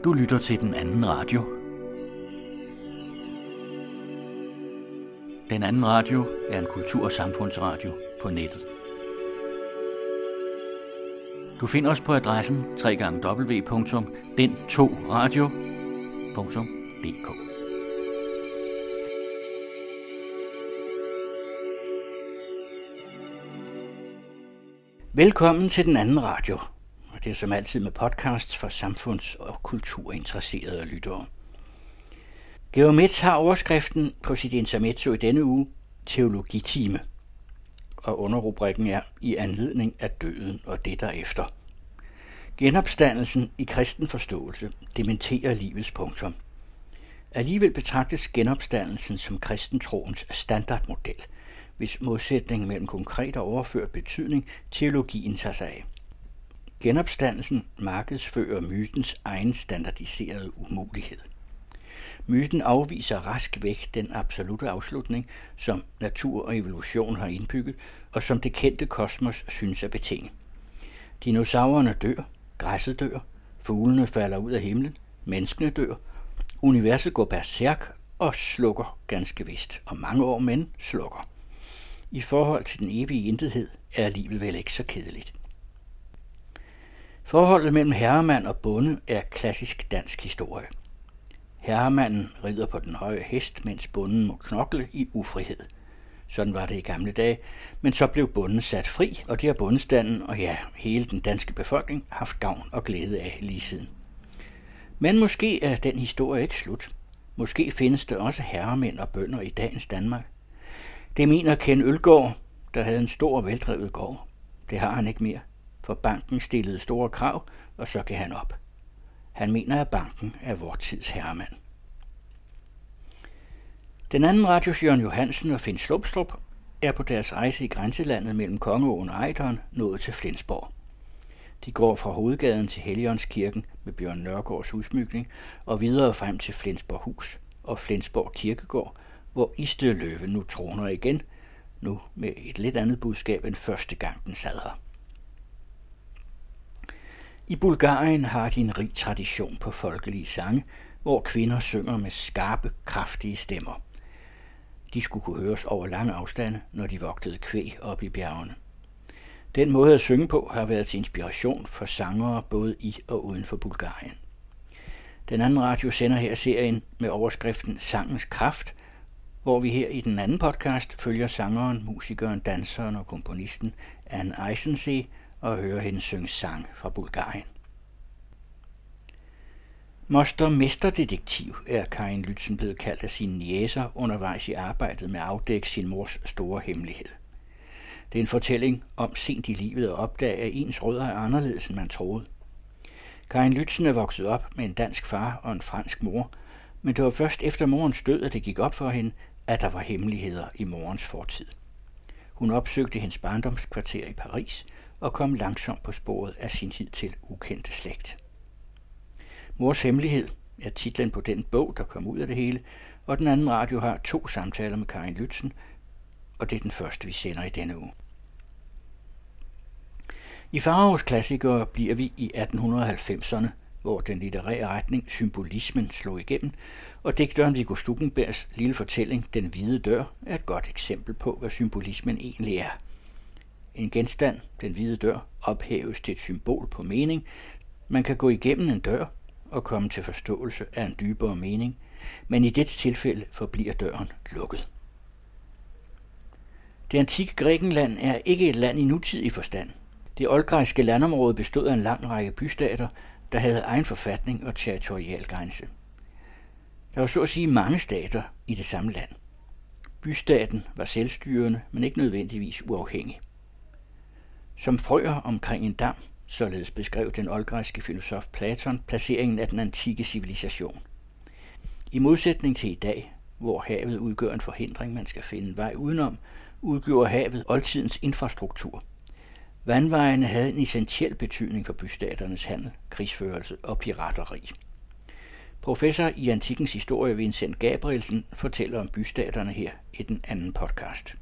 Du lytter til Den Anden Radio. Den Anden Radio er en kultur- og samfundsradio på nettet. Du finder os på adressen www.den2radio.dk. Velkommen til Den Anden Radio. Det er som altid med podcasts for samfunds- og kulturinteresserede lyttere. Georg Metz har overskriften på sit intermezzo i denne uge, Teologitime, og underrubrikken er I anledning af døden og det derefter. Genopstandelsen i kristen forståelse dementerer livets punktum. Alligevel betragtes genopstandelsen som kristentroens standardmodel, hvis modsætningen mellem konkret og overført betydning teologien tager sig af. Genopstandelsen markedsfører mytens egen standardiserede umulighed. Myten afviser rask væk den absolute afslutning, som natur og evolution har indbygget, og som det kendte kosmos synes at betinge. Dinosaurerne dør, græsset dør, fuglene falder ud af himlen, menneskene dør, universet går berserk og slukker ganske vist, og mange år, men slukker. I forhold til den evige intethed er livet vel ikke så kedeligt. Forholdet mellem herremand og bonde er klassisk dansk historie. Herremanden rider på den høje hest, mens bonden må knokle i ufrihed. Sådan var det i gamle dage, men så blev bonden sat fri, og det har bondestanden og hele den danske befolkning haft gavn og glæde af lige siden. Men måske er den historie ikke slut. Måske findes der også herremænd og bønder i dagens Danmark. Det mener Ken Ølgaard, der havde en stor og veldrevet gård. Det har han ikke mere, for banken stillede store krav, og så gav han op. Han mener, at banken er vor tids herremand. Den anden radios Jørgen Johansen og Finn Slupstrup er på deres rejse i grænselandet mellem Kongeåen og Ejderen nået til Flensborg. De går fra hovedgaden til Helligåndskirken med Bjørn Nørgaards udsmykning og videre frem til Flensborghus og Flensborg Kirkegård, hvor Isted-Løve nu troner igen, nu med et lidt andet budskab end første gang den sad her. I Bulgarien har de en rig tradition på folkelige sange, hvor kvinder synger med skarpe, kraftige stemmer. De skulle kunne høres over lange afstande, når de vogtede kvæg op i bjergene. Den måde at synge på har været til inspiration for sangere både i og uden for Bulgarien. Den anden radio sender her serien med overskriften Sangens Kraft, hvor vi her i den anden podcast følger sangeren, musikeren, danseren og komponisten Anne Eisensee og hører hende synge sang fra Bulgarien. Moster-mesterdetektiv er Karin Lützen blevet kaldt af sine niecer undervejs i arbejdet med at afdække sin mors store hemmelighed. Det er en fortælling om sent i livet at opdage, at ens rødder er anderledes, end man troede. Karin Lützen er vokset op med en dansk far og en fransk mor, men det var først efter morens død, at det gik op for hende, at der var hemmeligheder i morens fortid. Hun opsøgte hendes barndomskvarter i Paris og kom langsomt på sporet af sin hidtil ukendte slægt. Mors hemmelighed er titlen på den bog, der kom ud af det hele, og den anden radio har 2 samtaler med Karin Lützen, og det er den første, vi sender i denne uge. I Faraos klassikere bliver vi i 1890'erne, hvor den litterære retning symbolismen slog igennem, og digteren Viggo Stuckenbergs lille fortælling Den Hvide Dør er et godt eksempel på, hvad symbolismen egentlig er. En genstand, den hvide dør, ophæves til et symbol på mening. Man kan gå igennem en dør og komme til forståelse af en dybere mening, men i dette tilfælde forbliver døren lukket. Det antikke Grækenland er ikke et land i nutidig forstand. Det oldgræske landområde bestod af en lang række bystater, der havde egen forfatning og territorial grænse. Der var så at sige mange stater i det samme land. Bystaten var selvstyrende, men ikke nødvendigvis uafhængig. Som frøer omkring en dam, således beskrev den oldgræske filosof Platon placeringen af den antikke civilisation. I modsætning til i dag, hvor havet udgør en forhindring, man skal finde en vej udenom, udgjorde havet oldtidens infrastruktur. Vandvejene havde en essentiel betydning for bystaternes handel, krigsførelse og pirateri. Professor i antikkens historie Vincent Gabrielsen fortæller om bystaterne her i den anden podcast.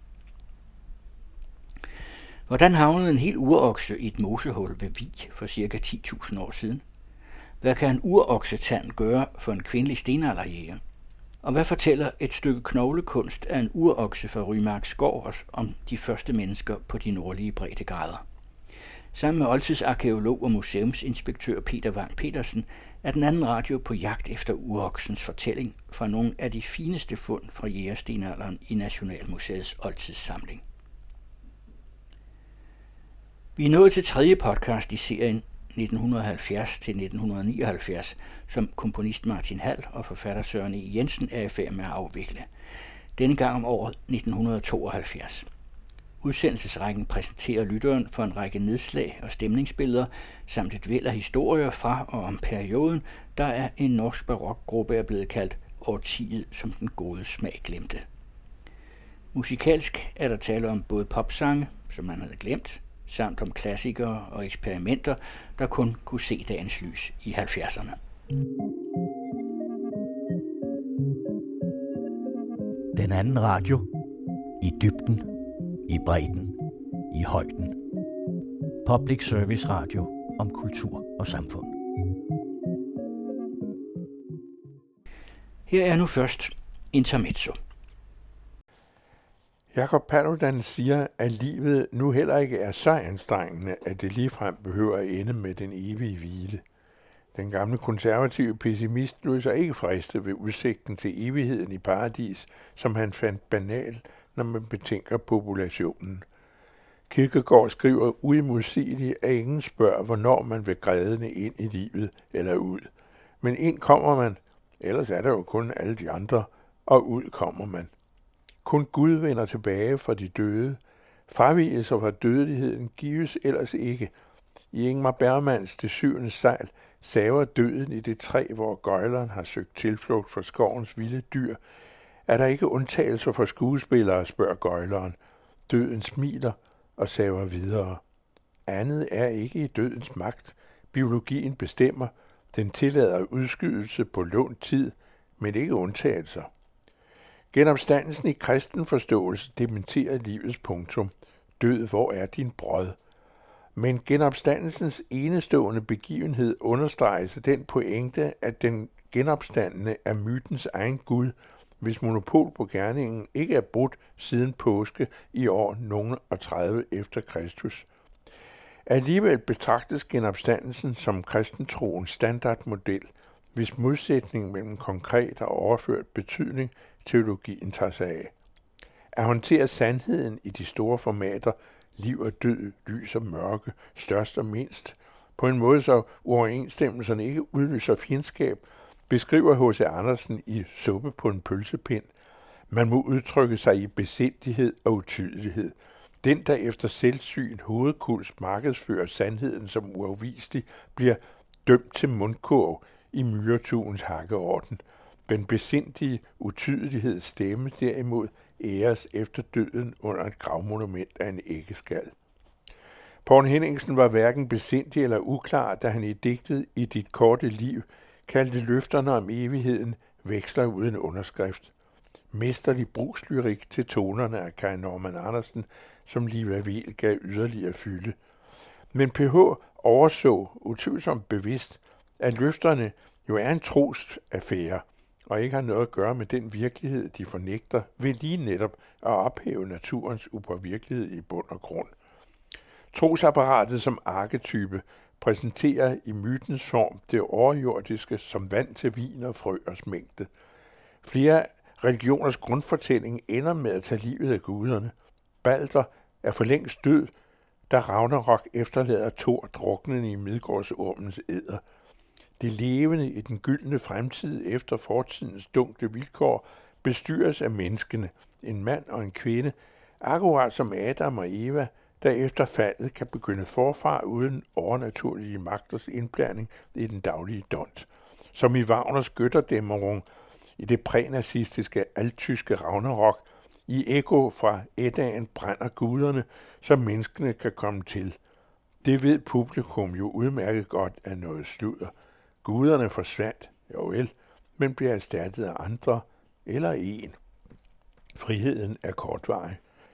Hvordan havnede en hel urokse i et mosehul ved Vig for ca. 10.000 år siden? Hvad kan en uroksetand gøre for en kvindelig stenalderjæger? Og hvad fortæller et stykke knoglekunst af en urokse fra Rymarksgård om de første mennesker på de nordlige breddegrader? Sammen med oldtidsarkæolog og museumsinspektør Peter Vang Petersen er den anden radio på jagt efter uroksens fortælling fra nogle af de fineste fund fra jægerstenalderen i Nationalmuseets oldtidssamling. Vi er nået til tredje podcast i serien 1970-1979, som komponist Martin Hald og forfatter Søren E. Jensen er i færd med at afvikle. Denne gang om året 1972. Udsendelsesrækken præsenterer lytteren for en række nedslag og stemningsbilleder, samt et væld af historier fra og om perioden, der er en norsk barokgruppe er blevet kaldt årtiet, som den gode smag glemte. Musikalsk er der tale om både popsange, som man havde glemt, samt om klassikere og eksperimenter, der kun kunne se dagens lys i 70'erne. Den anden radio. I dybden, i bredden, i højden. Public Service Radio om kultur og samfund. Her er nu først Intermezzo. Jakob Paludan siger, at livet nu heller ikke er så anstrengende, at det ligefrem behøver at ende med den evige hvile. Den gamle konservative pessimist lod sig ikke friste ved udsigten til evigheden i paradis, som han fandt banal, når man betænker populationen. Kierkegaard skriver uimodsigeligt, at ingen spørger, hvornår man vil grædende ind i livet eller ud. Men ind kommer man, ellers er der jo kun alle de andre, og ud kommer man. Kun Gud vender tilbage fra de døde. Fravigelser fra dødeligheden gives ellers ikke. I Ingmar Bergmans Det syvende sejl saver døden i det træ, hvor gøjleren har søgt tilflugt fra skovens vilde dyr. Er der ikke undtagelser for skuespillere, spørger gøjleren. Døden smiler og saver videre. Andet er ikke i dødens magt. Biologien bestemmer. Den tillader udskydelse på lånt tid, men ikke undtagelser. Genopstandelsen i kristen forståelse dementerer livets punktum. Død, hvor er din brød? Men genopstandelsens enestående begivenhed understreges af den pointe, at den genopstandende er mytens egen Gud, hvis monopol på gerningen ikke er brudt siden påske i år nogen og 30 efter Kristus. Alligevel betragtes genopstandelsen som kristentroens standardmodel, hvis modsætning mellem konkret og overført betydning teologien tager sig af. At håndtere sandheden i de store formater, liv og død, lys og mørke, størst og mindst, på en måde så uoverensstemmelserne ikke udløser fjendskab, beskriver H.C. Andersen i Suppe på en pølsepind. Man må udtrykke sig i besindighed og utydelighed. Den, der efter selvsyn hovedkuls markedsfører sandheden som uafviselig, bliver dømt til mundkurv i myretugens hakkeorden. Den besindige utydelighed stemme derimod æres efter døden under et gravmonument af en æggeskal. Poul Henningsen var hverken besindig eller uklar, da han i digtet I dit korte liv kaldte løfterne om evigheden veksler uden underskrift. Mesterlig brugslyrik til tonerne af Kai Normann Andersen, som Liva Weel gav yderligere fylde. Men PH overså utvivlsomt bevidst, at løfterne jo er en trosaffære, og ikke har noget at gøre med den virkelighed, de fornægter, ved lige netop at ophæve naturens upåvirkelighed i bund og grund. Trosapparatet som arketype præsenterer i mytens form det overjordiske som vand til vin og frøers mængde. Flere religioners grundfortælling ender med at tage livet af guderne. Balder er for længst død, da Ragnarok efterlader Thor druknende i Midgårdsormens æder. Det levende i den gyldne fremtid efter fortidens dunkle vilkår bestyres af menneskene, en mand og en kvinde, akkurat som Adam og Eva, der efter faldet kan begynde forfra uden overnaturlige magters indblanding i den daglige dont. Som i Wagners Götterdämmerung, i det prænazistiske alttyske Ragnarok, i ekko fra Eddaen brænder guderne, så menneskene kan komme til. Det ved publikum jo udmærket godt af noget sludder. Guderne forsvandt, jo vel, men bliver erstattet af andre eller en. Friheden er kortvarig.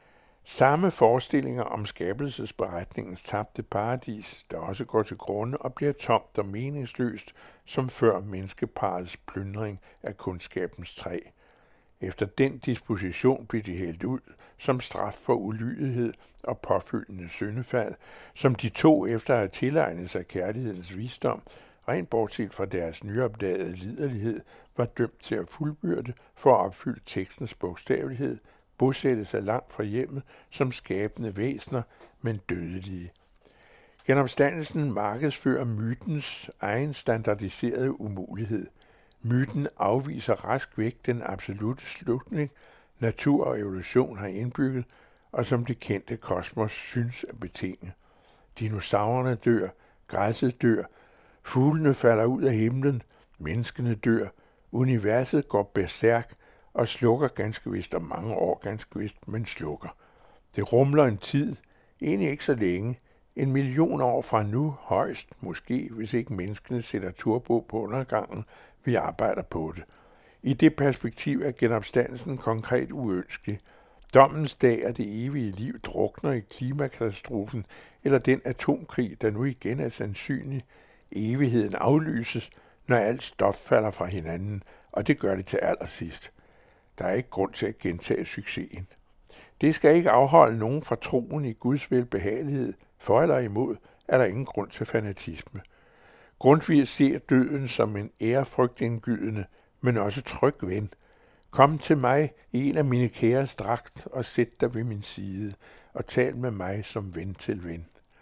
Samme forestillinger om skabelsesberetningens tabte paradis, der også går til grunde og bliver tomt og meningsløst, som før menneskeparets plyndring af kundskabens træ. Efter den disposition blev de hældt ud som straf for ulydighed og påfølgende syndefald, som de to efter at have tilegnet sig kærlighedens visdom, rent bortset fra deres nyopdagede liderlighed, var dømt til at fuldbyrde for at opfylde tekstens bogstavelighed, bosætte sig langt fra hjemmet som skabende væsener, men dødelige. Genopstandelsen markedsfører mytens egen standardiserede umulighed. Myten afviser rask væk den absolute slutning, natur og evolution har indbygget, og som det kendte kosmos synes at betinge. Dinosaurerne dør, græsset dør, fuglene falder ud af himlen, menneskene dør, universet går bersærk og slukker ganske vist om mange år ganske vist, men slukker. Det rumler en tid, egentlig ikke så længe, 1 million år fra nu højst, måske, hvis ikke menneskene sætter turbo på undergangen, vi arbejder på det. I det perspektiv er genopstandelsen konkret uønskelig. Dommens dag af det evige liv drukner i klimakatastrofen, eller den atomkrig, der nu igen er sandsynlig. Evigheden aflyses, når alt stof falder fra hinanden, og det gør det til allersidst. Der er ikke grund til at gentage succesen. Det skal ikke afholde nogen fra troen i Guds velbehagelighed. For eller imod er der ingen grund til fanatisme. Grundtvig ser døden som en ærefrygtindgydende, men også tryg ven. Kom til mig i en af mine kæres dragt og sæt dig ved min side og tal med mig som ven til ven.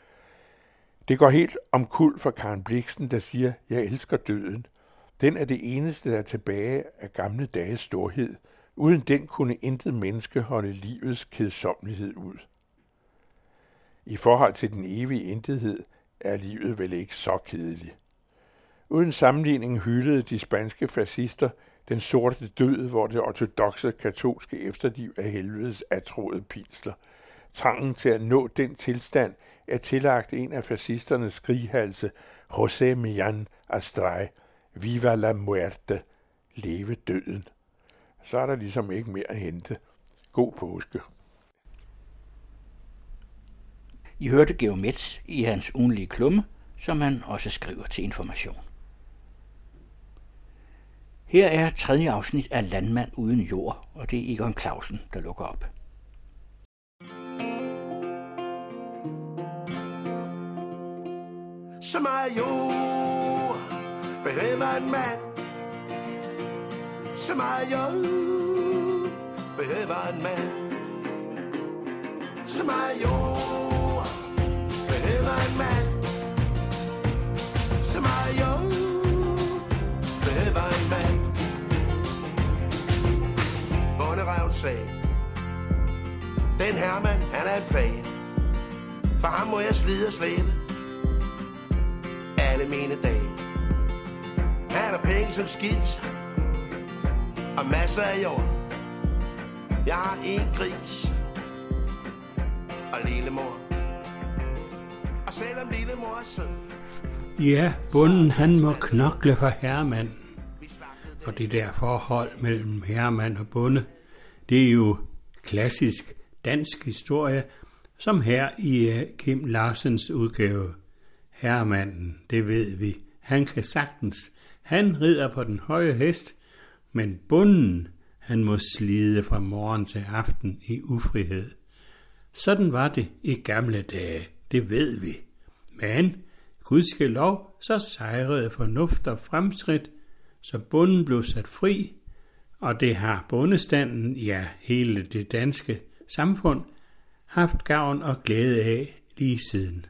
Det går helt omkuld for Karen Blixen, der siger, jeg elsker døden. Den er det eneste, der er tilbage af gamle dages storhed. Uden den kunne intet menneske holde livets kedsommelighed ud. I forhold til den evige intethed er livet vel ikke så kedeligt. Uden sammenligning hyldede de spanske fascister den sorte død, hvor det ortodokse katolske efterliv af helvedes atroede pinsler. Trangen til at nå den tilstand er tillagt en af fascisternes skrighalse, José Millán Astray, Viva la muerte, leve døden. Så er der ligesom ikke mere at hente. God påske. I hørte Georg Metz i hans ugenlige klumme, som han også skriver til Information. Her er 3. afsnit af Landmand uden jord, og det er Egon Clausen, der lukker op. Så meget jord behøver en mand. Så meget jord behøver en mand. Så meget jord behøver en mand. Så meget jord behøver en mand. Bonderøven sagde, den Herman, han er en plage. For ham må jeg slide og slæbe alle mine dage. Han har penge som skidt og masser af jord. Jeg har en gris og lillemor. Og selvom lillemor er sød. Ja, bonden han må knokle for herremanden. Og det der forhold mellem herremand og bonde, det er jo klassisk dansk historie, som her i Kim Larsens udgave. Herremanden, det ved vi, han kan sagtens. Han rider på den høje hest, men bonden, han må slide fra morgen til aften i ufrihed. Sådan var det i gamle dage, det ved vi. Men gudskelov, så sejrede fornuft og fremskridt, så bonden blev sat fri, og det har bondestanden, ja hele det danske samfund, haft gavn og glæde af lige siden.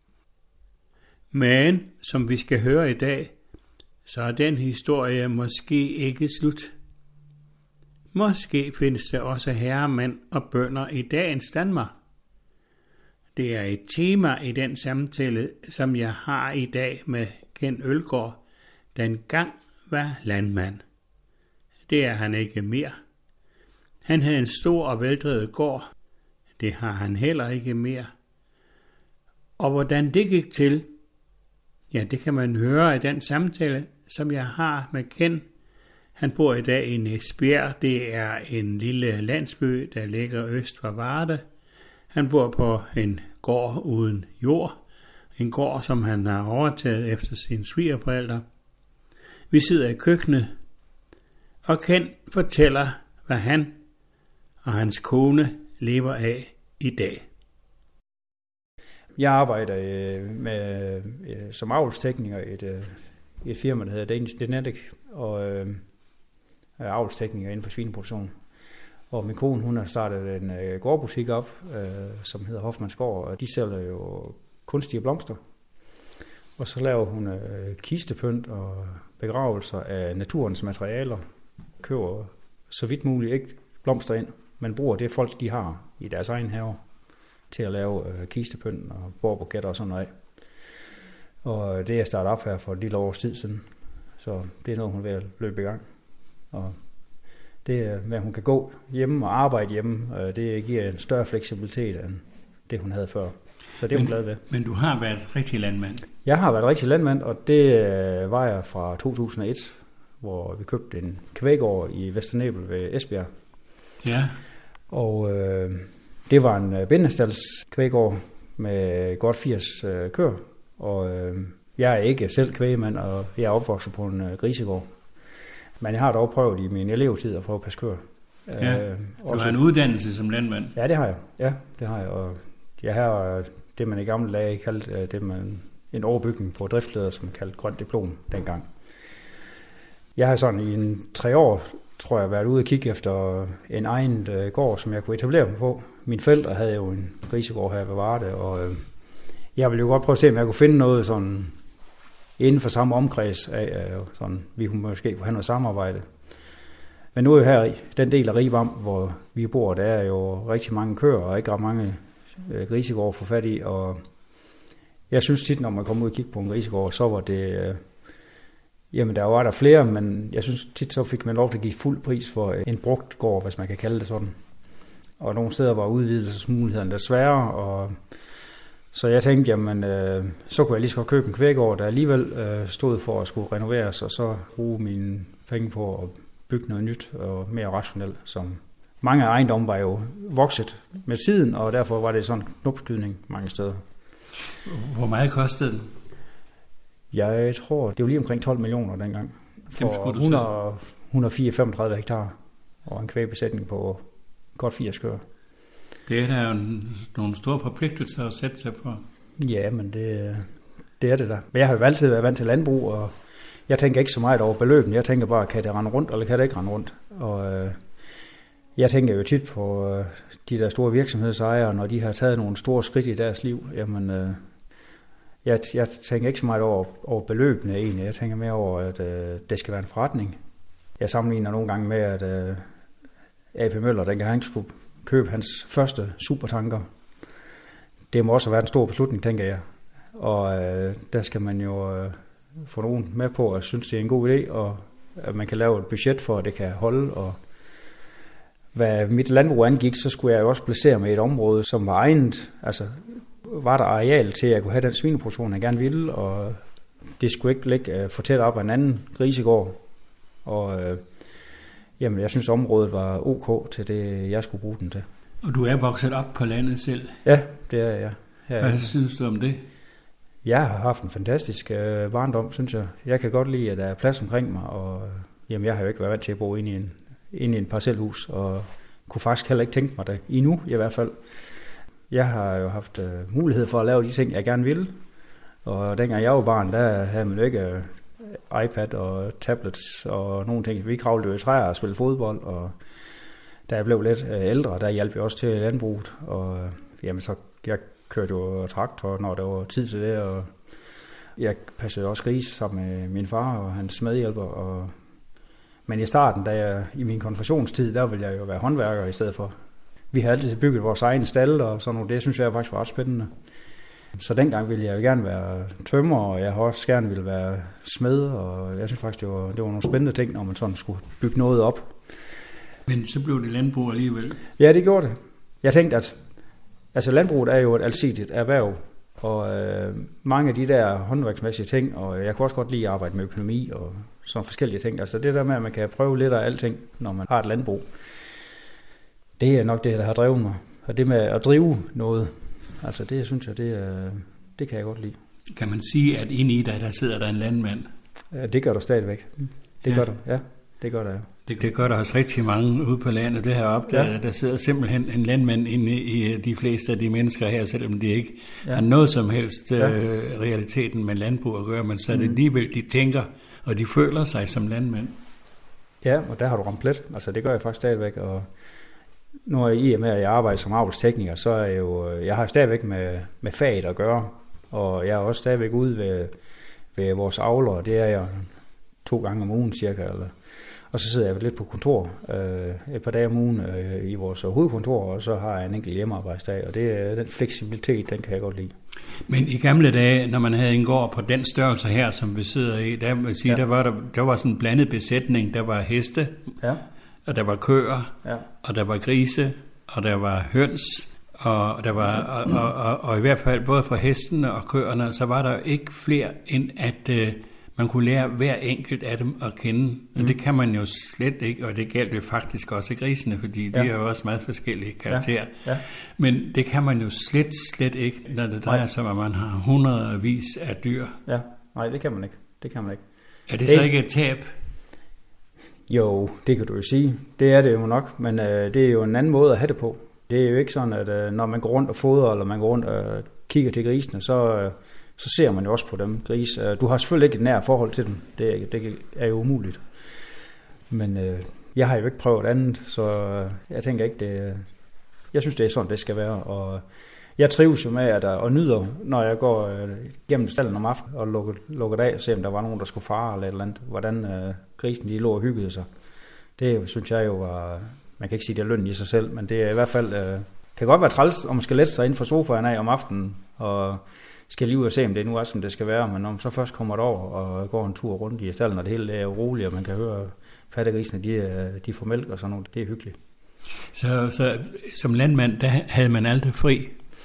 Men, som vi skal høre i dag, så er den historie måske ikke slut. Måske findes der også herremænd og bønder i dagens Danmark. Det er et tema i den samtale, som jeg har i dag med Ken Ølgaard, der engang var landmand. Det er han ikke mere. Han havde en stor og veldrevet gård. Det har han heller ikke mere. Og hvordan det gik til, ja, det kan man høre i den samtale, som jeg har med Ken. Han bor i dag i Næsbjerg. Det er en lille landsby, der ligger øst for Varde. Han bor på en gård uden jord. En gård, som han har overtaget efter sine svigerforældre. Vi sidder i køkkenet, og Ken fortæller, hvad han og hans kone lever af i dag. Jeg arbejder som avlstekniker i et firma, der hedder Danish Genetic, og er avlstekniker inden for svineproduktion. Og min kone, hun har startet en gårdbutik op, som hedder Hoffmanns Gård, og de sælger jo kunstige blomster. Og så laver hun kistepynt og begravelser af naturens materialer. Køber så vidt muligt ikke blomster ind, men bruger det folk, de har i deres egen have til at lave kistepynt og bordbuketter og sådan noget. Og det er startet op her for et lille års tid siden, så det er noget, hun vil løbe i gang. Og det med, at hun kan gå hjemme og arbejde hjemme, det giver en større fleksibilitet end det, hun havde før. Så det er hun glad ved. Men du har været rigtig landmand? Jeg har været rigtig landmand, og det var jeg fra 2001, hvor vi købte en kvæggård i Vesternæbel ved Esbjerg. Ja. Og det var en bindestalds kvæggård med godt 80 køer. Og jeg er ikke selv kvægemand, og jeg er opvokset på en grisegård. Men jeg har dog prøvet i min elevtid at prøve at passe køer. Ja, du har en uddannelse som landmand? Ja, det har jeg. Ja, det har jeg. Og jeg har det, man i gamle dage kaldte en overbygning på driftsleder, som kaldte grønt diplom dengang. Jeg har sådan i 3 år, tror jeg, været ude og kigge efter en egen gård, som jeg kunne etablere mig på. Mine forældre havde jo en grisegård her ved Varde, og jeg ville jo godt prøve at se, om jeg kunne finde noget sådan inden for samme omkreds af, sådan, vi kunne måske have noget samarbejde. Men nu er her i den del af Rigvam, hvor vi bor, der er jo rigtig mange køer og ikke ret mange grisegård at få fat i, og jeg synes tit, når man kommer ud og kigger på en grisegård, så var det, jamen der var der flere, men jeg synes tit, så fik man lov til at give fuld pris for en brugt gård, hvis man kan kalde det sådan. Og nogle steder var udvidelsesmulighederne der sværere, og så jeg tænkte, jamen, så kunne jeg lige så godt købe en kvæggård, der alligevel stod for at skulle renoveres, og så bruge mine penge på at bygge noget nyt og mere rationelt. Som mange af ejendomme var jo vokset med tiden, og derfor var det sådan en knopskydning mange steder. Hvor meget kostede den? Jeg tror, det var lige omkring 12 millioner dengang. For 134 hektar og en kvægbesætning på godt 80 køer. Det er der jo nogle store forpligtelser at sætte sig på. Ja, men det er det der. Men jeg har jo altid været vant til landbrug, og jeg tænker ikke så meget over beløbene. Jeg tænker bare, kan det rende rundt, eller kan det ikke rende rundt? Og jeg tænker jo tit på de der store virksomhedsejere, når de har taget nogle store skridt i deres liv. Jamen, jeg tænker ikke så meget over beløbene egentlig. Jeg tænker mere over, at det skal være en forretning. Jeg sammenligner nogle gange med, at A.P. Møller, dengang han skulle købe hans første supertanker. Det må også have været en stor beslutning, tænker jeg. Og der skal man jo få nogen med på at synes, det er en god idé, og at man kan lave et budget for, at det kan holde. Og hvad mit landbrug angik, så skulle jeg jo også placere mig i et område, som var egnet. Altså var der areal til, at jeg kunne have den svineproduktion, jeg gerne ville, og det skulle ikke ligge for tæt op af en anden grisegård. Og jamen, jeg synes, området var ok til det, jeg skulle bruge den til. Og du er vokset op på landet selv? Ja, det er jeg. Hvad synes du om det? Jeg har haft en fantastisk barndom, synes jeg. Jeg kan godt lide, at der er plads omkring mig, og jamen, jeg har jo ikke været vant til at bo inde i en parcelhus, og kunne faktisk heller ikke tænke mig det endnu, i hvert fald. Jeg har jo haft mulighed for at lave de ting, jeg gerne ville, og dengang jeg var barn, der havde man jo ikke iPad og tablets og nogle ting. Vi kravlede jo i træer og spillede fodbold, og da jeg blev lidt ældre, der hjalp jeg også til landbruget, og jamen så jeg kørte jo traktor, når der var tid til det, og jeg passede også gris sammen med min far og hans medhjælper. Men i starten, da jeg i min konfirmationstid, der ville jeg jo være håndværker i stedet for. Vi havde altid bygget vores egen stald og sådan noget. Det synes jeg faktisk var ret spændende. Så dengang ville jeg jo gerne være tømrer, og jeg har også gerne ville være smed, og jeg synes faktisk, det var nogle spændende ting, når man sådan skulle bygge noget op. Men så blev det landbrug alligevel? Ja, det gjorde det. Jeg tænkte, at altså, landbruget er jo et alsidigt erhverv, og mange af de der håndværksmæssige ting, og jeg kunne også godt lide at arbejde med økonomi og sådan forskellige ting. Altså det der med, at man kan prøve lidt af alting, når man har et landbrug, det er nok det, der har drevet mig. Og det med at drive noget, altså det synes jeg, det kan jeg godt lide. Kan man sige, at inde i dig, der sidder der en landmand? Ja, det gør der stadigvæk. Det gør der, ja. Det gør der, ja. Det gør der også rigtig mange ude på landet. Det har jeg opdaget. Ja. Der sidder simpelthen en landmand inde i de fleste af de mennesker her, selvom de ikke har noget som helst realiteten med landbrug at gøre, men så er det alligevel, de tænker, og de føler sig som landmænd. Ja, og der har du ramt plet. Altså det gør jeg faktisk stadigvæk, og nu er I med, at jeg arbejder som avlstekniker, så er jeg har stadigvæk med faget at gøre, og jeg er også stadigvæk ude ved vores avlere, det er jeg 2 gange om ugen cirka, og så sidder jeg lidt på kontor et par dage om ugen i vores hovedkontor, og så har jeg en enkelt hjemmearbejdsdag, og den fleksibilitet, den kan jeg godt lide. Men i gamle dage, når man havde en gård på den størrelse her, som vi sidder i, der var sådan en blandet besætning. Der var heste, og der var køer, og der var grise, og der var høns, og der var og i hvert fald både for hestene og køerne, så var der ikke flere end at man kunne lære hver enkelt af dem at kende. Og det kan man jo slet ikke, og det gælder jo faktisk også grisene, fordi de er jo også meget forskellige karakterer. Ja. Men det kan man jo slet ikke, når det drejer sig om, at man har hundredvis af dyr. Ja, nej, det kan man ikke. Er det så ikke et tab? Jo, det kan du jo sige. Det er det jo nok, men det er jo en anden måde at have det på. Det er jo ikke sådan, at når man går rundt og fodrer, eller man går rundt og kigger til grisene, så ser man jo også på dem, gris. Du har selvfølgelig ikke et nært forhold til dem. Det er jo umuligt. Men jeg har jo ikke prøvet andet, så jeg tænker ikke, det. Jeg synes, det er sådan, det skal være. Og jeg trives jo med at nyder, når jeg går gennem stallen om aftenen og lukker af og ser, om der var nogen, der skulle fare eller et eller andet. Hvordan grisen de lå og hyggede sig. Det synes jeg jo var. Man kan ikke sige, det er løn i sig selv, men det er i hvert fald. Kan godt være træls, om man skal lette sig ind fra sofaen af om aftenen og skal lige ud og se, om det nu er, som det skal være, men når man så først kommer derover og går en tur rundt i stallen, og det hele er roligt, og man kan høre pattegrisene, de får mælk og sådan noget, det er hyggeligt. Så som landmand, der havde man aldrig fri?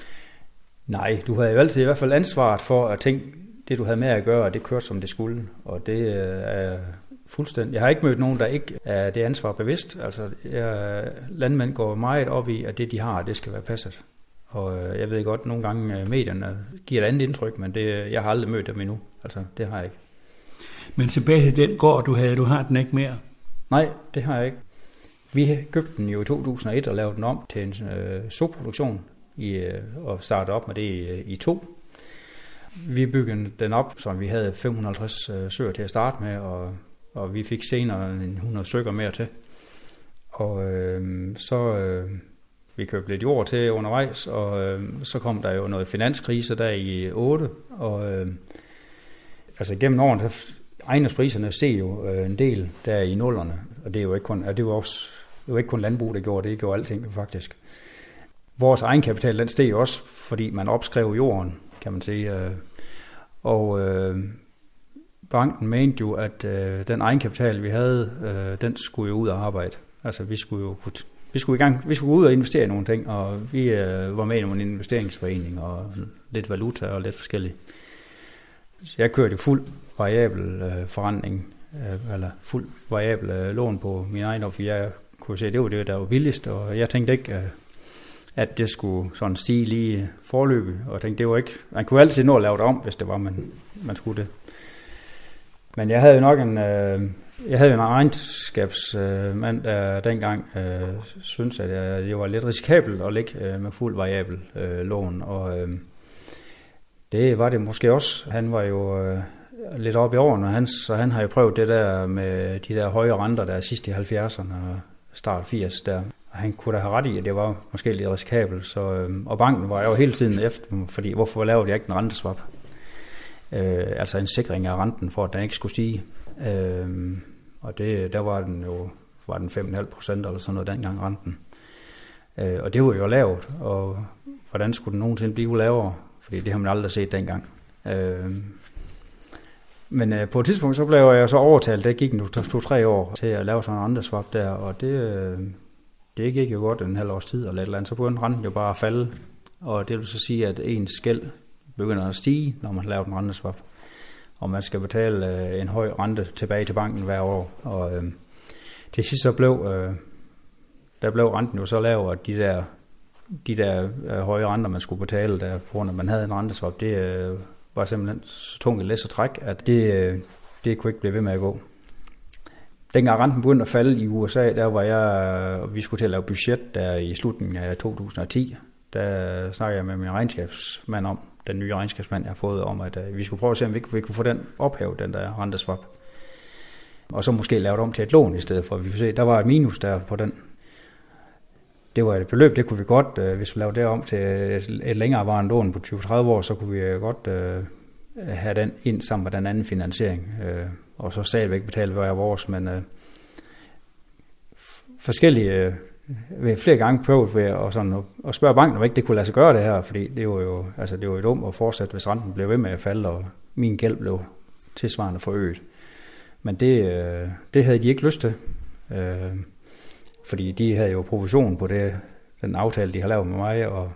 Nej, du havde jo altid i hvert fald ansvaret for at tænke, det du havde med at gøre, og det kørte som det skulle, og det er fuldstændig. Jeg har ikke mødt nogen, der ikke er det ansvar bevidst. Altså, landmænd går meget op i, at det de har, det skal være passet. Og jeg ved godt, nogle gange medierne giver et andet indtryk, men jeg har aldrig mødt dem endnu. Altså, det har jeg ikke. Men tilbage til den gård, du havde, du har den ikke mere? Nej, det har jeg ikke. Vi købte den jo i 2001 og lavede den om til en soproduktion og startede op med det i 2. Vi byggede den op, så vi havde 550 søer til at starte med, og vi fik senere 100 stykker mere til. Og vi købte lidt jord til undervejs, og så kom der jo noget finanskrise der i 8, og altså gennem årene, ejendomspriserne steg jo en del der i 0'erne, og det er jo ikke kun, det var ikke kun landbrug, der gjorde det gjorde alting faktisk. Vores egenkapital, den steg også, fordi man opskrev jorden, kan man sige, og banken mente jo, at den egenkapital, vi havde, den skulle jo ud og arbejde. Altså vi skulle ud og investere i nogle ting, og vi var med i nogle investeringsforeninger og lidt valuta og lidt forskelligt. Så jeg kørte fuld variabel forrentning, eller fuld variabel lån på min ejendom, for jeg kunne se, at det var det, der var billigst, og jeg tænkte ikke, at det skulle sådan stige lige forløbig, og jeg tænkte, det var ikke, man kunne altid nå at lave det om, hvis det var, man skulle det. Men jeg havde jo nok en egenskabsmand, der dengang syntes, at det var lidt risikabelt at ligge med fuld variabel lån, og det var det måske også. Han var jo lidt oppe i årene, så han har jo prøvet det der med de der høje renter, der sidst i 70'erne og start 80 der. Og han kunne da have ret i, at det var måske lidt risikabelt. Så, og banken var jo hele tiden efter, fordi hvorfor lavede jeg ikke en renteswap? Altså en sikring af renten, for at den ikke skulle stige. Og der var den 5,5% eller sådan noget dengang renten. Og det var jo lavt, og hvordan skulle den nogensinde blive lavere? Fordi det har man aldrig set dengang. Men på et tidspunkt så blev jeg så overtalt, det gik nu 2-3 år til at lave sådan en renteswap der, og det gik jo godt en halv års tid eller et eller andet, så begyndte renten jo bare at falde, og det vil så sige, at ens gæld begynder at stige, når man laver en renteswap, og man skal betale en høj rente tilbage til banken hver år, og til sidst så blev renten jo så lav, at de der de der høje renter, man skulle betale, der på grund af, at man havde en renteswap, det var simpelthen så tungt et læs og træk, at det kunne ikke blive ved med at gå. Dengang renten begyndte at falde i USA, der var vi skulle til at lave budget der i slutningen af 2010. Der snakkede jeg med min regnskabsmand om, den nye regnskabsmand, jeg har fået, om, at vi skulle prøve at se, om vi kunne få den ophævet, den der renteswap. Og så måske lave det om til et lån i stedet for. Vi kunne se, der var et minus der på den. Det var et beløb, det kunne vi godt, hvis vi lavede det om til et længerevarende lån på 20-30 år, så kunne vi godt have den ind sammen med den anden finansiering. Og så stadigvæk betale hver vores, men forskellige flere gange prøvet ved at spørge banken, om ikke det kunne lade sig gøre det her, fordi det var jo dumt at fortsætte, hvis renten blev ved med at falde, og min gæld blev tilsvarende forøget. Men det havde de ikke lyst til, fordi de havde jo provision på den aftale, de har lavet med mig, og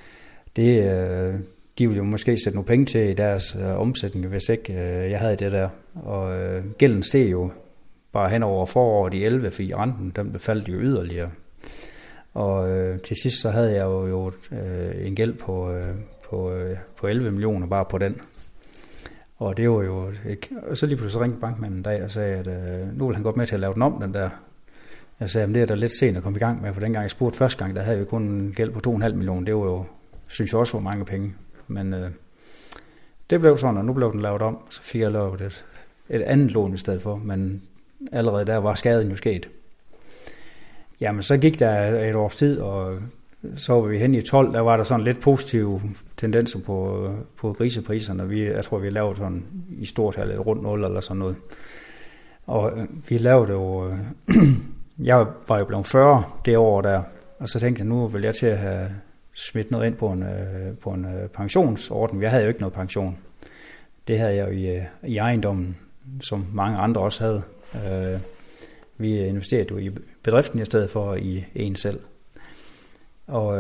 de ville jo måske sætte nogle penge til i deres omsætning, hvis ikke jeg havde det der. Og gælden steg jo bare hen over foråret i 11, fordi renten den faldt jo yderligere. Og til sidst så havde jeg jo en gæld på 11 millioner bare på den. Og det var jo og så lige pludselig ringte bankmanden en dag og sagde, at nu vil han godt med til at lave den om, den der. Jeg sagde, at det er da lidt sent at komme i gang med, for dengang jeg spurgte første gang, der havde vi kun en gæld på 2,5 millioner. Det var jo, synes jeg også, var mange penge. Men det blev sådan, og nu blev den lavet om. Så fik jeg lavet et andet lån i stedet for, men allerede der var skaden jo sket. Jamen, så gik der et års tid, og så var vi hen i 12, der var der sådan lidt positive tendenser på grisepriserne. Jeg tror, vi lavede sådan i stort tal rundt 0 eller sådan noget. Og vi lavede jo... jeg var jo blevet 40 det år der, og så tænkte jeg, nu vil jeg til at have smidt noget ind på en pensionsordning. Jeg havde jo ikke noget pension. Det havde jeg jo i ejendommen, som mange andre også havde. Vi investerede jo i bedriften i stedet for i en selv. Og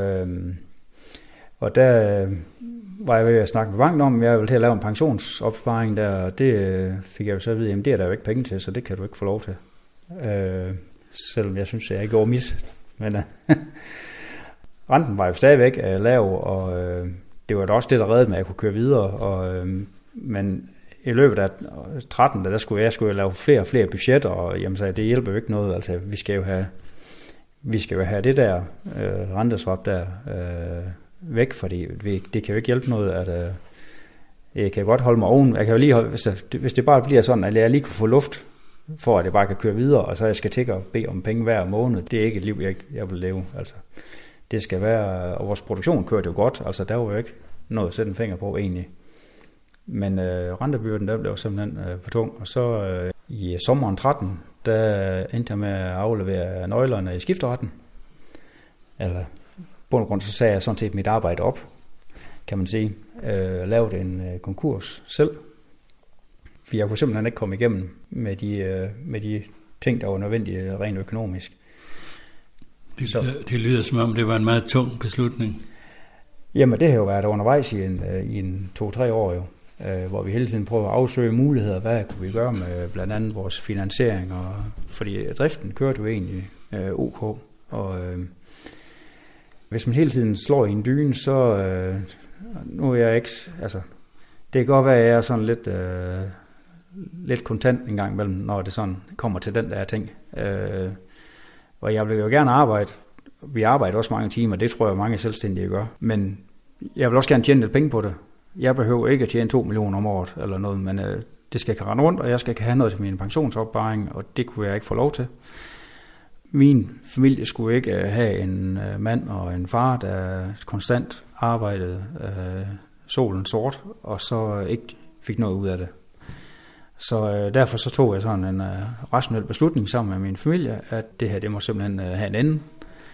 der var jeg ved at snakke med banken om, at jeg ville til at lave en pensionsopsparing der, og det fik jeg jo så at vide, at det er der jo ikke penge til, så det kan du ikke få lov til. Selvom jeg synes, at jeg gjorde mis. Men renten var jo stadigvæk lav, og det var da også det, der reddede mig, at jeg kunne køre videre. Men i løbet af 13, der skulle jeg lave flere og flere budgetter, og jamen, så det hjælper jo ikke noget. Altså, vi skal jo have det der renteswap der væk, fordi det kan jo ikke hjælpe noget, at jeg kan godt holde mig oven. Jeg kan jo lige hvis det bare bliver sådan, at jeg lige kunne få luft, for at jeg bare kan køre videre, og så jeg skal tække og bede om penge hver måned. Det er ikke et liv, jeg vil leve. Altså, det skal være, og vores produktion kørte jo godt, altså der var jo ikke noget at sætte en finger på egentlig. Men rentebyrden, der blev simpelthen for tung. Og så i sommeren 13, der endte jeg med at aflevere nøglerne i skifteretten. Eller på en grund, så sagde jeg sådan set mit arbejde op, kan man sige. Lavede en konkurs selv. For jeg kunne simpelthen ikke komme igennem med de ting, der var nødvendige rent økonomisk. Det lyder som om, det var en meget tung beslutning. Jamen, det har jo været undervejs i en 2-3 år jo, hvor vi hele tiden prøver at afsøge muligheder. Hvad kunne vi gøre med blandt andet vores finansiering? Fordi driften kørte jo egentlig OK. Og hvis man hele tiden slår i en dyne, så nu er jeg ikke... Altså, det kan godt være, at jeg er sådan lidt kontant en gang imellem, når det sådan kommer til den der ting. Og jeg vil jo gerne arbejde. Vi arbejder også mange timer, det tror jeg mange selvstændige gør. Men jeg vil også gerne tjene lidt penge på det. Jeg behøver ikke at tjene 2 millioner om året eller noget, men det skal kan rende rundt, og jeg skal have noget til min pensionsopsparing, og det kunne jeg ikke få lov til. Min familie skulle ikke have en mand og en far, der konstant arbejdede solen sort, og så ikke fik noget ud af det. Så derfor så tog jeg sådan en rationel beslutning sammen med min familie, at det her, det må simpelthen have en ende.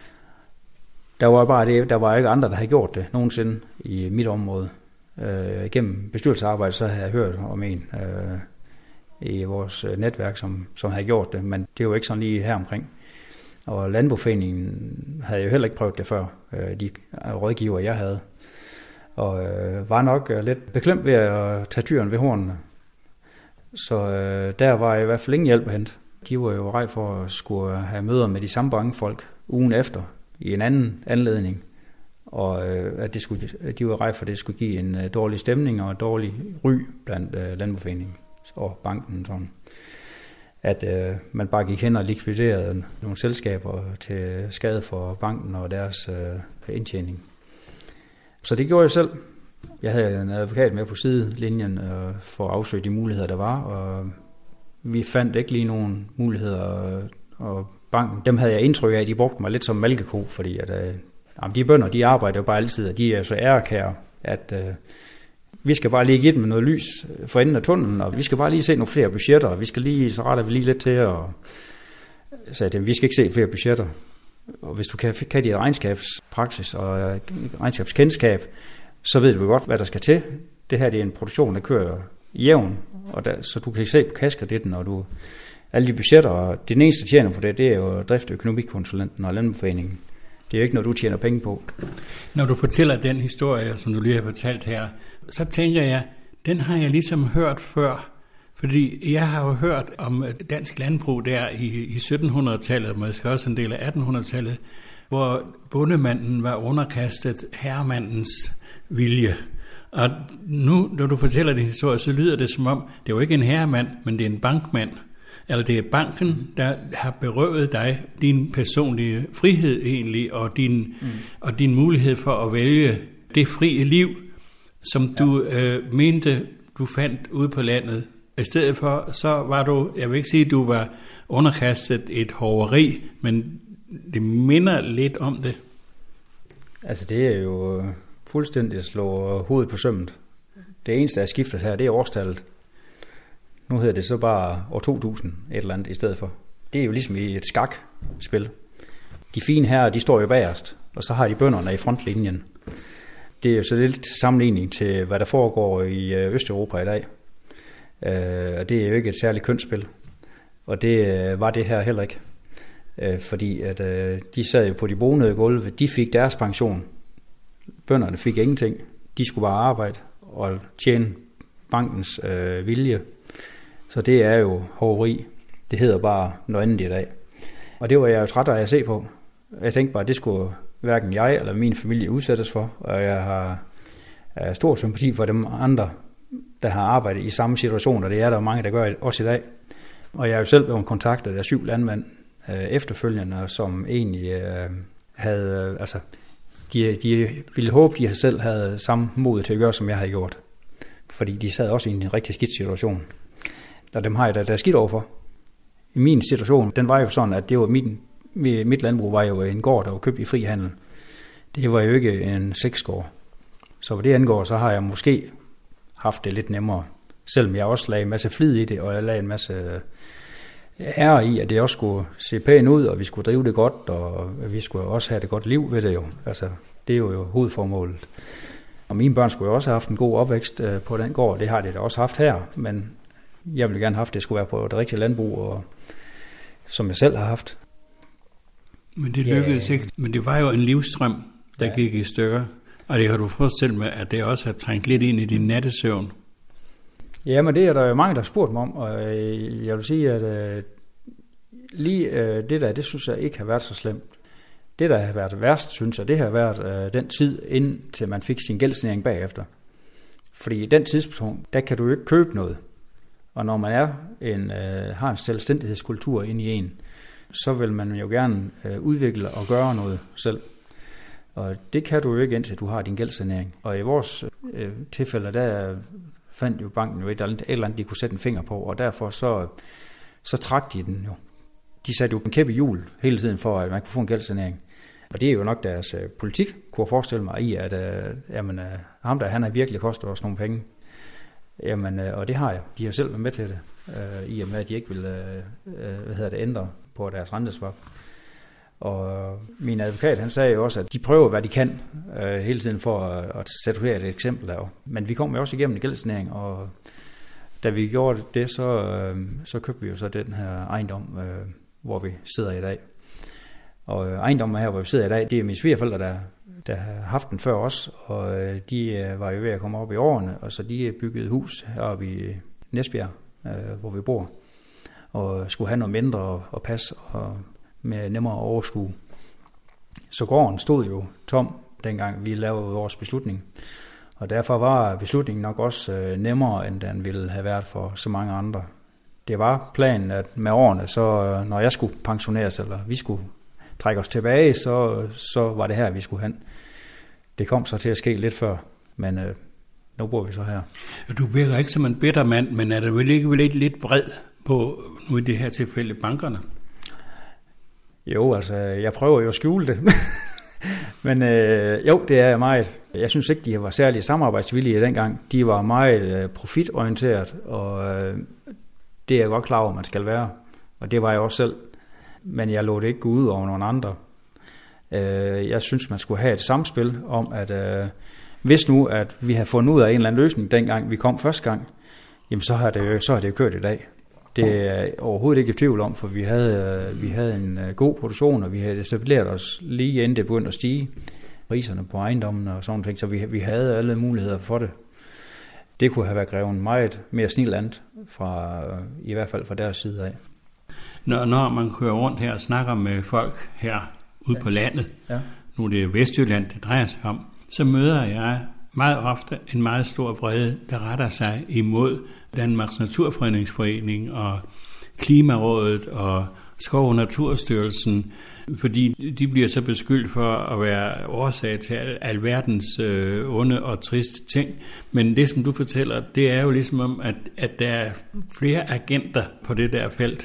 Der var bare det, der var ikke andre, der havde gjort det nogensinde i mit område. Gennem bestyrelsesarbejde, så havde jeg hørt om en i vores netværk, som havde gjort det, men det er jo ikke sådan lige her omkring. Og Landboforeningen havde jo heller ikke prøvet det før, de rådgiver, jeg havde. Og var nok lidt beklemt ved at tage tyren ved hornene. Så der var i hvert fald ingen hjælp at hente. De var jo rej for at skulle have møder med de samme branchefolk ugen efter i en anden anledning. og at de var rej for, at det skulle give en dårlig stemning og en dårlig ry blandt landboforeningen og banken. Sådan. At man bare gik hen og likviderede nogle selskaber til skade for banken og deres indtjening. Så det gjorde jeg selv. Jeg havde en advokat med på sidelinjen for at afsøge de muligheder, der var, og vi fandt ikke lige nogen muligheder, og banken, dem havde jeg indtryk af, at de brugte mig lidt som malkeko, fordi at, de bønder, de arbejder jo bare altid, og de er så ærekære, at vi skal bare lige give dem noget lys for enden af tunnelen, og vi skal bare lige se nogle flere budgetter, og vi skal lige, så retter vi lige lidt til, og sagde dem, vi skal ikke se flere budgetter. Og hvis du kan dit regnskabspraksis og regnskabskendskab, så ved du godt, hvad der skal til. Det her det er en produktion, der kører jævn, og så du kan se på kaskerditten, og alle de budgetter, og det eneste, der tjener på det er jo drift- og økonomikonsulenten og landboforeningen. Det er jo ikke noget, du tjener penge på. Når du fortæller den historie, som du lige har fortalt her, så tænker jeg, den har jeg ligesom hørt før. Fordi jeg har jo hørt om dansk landbrug der i 1700-tallet, måske også en del af 1800-tallet, hvor bondemanden var underkastet herremandens vilje. Og nu, når du fortæller den historie, så lyder det som om, det er jo ikke en herremand, men det er en bankmand. Eller det er banken, der har berøvet dig din personlige frihed egentlig, og din mulighed for at vælge det frie liv, som du mente, du fandt ude på landet. I stedet for, så var du, jeg vil ikke sige, at du var underkastet et hoveri, men det minder lidt om det. Altså det er jo fuldstændig at slå hovedet på sømmet. Det eneste, der er skiftet her, det er årstallet. Nu hedder det så bare år 2000 et eller andet i stedet for. Det er jo ligesom i et skakspil. De fine herrer, de står jo bagerst, og så har de bønderne i frontlinjen. Det er jo så lidt sammenligning til, hvad der foregår i Østeuropa i dag. Og det er jo ikke et særligt kønsspil. Og det var det her heller ikke. Fordi at de sad jo på de bonede gulve, de fik deres pension. Bønderne fik ingenting. De skulle bare arbejde og tjene bankens vilje. Så det er jo hoveri. Det hedder bare noget andet i dag. Og det var jeg jo træt af at se på. Jeg tænkte bare, at det skulle hverken jeg eller min familie udsættes for. Og jeg har stor sympati for dem andre, der har arbejdet i samme situation, og det er der mange, der gør også i dag. Og jeg er jo selv blevet kontaktet af 7 landmænd efterfølgende, som egentlig havde, altså, de ville håbe, de selv havde samme mod til at gøre, som jeg havde gjort. Fordi de sad også i en rigtig skidt situation. Og dem har jeg da skidt overfor. I min situation, den var jo sådan, at det var mit landbrug var jo en gård, der var købt i fri handel. Det var jo ikke en sexgård. Så hvad det angår, så har jeg måske haft det lidt nemmere. Selvom jeg også lagde en masse flid i det, og jeg lagde en masse ære i, at det også skulle se pænt ud, og vi skulle drive det godt, og vi skulle også have det godt liv ved det jo. Altså, det er jo hovedformålet. Og mine børn skulle jo også have haft en god opvækst på den gård, det har de da også haft her, men jeg ville gerne have haft, det skulle være på det rigtige landbrug, og, som jeg selv har haft. Men det lykkedes ikke. Men det var jo en livsstrøm, der gik i stykker. Og det har du forestillet med, at det også har trængt lidt ind i din nattesøvn. Ja, men det er der jo mange, der har spurgt mig om, og jeg vil sige, at det der, det synes jeg ikke har været så slemt. Det, der har været værst, synes jeg, det har været den tid, indtil man fik sin gældssanering bagefter. Fordi i den tidspunkt, der kan du jo ikke købe noget. Og når man har en selvstændighedskultur inde i en, så vil man jo gerne udvikle og gøre noget selv. Og det kan du jo ikke, indtil du har din gældssanering. Og i vores tilfælde, der fandt jo banken jo et eller andet, de kunne sætte en finger på, og derfor så trak de den jo. De satte jo en kæppe i hjul hele tiden for, at man kunne få en gældssanering. Og det er jo nok deres politik, kunne jeg forestille mig i, at ham der, han har virkelig kostet os nogle penge. Jamen, og det har jeg. De har selv været med til det, i og med, at de ikke vil ændre på deres renteswap. Og min advokat, han sagde jo også, at de prøver, hvad de kan hele tiden for at statuere et eksempel af. Men vi kom jo også igennem en gældssanering, og da vi gjorde det, så købte vi jo så den her ejendom, hvor vi sidder i dag. Og ejendommen her, hvor vi sidder i dag, det er mine svigerforældre, der har haft den før os, og de var jo ved at komme op i årene, og så de byggede hus heroppe i Næsbjerg, hvor vi bor, og skulle have noget mindre at passe, og med nemmere overskue. Så gården stod jo tom dengang vi lavede vores beslutning. Og derfor var beslutningen nok også nemmere, end den ville have været for så mange andre. Det var planen, at med årene, så når jeg skulle pensioneres, eller vi skulle trække os tilbage, så var det her, vi skulle hen. Det kom så til at ske lidt før, men nu bor vi så her. Du virker ikke som en bitter mand, men er du vel ikke lidt vred på, nu i det her tilfælde, bankerne? Jo, altså, jeg prøver jo at skjule det. Men jo, det er jeg meget. Jeg synes ikke, de var særlig samarbejdsvillige dengang. De var meget profitorienteret, og det er jeg godt klar over, man skal være. Og det var jeg også selv. Men jeg lod det ikke gå ud over nogen andre. Jeg synes, man skulle have et samspil om, at hvis nu, at vi havde fundet ud af en eller anden løsning, dengang vi kom første gang, jamen så har det jo kørt i dag. Det er overhovedet ikke i tvivl om, for vi havde en god produktion, og vi havde etableret os lige inden det begyndte at stige. Priserne på ejendommen og sådan ting, så vi havde alle muligheder for det. Det kunne have været greven meget mere snillant, i hvert fald fra deres side af. Når man kører rundt her og snakker med folk her ude på landet, nu er det Vestjylland, det drejer sig om, så møder jeg meget ofte en meget stor brede, der retter sig imod Danmarks Naturfredningsforening og Klimarådet og Skov- og Naturstyrelsen, fordi de bliver så beskyldt for at være årsag til alverdens onde og triste ting. Men det, som du fortæller, det er jo ligesom om, at der er flere agenter på det der felt.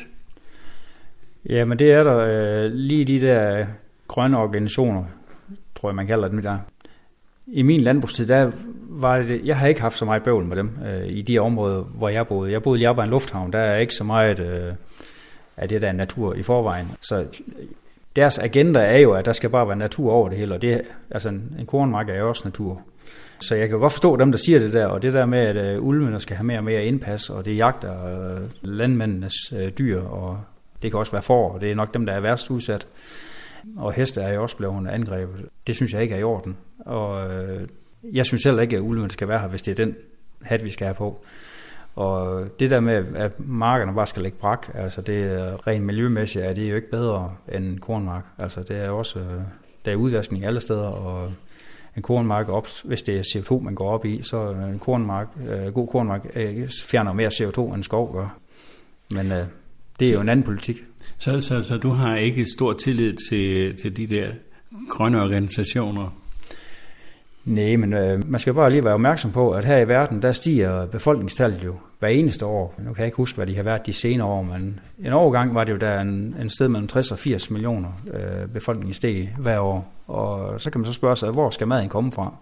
Ja, men det er der lige de der grønne organisationer, tror jeg, man kalder dem der. I min landbrugstid, der var det, jeg har ikke haft så meget bøvl med dem i de områder, hvor jeg boede. Jeg boede i Japan Lufthavn, der er ikke så meget af det der natur i forvejen. Så deres agenda er jo, at der skal bare være natur over det hele, og det, altså en kornmark er jo også natur. Så jeg kan godt forstå dem, der siger det der, og det der med, at ulvene skal have mere og mere indpas, og det jagter landmændenes dyr, og det kan også være får, og det er nok dem, der er værst udsat. Og heste er jo også blevet angrebet. Det synes jeg ikke er i orden. Og jeg synes heller ikke, at ulven skal være her, hvis det er den hat, vi skal have på. Og det der med, at markerne bare skal ligge brak, altså det er rent miljømæssigt, er det jo ikke bedre end kornmark. Altså det er jo også, der er udvaskning alle steder, og en kornmark, hvis det er CO2, man går op i, så en kornmark, god kornmark fjerner mere CO2, end en skov gør. Men det er jo en anden politik. Så du har ikke stor tillid til de der grønne organisationer? Nej, men man skal bare lige være opmærksom på, at her i verden, der stiger befolkningstallet jo hver eneste år. Nu kan jeg ikke huske, hvad de har været de senere år, men en overgang var det jo der en sted mellem 60 og 80 millioner befolkning steg hver år. Og så kan man så spørge sig, hvor skal maden komme fra?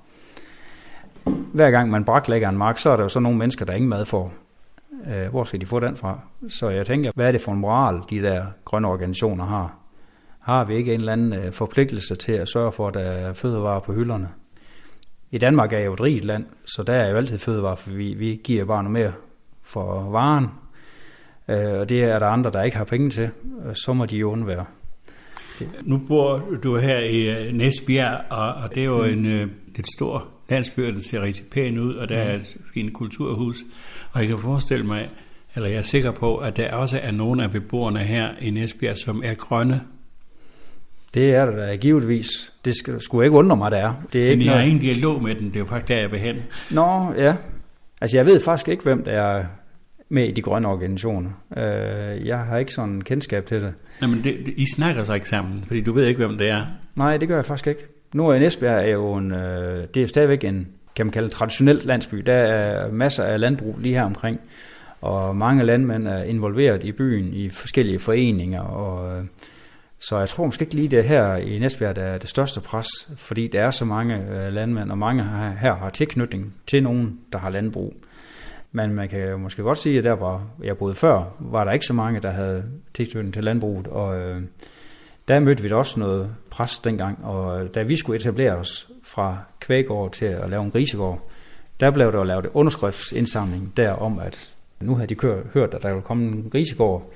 Hver gang man braklægger en mark, så er der jo så nogle mennesker, der ingen mad får. Hvor skal de få den fra? Så jeg tænker, hvad er det for en moral, de der grønne organisationer har? Har vi ikke en eller anden forpligtelse til at sørge for, at der er fødevarer på hylderne? I Danmark er jo et rigt land, så der er jo altid fødevarer, for vi giver bare noget mere for varen. Og det er der andre, der ikke har penge til, så må de jo undvære. Nu bor du her i Næsbjerg, og det er jo et stort landsby, der ser rigtig pænt ud, og der er et fint kulturhus. Og jeg kan forestille mig, eller jeg er sikker på, at der også er nogle af beboerne her i Næsbjerg, som er grønne. Det er der givetvis. Det skulle ikke undre mig, der er. Det er men ikke jeg har noget... ingen dialog med den, det er jo faktisk der, jeg vil hen. Nå, ja. Altså jeg ved faktisk ikke, hvem der er med i de grønne organisationer. Jeg har ikke sådan kendskab til det. Nej, men I snakker så ikke sammen, fordi du ved ikke, hvem det er. Nej, det gør jeg faktisk ikke. Nu er Næsbjerg jo det er stadigvæk en, kan man kalde det, traditionel landsby. Der er masser af landbrug lige her omkring, og mange landmænd er involveret i byen i forskellige foreninger, og så jeg tror måske ikke lige det her i Næsbjerg, der er det største pres, fordi der er så mange landmænd, og mange her har tilknytning til nogen, der har landbrug. Men man kan jo måske godt sige, at der hvor jeg boede før, var der ikke så mange, der havde tilknytning til landbruget, og der mødte vi da også noget pres dengang, og da vi skulle etablere os fra kvæggård til at lave en grisegård, der blev der lavet underskriftsindsamling derom, at nu havde de hørt, at der ville komme en grisegård,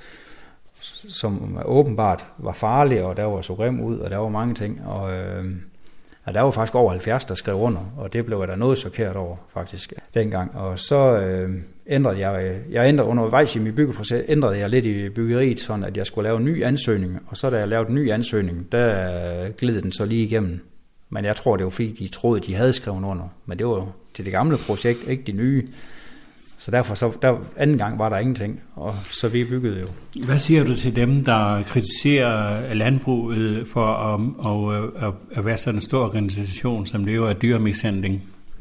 som åbenbart var farlig, og der var så grim ud, og der var mange ting, og der var faktisk over 70, der skrev under, og det blev der noget chokeret over, faktisk, dengang. Og så ændrede jeg undervejs i min byggeproces, ændrede jeg lidt i byggeriet, sådan at jeg skulle lave en ny ansøgning, og så da jeg lavede en ny ansøgning, der gled den så lige igennem, Men jeg tror, det var fordi, de troede, de havde skrevet under. Men det var til det gamle projekt, ikke de nye. Så derfor, anden gang var der ingenting, og så vi byggede jo. Hvad siger du til dem, der kritiserer landbruget for at være sådan en stor organisation, som lever af dyremishandling?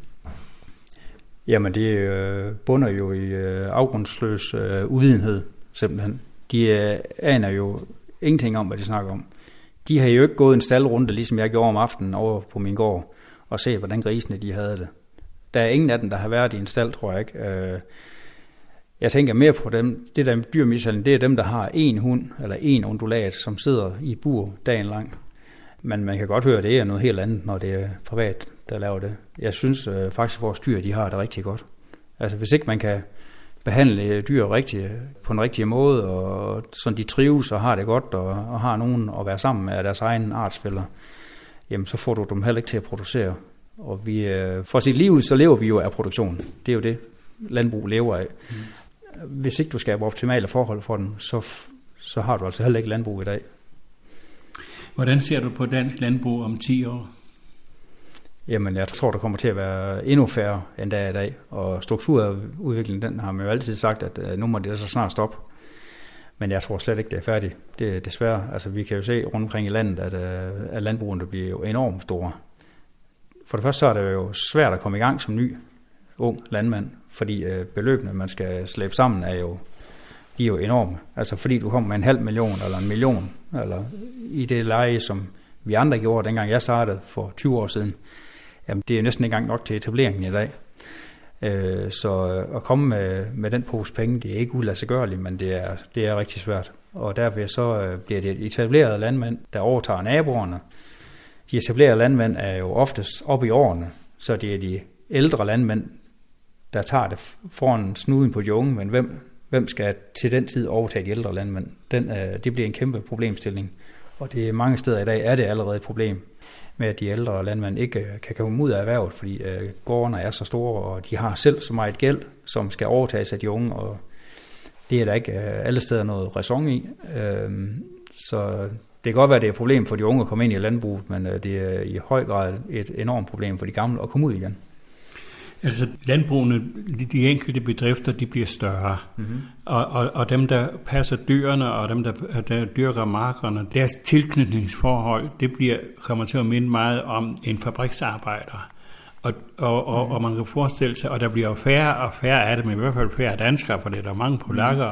Jamen, det bunder jo i afgrundsløs uvidenhed, simpelthen. De aner jo ingenting om, hvad de snakker om. De har jo ikke gået en staldrunde, ligesom jeg gjorde om aftenen over på min gård, og se, hvordan grisene de havde det. Der er ingen af dem, der har været i en stald, tror jeg ikke. Jeg tænker mere på dem. Det der dyrmishandling, det er dem, der har en hund eller en undulat, som sidder i bur dagen lang. Men man kan godt høre, at det er noget helt andet, når det er privat, der laver det. Jeg synes faktisk, at vores dyr, de har det rigtig godt. Altså hvis ikke man kan behandle dyr rigtigt, på en rigtig måde, og sådan de trives og har det godt, og har nogen at være sammen med deres egen artsfæller, jamen så får du dem heller ikke til at producere. Og for sit liv, så lever vi jo af produktion. Det er jo det, landbrug lever af. Hvis ikke du skaber optimale forhold for den, så har du altså heller ikke landbrug i dag. Hvordan ser du på dansk landbrug om 10 år? Jamen, jeg tror, der kommer til at være endnu færre end der i dag. Og strukturudviklingen, den har man jo altid sagt, at nu må det så snart stoppe. Men jeg tror slet ikke, det er færdigt. Det er desværre. Altså, vi kan jo se rundt omkring i landet, at landbrugene bliver jo enormt store. For det første så er det jo svært at komme i gang som ny, ung landmand, fordi beløbene, man skal slæbe sammen, de er jo enorme. Altså fordi du kommer med 500.000 eller 1 million, eller i det leje, som vi andre gjorde, dengang jeg startede for 20 år siden, jamen det er jo næsten ikke engang nok til etableringen i dag. Så at komme med den pose penge, det er ikke uladsiggørligt, men det er rigtig svært. Og derfor så bliver det etablerede landmænd, der overtager naboerne. De etablerede landmænd er jo oftest oppe i årene, så det er de ældre landmænd, der tager det foran snuden på de unge, men hvem skal til den tid overtage de ældre landmænd? Det bliver en kæmpe problemstilling, og det er mange steder i dag er det allerede et problem med, at de ældre landmænd ikke kan komme ud af erhvervet, fordi gårdene er så store, og de har selv så meget gæld, som skal overtages af de unge, og det er der ikke alle steder noget ræson i. Så det kan godt være, at det er et problem for de unge at komme ind i landbruget, men det er i høj grad et enormt problem for de gamle at komme ud igen. Altså landbrugene, de enkelte bedrifter, de bliver større, og dem, der passer dyrene, og dem, der dyrker markerne, deres tilknytningsforhold, kommer til at minde meget om en fabriksarbejder. Og man kan forestille sig, og der bliver færre og færre af dem, i hvert fald færre danskere, for det er der mange polakker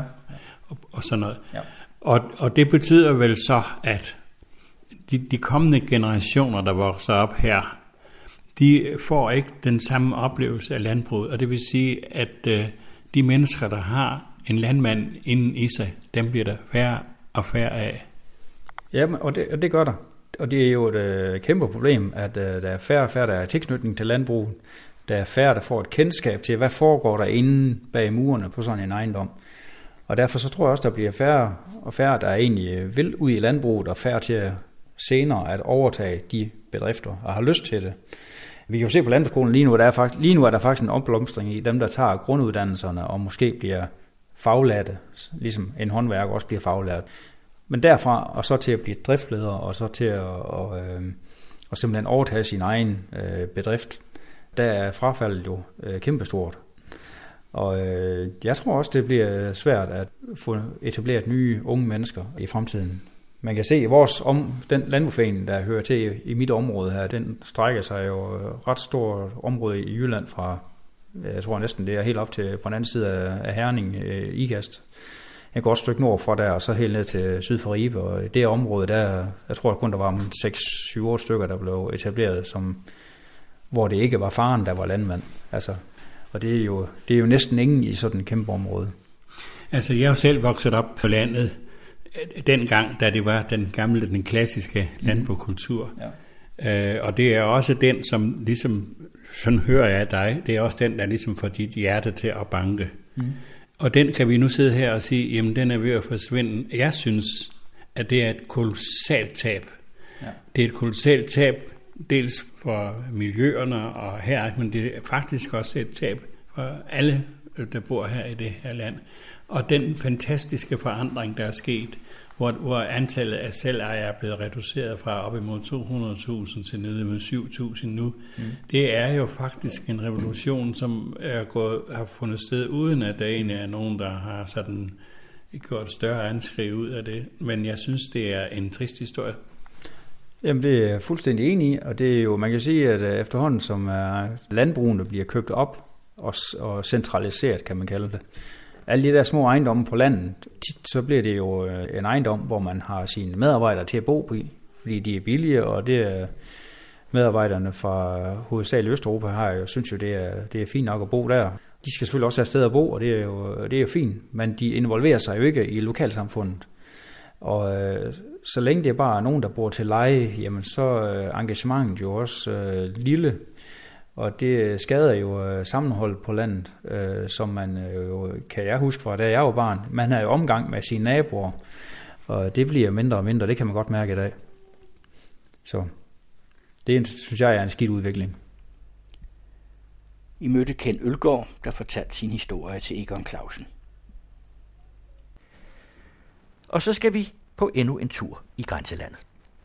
og sådan noget. Ja. Og det betyder vel så, at de kommende generationer, der vokser op her, de får ikke den samme oplevelse af landbruget, og det vil sige, at de mennesker, der har en landmand inden i sig, dem bliver der færre og færre af. Ja, og det gør der. Og det er jo et kæmpe problem, at der er færre og færre, der er tilknytning til landbruget. Der er færre, der får et kendskab til, hvad foregår der inde bag murene på sådan en ejendom. Og derfor så tror jeg også, der bliver færre og færre, der egentlig vil ud i landbruget, og færre til senere at overtage de bedrifter, og har lyst til det. Vi kan jo se på landbrugsskolen lige nu er der faktisk en opblomstring i dem, der tager grunduddannelserne og måske bliver faglærte, ligesom en håndværker også bliver faglært. Men derfra og så til at blive driftleder og så til at simpelthen overtage sin egen bedrift, der er frafaldet jo kæmpestort. Og jeg tror også, det bliver svært at få etableret nye unge mennesker i fremtiden. Man kan se, at den landbrugsforening, der hører til i mit område her, den strækker sig jo ret stort område i Jylland fra, jeg tror næsten det er helt op til på den anden side af Herning, Ikast. Et godt stykke nord fra der, og så helt ned til syd for Ribe. Og det område der, jeg tror kun der var 6-7-8 stykker, der blev etableret, hvor det ikke var faren, der var landmand. Altså, og det er jo næsten ingen i sådan et kæmpe område. Altså, jeg er jo selv vokset op på landet, dengang, da det var den klassiske landbrugskultur. Ja. Og det er også den, som ligesom, sådan hører jeg af dig, det er også den, der ligesom får dit hjerte til at banke. Og den kan vi nu sidde her og sige, jamen den er ved at forsvinde. Jeg synes, at det er et kolossalt tab. Ja. Det er et kolossalt tab, dels for miljøerne og her, men det er faktisk også et tab for alle der bor her i det her land. Og den fantastiske forandring, der er sket, hvor antallet af selvejere er blevet reduceret fra op imod 200.000 til nede mod 7.000 nu, det er jo faktisk en revolution, som har fundet sted, uden at der egentlig er nogen, der har sådan gjort større anskriv ud af det. Men jeg synes, det er en trist historie. Jamen, det er jeg fuldstændig enig i, og det er jo, man kan sige, at efterhånden som landbrugene bliver købt op og centraliseret, kan man kalde det. Alle de der små ejendomme på landet, så bliver det jo en ejendom, hvor man har sine medarbejdere til at bo i, fordi de er billige, og det er medarbejderne fra hovedsageligt Østeuropa synes jo, det er fint nok at bo der. De skal selvfølgelig også have sted at bo, og det er jo fint, men de involverer sig jo ikke i lokalsamfundet. Og så længe det er bare nogen, der bor til leje, jamen så er engagementet jo også lille, og det skader jo sammenhold på landet, som man jo, kan jeg huske fra, da jeg var barn. Man har jo omgang med sine naboer, og det bliver mindre og mindre, det kan man godt mærke i dag. Så det synes jeg er en skidt udvikling. I mødte Ken Ølgaard, der fortalte sin historie til Egon Clausen. Og så skal vi på endnu en tur i grænselandet.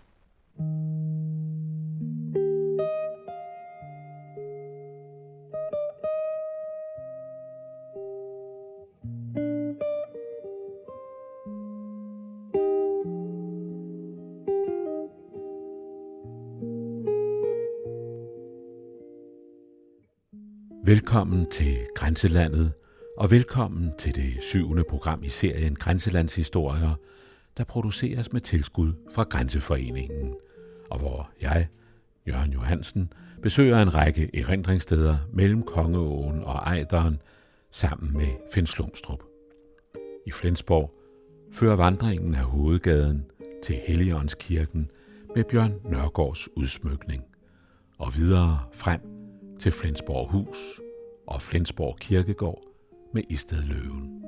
Velkommen til Grænselandet, og velkommen til det 7. program i serien Grænselandshistorier, der produceres med tilskud fra Grænseforeningen, og hvor jeg, Jørgen Johansen, besøger en række erindringssteder mellem Kongeåen og Ejderen sammen med Finn Slumstrup. I Flensborg fører vandringen af hovedgaden til Helligåndskirken med Bjørn Nørgaards udsmykning, og videre frem til Flensborg Hus og Flensborg Kirkegård med Istedløven.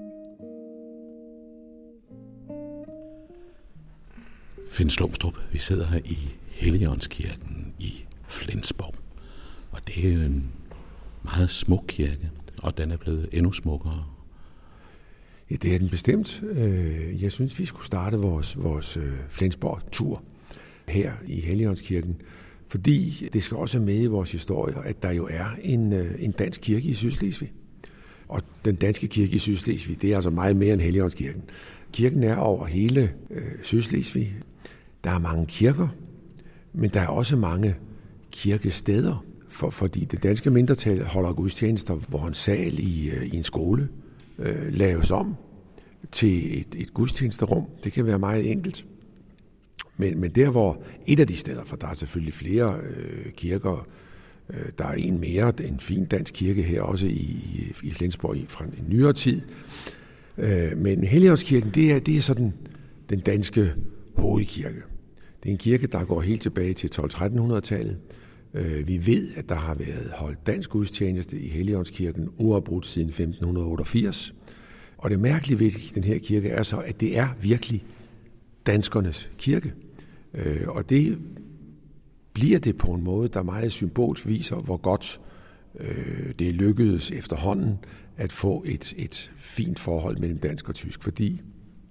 Finn Slumstrup, vi sidder her i Helligåndskirken i Flensborg, og det er en meget smuk kirke, og den er blevet endnu smukkere. Ja, det er den bestemt. Jeg synes, vi skulle starte vores Flensborg-tur her i Helligåndskirken, fordi det skal også med i vores historie, at der jo er en dansk kirke i Sydslesvig. Og den danske kirke i Sydslesvig, det er altså meget mere end Helligåndskirken. Kirken er over hele Sydslesvig. Der er mange kirker, men der er også mange kirkesteder, fordi det danske mindretal holder gudstjenester, hvor en sal i en skole laves om til et gudstjenesterum. Det kan være meget enkelt. Men der hvor et af de steder, for der er selvfølgelig flere kirker, der er en mere, en fin dansk kirke her også i Flensborg fra en nyere tid. Men Helligåndskirken, det er sådan den danske hovedkirke. Det er en kirke, der går helt tilbage til 1200-1300-tallet. Vi ved, at der har været holdt dansk gudstjeneste i Helligåndskirken uafbrudt siden 1588. Og det mærkelige ved den her kirke er så, at det er virkelig danskernes kirke. Og det bliver det på en måde, der meget symbolsk viser, hvor godt det lykkedes efterhånden at få et fint forhold mellem dansk og tysk, fordi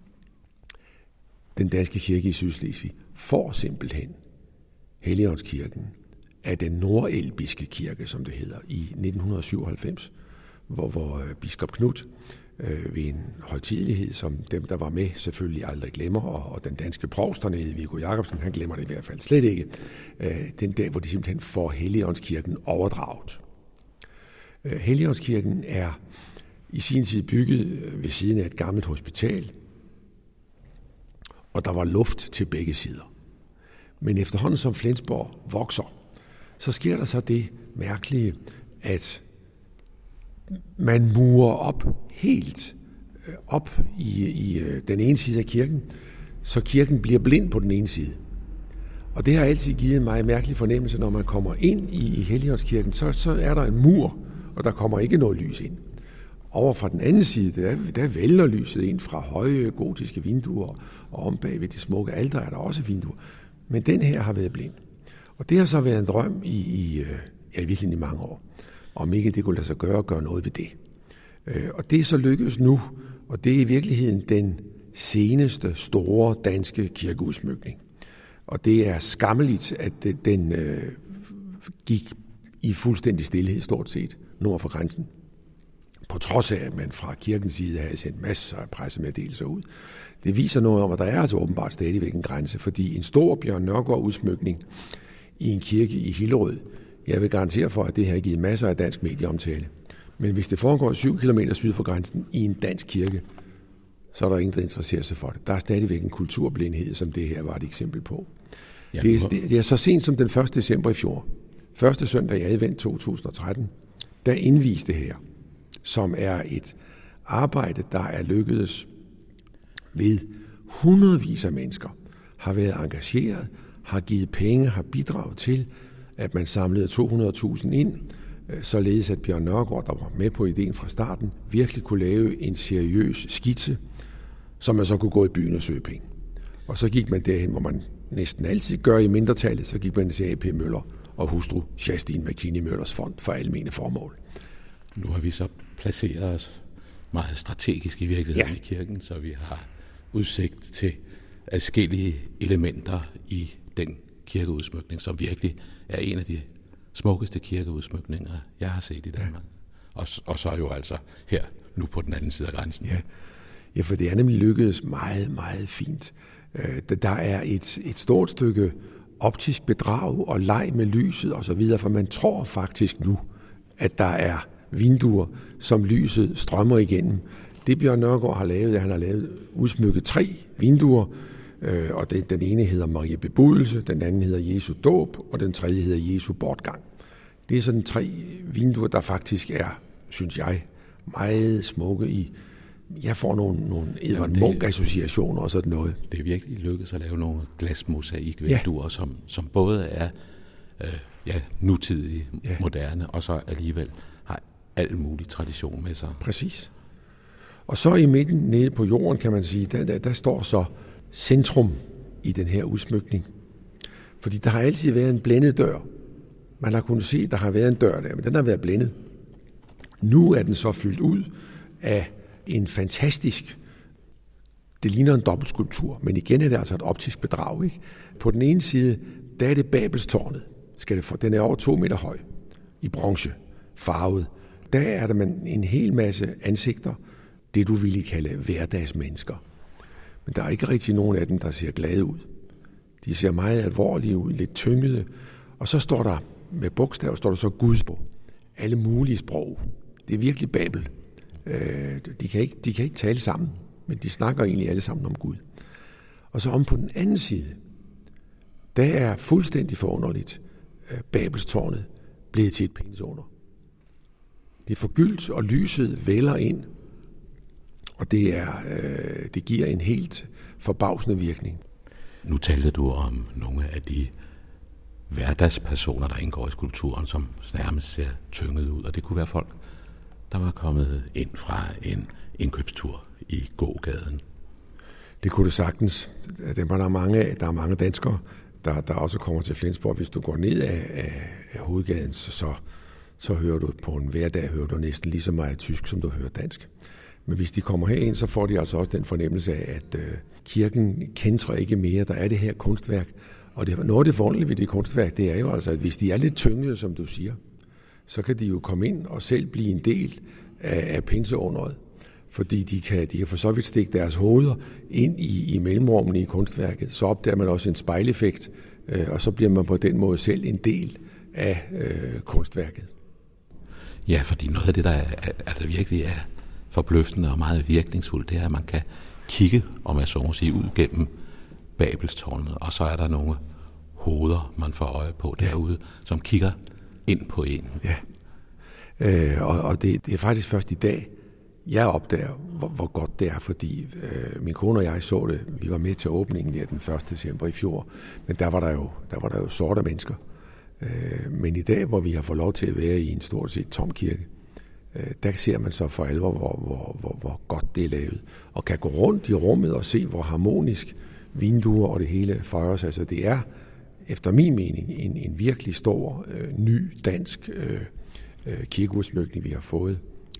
den danske kirke i Sydslesvig får simpelthen Helligåndskirken af den nordelbiske kirke, som det hedder, i 1997, hvor biskop Knud ved en højtidelighed, som dem, der var med, selvfølgelig aldrig glemmer, og den danske provst dernede, Viggo Jacobsen, han glemmer det i hvert fald slet ikke, den dag, hvor de simpelthen får Helligåndskirken overdraget. Helligåndskirken er i sin tid bygget ved siden af et gammelt hospital, og der var luft til begge sider. Men efterhånden som Flensborg vokser, så sker der så det mærkelige, at man murer op helt op i den ene side af kirken, så kirken bliver blind på den ene side. Og det har altid givet en meget mærkelig fornemmelse, når man kommer ind i Helligåndskirken, så er der en mur, og der kommer ikke noget lys ind. Over fra den anden side, der vælter lyset ind fra høje gotiske vinduer, og om bag ved det smukke alter er der også vinduer. Men den her har været blind. Og det har så været en drøm i virkelig i mange år. Om ikke det kunne lade sig gøre noget ved det. Og det er så lykkedes nu, og det er i virkeligheden den seneste store danske kirkeudsmykning. Og det er skammeligt, at den gik i fuldstændig stillhed stort set nord for grænsen. På trods af, at man fra kirkens side havde sendt masser af pressemeddelelser ud. Det viser noget om, at der er altså åbenbart stadigvæk en grænse, fordi en stor Bjørn Nørgaard-udsmykning i en kirke i Hillerød, jeg vil garantere for, at det har givet masser af dansk medieomtale. Men hvis det foregår 7 km syd for grænsen i en dansk kirke, så er der ingen, der interesserer sig for det. Der er stadigvæk en kulturblindhed, som det her var et eksempel på. Ja, det er så sent som den 1. december i fjor, første søndag i advent 2013, der indviste her, som er et arbejde, der er lykkedes ved hundredvis af mennesker, har været engageret, har givet penge, har bidraget til, at man samlede 200.000 ind, således at Bjørn Nørgaard, der var med på ideen fra starten, virkelig kunne lave en seriøs skitse, som man så kunne gå i byen og søge penge. Og så gik man derhen, hvor man næsten altid gør i mindretallet, så gik man til A.P. Møller og hustru Sjastin McKinney Møllers fond for almene formål. Nu har vi så placeret os meget strategisk i virkeligheden i kirken, så vi har udsigt til adskillige elementer i den kirkeudsmykning, som virkelig er en af de smukkeste kirkeudsmykninger, jeg har set i Danmark. Ja. Og så jo altså her, nu på den anden side af grænsen. Ja, for det er nemlig lykkedes meget, meget fint. Der er et stort stykke optisk bedrag og leg med lyset osv., for man tror faktisk nu, at der er vinduer, som lyset strømmer igennem. Det Bjørn Nørgaard har lavet, han har lavet udsmykket 3 vinduer, og den ene hedder Marie Bebudelse, den anden hedder Jesu dåb, og den tredje hedder Jesu bortgang. Det er sådan 3 vinduer, der faktisk er, synes jeg, meget smukke i. Jeg får nogle Edvard Munch-associationer og sådan noget. Det er virkelig lykkedes at lave nogle glasmosaikvinduer, som både er nutidige, moderne, og så alligevel har al mulig tradition med sig. Præcis. Og så i midten nede på jorden, kan man sige, der står så centrum i den her udsmykning. Fordi der har altid været en blændet dør. Man har kunnet se, at der har været en dør der, men den har været blændet. Nu er den så fyldt ud af en fantastisk, det ligner en dobbeltskulptur, men igen er det altså et optisk bedrag, ikke? På den ene side, der er det Babelstårnet. Den er over 2 meter høj, i bronze, farvet. Der er der en hel masse ansigter, det du ville kalde hverdagsmennesker. Men der er ikke rigtig nogen af dem, der ser glade ud. De ser meget alvorlige ud, lidt tyngede. Og så står der, med bogstaver, står der så Gud på. Alle mulige sprog. Det er virkelig Babel. De kan ikke tale sammen, men de snakker egentlig alle sammen om Gud. Og så om på den anden side, der er fuldstændig forunderligt Babelstårnet blevet til et pensunder. Det er forgyldt, og lyset vælder ind, og det giver en helt forbavsende virkning. Nu talte du om nogle af de hverdagspersoner, der indgår i skulpturen, som nærmest ser tynget ud, og det kunne være folk, der var kommet ind fra en indkøbstur i gågaden. Det kunne det sagtens. Der er mange danskere, der også kommer til Flensborg. Hvis du går ned af hovedgaden, så hører du på en hverdag næsten lige så meget tysk, som du hører dansk. Men hvis de kommer herind, så får de altså også den fornemmelse af, at kirken kentrer ikke mere. Der er det her kunstværk. Og noget af det forunderlige ved det kunstværk, det er jo altså, at hvis de er lidt tyngede, som du siger, så kan de jo komme ind og selv blive en del af pinseunderet. Fordi de kan for så vidt stikke deres hoveder ind i mellemrummene i kunstværket. Så opdager man også en spejleffekt, og så bliver man på den måde selv en del af kunstværket. Ja, fordi noget af det, der virkelig er forbløffende og meget virkningsfuldt, det er, at man kan kigge, om jeg så må sige, ud gennem Babelstårnet, og så er der nogle hoveder, man får øje på derude, som kigger ind på en. Ja, og det er faktisk først i dag, jeg opdager, hvor godt det er, fordi min kone og jeg så det. Vi var med til åbningen der den 1. december i fjor, men der var der jo sorte mennesker. Men i dag, hvor vi har fået lov til at være i en stort set tom kirke, der ser man så for alvor, hvor godt det er lavet. Og kan gå rundt i rummet og se, hvor harmonisk vinduer og det hele fejres. Altså det er, efter min mening, en virkelig stor, ny dansk kirkeudsmykning, vi har fået.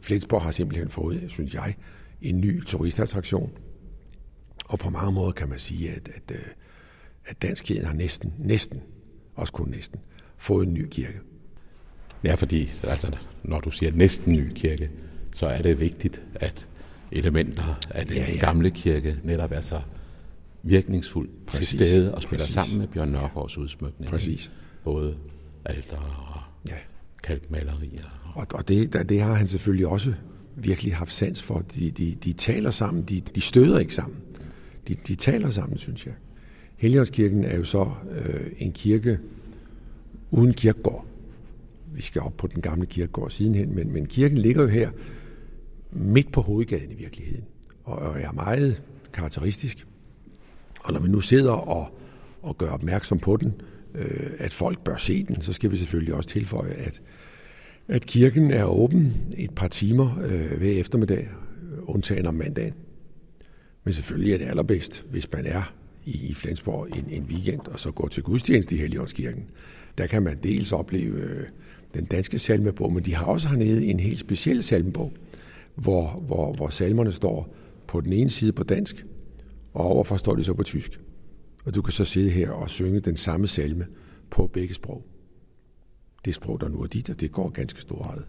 Flensborg har simpelthen fået, synes jeg, en ny turistattraktion. Og på mange måder kan man sige, at Danskirken har næsten, også kun næsten, fået en ny kirke. Ja, fordi altså, når du siger næsten ny kirke, så er det vigtigt, at elementer af den gamle kirke netop er så virkningsfuldt til stede og spiller sammen med Bjørn Nørgaards udsmykning. Præcis. Både alter og kalkmalerier. Og det har han selvfølgelig også virkelig haft sans for. De taler sammen, de støder ikke sammen. De taler sammen, synes jeg. Helligåndskirken er jo så en kirke uden kirkegård. Vi skal op på den gamle kirkegård sidenhen, men kirken ligger jo her midt på hovedgaden i virkeligheden, og er meget karakteristisk. Og når vi nu sidder og gør opmærksom på den, at folk bør se den, så skal vi selvfølgelig også tilføje, at kirken er åben et par timer hver eftermiddag, undtagen om mandagen. Men selvfølgelig er det allerbedst, hvis man er i Flensborg en weekend, og så går til gudstjeneste i Helligåndskirken. Der kan man dels opleve den danske salmebog, men de har også hernede en helt speciel salmebog, hvor salmerne står på den ene side på dansk, og overfor står de så på tysk. Og du kan så sidde her og synge den samme salme på begge sprog. Det sprog, der nu er dit, og det går ganske storartet.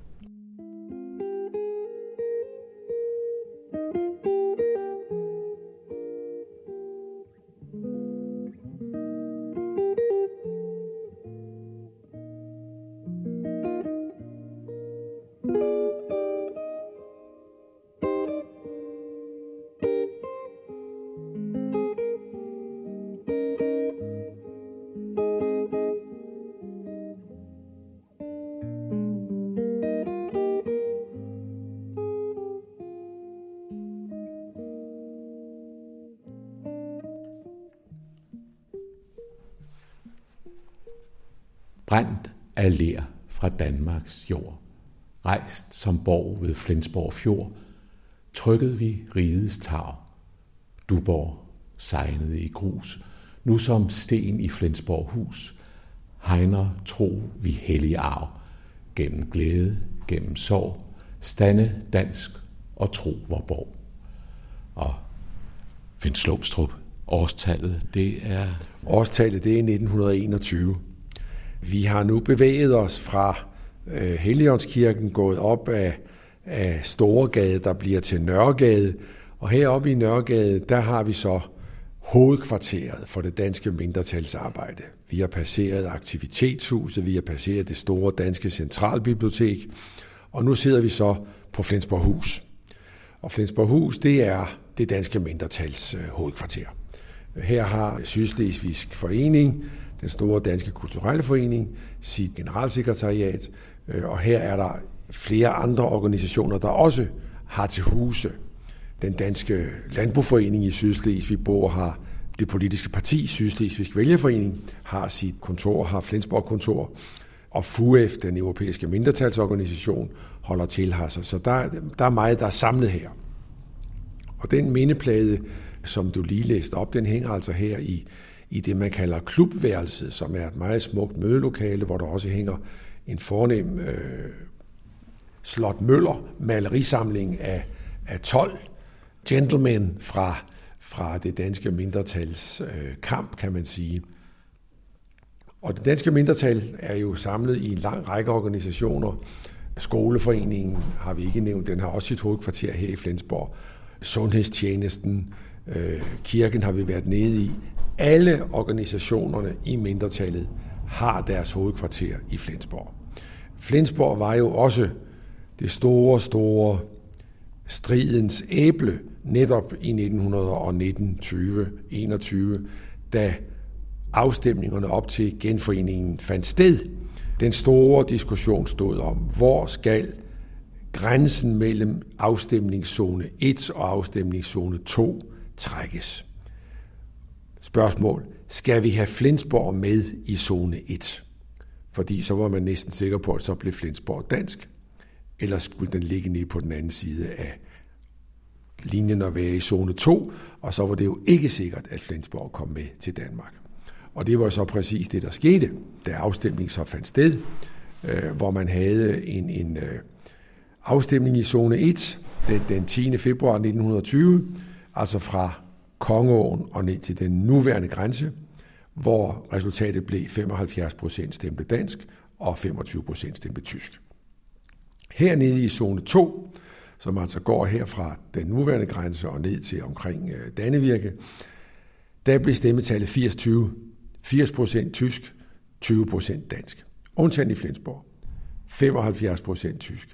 Brændt af ler fra Danmarks jord, rejst som borg ved Flensborg fjord, trykkede vi rigets tag. Duborg sejnede i grus, nu som sten i Flensborg hus, hegner tro vi hellig arv, gennem glæde, gennem sorg, stande dansk og tro vor borg. Og Finn Slåbstrup, årstallet, det er... Årstallet, det er 1921. Vi har nu bevæget os fra Helligåndskirken, gået op af Storegade, der bliver til Nørregade. Og heroppe i Nørregade, der har vi så hovedkvarteret for det danske mindretalsarbejde. Vi har passeret aktivitetshuset, vi har passeret det store danske centralbibliotek, og nu sidder vi så på Flensborghus. Og Flensborghus, det er det danske mindretals hovedkvarter. Her har Sydslesvigsk Forening, den store danske kulturelle forening, sit generalsekretariat, og her er der flere andre organisationer, der også har til huse. Den danske landboforening i Sydslesvig har det politiske parti, Sydslesvigsk Vælgerforening, har sit kontor, har Flensborg-kontor, og FUF, den europæiske mindretalsorganisation, holder til her. Så der er meget, der er samlet her. Og den mindeplade, som du lige læste op, den hænger altså her i det, man kalder klubværelset, som er et meget smukt mødelokale, hvor der også hænger en fornem Slot Møller malerisamling af 12 gentlemen fra det danske mindretals kamp, kan man sige. Og det danske mindretal er jo samlet i en lang række organisationer. Skoleforeningen har vi ikke nævnt, den har også sit hovedkvarter her i Flensborg. Sundhedstjenesten, kirken har vi været nede i. Alle organisationerne i mindretallet har deres hovedkvarter i Flensborg. Flensborg var jo også det store stridens æble netop i 1919-20-21, da afstemningerne op til genforeningen fandt sted. Den store diskussion stod om, hvor skal grænsen mellem afstemningszone 1 og afstemningszone 2 trækkes. Spørgsmål: skal vi have Flensborg med i zone 1? Fordi så var man næsten sikker på, at så blev Flensborg dansk. Eller skulle den ligge nede på den anden side af linjen og være i zone 2, og så var det jo ikke sikkert, at Flensborg kom med til Danmark. Og det var så præcis det, der skete, da afstemningen så fandt sted, hvor man havde en afstemning i zone 1 den 10. februar 1920, altså fra Kongeåen og ned til den nuværende grænse, hvor resultatet blev 75% stemte dansk og 25% stemte tysk. Hernede i zone 2, som altså går her fra den nuværende grænse og ned til omkring Dannevirke, der blev stemmetallet 80-20. 80% tysk, 20% dansk. Undtagen i Flensborg. 75% tysk,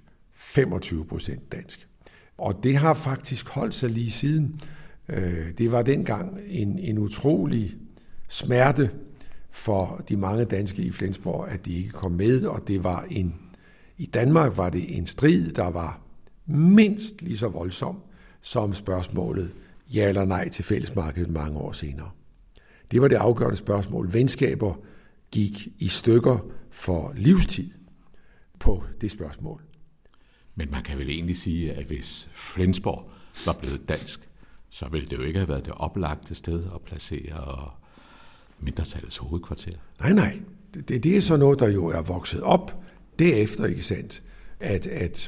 25% dansk. Og det har faktisk holdt sig lige siden. Det var dengang en utrolig smerte for de mange danske i Flensborg, at de ikke kom med, og det var i Danmark var det en strid, der var mindst lige så voldsom som spørgsmålet ja eller nej til fællesmarkedet mange år senere. Det var det afgørende spørgsmål. Venskaber gik i stykker for livstid på det spørgsmål. Men man kan vel egentlig sige, at hvis Flensborg var blevet dansk, så ville det jo ikke have været det oplagte sted at placere mindretallets hovedkvarter. Nej. Det er så noget, der jo er vokset op derefter, ikke sandt? At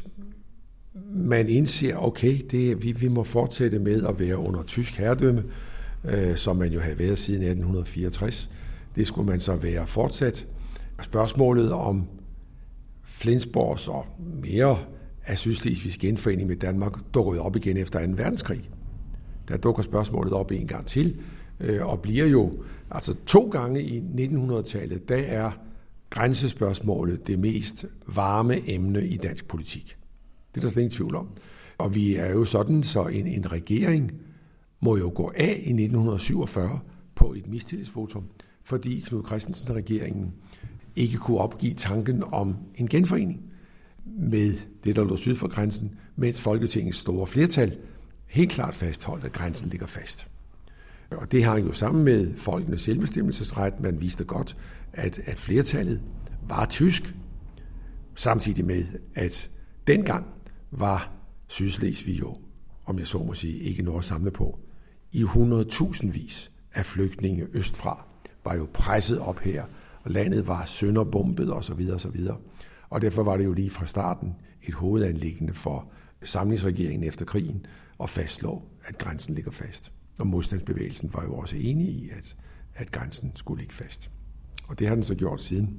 man indser, okay, vi må fortsætte med at være under tysk herredømme, som man jo havde været siden 1864. Det skulle man så være fortsat. Spørgsmålet om Flensborgs og mere af Sydslesvigs genforening med Danmark dukkede op igen efter 2. verdenskrig. Der dukker spørgsmålet op en gang til, og bliver jo altså 2 gange i 1900-tallet, der er grænsespørgsmålet det mest varme emne i dansk politik. Det er der slet ingen tvivl om. Og vi er jo sådan, så en regering må jo gå af i 1947 på et mistillidsvotum, fordi Knud Christensen-regeringen ikke kunne opgive tanken om en genforening med det, der lå syd for grænsen, mens Folketingets store flertal helt klart fastholdt, at grænsen ligger fast. Og det hang jo sammen med folkenes selvbestemmelsesret. Man viste godt, at flertallet var tysk, samtidig med, at dengang var Sydslesvig jo, om jeg så må sige, ikke noget at samle på. I 100.000vis af flygtninge østfra var jo presset op her, og landet var sønderbombet osv. osv. Og derfor var det jo lige fra starten et hovedanliggende for samlingsregeringen efter krigen at fastslå, at grænsen ligger fast. Og modstandsbevægelsen var jo også enig i, at grænsen skulle ligge fast. Og det har den så gjort siden.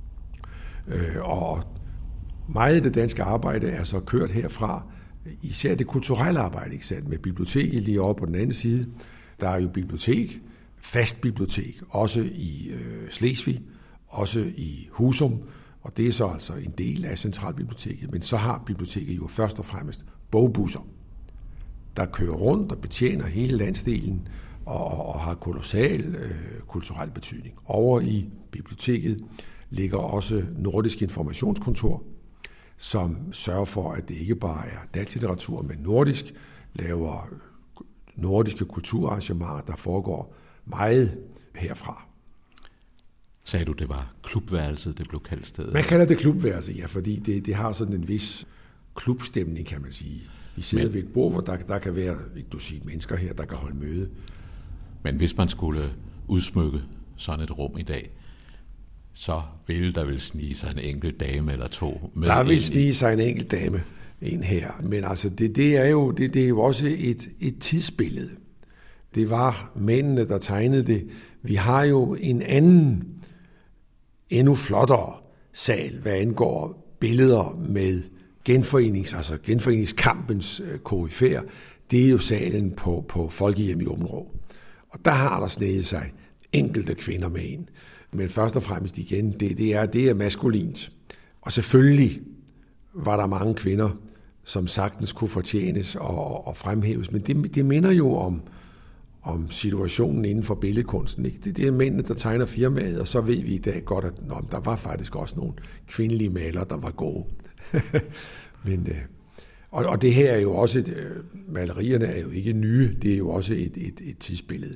Og meget af det danske arbejde er så kørt herfra, især det kulturelle arbejde, ikke sandt? Med biblioteket lige over på den anden side. Der er jo bibliotek, fast bibliotek, også i Slesvig, også i Husum, og det er så altså en del af centralbiblioteket. Men så har biblioteket jo først og fremmest bogbusser, der kører rundt og betjener hele landsdelen og har kolossal kulturel betydning. Over i biblioteket ligger også Nordisk Informationskontor, som sørger for, at det ikke bare er dansk litteratur, men nordisk, laver nordiske kulturarrangementer, der foregår meget herfra. Sagde du, det var klubværelset, det blev kaldt stedet? Man kalder det klubværelset, ja, fordi det har sådan en vis klubstemning, kan man sige. Vi sidder ved et bord, hvor der kan være et dusin mennesker her, der kan holde møde. Men hvis man skulle udsmykke sådan et rum i dag, så ville der vel snige sig en enkelt dame eller to med. Der vil snige sig en enkelt dame ind her. Men altså, det er jo også et tidsbillede. Det var mændene, der tegnede det. Vi har jo en anden, endnu flottere sal, hvad angår billeder med genforeningskampens koryfæer. Det er jo salen på Folkehjem i Åbenrå. Og der har der sneget sig enkelte kvinder med ind. Men først og fremmest igen, det er maskulint. Og selvfølgelig var der mange kvinder, som sagtens kunne fortjenes og fremhæves. Men det minder jo om situationen inden for billedkunsten. Ikke? Det er mændene, der tegner firmaet, og så ved vi i dag godt, at der var faktisk også nogle kvindelige malere, der var gode. Men, og det her er jo også, malerierne er jo ikke nye, det er jo også et tidsbillede.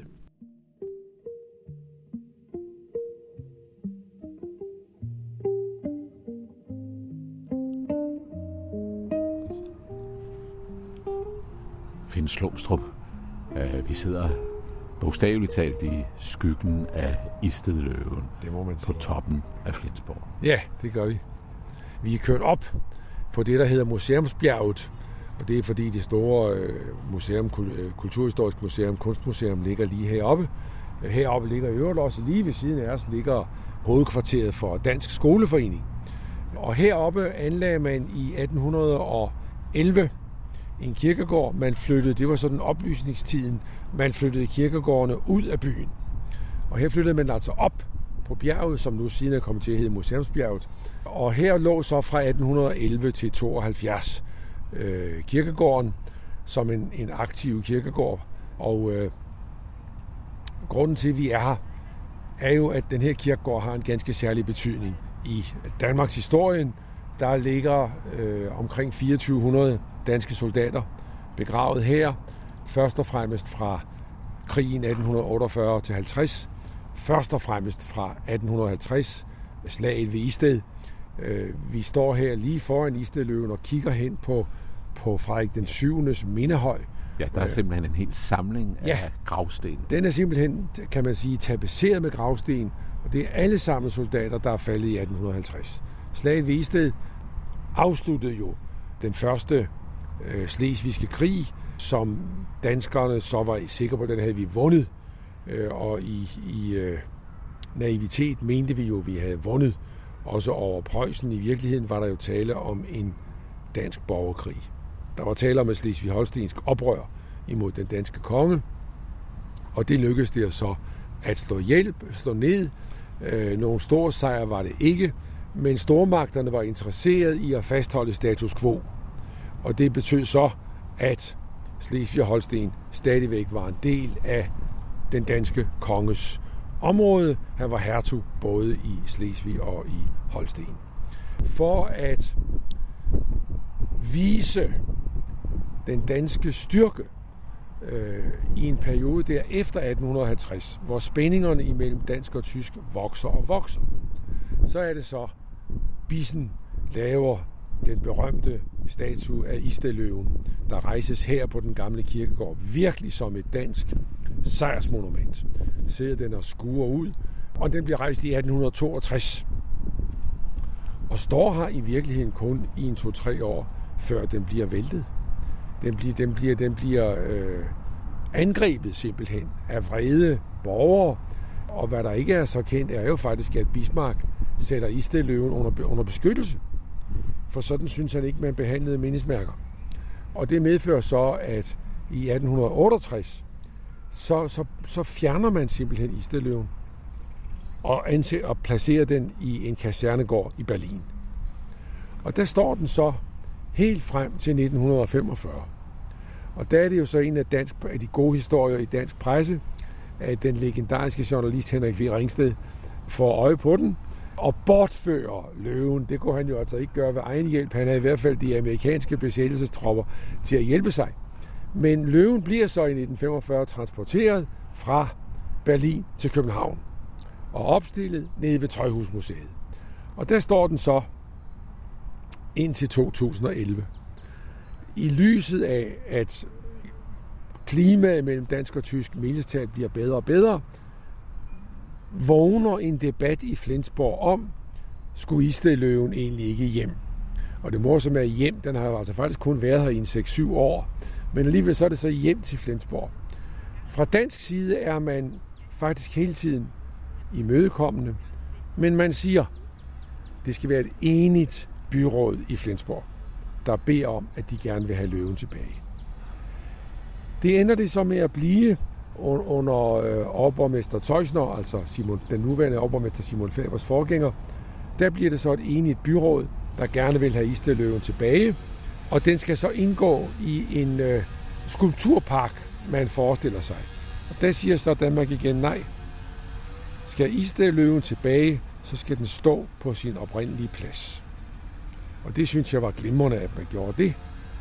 Finn Slumstrup, vi sidder bogstaveligt talt i skyggen af Istedløven. Det må man på toppen af Flensborg. Ja, det gør vi. Vi er kørt op på det, der hedder Museumsbjerget. Og det er fordi det store Kulturhistorisk Museum, Kunstmuseum, ligger lige heroppe. Heroppe ligger i øvrigt også lige ved siden af os, ligger hovedkvarteret for Dansk Skoleforening. Og heroppe anlagde man i 1811 en kirkegård. Man flyttede, det var sådan oplysningstiden, man flyttede kirkegårdene ud af byen. Og her flyttede man altså op på bjerget, som nu siden er kommet til at hedde Museumsbjerget. Og her lå så fra 1811 til 72 kirkegården som en aktiv kirkegård. Og grunden til, at vi er her, er jo, at den her kirkegård har en ganske særlig betydning i Danmarks historien. Der ligger omkring 2400 danske soldater begravet her, først og fremmest fra krigen 1848 til 50, først og fremmest fra 1850, slaget ved Isted. Vi står her lige foran Istedløven og kigger hen på Frederik den 7. mindehøj. Ja, der er simpelthen en hel samling af gravsten. Den er simpelthen, kan man sige, tapetseret med gravsten, og det er alle sammen soldater, der er faldet i 1850. Slaget ved Isted afsluttede jo den første slesvigske krig, som danskerne så var sikre på, at den havde vi vundet. Og i naivitet mente vi jo, at vi havde vundet også over Preussen. I virkeligheden var der jo tale om en dansk borgerkrig. Der var tale om et slesvig-holstensk oprør imod den danske konge, og det lykkedes det så at slå ned. Nogle store sejre var det ikke, men stormagterne var interesseret i at fastholde status quo. Og det betød så, at Slesvig-Holsten stadigvæk var en del af den danske konges område. Han var hertug både i Slesvig og i Holsten. For at vise den danske styrke i en periode der efter 1850, hvor spændingerne imellem dansk og tysk vokser og vokser, så er det så, Bissen laver den berømte statue af Istedløven, der rejses her på den gamle kirkegård, virkelig som et dansk sejrsmonument. Sidder den og skuer ud, og den bliver rejst i 1862. Og står her i virkeligheden kun i 2-3 år, før den bliver væltet. Den bliver angrebet simpelthen af vrede borgere, og hvad der ikke er så kendt, er jo faktisk, at Bismarck sætter Istedløven under beskyttelse. For sådan synes han ikke, man behandlede mindesmærker. Og det medfører så, at i 1868, så fjerner man simpelthen Istedløven og placerer den i en kasernegård i Berlin. Og der står den så helt frem til 1945. Og der er det jo så en af de gode historier i dansk presse, at den legendariske journalist Henrik V. Ringsted får øje på den og bortfører løven. Det kunne han jo altså ikke gøre ved egen hjælp. Han havde i hvert fald de amerikanske besættelsestropper til at hjælpe sig. Men løven bliver så i 1945 transporteret fra Berlin til København og opstillet nede ved Tøjhusmuseet. Og der står den så indtil 2011. I lyset af, at klimaet mellem dansk og tysk mildestal bliver bedre og bedre, vågner en debat i Flensborg om, skulle Istedløven egentlig ikke hjem? Og det morsomme er hjem, den har altså faktisk kun været her i 6-7 år, men alligevel så er det så hjem til Flensborg. Fra dansk side er man faktisk hele tiden imødekommende, men man siger, det skal være et enigt byråd i Flensborg, der beder om, at de gerne vil have løven tilbage. Det ender det så med at blive under overborgmester Teusner, altså den nuværende overborgmester Simon Fabers forgænger. Der bliver det så et enigt byråd, der gerne vil have Istedløven tilbage, og den skal så indgå i en skulpturpark, man forestiller sig. Og der siger så Danmark igen nej. Skal Istedløven tilbage, så skal den stå på sin oprindelige plads. Og det synes jeg var glimrende, at man gjorde det.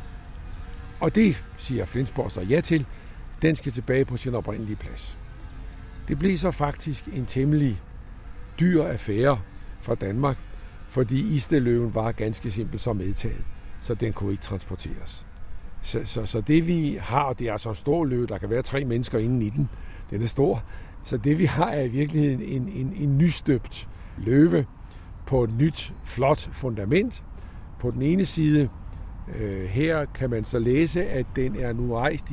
Og det siger Flensborg så ja til. Den skal tilbage på sin oprindelige plads. Det blev så faktisk en temmelig dyr affære for Danmark, fordi Istedløven var ganske simpelt så medtaget, så den kunne ikke transporteres. Så det vi har, det er så en stor løve, der kan være 3 mennesker inden i den. Den er stor. Så det vi har er i virkeligheden en nystøbt løve på et nyt, flot fundament på den ene side, her kan man så læse, at den er nu rejst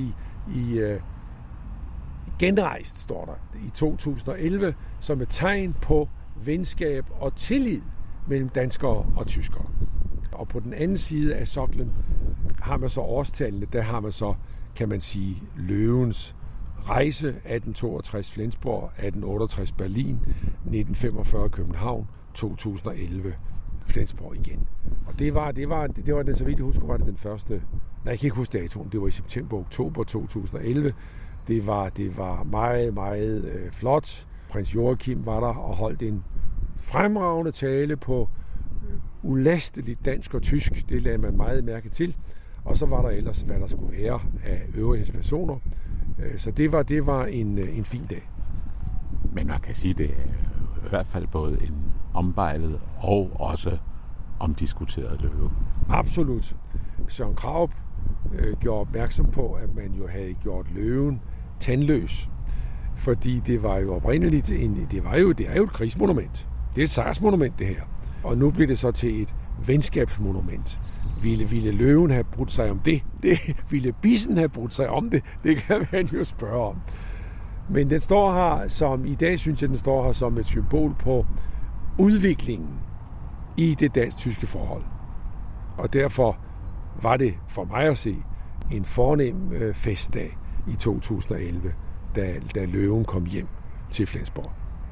genrejst, står der, i 2011, som et tegn på venskab og tillid mellem danskere og tyskere. Og på den anden side af soklen har man så årstallene, der har man så, kan man sige, Løvens rejse, 1862 Flensborg, 1868 Berlin, 1945 København, 2011 Flensborg igen. Og det var den, så vidt jeg husker, var det den første, nej, jeg kan ikke huske datoen, det var i september-oktober 2011. Det var meget, meget flot. Prins Joachim var der og holdt en fremragende tale på ulasteligt dansk og tysk. Det lagde man meget mærke til. Og så var der ellers, hvad der skulle være af øvrige personer. Så det var en fin dag. Men man kan sige, det er i hvert fald både en ombejlet og også omdiskuteret løve. Absolut. Søren Krarup gjorde opmærksom på, at man jo havde gjort løven tandløs. Fordi det var jo oprindeligt, det er jo et krigsmonument. Det er et sejrsmonument, det her. Og nu bliver det så til et venskabsmonument. Ville løven have brudt sig om det? Ville bissen have brudt sig om det? Det kan man jo spørge om. Men den står her som, i dag synes jeg, den står her som et symbol på udviklingen i det dansk-tyske forhold. Og derfor var det for mig at se en fornem festdag i 2011, da løven kom hjem til Flensborg.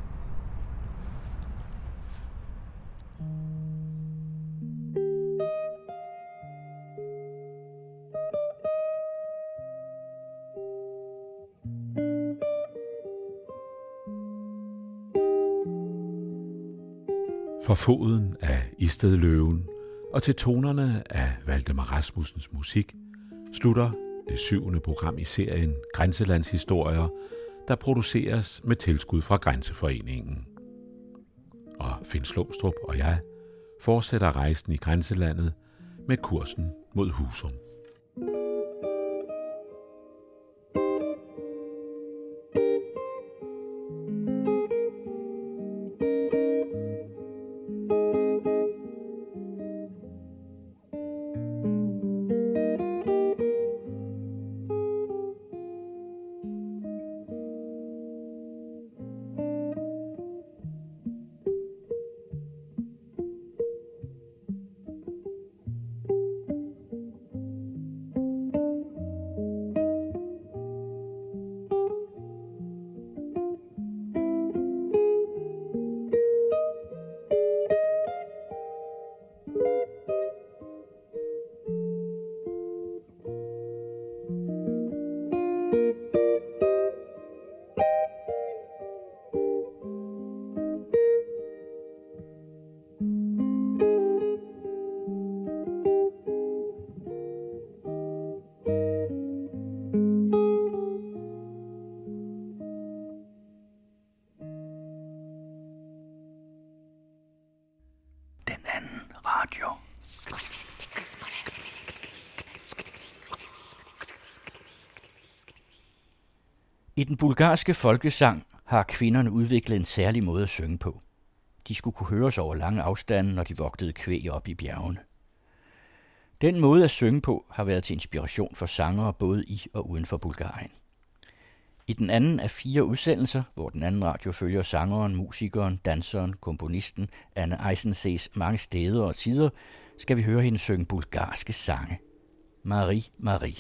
Fra foden af Istedløven og til tonerne af Valdemar Rasmussens musik slutter det 7. program i serien Grænselandshistorier, der produceres med tilskud fra Grænseforeningen. Og Finn Slumstrup og jeg fortsætter rejsen i grænselandet med kursen mod Husum. Radio. I den bulgarske folkesang har kvinderne udviklet en særlig måde at synge på. De skulle kunne høres over lange afstande, når de vogtede kvæg op i bjergene. Den måde at synge på har været til inspiration for sangere både i og uden for Bulgarien. I den anden af 4 udsendelser, hvor den anden radio følger sangeren, musikeren, danseren, komponisten Anne Eisensees mange steder og tider, skal vi høre hende synge bulgarske sange. Marie, Marie.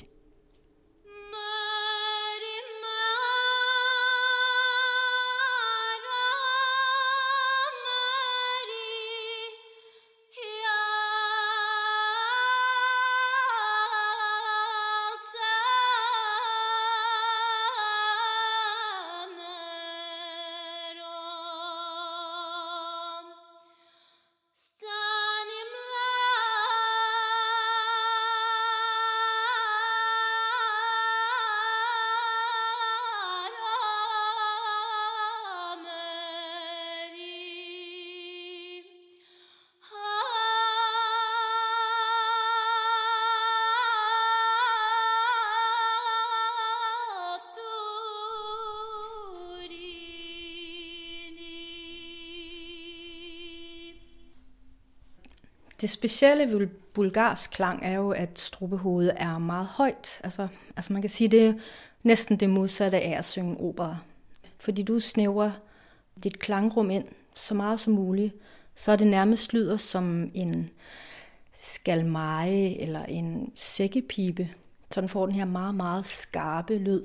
Det specielle ved bulgarsk klang er jo, at strubehovedet er meget højt. Altså man kan sige, det er næsten det modsatte af at synge opera. Fordi du snæver dit klangrum ind så meget som muligt, så er det nærmest lyder som en skalmeje eller en sækkepibe. Så den får den her meget, meget skarpe lyd.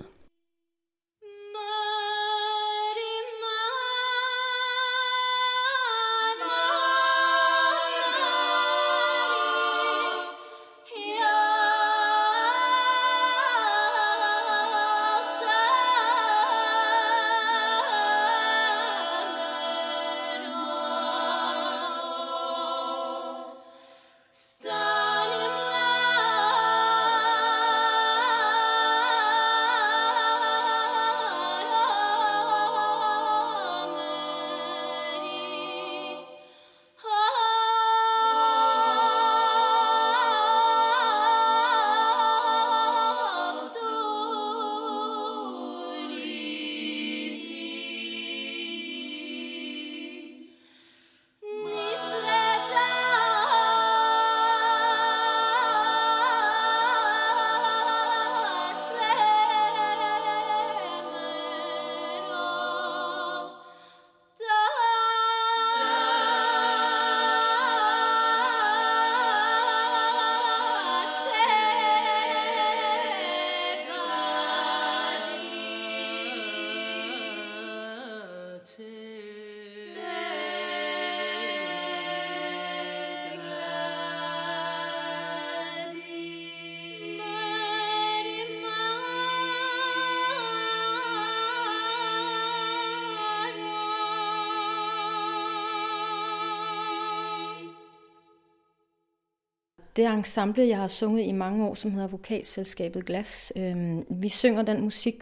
Det ensemble, jeg har sunget i mange år, som hedder Vokalselskabet Glas, vi synger den musik,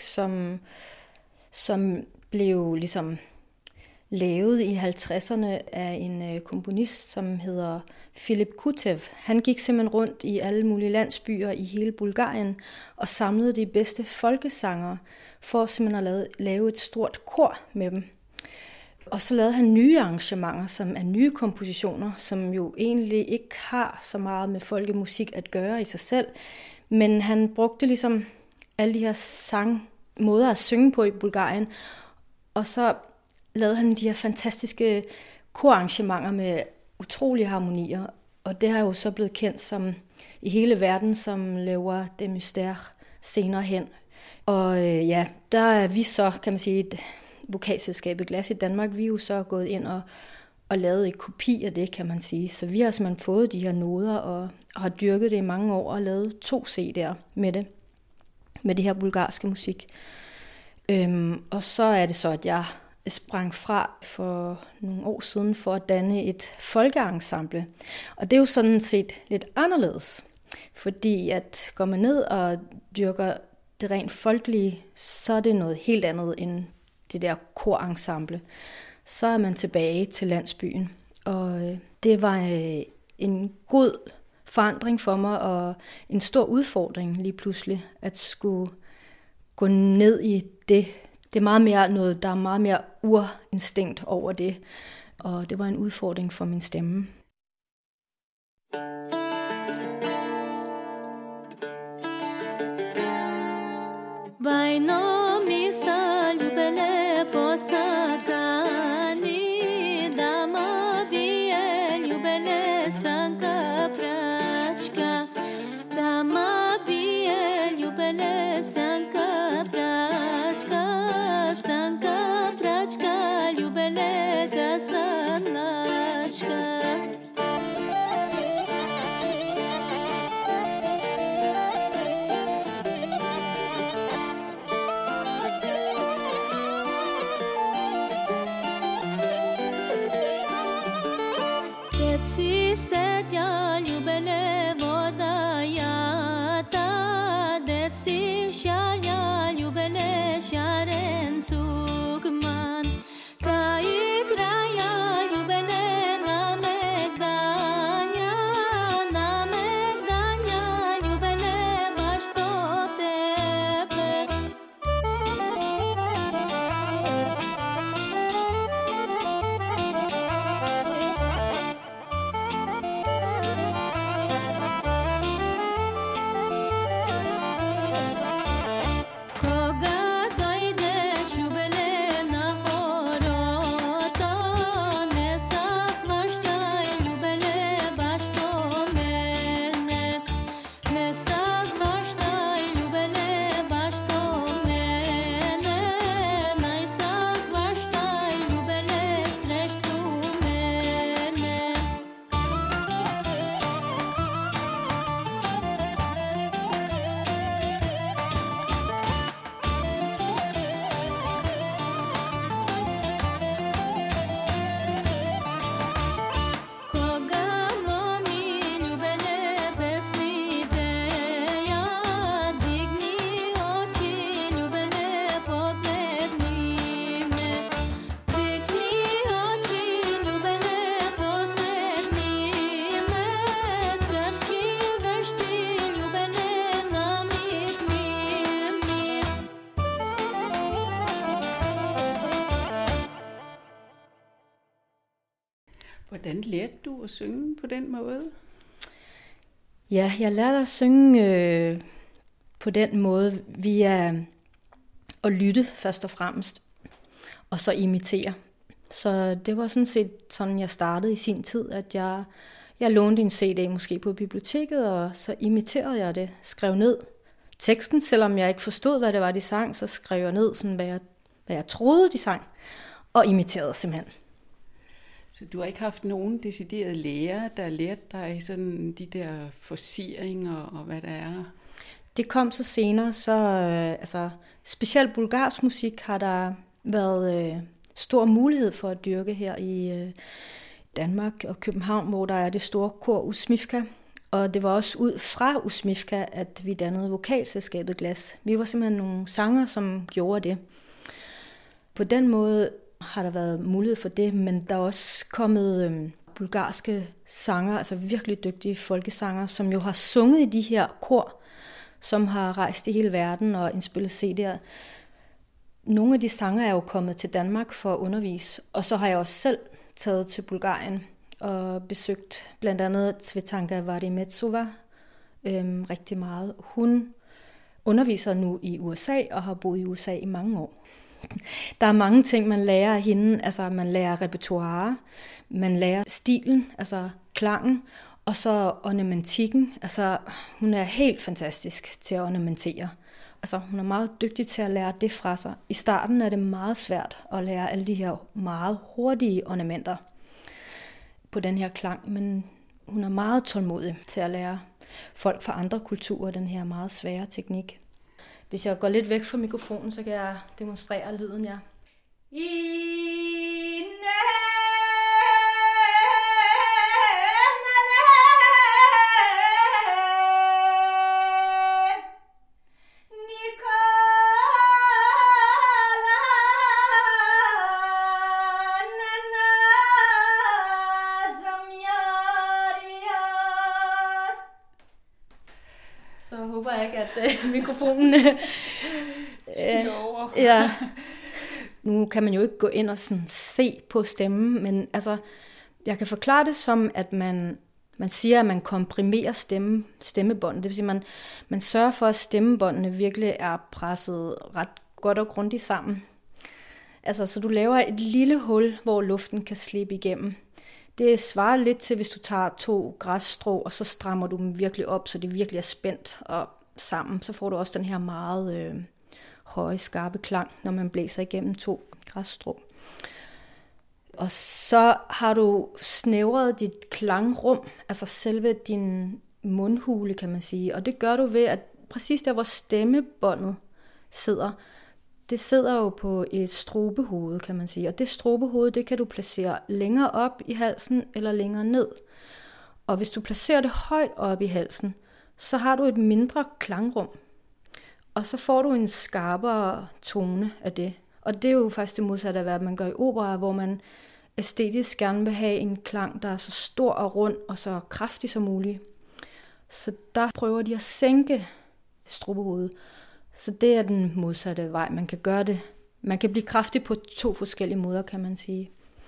som blev ligesom lavet i 50'erne af en komponist, som hedder Filip Kutev. Han gik simpelthen rundt i alle mulige landsbyer i hele Bulgarien og samlede de bedste folkesangere for simpelthen at lave et stort kor med dem. Og så lavede han nye arrangementer, som er nye kompositioner, som jo egentlig ikke har så meget med folkemusik at gøre i sig selv. Men han brugte ligesom alle de her måder at synge på i Bulgarien. Og så lavede han de her fantastiske korarrangementer med utrolige harmonier. Og det har jo så blevet kendt som i hele verden, som laver det mystère senere hen. Og der er vi så, kan man sige, Vokalselskabet Glas i Danmark, vi er jo så gået ind og lavet et kopi af det, kan man sige. Så vi har simpelthen fået de her noder og har dyrket det i mange år og lavet 2 CD'er med det her bulgarske musik. Og så er det så, at jeg sprang fra for nogle år siden for at danne et folkeensemble. Og det er jo sådan set lidt anderledes, fordi at går man ned og dyrker det rent folkelige, så er det noget helt andet end det der korensemble. Så er man tilbage til landsbyen. Og det var en god forandring for mig, og en stor udfordring lige pludselig, at skulle gå ned i det. Det er meget mere noget, der er meget mere urinstinkt over det, og det var en udfordring for min stemme. Hvordan lærte du at synge på den måde? Ja, jeg lærte at synge på den måde via at lytte først og fremmest, og så imitere. Så det var sådan set sådan, jeg startede i sin tid, at jeg lånte en CD måske på biblioteket, og så imiterede jeg det, skrev ned teksten, selvom jeg ikke forstod, hvad det var, de sang, så skrev jeg ned, sådan, hvad jeg troede, de sang, og imiterede simpelthen. Så du har ikke haft nogen deciderede lærer, der lærte dig sådan de der forceringer og hvad der er? Det kom så senere, så specielt bulgarsk musik har der været stor mulighed for at dyrke her i Danmark og København, hvor der er det store kor Usmivka. Og det var også ud fra Usmivka, at vi dannede vokalselskabet Glas. Vi var simpelthen nogle sanger, som gjorde det. På den måde har der været mulighed for det, men der er også kommet bulgarske sanger, altså virkelig dygtige folkesanger, som jo har sunget i de her kor, som har rejst i hele verden og indspillet CD'er. Nogle af de sanger er jo kommet til Danmark for at undervise, og så har jeg også selv taget til Bulgarien og besøgt blandt andet Tsvetanka Varimetsova rigtig meget. Hun underviser nu i USA og har boet i USA i mange år. Der er mange ting, man lærer af hende. Altså, man lærer repertoire, man lærer stilen, altså klangen, og så ornamentikken. Altså, hun er helt fantastisk til at ornamentere. Altså, hun er meget dygtig til at lære det fra sig. I starten er det meget svært at lære alle de her meget hurtige ornamenter på den her klang, men hun er meget tålmodig til at lære folk fra andre kulturer den her meget svære teknik. Hvis jeg går lidt væk fra mikrofonen, så kan jeg demonstrere lyden, ja. Så håber jeg ikke, at mikrofonen ja. Nu kan man jo ikke gå ind og sådan se på stemmen, men altså, jeg kan forklare det som, at man siger, at man komprimerer stemmebåndet. Det vil sige, at man sørger for, at stemmebåndene virkelig er presset ret godt og grundigt sammen. Altså, så du laver et lille hul, hvor luften kan slippe igennem. Det svarer lidt til, hvis du tager 2 græsstrå, og så strammer du dem virkelig op, så det virkelig er spændt og sammen. Så får du også den her meget høje, skarpe klang, når man blæser igennem 2 græsstrå. Og så har du snævret dit klangrum, altså selve din mundhule, kan man sige. Og det gør du ved, at præcis der, hvor stemmebåndet sidder, det sidder jo på et strobehoved, kan man sige. Og det strobehoved, det kan du placere længere op i halsen eller længere ned. Og hvis du placerer det højt op i halsen, så har du et mindre klangrum. Og så får du en skarpere tone af det. Og det er jo faktisk det modsatte af, hvad man gør i opera, hvor man æstetisk gerne vil have en klang, der er så stor og rund og så kraftig som muligt. Så der prøver de at sænke strobehovedet. Så det er den modsatte vej, man kan gøre det. Man kan blive kraftig på 2 forskellige måder, kan man sige.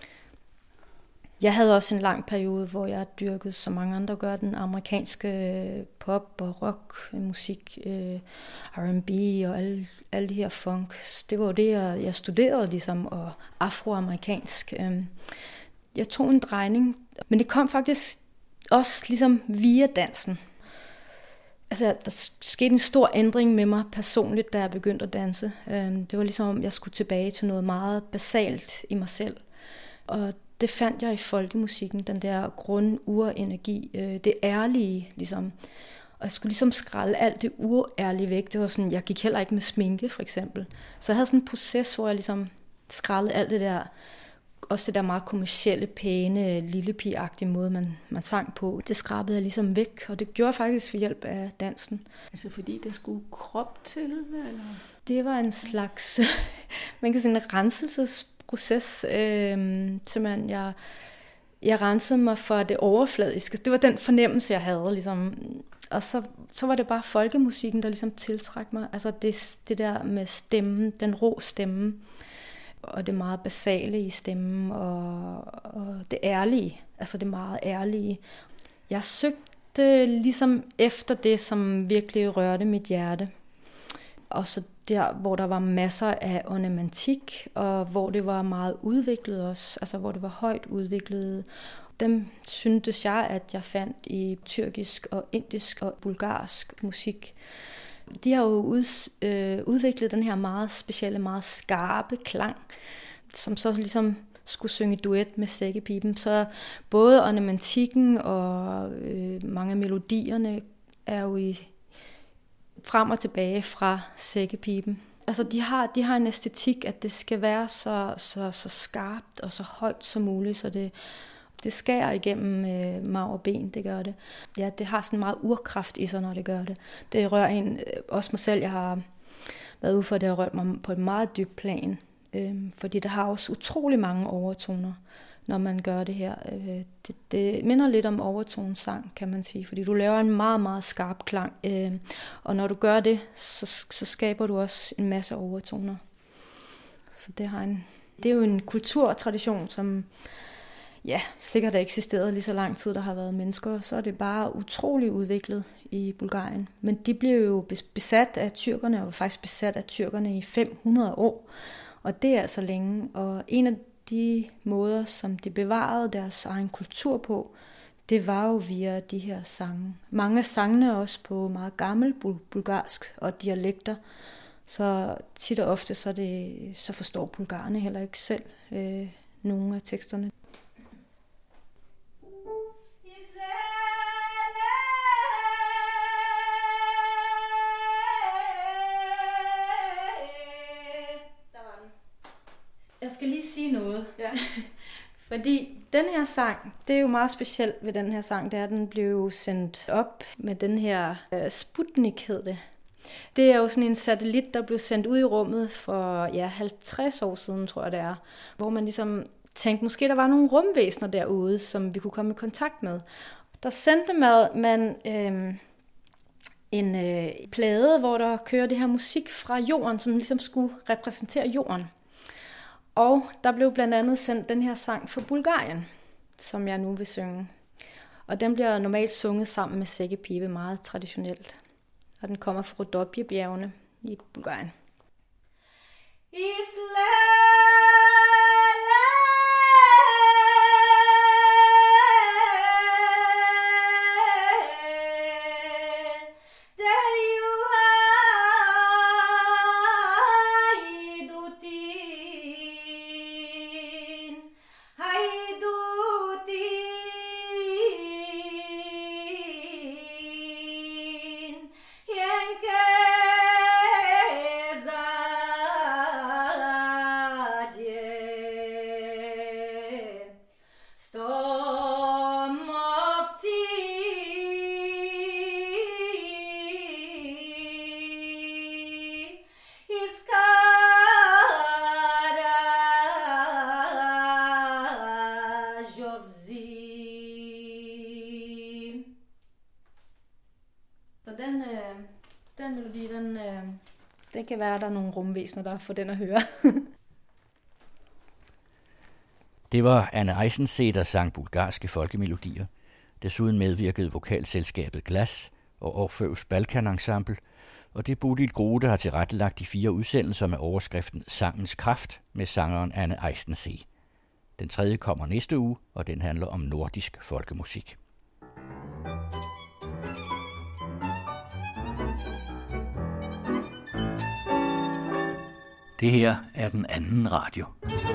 Jeg havde også en lang periode, hvor jeg dyrkede, som mange andre gør, den amerikanske pop og rock musik, R&B og alle de her funk. Det var jo det, jeg studerede ligesom, og afroamerikansk. Jeg tog en drejning, men det kom faktisk også ligesom via dansen. Altså, der skete en stor ændring med mig personligt, da jeg begyndte at danse. Det var ligesom, om jeg skulle tilbage til noget meget basalt i mig selv. Og det fandt jeg i folkemusikken, den der grundurenergi, det ærlige ligesom. Og jeg skulle ligesom skralde alt det urærlige væk. Det var sådan, jeg gik heller ikke med sminke for eksempel. Så jeg havde sådan en proces, hvor jeg ligesom skraldede alt det der, også det der meget kommercielle, pæne, lillepigeagtige måde, man sang på. Det skrabede jeg ligesom væk, og det gjorde jeg faktisk ved hjælp af dansen. Altså fordi der skulle krop til, eller? Det var en slags, man kan sige en renselsesproces. Simpelthen, jeg rensede mig for det overfladiske. Det var den fornemmelse, jeg havde. Ligesom. Og så var det bare folkemusikken, der ligesom tiltrak mig. Altså det der med stemmen, den rå stemme, og det meget basale i stemmen, og det ærlige. Altså det meget ærlige. Jeg søgte ligesom efter det, som virkelig rørte mit hjerte. Og så der, hvor der var masser af ornamentik, og hvor det var meget udviklet også, altså hvor det var højt udviklet. Dem syntes jeg, at jeg fandt i tyrkisk og indisk og bulgarsk musik. De har jo udviklet den her meget specielle, meget skarpe klang, som så ligesom skulle synge duet med sækkepiben. Så både ornamentikken og mange af melodierne er jo frem og tilbage fra sækkepiben. Altså de har en æstetik, at det skal være så skarpt og så højt som muligt, så det skærer igennem marv og ben, det gør det. Ja, det har sådan meget urkraft i sig, når det gør det. Det rører en, også mig selv, jeg har været ude for, det har rørt mig på et meget dybt plan. Fordi der har også utrolig mange overtoner, når man gør det her. Det minder lidt om overtonesang, kan man sige, fordi du laver en meget, meget skarp klang. Og når du gør det, så skaber du også en masse overtoner. Så det er jo en kultur og tradition, som sikkert har eksisteret lige så lang tid, der har været mennesker. Så er det bare utrolig udviklet i Bulgarien. Men de blev jo besat af tyrkerne, og faktisk besat af tyrkerne i 500 år. Og det er altså længe. Og en af de måder, som de bevarede deres egen kultur på, det var jo via de her sange. Mange af sangene er også på meget gammel bulgarsk og dialekter. Så tit og ofte så forstår bulgarerne heller ikke selv nogle af teksterne. Jeg skal lige sige noget. Ja. Fordi den her sang, det er jo meget specielt ved den her sang, det er, at den blev sendt op med den her Sputnik, hed det. Det er jo sådan en satellit, der blev sendt ud i rummet for 50 år siden, tror jeg det er. Hvor man ligesom tænkte, måske der var nogle rumvæsener derude, som vi kunne komme i kontakt med. Der sendte man en plade, hvor der kører det her musik fra jorden, som ligesom skulle repræsentere jorden. Og der blev blandt andet sendt den her sang for Bulgarien, som jeg nu vil synge. Og den bliver normalt sunget sammen med sækkepibe, meget traditionelt. Og den kommer fra Rodopje-bjergene i Bulgarien. Den melodi, den kan være, der er nogle rumvæsener, der får den at høre. Det var Anne Eisensee, der sang bulgarske folkemelodier. Desuden medvirkede vokalselskabet Glas og Orfeus Balkan Ensemble, og det er Bodil Groth, der har tilrettelagt de 4 udsendelser med overskriften Sangens Kraft med sangeren Anne Eisensee. Den 3. kommer næste uge, og den handler om nordisk folkemusik. Det her er den anden radio.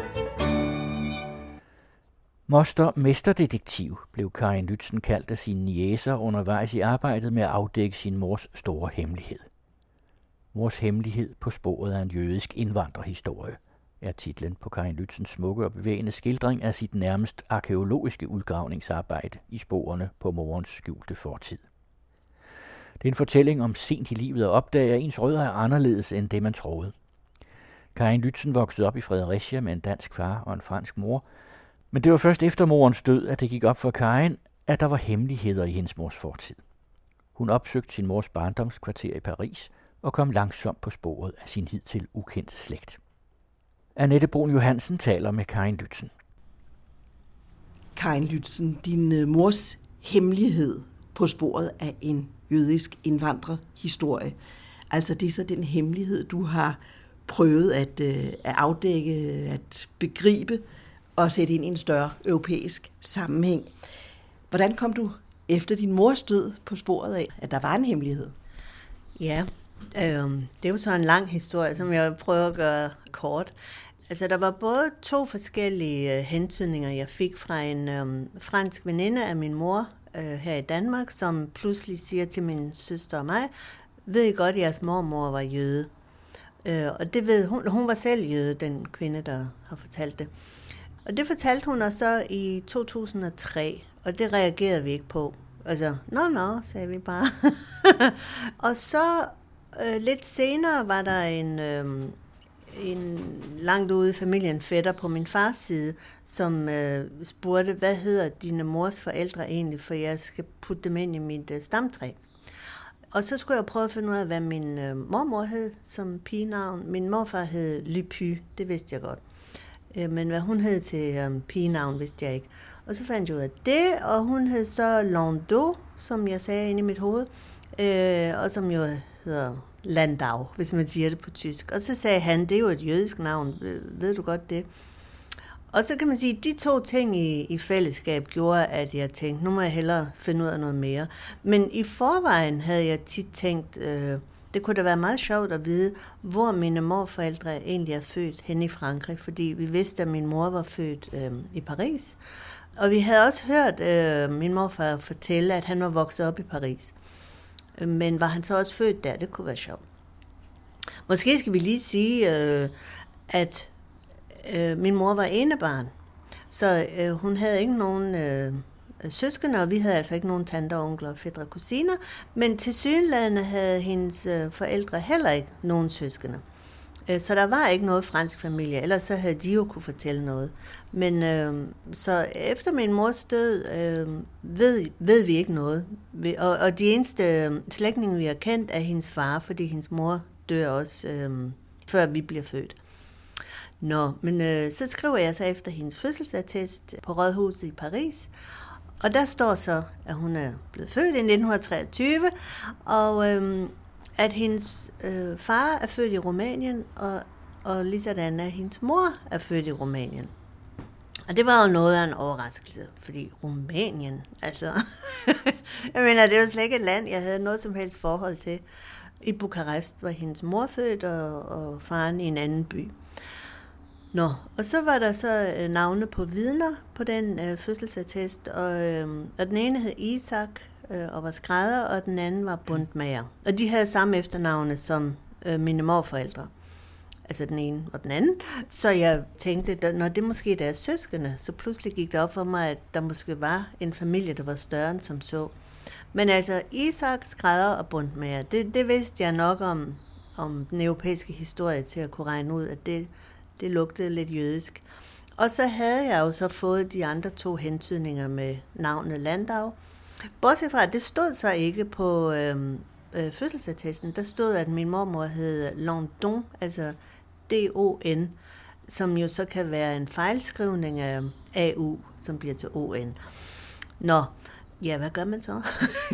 Moster Mesterdetektiv blev Karin Lützen kaldt af sine niecer undervejs i arbejdet med at afdække sin mors store hemmelighed. Mors hemmelighed på sporet af en jødisk indvandrerhistorie er titlen på Karin Lützens smukke og bevægende skildring af sit nærmest arkæologiske udgravningsarbejde i sporene på morens skjulte fortid. Det er en fortælling om sent i livet at opdage, at ens rødder er anderledes end det, man troede. Karin Lützen voksede op i Fredericia med en dansk far og en fransk mor, men det var først efter morens død, at det gik op for Karin, at der var hemmeligheder i hendes mors fortid. Hun opsøgte sin mors barndomskvarter i Paris og kom langsomt på sporet af sin hidtil ukendte slægt. Annette Brun Johansen taler med Karin Lützen. Karin Lützen, din mors hemmelighed på sporet af en jødisk indvandrerhistorie. Altså det er så den hemmelighed, du har prøvet at afdække, at begribe og sætte ind i en større europæisk sammenhæng. Hvordan kom du efter din mors død på sporet af, at der var en hemmelighed? Ja, det er jo så en lang historie, som jeg prøver at gøre kort. Altså, der var både 2 forskellige hentydninger, jeg fik fra en fransk veninde af min mor her i Danmark, som pludselig siger til min søster og mig, ved I godt, at jeres mormor var jøde? Og det ved hun var selv jøde, den kvinde, der har fortalt det. Og det fortalte hun os så i 2003, og det reagerede vi ikke på. Altså, nå, sagde vi bare. Og så lidt senere var der en langt ude i familien fætter på min fars side, som spurgte, hvad hedder dine mors forældre egentlig, for jeg skal putte dem ind i mit stamtræ. Og så skulle jeg prøve at finde ud af, hvad min mormor hed som pigenavn. Min morfar hed Lypy, det vidste jeg godt. Men hvad hun hed til pigenavn, vidste jeg ikke. Og så fandt jeg ud af det, og hun hed så Landau, som jeg sagde inde i mit hoved, og som jo hedder Landau, hvis man siger det på tysk. Og så sagde han, det er jo et jødisk navn, ved du godt det? Og så kan man sige, at de 2 ting i fællesskab gjorde, at jeg tænkte, nu må jeg hellere finde ud af noget mere. Men i forvejen havde jeg tit tænkt, det kunne da være meget sjovt at vide, hvor mine morforældre egentlig er født hen i Frankrig, fordi vi vidste, at min mor var født i Paris. Og vi havde også hørt min morfar fortælle, at han var vokset op i Paris. Men var han så også født der? Det kunne være sjovt. Måske skal vi lige sige, at min mor var enebarn, så hun havde ikke nogen søskende, og vi havde altså ikke nogen tanter, onkler, fætre og kusiner, men tilsyneladende havde hendes forældre heller ikke nogen søskende. Så der var ikke noget fransk familie, ellers så havde de jo kunne fortælle noget. Men så efter min mors død ved vi ikke noget. Og de eneste slægtninge, vi har kendt, er hendes far, fordi hendes mor dør også, før vi bliver født. Nå, men så skriver jeg så efter hendes fødselsattest på Rådhuset i Paris, og der står så, at hun er blevet født i 1923, og at hendes far er født i Rumænien, og ligesådan at hendes mor er født i Rumænien. Og det var jo noget af en overraskelse, fordi Rumænien, altså, jeg mener, det var slet ikke et land, jeg havde noget som helst forhold til. I Bukarest var hendes mor født, og faren i en anden by. Nå, og så var der så navne på vidner på den fødselsattest, og den ene hed Isak og var skrædder, og den anden var bundmager. Og de havde samme efternavne som mine morforældre, altså den ene og den anden. Så jeg tænkte, når det måske er deres søskende, så pludselig gik det op for mig, at der måske var en familie, der var større end som så. Men altså Isak, skrædder og bundmager, det vidste jeg nok om den europæiske historie til at kunne regne ud, at det lugtede lidt jødisk. Og så havde jeg jo så fået de andre 2 hentydninger med navnet Landau. Bortset fra, at det stod så ikke på fødselsattesten. Der stod, at min mormor hed Landon, altså D-O-N, som jo så kan være en fejlskrivning af A-U, som bliver til O-N. Nå, ja, hvad gør man så?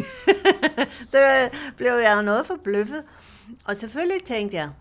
Så blev jeg jo noget forbløffet. Og selvfølgelig tænkte jeg,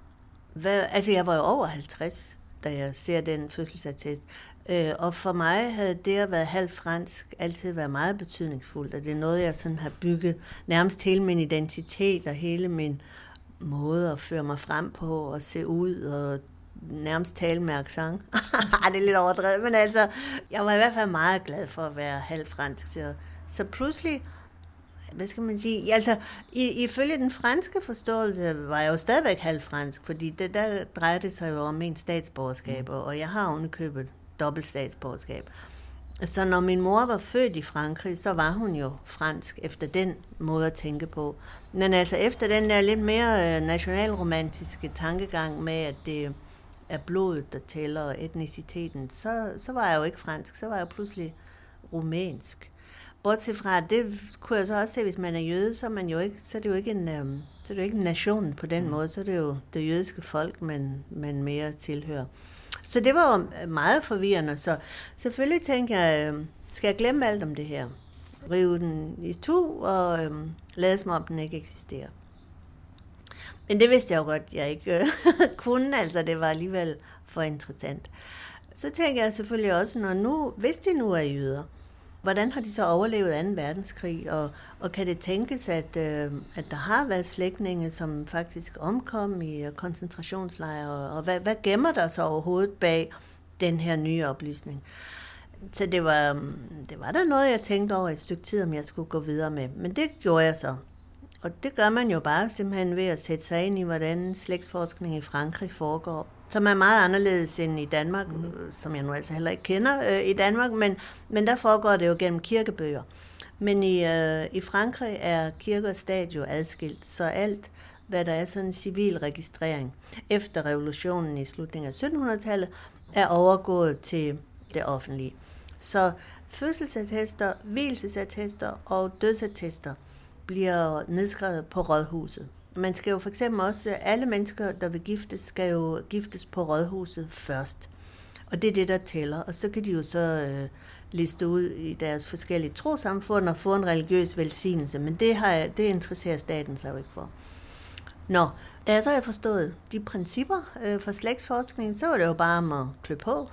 jeg var jo over 50, da jeg ser den fødselsattest. Og for mig havde det at være halvt fransk altid været meget betydningsfuldt, og det er noget, jeg sådan har bygget nærmest hele min identitet og hele min måde at føre mig frem på og se ud og nærmest tale med accent. Det er lidt overdrevet, men altså, jeg var i hvert fald meget glad for at være halvt fransk. Så pludselig, hvad skal man sige, altså ifølge den franske forståelse var jeg jo stadigvæk halvt fransk, fordi der drejede det sig jo om en statsborgerskab, og jeg har ovenikøbet dobbelt statsborgerskab. Så når min mor var født i Frankrig, så var hun jo fransk efter den måde at tænke på. Men altså efter den der lidt mere nationalromantiske tankegang med, at det er blodet, der tæller, og etniciteten, så var jeg jo ikke fransk, så var jeg pludselig rumænsk. Bortset fra, det kunne jeg så også se, hvis man er jøde, så er det jo ikke en nation på den måde, så er det jo det jødiske folk, man mere tilhører. Så det var meget forvirrende, så selvfølgelig tænkte jeg, skal jeg glemme alt om det her? Rive den i tu og lade som om den ikke eksisterer. Men det vidste jeg jo godt, jeg ikke kunne, altså det var alligevel for interessant. Så tænker jeg selvfølgelig også, hvis de nu er jøder, hvordan har de så overlevet 2. verdenskrig, og kan det tænkes, at der har været slægtninge, som faktisk omkom i koncentrationslejre, og hvad gemmer der så overhovedet bag den her nye oplysning? Så det var der noget, jeg tænkte over et stykke tid, om jeg skulle gå videre med. Men det gjorde jeg så. Og det gør man jo bare simpelthen ved at sætte sig ind i, hvordan slægtsforskning i Frankrig foregår. Som er meget anderledes end i Danmark, som jeg nu altså heller ikke kender i Danmark, men der foregår det jo gennem kirkebøger. Men i Frankrig er kirke og stat jo adskilt, så alt, hvad der er sådan en civil registrering efter revolutionen i slutningen af 1700-tallet, er overgået til det offentlige. Så fødselsattester, vielsesattester og dødsattester bliver nedskrevet på rådhuset. Man skal jo for eksempel også, alle mennesker, der vil giftes, skal jo giftes på rådhuset først. Og det er det, der tæller. Og så kan de jo så liste ud i deres forskellige trosamfund og få en religiøs velsignelse. Men det interesserer staten sig jo ikke for. Nå, da jeg så har forstået de principper for slægtsforskning, så var det jo bare om at klø på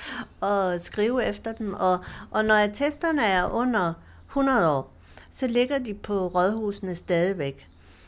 og skrive efter dem. Og når attesterne er under 100 år, så ligger de på rådhusene stadigvæk.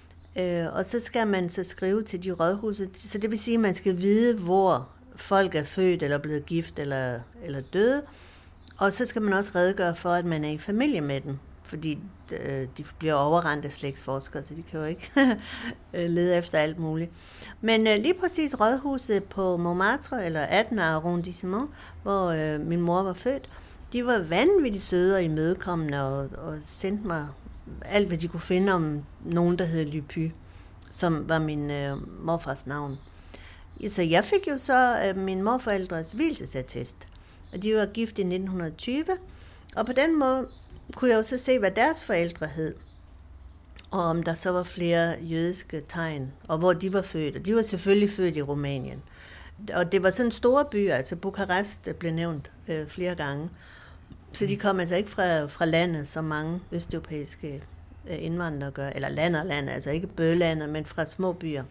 Og så skal man så skrive til de rådhuse, så det vil sige, at man skal vide, hvor folk er født eller blevet gift eller døde. Og så skal man også redegøre for, at man er i familie med dem, fordi de bliver overrendt af slægtsforskere, så de kan jo ikke lede efter alt muligt. Men lige præcis rådhuset på Montmartre, eller 18. arrondissement, hvor min mor var født, de var vanvittigt søde og imødekommende og sendte mig alt, hvad de kunne finde om nogen, der hed Lypy, som var min morfars navn. Så jeg fik jo så min morforældres vielsesattest, og de var gift i 1920, og på den måde kunne jeg jo så se, hvad deres forældre hed, og om der så var flere jødiske tegn, og hvor de var født, og de var selvfølgelig født i Rumænien. Og det var sådan store byer, altså Bukarest blev nævnt flere gange, så de kom altså ikke fra landet, som mange østeuropæiske indvandrere gør, eller land, altså ikke bølandet, men fra små byer.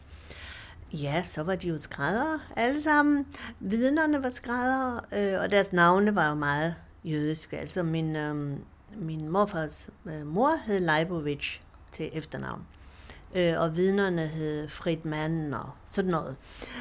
Ja, så var de jo skræddere alle sammen. Vidnerne var skræddere, og deres navne var jo meget jødiske. Altså min morfars mor hed Leibovich til efternavn, og vidnerne hed Friedman og sådan noget.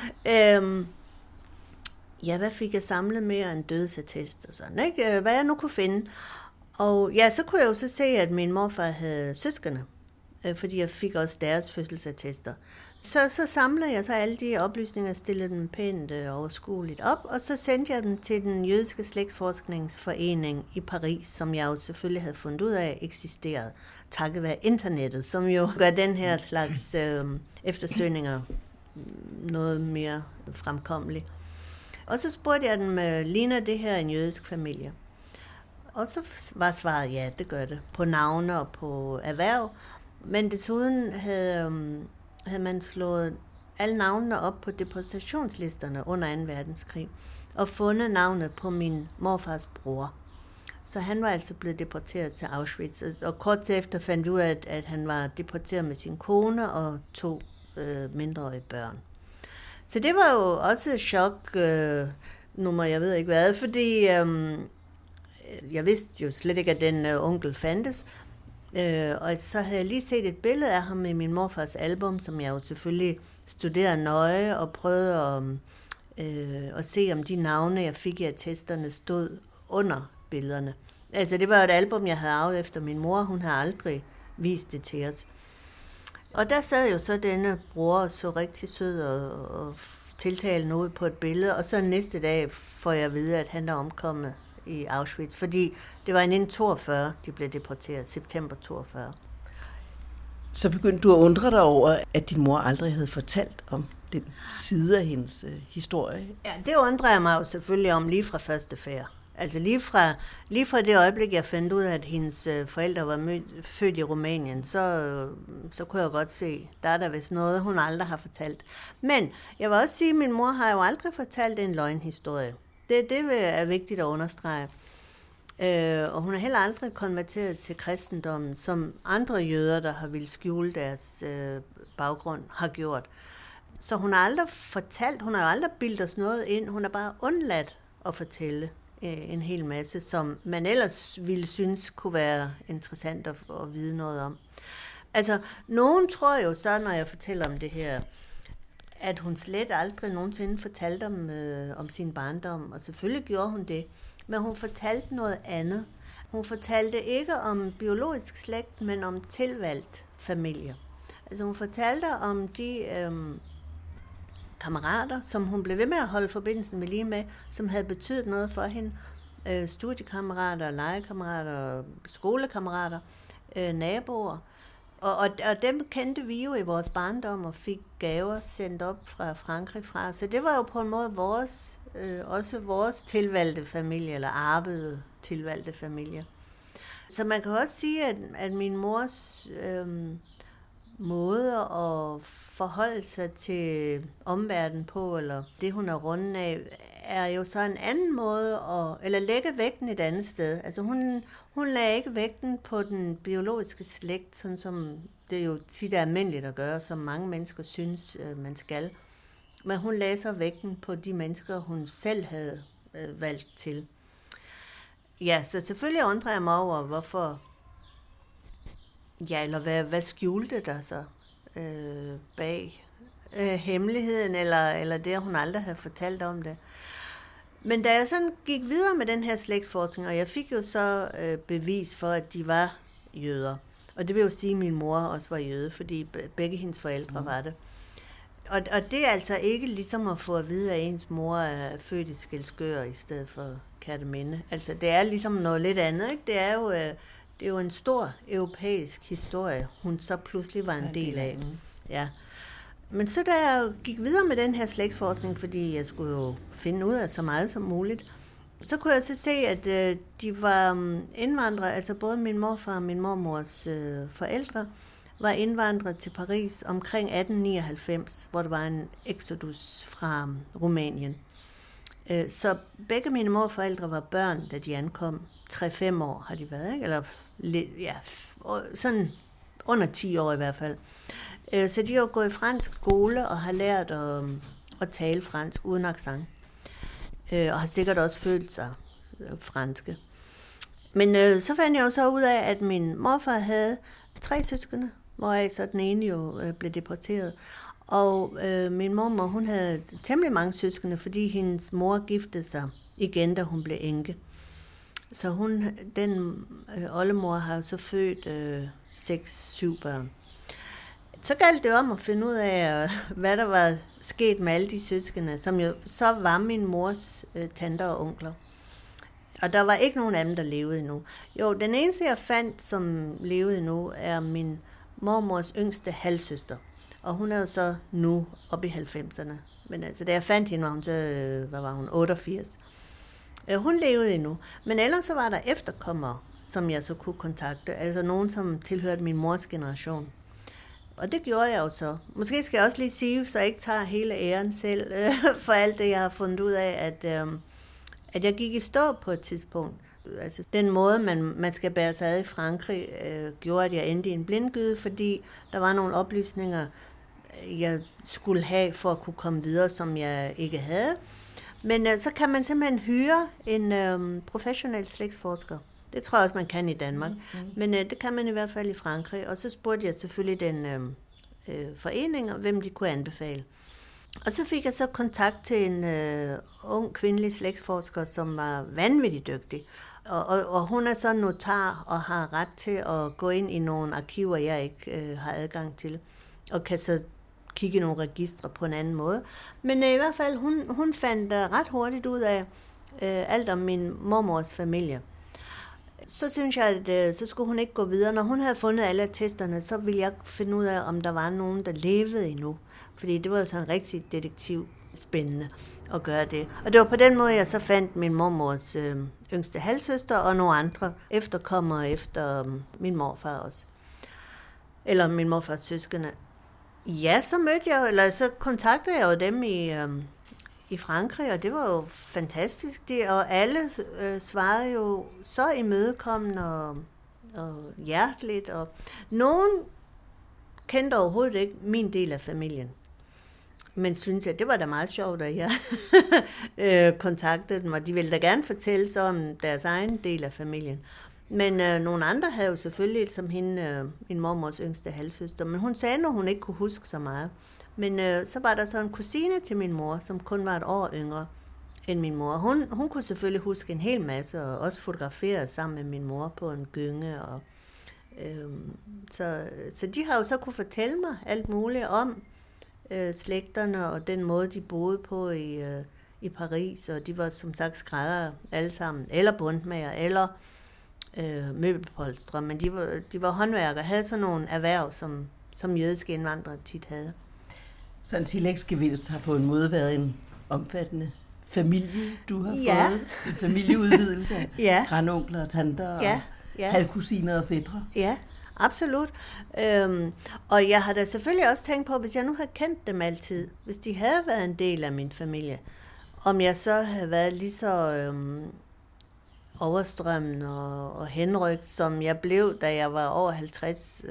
Ja, hvad fik jeg samlet mere end dødsattest og sådan, ikke? Hvad jeg nu kunne finde. Og ja, så kunne jeg jo så se, at min morfar havde søskende, fordi jeg fik også deres fødselsattester. Så samlede jeg så alle de oplysninger, stillede dem pænt overskueligt op, og så sendte jeg dem til den jødiske slægtsforskningsforening i Paris, som jeg jo selvfølgelig havde fundet ud af eksisterede, takket være internettet, som jo gør den her slags eftersøgninger noget mere fremkommeligt. Og så spurgte jeg dem, ligner det her en jødisk familie? Og så var svaret, ja, det gør det, på navne og på erhverv. Men desuden havde man slået alle navnene op på deportationslisterne under 2. verdenskrig, og fundet navnet på min morfars bror. Så han var altså blevet deporteret til Auschwitz, og kort til efter fandt ud af, at han var deporteret med sin kone og 2 mindreårige børn. Så det var jo også et chok, nummer jeg ved ikke hvad, fordi jeg vidste jo slet ikke, at den onkel fandtes. Og så havde jeg lige set et billede af ham i min morfars album, som jeg jo selvfølgelig studerede nøje og prøvede at se, om de navne, jeg fik i attesterne, stod under billederne. Altså det var jo et album, jeg havde arvet efter min mor. Hun havde aldrig vist det til os. Og der sad jo så denne bror så rigtig sød og tiltalende ud på et billede, og så næste dag får jeg at vide, at han er omkommet i Auschwitz, fordi det var i 1942, de blev deporteret, september 42. Så begyndte du at undre dig over, at din mor aldrig havde fortalt om den side af hendes historie? Ja, det undrer jeg mig jo selvfølgelig om lige fra første færd. Altså lige fra det øjeblik, jeg fandt ud af, at hendes forældre var født i Rumænien, så kunne jeg godt se, der er der vist noget, hun aldrig har fortalt. Men jeg vil også sige, at min mor har jo aldrig fortalt en løgnhistorie. Det er vigtigt at understrege. Og hun har heller aldrig konverteret til kristendommen, som andre jøder, der har ville skjule deres baggrund, har gjort. Så hun har aldrig fortalt, hun har aldrig bildet os noget ind, hun har bare undladt at fortælle en hel masse, som man ellers ville synes kunne være interessant at vide noget om. Altså, nogen tror jo så, når jeg fortæller om det her, at hun slet aldrig nogensinde fortalte om sin barndom, og selvfølgelig gjorde hun det, men hun fortalte noget andet. Hun fortalte ikke om biologisk slægt, men om tilvalgt familie. Altså hun fortalte om de kammerater, som hun blev ved med at holde forbindelsen med lige med, som havde betydet noget for hende. Studiekammerater, legekammerater, skolekammerater, naboer. Og dem kendte vi jo i vores barndom og fik gaver sendt op fra Frankrig fra. Så det var jo på en måde også vores tilvalgte familie, eller arvede tilvalgte familie. Så man kan også sige, at min mors måde at forholde sig til omverdenen på, eller det hun er rundet af, er jo så en anden måde, eller lægge vægten et andet sted. Altså hun lagde ikke vægten på den biologiske slægt, sådan som det jo tit er almindeligt at gøre, som mange mennesker synes, man skal. Men hun lagde så vægten på de mennesker, hun selv havde valgt til. Ja, så selvfølgelig undrer jeg mig over, hvorfor, ja, eller hvad skjulte der så bag hemmeligheden, eller det, at hun aldrig havde fortalt om det. Men da jeg sådan gik videre med den her slægtsforskning, og jeg fik jo så bevis for, at de var jøder, og det vil jo sige, at min mor også var jøde, fordi begge hendes forældre var det. Og det er altså ikke ligesom at få at vide, at ens mor er født i Skælskør i stedet for Kerteminde. Altså det er ligesom noget lidt andet, ikke? Det er jo en stor europæisk historie, hun så pludselig var en del af. Ja. Men så da jeg gik videre med den her slægtsforskning, fordi jeg skulle jo finde ud af så meget som muligt, så kunne jeg så se, at de var indvandrere, altså både min morfar og min mormors forældre, var indvandret til Paris omkring 1899, hvor der var en exodus fra Rumænien. Så begge mine morforældre var børn, da de ankom. 3-5 år har de været, ikke? Eller ja, sådan under 10 år i hvert fald. Så de har jo gået i fransk skole og har lært at tale fransk uden accent. Og har sikkert også følt sig franske. Men så fandt jeg jo så ud af, at min morfar havde 3 søskende, hvoraf så den ene jo blev deporteret. Og min mormor, hun havde temmelig mange søskende, fordi hendes mor giftede sig igen, da hun blev enke. Så den oldemor har så født 6-7 børn. Så galt det om at finde ud af, hvad der var sket med alle de søskende, som jo så var min mors tanter og onkler. Og der var ikke nogen af dem, der levede endnu. Jo, den eneste, jeg fandt, som levede endnu, er min mormors yngste halvsøster. Og hun er jo så nu oppe i 90'erne. Men altså, da jeg fandt hende, var hun så, 88. Hun levede endnu. Men ellers så var der efterkommere, som jeg så kunne kontakte. Altså nogen, som tilhørte min mors generation. Og det gjorde jeg jo så. Måske skal jeg også lige sige, så jeg ikke tager hele æren selv for alt det, jeg har fundet ud af, at jeg gik i stå på et tidspunkt. Altså, den måde, man skal bære sig ad i Frankrig, gjorde, at jeg endte i en blindgyde, fordi der var nogle oplysninger, jeg skulle have for at kunne komme videre, som jeg ikke havde. Men så kan man simpelthen hyre en professionel slægtsforsker. Det tror jeg også, man kan i Danmark. Men det kan man i hvert fald i Frankrig. Og så spurgte jeg selvfølgelig den forening, hvem de kunne anbefale. Og så fik jeg så kontakt til en ung kvindelig slægtsforsker, som var vanvittigt dygtig. Og hun er så notar og har ret til at gå ind i nogle arkiver, jeg ikke har adgang til. Og kan så kigge i nogle registre på en anden måde. Men i hvert fald, hun fandt ret hurtigt ud af alt om min mormors familie. Så synes jeg, at så skulle hun ikke gå videre. Når hun havde fundet alle attesterne, så ville jeg finde ud af, om der var nogen, der levede endnu. Fordi det var sådan rigtig detektivspændende at gøre det. Og det var på den måde, jeg så fandt min mormors yngste halvsøster og nogle andre efterkommere efter min morfar også. Eller min morfars søskende. Ja, så kontaktede jeg jo dem i Frankrig, og det var jo fantastisk. Og alle svarede jo så imødekommende og hjerteligt. Og nogen kendte overhovedet ikke min del af familien. Men synes at det var da meget sjovt, at jeg kontaktede dem, og de ville da gerne fortælle så om deres egen del af familien. Men nogle andre havde jo selvfølgelig, som hende, min mormors yngste halvsøster, men hun sagde, at hun ikke kunne huske så meget. Men så var der så en kusine til min mor, som kun var et år yngre end min mor. Hun kunne selvfølgelig huske en hel masse, og også fotografere sammen med min mor på en gynge. Og, så de har jo så kunne fortælle mig alt muligt om slægterne og den måde, de boede på i Paris. Og de var som sagt skræddere alle sammen, eller bundmager, eller møbelpolstre, men de var håndværkere, havde sådan nogle erhverv, som jødiske indvandrere tit havde. Så en tillægsgevinst har på en måde været en omfattende familie, du har fået. En familieudvidelse af grandonkler og tanter og halvkusiner og fætre. Ja, absolut. Og jeg har da selvfølgelig også tænkt på, hvis jeg nu havde kendt dem altid, hvis de havde været en del af min familie, om jeg så havde været lige så overstrømmende og henrygt, som jeg blev, da jeg var over 50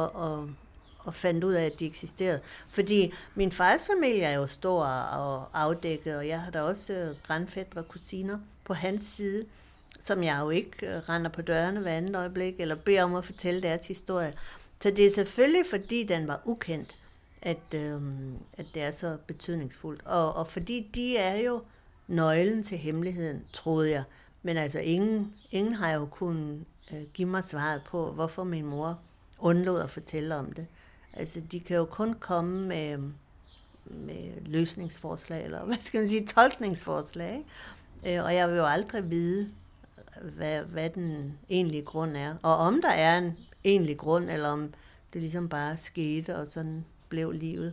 og fandt ud af, at de eksisterede. Fordi min fars familie er jo stor og afdækket, og jeg har da også grandfætre og kusiner på hans side, som jeg jo ikke render på dørene hver andet øjeblik, eller beder om at fortælle deres historie. Så det er selvfølgelig, fordi den var ukendt, at det er så betydningsfuldt. Og fordi de er jo nøglen til hemmeligheden, troede jeg. Men altså, ingen har jo kunnet give mig svaret på, hvorfor min mor undlod at fortælle om det. Altså, de kan jo kun komme med løsningsforslag, eller hvad skal man sige, tolkningsforslag. Ikke? Og jeg vil jo aldrig vide, hvad den egentlige grund er. Og om der er en egentlig grund, eller om det ligesom bare skete, og sådan blev livet.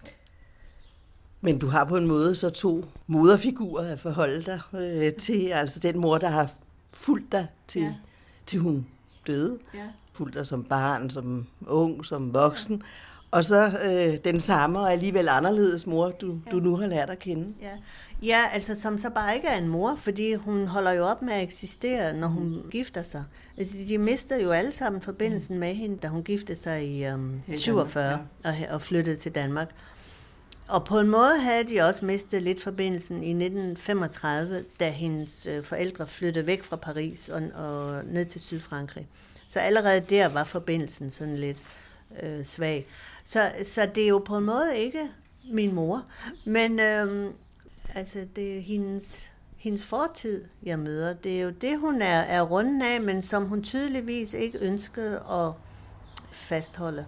Men du har på en måde så 2 moderfigurer at forholde dig til, altså den mor, der har fulgt dig til hun døde, fulgt dig som barn, som ung, som voksen, og så den samme og alligevel anderledes mor, du nu har lært at kende. Ja, altså som så bare ikke er en mor, fordi hun holder jo op med at eksistere, når hun gifter sig. Altså de mister jo alle sammen forbindelsen med hende, da hun giftede sig i 47 og flyttede til Danmark. Og på en måde havde de også mistet lidt forbindelsen i 1935, da hendes forældre flyttede væk fra Paris og ned til Sydfrankrig. Så allerede der var forbindelsen sådan lidt svag. Så det er jo på en måde ikke min mor, men altså det er hendes fortid, jeg møder. Det er jo det, hun er runden af, men som hun tydeligvis ikke ønskede at fastholde.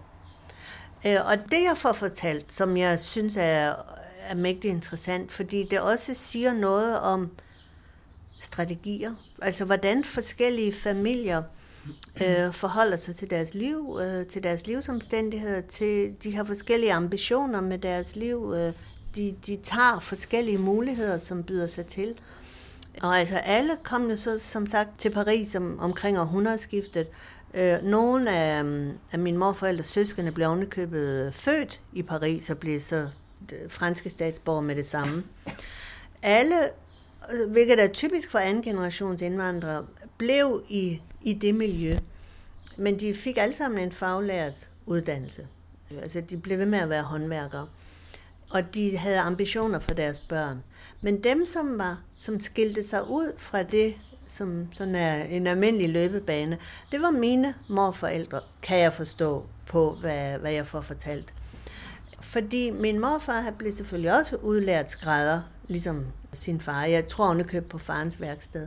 Og det, jeg får fortalt, som jeg synes er mægtig interessant, fordi det også siger noget om strategier. Altså, hvordan forskellige familier forholder sig til deres liv, til deres livsomstændigheder, til de har forskellige ambitioner med deres liv. De tager forskellige muligheder, som byder sig til. Og altså, alle kom jo så, som sagt, til Paris omkring århundredeskiftet. Nogle af mine morforældres søskende blev ovenikøbet født i Paris og blev så franske statsborgere med det samme. Alle, hvilket er typisk for anden generations indvandrere, blev i det miljø. Men de fik alle sammen en faglært uddannelse. Altså de blev ved med at være håndværkere. Og de havde ambitioner for deres børn. Men dem, som skilte sig ud fra det, som sådan er en almindelig løbebane, det var mine morforældre, kan jeg forstå på, hvad jeg får fortalt. Fordi min morfar blev selvfølgelig også udlært skrædder, ligesom sin far. Jeg tror, hun er købt på farens værksted.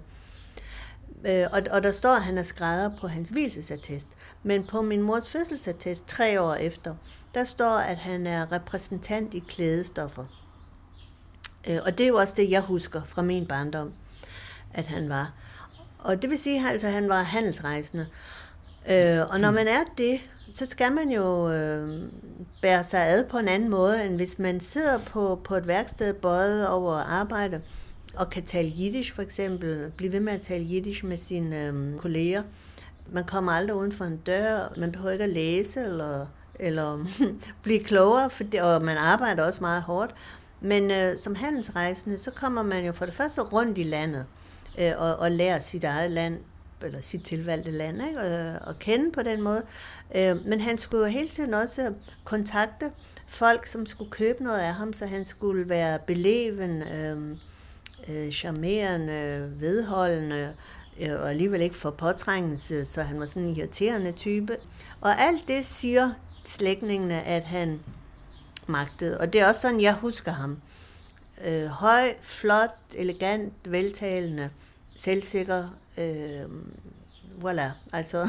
Og der står, at han er skrædder på hans vielsesattest. Men på min mors fødselsattest 3 år efter, der står, at han er repræsentant i klædestoffer. Og det er jo også det, jeg husker fra min barndom, at han var. Og det vil sige, at han var handelsrejsende. Og når man er det, så skal man jo bære sig ad på en anden måde, end hvis man sidder på et værksted bøjet over arbejde, og kan tale jiddisch for eksempel, blive ved med at tale jiddisch med sine kolleger. Man kommer aldrig uden for en dør, man behøver ikke at læse eller blive klogere, og man arbejder også meget hårdt. Men som handelsrejsende, så kommer man jo for det første rundt i landet og lærer sit eget land, eller sit tilvalgte land, ikke? Og kende på den måde. Men han skulle jo hele tiden også kontakte folk, som skulle købe noget af ham, så han skulle være beleven, charmerende, vedholdende, og alligevel ikke for påtrængelse, så han var sådan en irriterende type. Og alt det siger slægtningene, at han magtede. Og det er også sådan, jeg husker ham. Høj, flot, elegant, veltalende, selvsikker. Voilà, altså.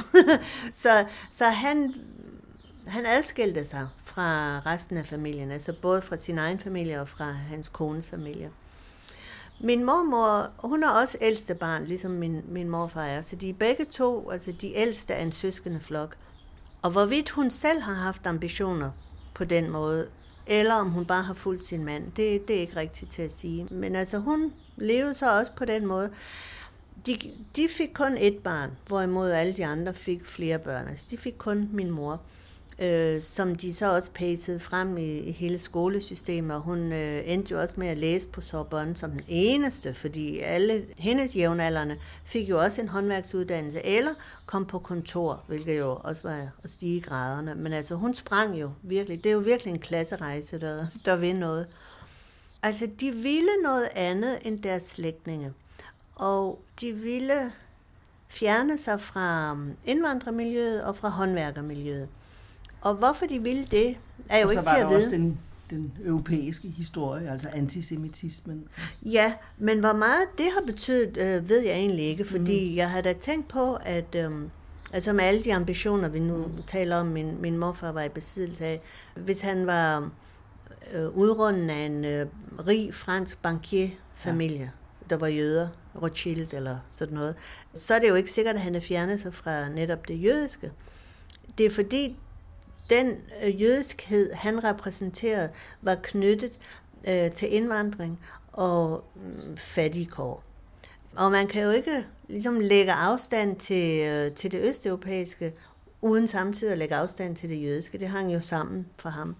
så han adskilte sig fra resten af familien, altså både fra sin egen familie og fra hans kones familie. Min mormor, hun er også ældste barn, ligesom min morfar er, så de er begge to, altså de ældste af en søskende flok. Og hvorvidt hun selv har haft ambitioner på den måde, eller om hun bare har fulgt sin mand, det er ikke rigtigt til at sige. Men altså hun levede så også på den måde. De fik kun et barn, hvorimod alle de andre fik flere børn. Altså de fik kun min mor, som de så også pacede frem i hele skolesystemet. Og hun endte jo også med at læse på Sorbonne som den eneste, fordi alle hendes jævnaldrende fik jo også en håndværksuddannelse, eller kom på kontor, hvilket jo også var at stige graderne. Men altså hun sprang jo virkelig. Det er jo virkelig en klasserejse, der vil noget. Altså de ville noget andet end deres slægtninge. Og de ville fjerne sig fra indvandrermiljøet og fra håndværkermiljøet. Og hvorfor de ville det, er jo ikke til at vide. Og så var der også den europæiske historie, altså antisemitismen. Ja, men hvor meget det har betydet, ved jeg egentlig ikke, fordi jeg havde da tænkt på, at altså med alle de ambitioner, vi nu taler om, min morfar var i besiddelse af, hvis han var udrunden af en rig fransk bankierfamilie, der var jøder, Rothschild eller sådan noget, så er det jo ikke sikkert, at han er fjernet sig fra netop det jødiske. Det er fordi, den jødiskhed, han repræsenterede, var knyttet til indvandring og fattigkår. Og man kan jo ikke ligesom lægge afstand til det østeuropæiske, uden samtidig at lægge afstand til det jødiske. Det hang jo sammen for ham.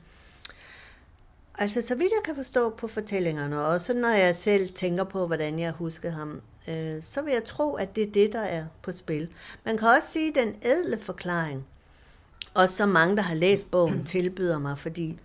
Altså, så vidt jeg kan forstå på fortællingerne, og så når jeg selv tænker på, hvordan jeg husker ham, så vil jeg tro, at det er det, der er på spil. Man kan også sige, den ædle forklaring, og så mange, der har læst bogen, tilbyder mig, fordi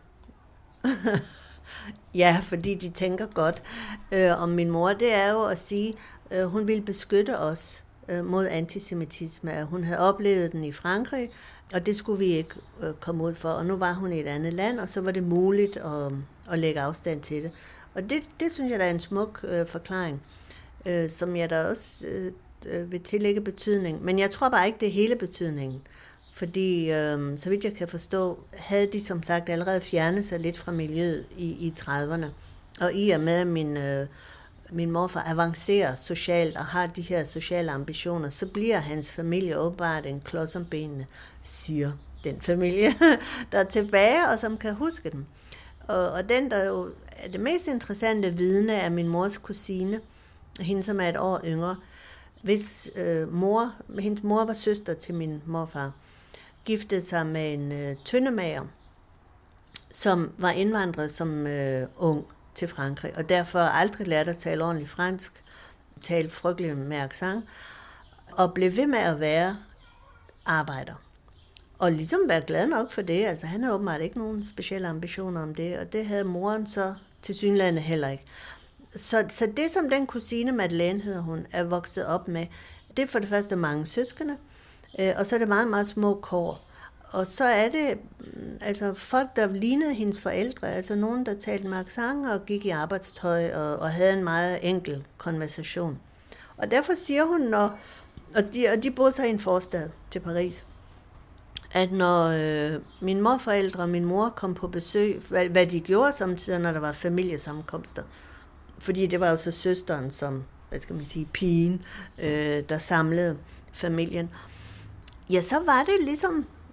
fordi de tænker godt om min mor, det er jo at sige, hun ville beskytte os mod antisemitisme, at hun havde oplevet den i Frankrig, og det skulle vi ikke komme ud for, og nu var hun i et andet land, og så var det muligt at lægge afstand til det. Og det synes jeg, der er en smuk forklaring, som jeg da også vil tillægge betydning. Men jeg tror bare ikke, det er hele betydningen. Fordi, så vidt jeg kan forstå, havde de som sagt allerede fjernet sig lidt fra miljøet i 30'erne. Og i og med, at min morfar avancerer socialt og har de her sociale ambitioner, så bliver hans familie åbenbart en klods om benene, siger den familie, der er tilbage og som kan huske dem. Og den, der jo er det mest interessante vidne, er min mors kusine, hende som er et år yngre, hvis hendes mor var søster til min morfar, giftede sig med en tøndemager, som var indvandret som ung til Frankrig, og derfor aldrig lærte at tale ordentligt fransk, tale frygteligt med accent, og blev ved med at være arbejder. Og ligesom være glad nok for det, altså han havde åbenbart ikke nogen specielle ambitioner om det, og det havde moren så tilsyneladende heller ikke. Så det, som den kusine Madeleine hedder hun, er vokset op med, det er for det første mange søskende, og så er det meget, meget små kår. Og så er det altså folk, der lignede hendes forældre, altså nogen, der talte med accent og gik i arbejdstøj og havde en meget enkel konversation. Og derfor siger hun, og de boede så i en forstad til Paris, at når min morforældre og min mor kom på besøg, hvad de gjorde samtidig, når der var familiesammenkomster, fordi det var jo så søsteren som, pigen, der samlede familien, ja, så var det ligesom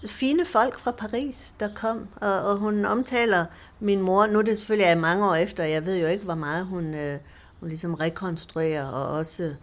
fine folk fra Paris, der kom, og hun omtaler min mor. Nu er det selvfølgelig mange år efter, jeg ved jo ikke, hvor meget hun ligesom rekonstruerer, og også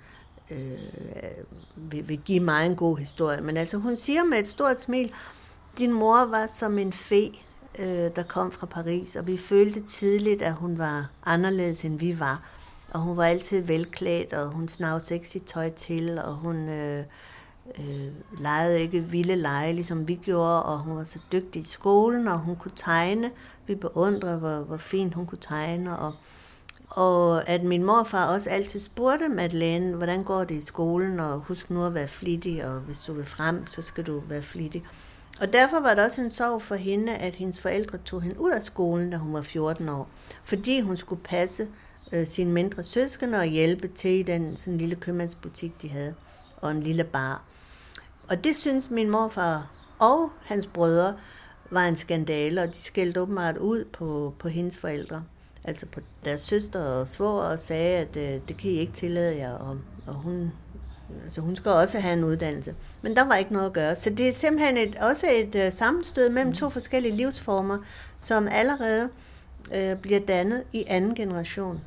vil give mig en god historie. Men altså, hun siger med et stort smil, din mor var som en fe, der kom fra Paris, og vi følte tidligt, at hun var anderledes, end vi var. Og hun var altid velklædt, og hun snavede sexy tøj til, og hun legede ikke vilde lege, ligesom vi gjorde, og hun var så dygtig i skolen, og hun kunne tegne. Vi beundrede, hvor fint hun kunne tegne, og at min morfar også altid spurgte Madeleine, hvordan går det i skolen, og husk nu at være flittig, og hvis du vil frem, så skal du være flittig. Og derfor var det også en sorg for hende, at hendes forældre tog hende ud af skolen, da hun var 14 år, fordi hun skulle passe sine mindre søskende og hjælpe til i den sådan lille købmandsbutik, de havde, og en lille bar. Og det synes min morfar og hans brødre var en skandale, og de skældte åbenbart ud på hendes forældre, altså på deres søster og svoger, og sagde, at det kan I ikke tillade jer, og hun skal også have en uddannelse. Men der var ikke noget at gøre. Så det er simpelthen også et sammenstød mellem to forskellige livsformer, som allerede bliver dannet i anden generation.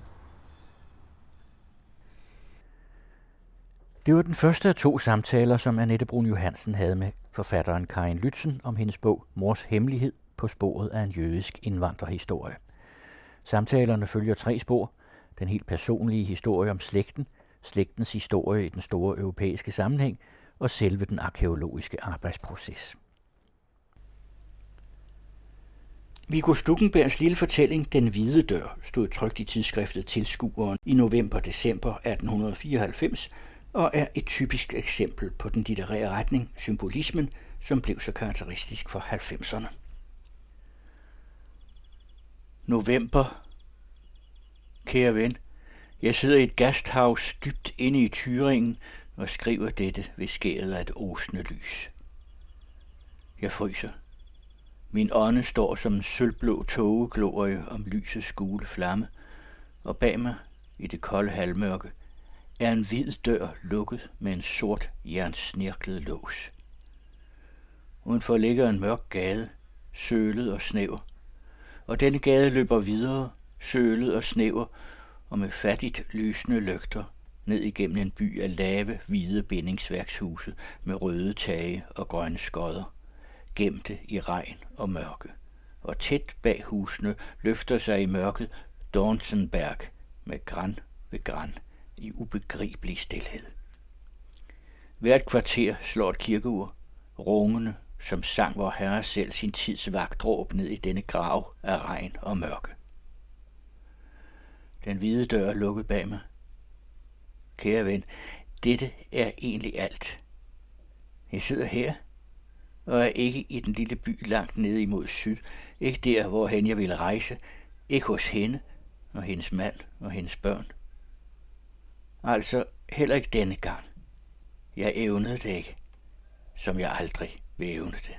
Det var den første af 2 samtaler, som Annette Brun Johansen havde med forfatteren Karin Lützen om hendes bog Mors Hemmelighed på sporet af en jødisk indvandrerhistorie. Samtalerne følger 3 spor. Den helt personlige historie om slægten, slægtens historie i den store europæiske sammenhæng og selve den arkæologiske arbejdsproces. Viggo Stuckenbergs lille fortælling Den hvide dør stod trykt i tidsskriftet Tilskueren i november-december 1894 og er et typisk eksempel på den litterære retning, symbolismen, som blev så karakteristisk for 90'erne. November. Kære ven, jeg sidder i et gasthaus dybt inde i Thüringen og skriver dette ved skæret af et osende lys. Jeg fryser. Min ånde står som en sølvblå tågeglorie om lysets gule flamme, og bag mig, i det kolde halvmørke, er en hvid dør lukket med en sort jernsnirklet lås. Udenfor ligger en mørk gade, sølet og snæver, og denne gade løber videre, sølet og snæver, og med fattigt lysende lygter ned igennem en by af lave, hvide bindingsværkshuse med røde tage og grønne skodder, gemte i regn og mørke, og tæt bag husene løfter sig i mørket Dornsenberg med gran ved gran i ubegribelig stilhed. Hvert kvarter slår et kirkeur, rungende, som sang vor herre selv sin tids vagtråb ned i denne grav af regn og mørke. Den hvide dør er lukket bag mig. Kære ven, dette er egentlig alt. Jeg sidder her, og er ikke i den lille by langt nede imod syd, ikke der, hvorhen jeg ville rejse, ikke hos hende og hendes mand og hendes børn. Altså heller ikke denne gang. Jeg evnede det ikke, som jeg aldrig vil evne det.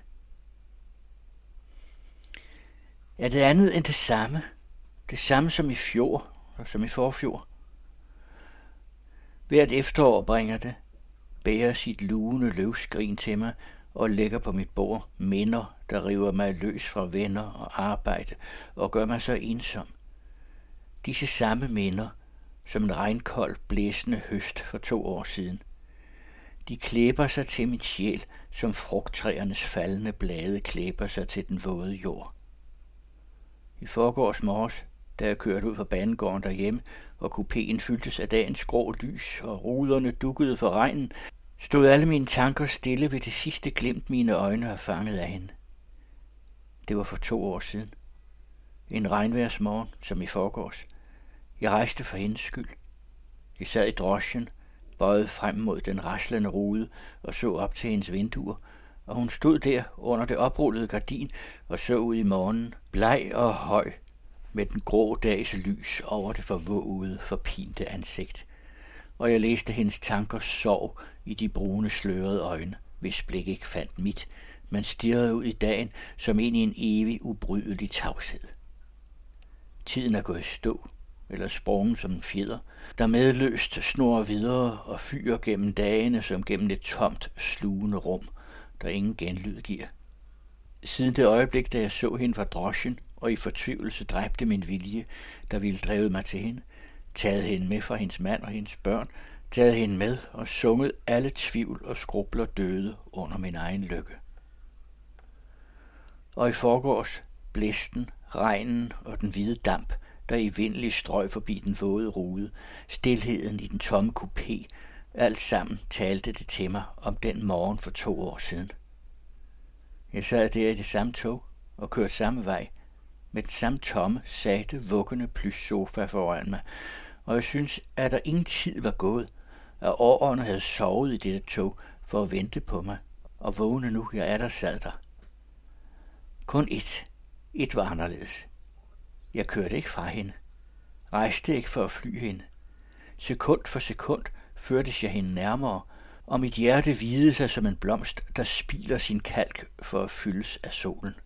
Er det andet end det samme? Det samme som i fjor og som i forfjor? Hvert efterår bringer det, bærer sit lugende løvskrin til mig og lægger på mit bord minder, der river mig løs fra venner og arbejde og gør mig så ensom. Disse samme minder, som en regnkold, blæsende høst for 2 år siden. De klæber sig til min sjæl, som frugttræernes faldende blade klæber sig til den våde jord. I forgårs morges, da jeg kørte ud fra banegården derhjemme, og kupéen fyldtes af dagens grå lys, og ruderne dukkede for regnen, stod alle mine tanker stille ved det sidste glimt, mine øjne har fanget af hende. Det var for 2 år siden. En regnværsmorgen, som i forgårs. Jeg rejste for hendes skyld. Jeg sad i drosjen, bøjet frem mod den raslende rude og så op til hendes vinduer, og hun stod der under det oprullede gardin og så ud i morgenen, bleg og høj, med den grå dags lys over det forvågede, forpinte ansigt. Og jeg læste hendes tanker sorg i de brune slørede øjne, hvis blik ikke fandt mit, men stirrede ud i dagen som ind i en evig ubrydelig tavshed. Tiden er gået i stå, eller sprungen som en fjeder, der medløst snor videre og fyrer gennem dagene som gennem et tomt, slugende rum, der ingen genlyd giver. Siden det øjeblik, da jeg så hende fra drosjen, og i fortvivlelse dræbte min vilje, der ville drevet mig til hende, taget hende med fra hendes mand og hendes børn, taget hende med og sunget alle tvivl og skrubler døde under min egen lykke. Og i forgårs blæsten, regnen og den hvide damp, der i vindelig strøg forbi den våde rude, stilheden i den tomme kupé, alt sammen talte det til mig om den morgen for 2 år siden. Jeg sad der i det samme tog og kørte samme vej, med den samme tomme, satte, vuggende plyssofa foran mig, og jeg synes, at der ingen tid var gået, at årene havde sovet i dette tog for at vente på mig, og vågne nu, jeg er der sad der. Kun et var anderledes. Jeg kørte ikke fra hende, rejste ikke for at fly hende. Sekund for sekund førtes jeg hende nærmere, og mit hjerte hvide sig som en blomst, der spiler sin kalk for at fyldes af solen.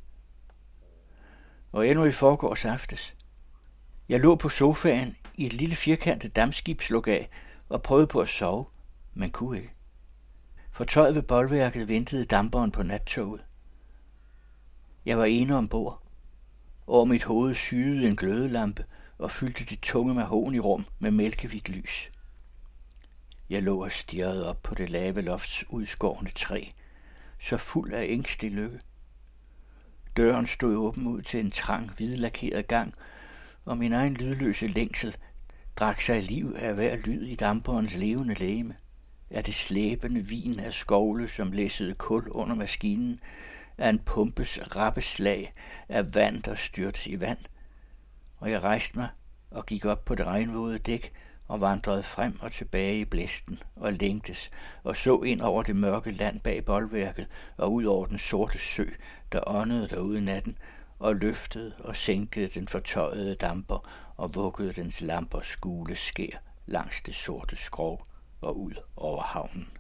Og endnu i forgårs aftes. Jeg lå på sofaen i et lille firkantet dampskibslukaf og prøvede på at sove, men kunne ikke. Fortøjet ved bolværket ventede damperen på nattoget. Jeg var ene ombord. Over mit hoved syede en glødelampe og fyldte det tunge mahognirum med mælkehvidt lys. Jeg lå og stirrede op på det lave lofts udskårne træ, så fuld af ængstelig lykke. Døren stod åben ud til en trang, hvidlakeret gang, og min egen lydløse længsel drak sig liv af hver lyd i damperens levende legeme, af det slæbende vin af skovle, som læssede kul under maskinen, af en pumpes rappe slag af vand, der styrtes i vand. Og jeg rejste mig og gik op på det regnvåde dæk og vandrede frem og tilbage i blæsten og længtes og så ind over det mørke land bag bolværket og ud over den sorte sø, der åndede derude i natten og løftede og sænkede den fortøjede damper og vuggede dens lampers gule skær langs det sorte skrog og ud over havnen.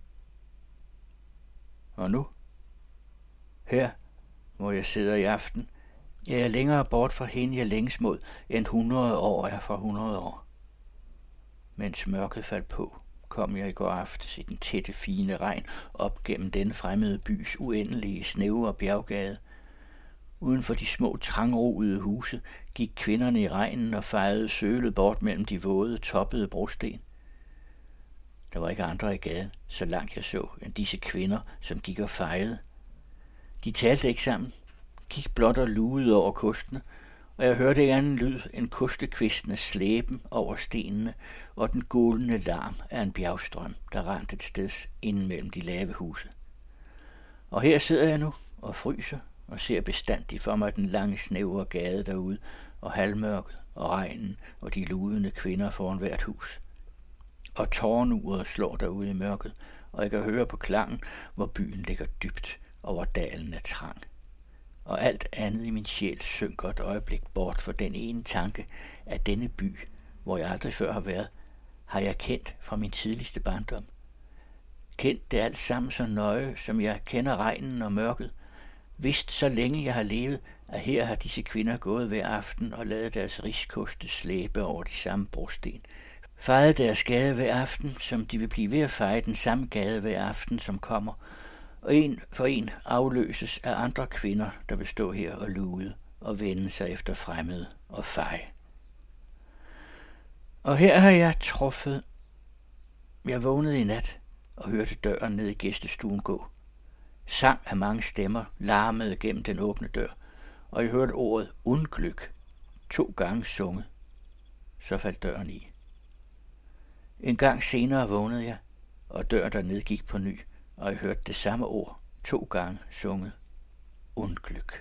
Og nu? Her, hvor jeg sidder i aften, jeg er længere bort fra hende, jeg længes mod, end 100 år er fra 100 år. Mens mørket faldt på, kom jeg i går aftes i den tætte, fine regn op gennem den fremmede bys uendelige, snævre bjerggade. Uden for de små, trangroede huse gik kvinderne i regnen og fejede sølet bort mellem de våde, toppede brosten. Der var ikke andre i gaden, så langt jeg så, end disse kvinder, som gik og fejede. De talte ikke sammen, gik blot og lugede over kostene, og jeg hørte ikke anden lyd end kostekvistene slæben over stenene og den gulende larm af en bjergstrøm, der rent et sted inden mellem de lave huse. Og her sidder jeg nu og fryser og ser bestandigt for mig den lange, snævre gade derude, og halvmørket og regnen og de ludende kvinder foran hvert hus. Og tårnuret slår derude i mørket, og jeg kan høre på klangen, hvor byen ligger dybt over dalen af trang. Og alt andet i min sjæl synker et øjeblik bort for den ene tanke, at denne by, hvor jeg aldrig før har været, har jeg kendt fra min tidligste barndom. Kendt det alt sammen så nøje, som jeg kender regnen og mørket. Vidst så længe jeg har levet, at her har disse kvinder gået hver aften og ladet deres riskoste slæbe over de samme brosten. Fejet deres gade hver aften, som de vil blive ved at feje den samme gade hver aften, som kommer, og en for en afløses af andre kvinder, der vil stå her og lude og vende sig efter fremmede og feje. Og her har jeg truffet. Jeg vågnede i nat og hørte døren ned i gæstestuen gå. Sang af mange stemmer larmede gennem den åbne dør, og jeg hørte ordet undglyk 2 gange sunget. Så faldt døren i. En gang senere vågnede jeg, og døren dernede gik på ny, og jeg hørte det samme ord 2 gange sunget. Undglyk.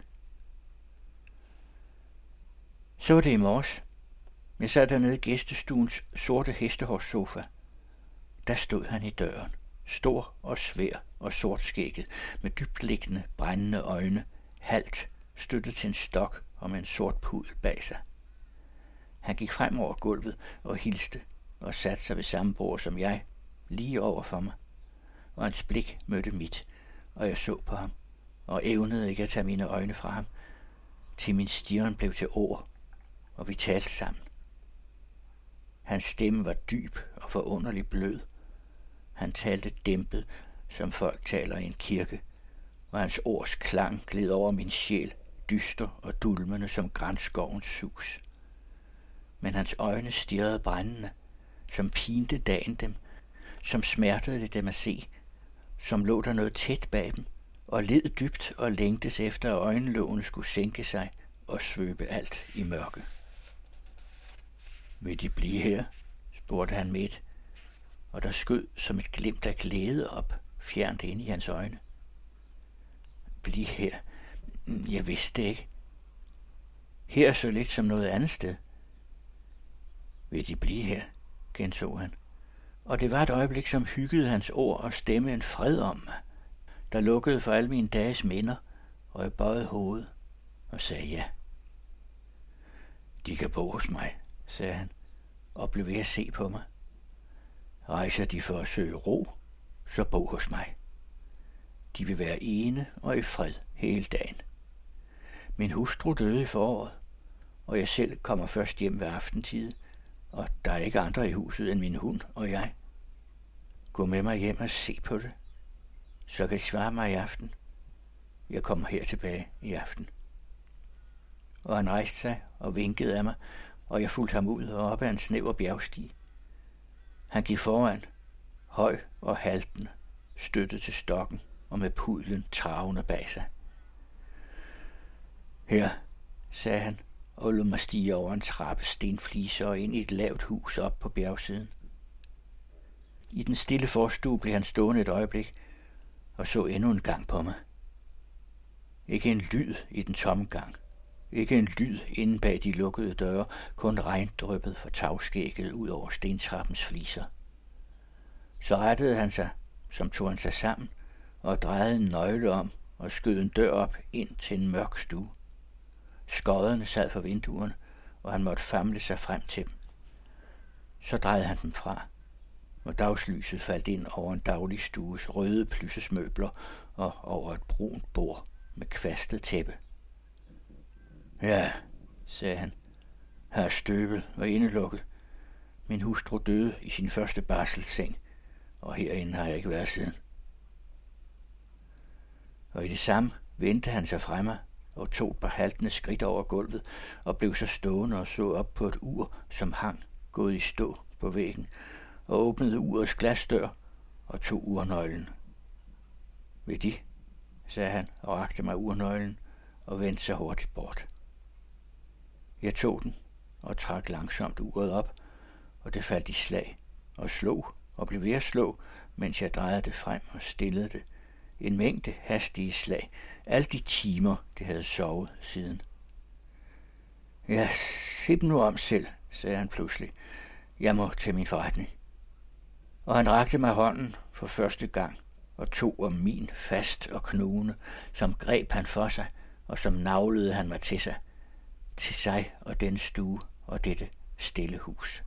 Så var det i morges. Jeg sad dernede i gæstestuens sorte hestehårssofa. Der stod han i døren, stor og svær og sortskægget, med dybtliggende, brændende øjne, halvt støttet til en stok og med en sort pudel bag sig. Han gik frem over gulvet og hilste og satte sig ved samme bord som jeg, lige over for mig. Og hans blik mødte mit, og jeg så på ham, og evnede ikke at tage mine øjne fra ham, til min stirren blev til ord, og vi talte sammen. Hans stemme var dyb og forunderligt blød. Han talte dæmpet, som folk taler i en kirke, og hans ords klang gled over min sjæl, dyster og dulmende som granskovens sus. Men hans øjne stirrede brændende, som pinte dagen dem, som smertede det dem at se, som lå der noget tæt bag dem, og led dybt og længtes efter, at øjenlågene skulle sænke sig og svøbe alt i mørke. Vil de blive her? Spurgte han midt, og der skød som et glimt af glæde op, fjernt ind i hans øjne. Bliv her? Jeg vidste det ikke. Her så lidt som noget andet sted. Vil de blive her? Genså han. Og det var et øjeblik, som hyggede hans ord og stemme en fred om mig, der lukkede for alle mine dages minder, og jeg bøjede hovedet og sagde ja. De kan bo hos mig, sagde han, og blev ved at se på mig. Rejser de for at søge ro, så bo hos mig. De vil være ene og i fred hele dagen. Min hustru døde i foråret, og jeg selv kommer først hjem ved aftentid, og der er ikke andre i huset end min hund og jeg. Gå med mig hjem og se på det. Så kan I svare mig i aften. Jeg kommer her tilbage i aften. Og han rejste sig og vinkede af mig, og jeg fulgte ham ud og op ad en snæver bjergstige. Han gik foran, høj og haltende, støttet til stokken og med pudlen travende bag sig. Her, sagde han, og lod mig stige over en trappe stenfliser og ind i et lavt hus op på bjergsiden. I den stille forstue blev han stående et øjeblik og så endnu en gang på mig. Ikke en lyd i den tomme gang. Ikke en lyd inde bag de lukkede døre, kun regndryppet fra tagskægget ud over stentrappens fliser. Så rettede han sig, som tog han sig sammen, og drejede en nøgle om og skød en dør op ind til en mørk stue. Skodderne sad for vinduerne, og han måtte famle sig frem til dem. Så drejede han dem fra, og dagslyset faldt ind over en dagligstues røde plysesmøbler og over et brunt bord med kvastet tæppe. Ja, sagde han. Her er støvet og indelukket. Min hustru døde i sin første barselsseng, og herinde har jeg ikke været siden. Og i det samme vendte han sig frem og tog et par haltende skridt over gulvet og blev så stående og så op på et ur, som hang, gået i stå på væggen, og åbnede urets glasdør og tog urnøglen. Ved de, sagde han og rakte mig urnøglen og vendte sig hurtigt bort. Jeg tog den og trak langsomt uret op, og det faldt i slag og slog og blev ved at slå, mens jeg drejede det frem og stillede det. En mængde hastige slag, alle de timer, det havde sovet siden. Ja, se dem nu om selv, sagde han pludselig. Jeg må til min forretning. Og han rakte mig hånden for første gang og tog om min fast og knugende, som greb han for sig, og som naglede han mig til sig og den stue og dette stille hus.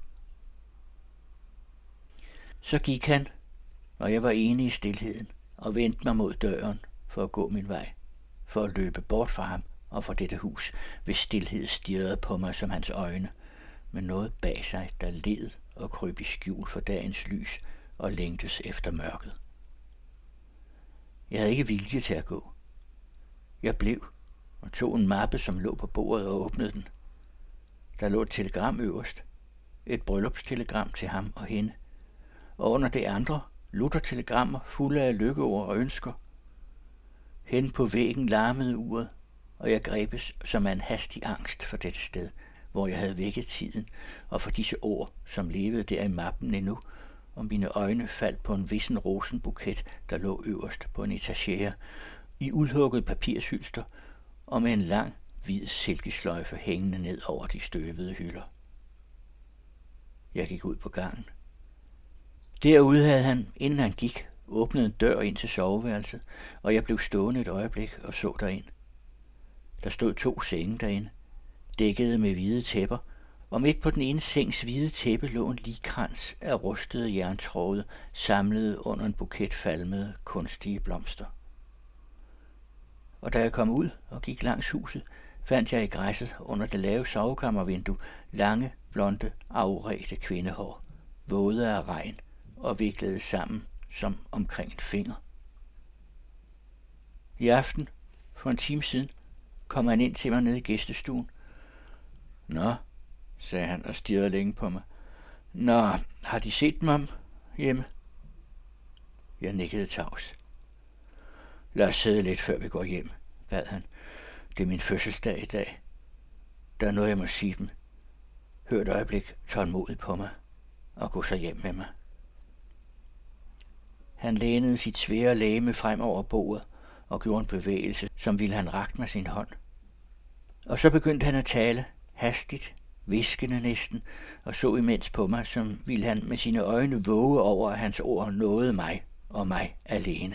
Så gik han, og jeg var ene i stilheden, og vendte mig mod døren for at gå min vej, for at løbe bort fra ham og fra dette hus, hvis stilhed stirrede på mig som hans øjne, med noget bag sig, der led og kryb i skjul for dagens lys og længtes efter mørket. Jeg havde ikke vilje til at gå. Jeg blev og tog en mappe, som lå på bordet, og åbnede den. Der lå et telegram øverst, et bryllupstelegram til ham og hende, og under det andre luttertelegrammer fulde af lykkeord og ønsker. Hen på væggen larmede uret, og jeg grebes som af en hastig angst for dette sted, hvor jeg havde vækket tiden, og for disse ord, som levede der i mappen endnu, og mine øjne faldt på en vissen rosenbuket, der lå øverst på en etagere, i udhugget papirshylster, og med en lang, hvid silkesløjfe hængende ned over de støvede hylder. Jeg gik ud på gangen. Derude havde han, inden han gik, åbnet en dør ind til soveværelset, og jeg blev stående et øjeblik og så derind. Der stod 2 senge derinde, dækkede med hvide tæpper, og midt på den ene sengs hvide tæppe lå en ligkrans af rustede jerntråde, samlet under en buket falmede, kunstige blomster. Og da jeg kom ud og gik langs huset, fandt jeg i græsset under det lave sovekammervindue lange, blonde, afredte kvindehår, våde af regn og viklede sammen som omkring en finger. I aften, for en time siden, kom han ind til mig nede i gæstestuen. Nå, sagde han og stirrede længe på mig. Nå, har de set mig hjemme? Jeg nikkede tavs. Lad os sidde lidt, før vi går hjem, bad han. Det er min fødselsdag i dag. Der er noget, jeg må sige dem. Hør et øjeblik tålmodigt på mig og gå så hjem med mig. Han lænede sit svære legeme frem over bordet og gjorde en bevægelse, som ville han rakt med sin hånd. Og så begyndte han at tale, hastigt, hviskende næsten, og så imens på mig, som ville han med sine øjne våge over, at hans ord nåede mig og mig alene.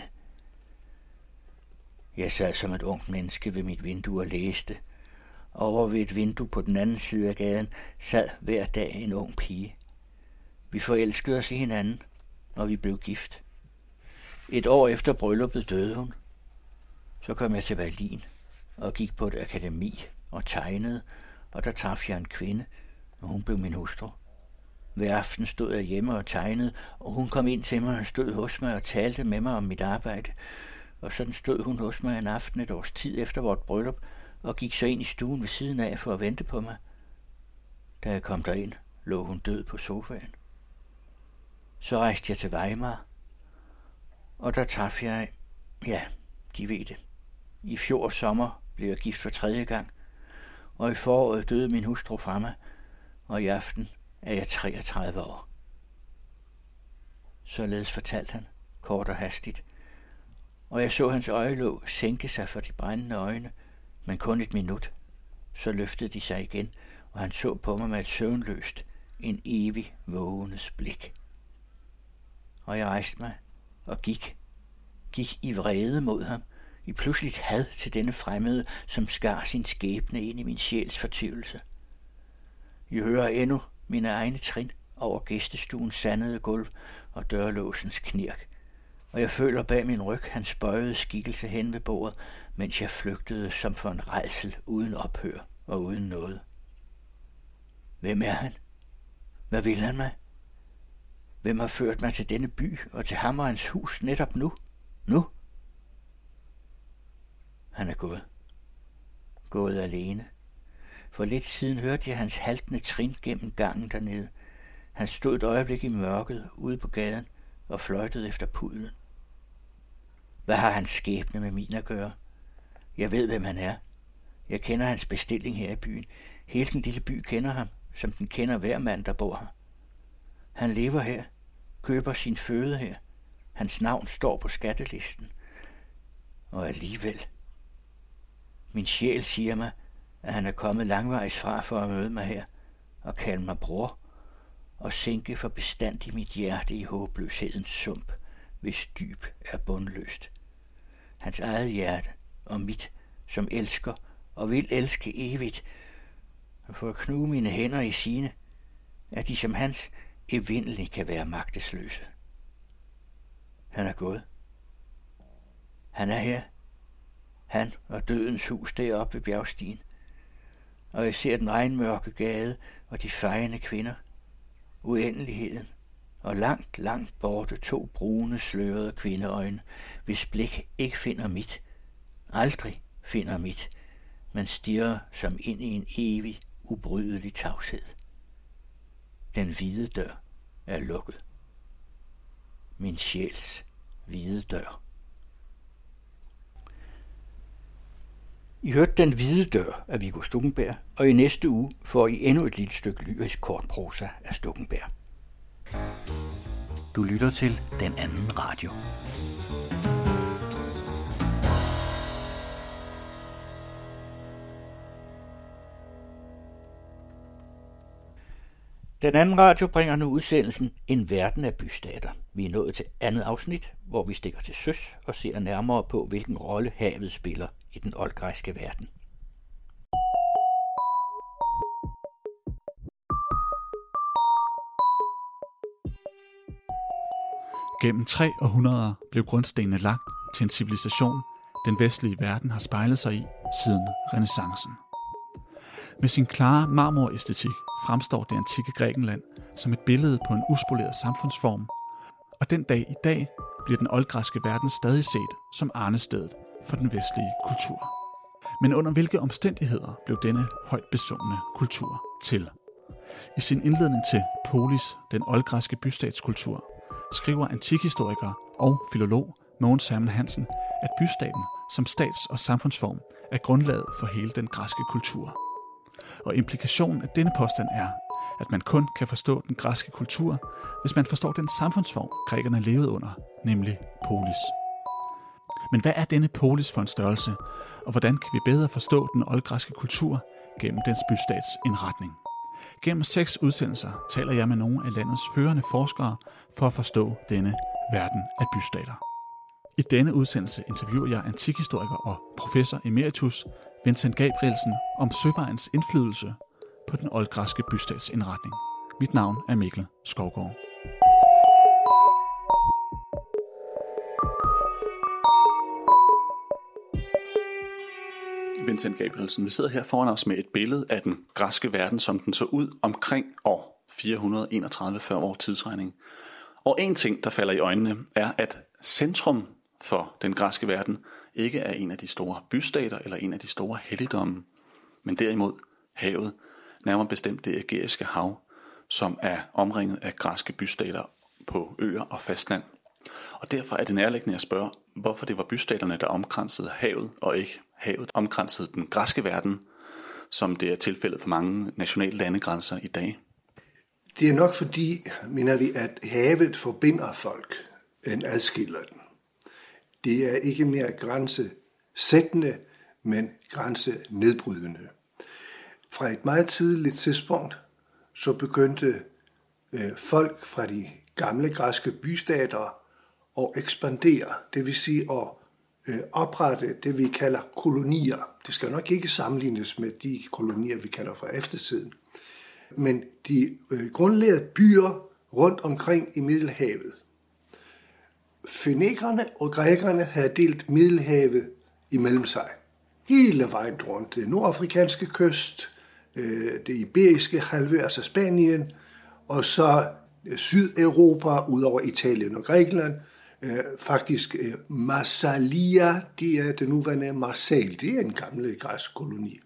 Jeg sad som et ungt menneske ved mit vindue og læste. Over ved et vindue på den anden side af gaden sad hver dag en ung pige. Vi forelskede os i hinanden, og vi blev gift. Et år efter brylluppet døde hun. Så kom jeg til Berlin og gik på et akademi og tegnede, og der traf jeg en kvinde, og hun blev min hustru. Hver aften stod jeg hjemme og tegnede, og hun kom ind til mig og stod hos mig og talte med mig om mit arbejde. Og sådan stod hun hos mig en aften et års tid efter vort bryllup, og gik så ind i stuen ved siden af for at vente på mig. Da jeg kom derind, lå hun død på sofaen. Så rejste jeg til Weimar, og der traf jeg, ja, de ved det. I fjor sommer blev jeg gift for 3. gang, og i foråret døde min hustru fra mig, og i aften er jeg 33 år. Således fortalte han, kort og hastigt, og jeg så hans øjelåg sænke sig for de brændende øjne, men kun et minut. Så løftede de sig igen, og han så på mig med et søvnløst, en evig vågenes blik. Og jeg rejste mig og gik i vrede mod ham, i pludseligt had til denne fremmede, som skar sin skæbne ind i min sjæls fortvivlelse. Jeg hører endnu mine egne trin over gæstestuens sandede gulv og dørlåsens knirk, og jeg føler bag min ryg hans bøjede skikkelse hen ved bordet, mens jeg flygtede som for en rædsel uden ophør og uden noget. Hvem er han? Hvad vil han mig? Hvem har ført mig til denne by og til ham og hans hus netop nu? Nu? Han er gået. Gået alene. For lidt siden hørte jeg hans haltende trin gennem gangen dernede. Han stod et øjeblik i mørket ude på gaden og fløjtede efter pudlen. Hvad har hans skæbne med min at gøre? Jeg ved, hvem han er. Jeg kender hans bestilling her i byen. Hele den lille by kender ham, som den kender hver mand, der bor her. Han lever her, køber sin føde her. Hans navn står på skattelisten. Og alligevel. Min sjæl siger mig, at han er kommet langvejs fra for at møde mig her, og kalde mig bror, og sænke for bestandig mit hjerte i håbløshedens sump, hvis dyb er bundløst. Hans eget hjerte og mit, som elsker og vil elske evigt, og for at knuge mine hænder i sine, at de som hans evindeligt kan være magtesløse. Han er gået. Han er her. Han og dødens hus deroppe ved bjergstien. Og jeg ser den regnmørke gade og de fejende kvinder. Uendeligheden. Og langt, langt borte 2 brune, slørede kvindeøjne, hvis blik ikke finder mit. Aldrig finder mit, men stirrer som ind i en evig, ubrydelig tavshed. Den hvide dør er lukket. Min sjæls hvide dør. I hørte Den hvide dør af Viggo Stuckenberg, og i næste uge får I endnu et lille stykke lyrisk kortprosa af Stuckenberg. Du lytter til Den Anden Radio. Den Anden Radio bringer nu udsendelsen En verden af bystater. Vi er nået til andet afsnit, hvor vi stikker til søs og ser nærmere på, hvilken rolle havet spiller i den oldgræske verden. Gennem 3 århundreder blev grundstenene lagt til en civilisation, den vestlige verden har spejlet sig i siden renæssancen. Med sin klare marmoræstetik fremstår det antikke Grækenland som et billede på en uspoleret samfundsform, og den dag i dag bliver den oldgræske verden stadig set som arnestedet for den vestlige kultur. Men under hvilke omstændigheder blev denne højt besungne kultur til? I sin indledning til Polis, den oldgræske bystatskultur, skriver antikhistoriker og filolog Mogens Hermann Hansen, at bystaten som stats- og samfundsform er grundlaget for hele den græske kultur. Og implikationen af denne påstand er, at man kun kan forstå den græske kultur, hvis man forstår den samfundsform, grækerne levede under, nemlig polis. Men hvad er denne polis for en størrelse, og hvordan kan vi bedre forstå den oldgræske kultur gennem dens bystatsindretning? Gennem 6 udsendelser taler jeg med nogle af landets førende forskere for at forstå denne verden af bystater. I denne udsendelse interviewer jeg antikhistoriker og professor emeritus Vincent Gabrielsen om søvejens indflydelse på den oldgræske bystatsindretning. Mit navn er Mikkel Skovgaard. Vincent Gabrielsen, vi sidder her foran os med et billede af den græske verden, som den så ud omkring år 431 før vores tidsregning. Og en ting, der falder i øjnene, er, at centrum for den græske verden ikke er en af de store bystater eller en af de store helligdomme, men derimod havet, nærmere bestemt det Ægæiske hav, som er omringet af græske bystater på øer og fastland. Og derfor er det nærliggende at spørge, hvorfor det var bystaterne, der omkransede havet, og ikke havet omkransede den græske verden, som det er tilfældet for mange nationale landegrænser i dag. Det er nok fordi, mener vi, at havet forbinder folk, end adskiller den. Det er ikke mere grænsesættende, men grænsenedbrydende. Fra et meget tidligt tidspunkt, så begyndte folk fra de gamle græske bystater at ekspandere, det vil sige at oprette det, vi kalder kolonier. Det skal nok ikke sammenlignes med de kolonier, vi kalder fra eftertiden. Men de grundlagde byer rundt omkring i Middelhavet. Fønikerne og grækerne havde delt Middelhavet imellem sig. Hele vejen rundt. Det nordafrikanske kyst, det iberiske halvø, altså Spanien, og så Sydeuropa, ud over Italien og Grækenland. Faktisk Massalia, det er det nuværende Marseille, det er en gammel græsk koloni.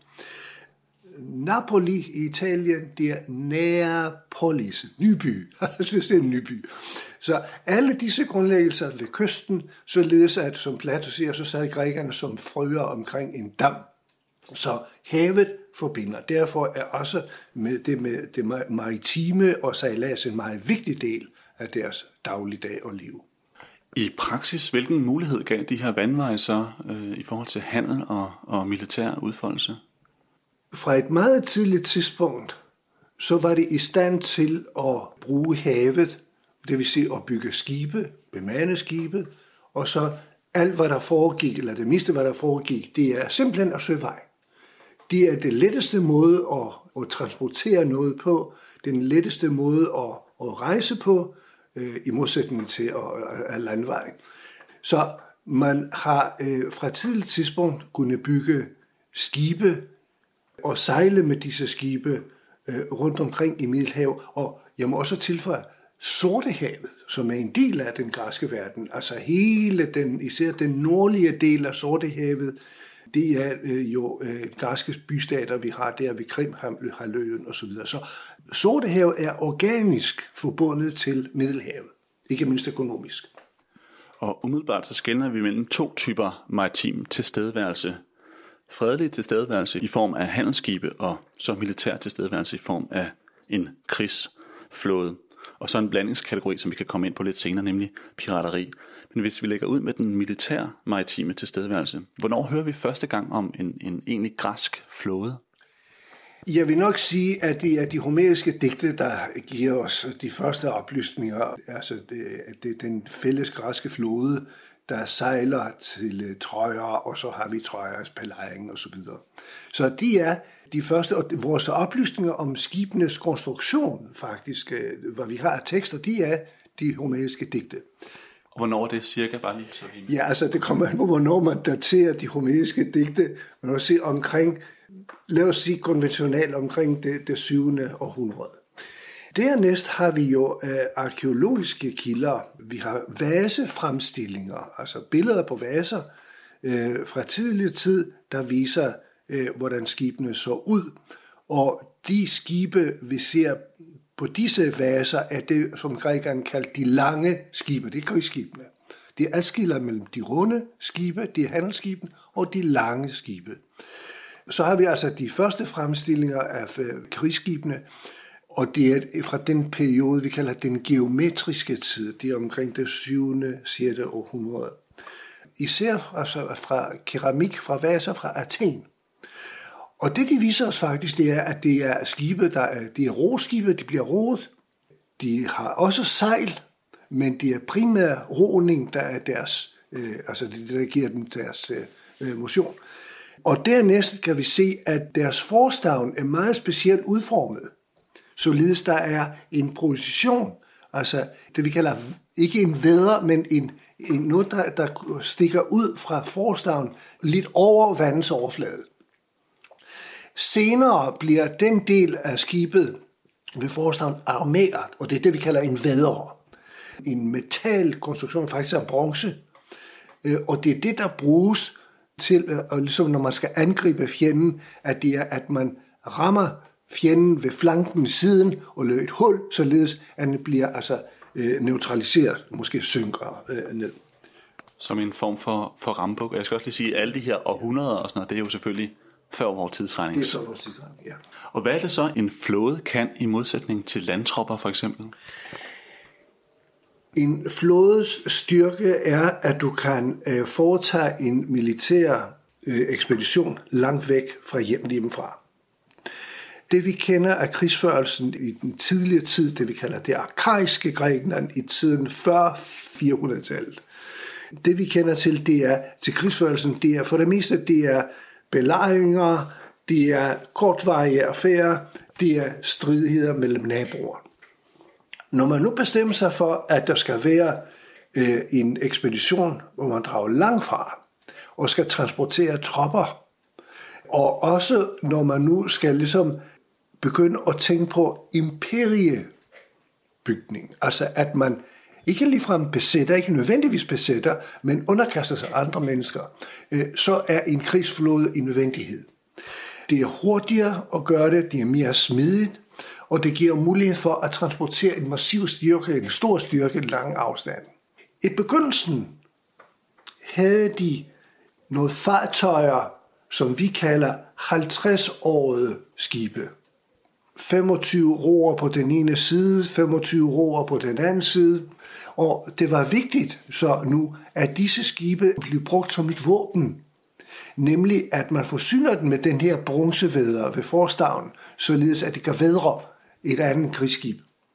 Napoli i Italien, det er Neapolis, nyby, altså en nyby. Så alle disse grundlæggelser ved kysten, således at, som Plato siger, så sad grækerne som frøer omkring en dam. Så havet forbinder. Derfor er også med det maritime og sejlads en meget vigtig del af deres dagligdag og liv. I praksis, hvilken mulighed gav de her vandveje så i forhold til handel og militær udfoldelse? Fra et meget tidligt tidspunkt, så var det i stand til at bruge havet, det vil sige at bygge skibe, bemande skibe, og så alt, hvad der foregik, eller det meste, hvad der foregik, det er simpelthen at søge vej. Det er det letteste måde at transportere noget på, den letteste måde at rejse på, i modsætning til landvejen. Så man har fra tidligt tidspunkt kunnet bygge skibe og sejle med disse skibe rundt omkring i Middelhavet, og jeg må også tilføje Sortehavet, som er en del af den græske verden, altså især den nordlige del af Sortehavet, det er jo græske bystater, vi har der ved Krimhalvøen og så videre. Så Sortehavet er organisk forbundet til Middelhavet, ikke mindst økonomisk. Og umiddelbart så skelner vi mellem 2 typer maritim tilstedeværelse. Fredelig tilstedeværelse i form af handelsskibe, og så militær tilstedeværelse i form af en krigsflåde. Og så en blandingskategori, som vi kan komme ind på lidt senere, nemlig pirateri. Men hvis vi lægger ud med den militære maritime tilstedeværelse, hvornår hører vi første gang om en egentlig græsk flåde? Jeg vil nok sige, at det er de homeriske digte, der giver os de første oplysninger. Altså det er den fælles græske flåde, der sejler til Troja, og så har vi Trojas belejring og så videre. Så de er de første, og vores oplysninger om skibenes konstruktion faktisk, hvad vi har af tekster, de er de homeriske digte. Og hvornår er det cirka, bare lige så vi... Ja, altså det kommer an på, hvornår man daterer de homeriske digte. Man vil sige omkring, lad os sige konventionelt omkring det 7. århundrede. Dernæst har vi jo arkæologiske kilder. Vi har vasefremstillinger, altså billeder på vaser, fra tidligere tid, der viser, hvordan skibene så ud. Og de skibe, vi ser på disse vaser, er det, som grækerne kaldte de lange skibe. Det er krigsskibene. De adskiller mellem de runde skibe, de handelsskibe og de lange skibe. Så har vi altså de første fremstillinger af krigsskibene, og det er fra den periode, vi kalder den geometriske tid. Det er omkring det 7. 6. århundrede. Især altså fra keramik, fra vaser fra Athen. Og det, de viser os faktisk, det er, at det er skibe, de er roskibe, de bliver roet. De har også sejl, men det er primær roning, der er deres, altså det, der giver dem deres motion. Og dernæst kan vi se, at deres forstavn er meget specielt udformet. Således der er en position, altså det vi kalder ikke en vædder, men noget, der stikker ud fra forstavn lidt over vandets overflade. Senere bliver den del af skibet ved forstavn armeret, og det er det, vi kalder en vædder. En metalkonstruktion, faktisk af bronze, og det er det, der bruges til, og ligesom når man skal angribe fjenden, at det er, at man rammer fjenden ved flanken i siden og løber et hul, således at den bliver altså neutraliseret, måske synker ned. Som en form for rambuk. Jeg skal også lige sige, at alle de her århundreder og sådan noget, det er jo selvfølgelig før vores tidsregning. Det er før vores tidsregning, ja. Og hvad er det så, en flåde kan i modsætning til landtropper for eksempel? En flådes styrke er, at du kan foretage en militær ekspedition langt væk fra hjemmefra. Det vi kender af krigsførelsen i den tidligere tid, det vi kalder det arkaiske Grækenland i tiden før 400-tallet. Det vi kender til, det er til krigsførelsen, det er for det meste, det er belejringer, det er kortvarige affærer, det er stridigheder mellem naboer. Når man nu bestemmer sig for, at der skal være en ekspedition, hvor man drager langt fra, og skal transportere tropper, og også når man nu skal ligesom begynde at tænke på imperiebygning, altså at man ikke ligefrem besætter, ikke nødvendigvis besætter, men underkaster sig andre mennesker, så er en krigsflåde en nødvendighed. Det er hurtigere at gøre det, det er mere smidigt, og det giver mulighed for at transportere en massiv styrke, en stor styrke, en lang afstand. I begyndelsen havde de nogle fartøjer, som vi kalder 50-årige skibe. 25 roer på den ene side, 25 roer på den anden side. Og det var vigtigt så nu, at disse skibe blev brugt som et våben. Nemlig at man forsyner den med den her bronzevædder ved forstavnen, således at det kan vædre et andet krigsskib.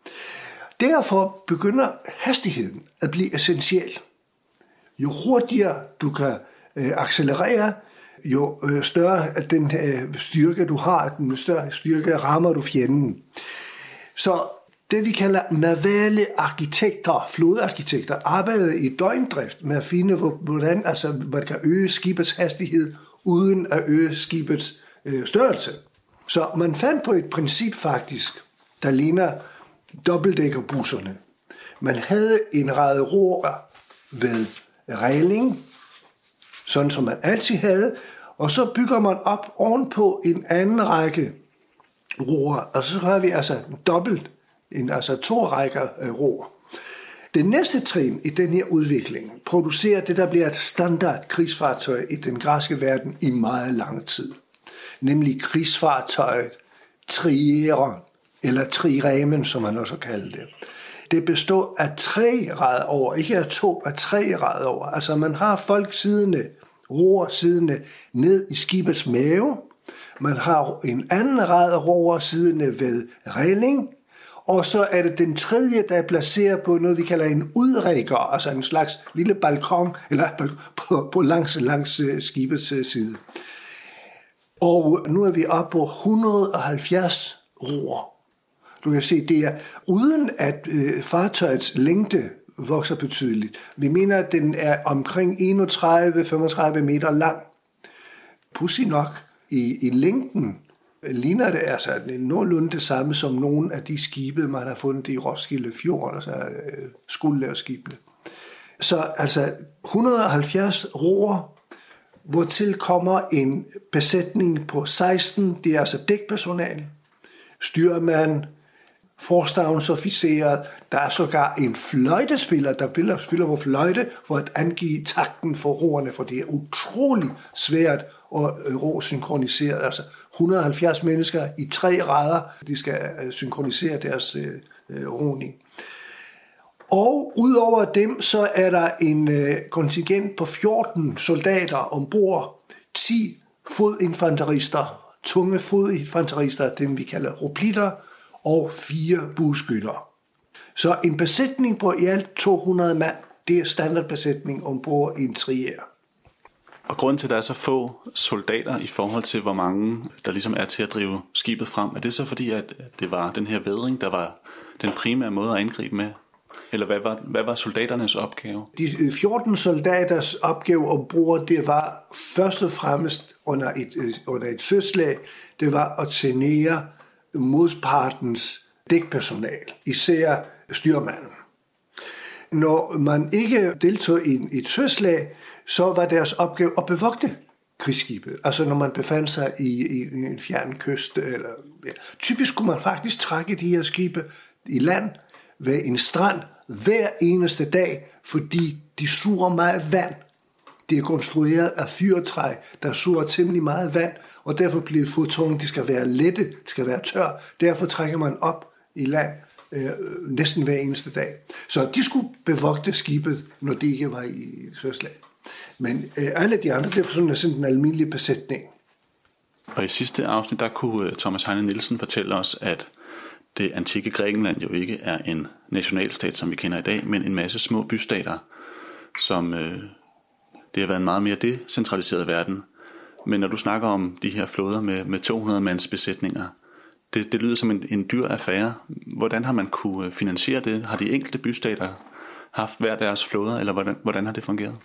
Derfor begynder hastigheden at blive essentiel. Jo hurtigere du kan accelerere, jo større den styrke du har, den større styrke rammer du fjenden. Så det vi kalder navale arkitekter, flådearkitekter, arbejder i døgndrift med at finde, hvordan man kan øge skibets hastighed, uden at øge skibets størrelse. Så man fandt på et princip faktisk, der ligner dobbeltdækkerbusserne. Man havde en række roer ved regling, sådan som man altid havde, og så bygger man op ovenpå en anden række roer, og så har vi altså dobbelt, altså 2 rækker roer. Det næste trin i den her udvikling producerer det, der bliver et standard krigsfartøj i den græske verden i meget lang tid. Nemlig krigsfartøjet Trieren, eller triremen, som man også kalder det. Det består af 3 rader over, ikke af 2, af 3 rader over. Altså man har folk siddende, roer siddende ned i skibets mave. Man har en anden rad af roer siddende ved regling. Og så er det den tredje, der er placeret på noget, vi kalder en udrækker, altså en slags lille balkon, eller på langs skibets side. Og nu er vi oppe på 170 roer. Du kan se, det er uden at fartøjets længde vokser betydeligt. Vi mener, at den er omkring 31-35 meter lang. Pudsigt nok, i længden ligner det altså nogenlunde det samme som nogle af de skibe, man har fundet i Roskilde Fjord, altså skuldlærskibene. Så altså 170 roer, hvortil kommer en besætning på 16, det er altså dækpersonal, styrmand, forstavnsofficerer, der er sågar en fløjtespiller, der spiller på fløjte for at angive takten for roerne, for det er utrolig svært at ro synkroniseret. Altså 170 mennesker i 3 rader, de skal synkronisere deres roning. Og udover dem, så er der en kontingent på 14 soldater ombord, 10 fodinfanterister, tunge fodinfanterister, dem vi kalder hoplitter, og 4 bueskytter. Så en besætning på i alt 200 mand, det er standardbesætning ombord i en trier. Og grunden til, at der er så få soldater i forhold til, hvor mange der ligesom er til at drive skibet frem, er det så fordi, at det var den her vædring, der var den primære måde at angribe med? Eller hvad var soldaternes opgave? De 14 soldaters opgave ombord, det var først og fremmest under et søslag, det var at genere modpartens dækpersonal, især styrmanden. Når man ikke deltog i et søslag, så var deres opgave at bevogte krigsskibet. Altså når man befandt sig i en fjern kyst. Eller, ja. Typisk kunne man faktisk trække de her skibe i land ved en strand hver eneste dag, fordi de suger meget vand. Det er konstrueret af fyrretræ, der suger temmelig meget vand, og derfor bliver fodtungen, de skal være lette, de skal være tør. Derfor trækker man op i land næsten hver eneste dag. Så de skulle bevogte skibet, når de ikke var i søslag. Men alle de andre, det var sådan en almindelig besætning. Og i sidste afsnit, der kunne Thomas Heine Nielsen fortælle os, at det antikke Grækenland jo ikke er en nationalstat, som vi kender i dag, men en masse små bystater, som det har været en meget mere decentraliseret verden. Men når du snakker om de her flåder med 200 mands besætninger, det lyder som en dyr affære. Hvordan har man kunne finansiere det? Har de enkelte bystater haft hver deres flåder, eller hvordan har det fungeret?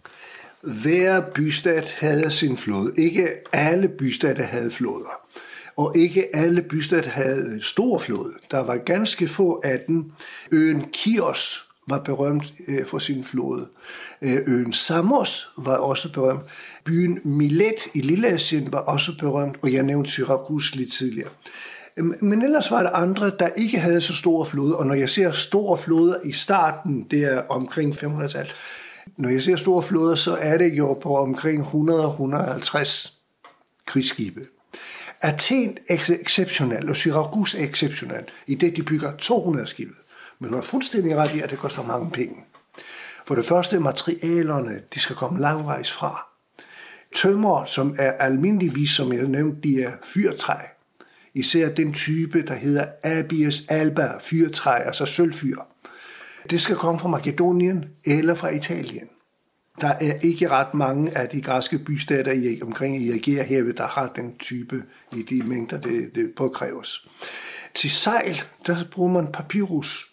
Hver bystat havde sin flåde. Ikke alle bystater havde flåder. Og ikke alle bystater havde store flåde. Der var ganske få af dem. Øen Kios var berømt for sin flåde. Øen Samos var også berømt. Byen Milet i Lilleasien var også berømt, og jeg nævnte Syrakus lidt tidligere. Men ellers var der andre, der ikke havde så store flåder, og når jeg ser store flåder i starten, det er omkring 500-tallet, når jeg ser store flåder, så er det jo på omkring 100-150 krigsskibe. Athen er exceptionelt, og Syrakus er exceptionelt, i det de bygger 200 skibe. Men man er fuldstændig ret i, at det koster mange penge. For det første, materialerne, de skal komme langvejs fra. Tømmer, som er almindeligvis, som jeg nævnte, de er fyrtræ. Især den type, der hedder Abies alba fyrtræ, altså sølvfyr. Det skal komme fra Makedonien eller fra Italien. Der er ikke ret mange af de græske bystater omkring i Ægæerhavet, der har den type i de mængder, det påkræves. Til sejl, der bruger man papyrus.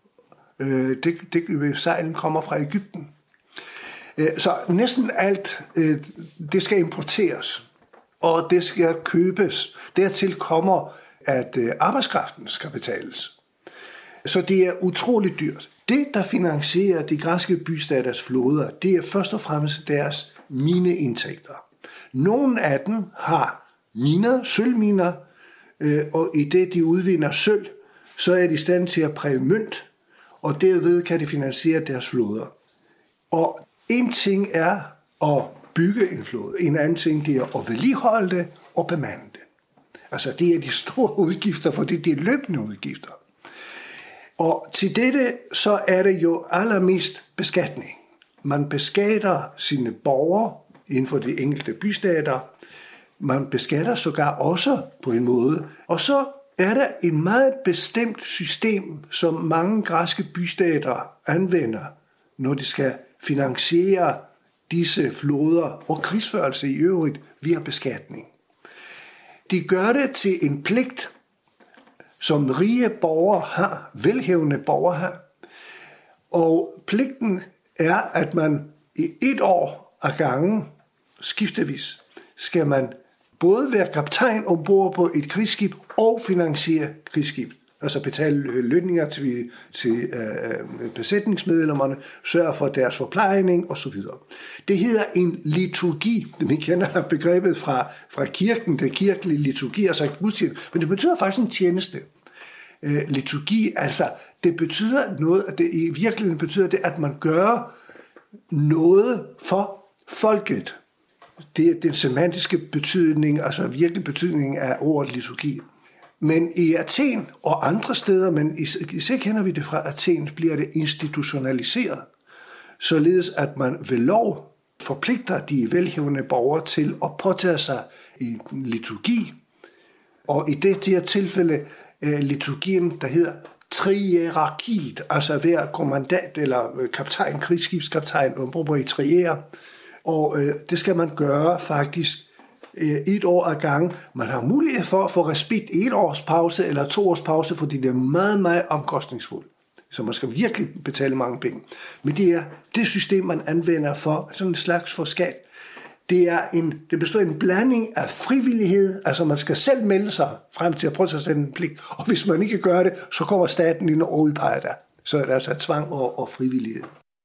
Sejlen kommer fra Egypten. Så næsten alt, det skal importeres, og det skal købes. Dertil kommer, at arbejdskraften skal betales. Så det er utroligt dyrt. Det, der finansierer de græske bystaters flåder, det er først og fremmest deres mineindtægter. Nogle af dem har miner, sølvminer, og i det, de udvinder sølv, så er de i stand til at præge mønt, og derved kan de finansiere deres flåder. Og en ting er at bygge en flåde, en anden ting det er at vedligeholde det og bemande det. Altså det er de store udgifter, for det er løbende udgifter. Og til dette, så er det jo allermest beskatning. Man beskatter sine borgere inden for de enkelte bystater. Man beskatter sågar også på en måde. Og så er der et meget bestemt system, som mange græske bystater anvender, når de skal finansiere disse flåder og krigsførelse i øvrigt via beskatning. De gør det til en pligt, som rige borgere har, velhævende borgere har. Og pligten er, at man i 1 år ad gangen, skiftevis, skal man både være kaptajn ombord på et krigsskib og finansiere krigsskib. altså betale lønninger til besætningsmedlemmerne, sørge for deres forplejning osv. Det hedder en liturgi. Vi kender begrebet fra kirken, det kirkelige liturgi, altså men det betyder faktisk en tjeneste. Liturgi, altså det betyder noget, at det i virkeligheden betyder det, at man gør noget for folket. Det er den semantiske betydning, altså virkelig betydningen af ordet liturgi. Men i Athen og andre steder, men især kender vi det fra Athen, bliver det institutionaliseret, således at man ved lov forpligter de velhavende borgere til at påtage sig en liturgi. Og i det her tilfælde liturgien, der hedder trierarkiet, altså hver kommandant eller kaptajn, krigsskibskaptajn, bruger i trier. Og det skal man gøre faktisk 1 år ad gang. Man har mulighed for at få respit 1 års pause eller 2 års pause, fordi det er meget, meget omkostningsfuldt. Så man skal virkelig betale mange penge. Men det er det system, man anvender for sådan en slags for skat. Det består af en blanding af frivillighed, altså man skal selv melde sig frem til at prøve at sende en pligt, og hvis man ikke gør det, så kommer staten ind og udpeger dig. Så er det altså tvang og frivillighed.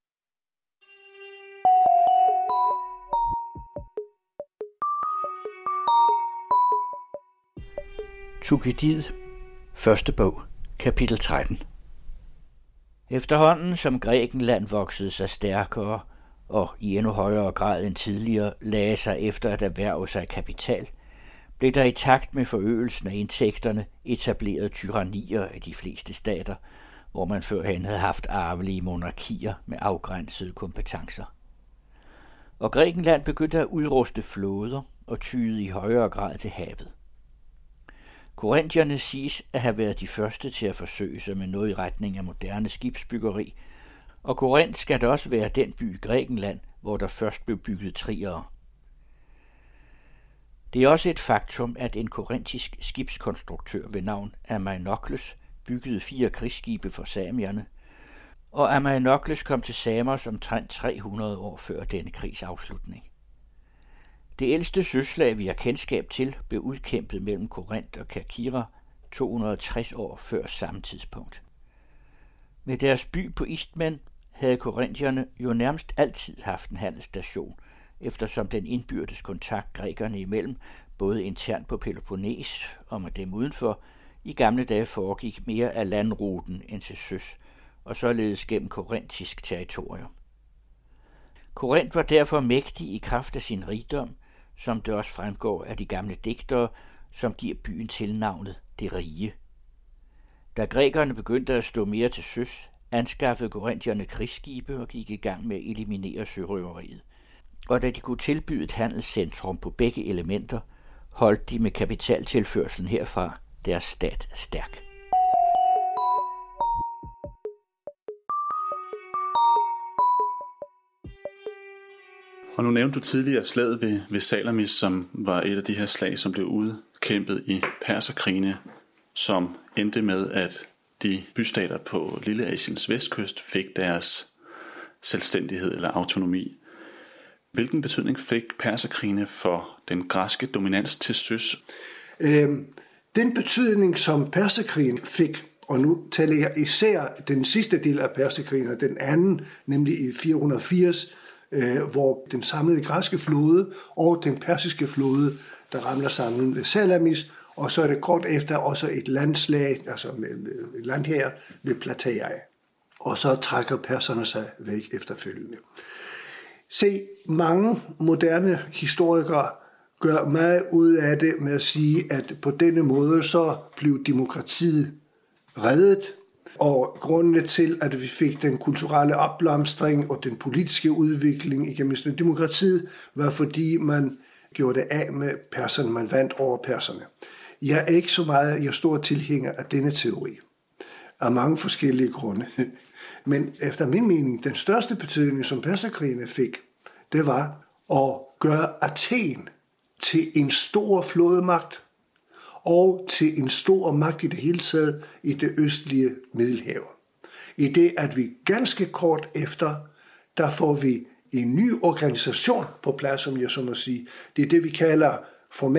Thukydides, første bog, kapitel 13. Efterhånden som Grækenland voksede sig stærkere og i endnu højere grad end tidligere lagde sig efter at erhverve sig kapital, blev der i takt med forøgelsen af indtægterne etableret tyrannier i de fleste stater, hvor man førhen havde haft arvelige monarkier med afgrænsede kompetencer. Og Grækenland begyndte at udruste flåder og tyede i højere grad til havet. Korintierne siges at have været de første til at forsøge sig med noget i retning af moderne skibsbyggeri, og Korinth skal da også være den by i Grækenland, hvor der først blev bygget triere. Det er også et faktum, at en korintisk skibskonstruktør ved navn Ameinokles byggede 4 krigsskibe for samierne, og Ameinokles kom til Samos omtrent 300 år før denne krigs afslutning. Det ældste søslag, vi har kendskab til, blev udkæmpet mellem Korinth og Kerkyra 260 år før samme tidspunkt. Med deres by på Istmen havde korintierne jo nærmest altid haft en handelsstation, eftersom den indbyrdes kontakt grækerne imellem, både internt på Peloponnes og med dem udenfor, i gamle dage foregik mere af landruten end til søs, og således gennem korintisk territorium. Korinth var derfor mægtig i kraft af sin rigdom, som det også fremgår af de gamle digtere, som giver byen tilnavnet Det Rige. Da grækerne begyndte at stå mere til søs, anskaffede korintierne krigsskibe og gik i gang med at eliminere sørøveriet. Og da de kunne tilbyde et handelscentrum på begge elementer, holdt de med kapitaltilførselen herfra deres stat stærk. Og nu nævnte du tidligere slaget ved Salamis, som var et af de her slag, som blev udkæmpet i perserkrigene, som endte med, at de bystater på Lilleasiens vestkyst fik deres selvstændighed eller autonomi. Hvilken betydning fik perserkrigene for den græske dominans til søs? Den betydning, som perserkrigen fik, og nu taler jeg især den sidste del af perserkrigen, og den anden, nemlig i 480, hvor den samlede græske flåde og den persiske flåde, der ramler sammen ved Salamis, og så er det kort efter også et landslag, altså med et landhær ved Plataea. Og så trækker perserne sig væk efterfølgende. Se, mange moderne historikere gør meget ud af det med at sige, at på denne måde så blev demokratiet reddet, og grundene til, at vi fik den kulturelle opblomstring og den politiske udvikling igennem demokratiet, var fordi man gjorde det af med perserne, man vandt over perserne. Jeg er ikke så meget, jeg er stor tilhænger af denne teori, af mange forskellige grunde. Men efter min mening, den største betydning, som perserkrigene fik, det var at gøre Athen til en stor flådemagt, og til en stor magt i det hele taget i det østlige Middelhav. I det, at vi ganske kort efter, der får vi en ny organisation på plads, som jeg så må sige. Det er det, vi kalder formalt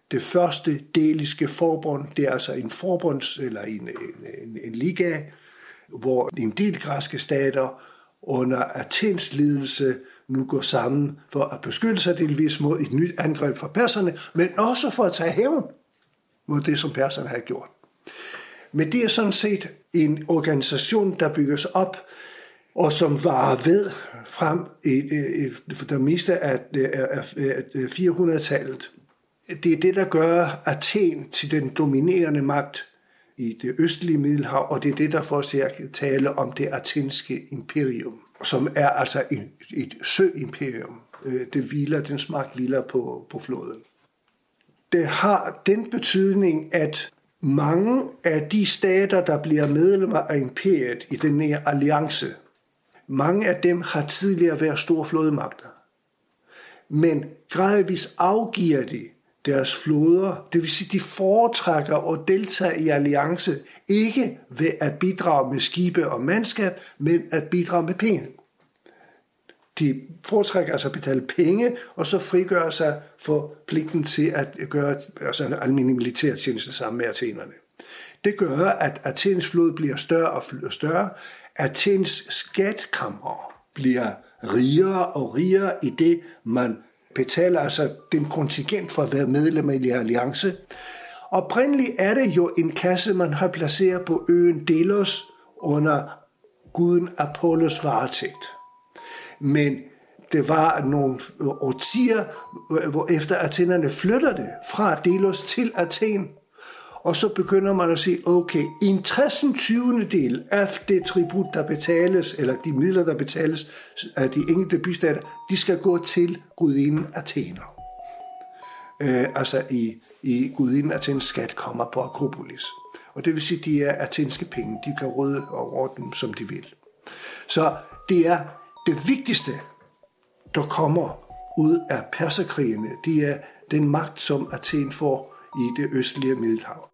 det første deliske forbund. Det er altså en forbunds eller en liga, hvor en del græske stater under Athens ledelse nu går sammen for at beskytte sig delvis mod et nyt angreb fra perserne, men også for at tage hævn mod det, som perserne har gjort. Men det er sådan set en organisation, der bygges op, og som varer ved frem for det meste af 400-tallet. Det er det, der gør Athen til den dominerende magt i det østlige Middelhav, og det er det, der får os til at tale om det athenske imperium, som er altså et søimperium. Dens magt hviler på floden. Det har den betydning, at mange af de stater, der bliver medlemmer af imperiet i den her alliance, mange af dem har tidligere været store flådemagter. Men gradvist afgiver de deres flåder, det vil sige, de foretrækker at deltage i alliance, ikke ved at bidrage med skibe og mandskab, men at bidrage med penge. De foretrækker altså at betale penge, og så frigøre sig for pligten til at gøre en almindelig militærtjeneste sammen med athenerne. Det gør, at Athens flåde bliver større og større. Athens skatkammer bliver rigere og rigere i det, man betaler altså den kontingent for at være medlem af en alliance. Oprindeligt er det jo en kasse, man har placeret på øen Delos under guden Apollos varetægt. Men det var nogle årtier, hvor efter athenerne flytter det fra Delos til Athen, og så begynder man at sige, okay, en 60/20 af det tribut, der betales, eller de midler, der betales af de enkelte bystater, de skal gå til gudinden Athener. Altså i gudinden Athens skat kommer på Akropolis. Og det vil sige, at de er athenske penge. De kan råde over dem, som de vil. Så det er det vigtigste, der kommer ud af perserkrigene. Det er den magt, som Athen får i det østlige Middelhav.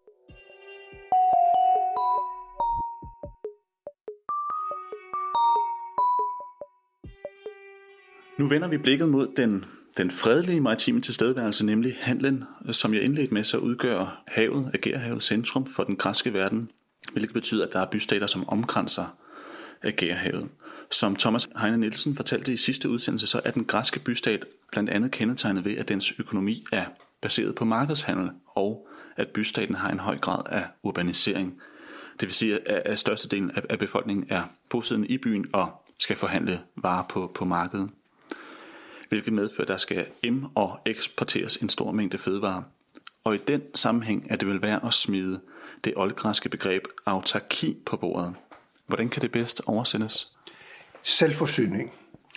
Nu vender vi blikket mod den fredelige maritime tilstedeværelse, nemlig handlen, som jeg indledte med, så udgør havet, Ægæerhavet, centrum for den græske verden, hvilket betyder, at der er bystater, som omkranser Ægæerhavet. Som Thomas Heine Nielsen fortalte i sidste udsendelse, så er den græske bystat blandt andet kendetegnet ved, at dens økonomi er baseret på markedshandel, og at bystaten har en høj grad af urbanisering. Det vil sige, at størstedelen af befolkningen er bosiddende i byen og skal forhandle varer på markedet, hvilket medfører, at der skal og eksporteres en stor mængde fødevarer. Og i den sammenhæng er det vel værd at smide det oldgræske begreb autarki på bordet. Hvordan kan det bedst oversættes? Selvforsyning.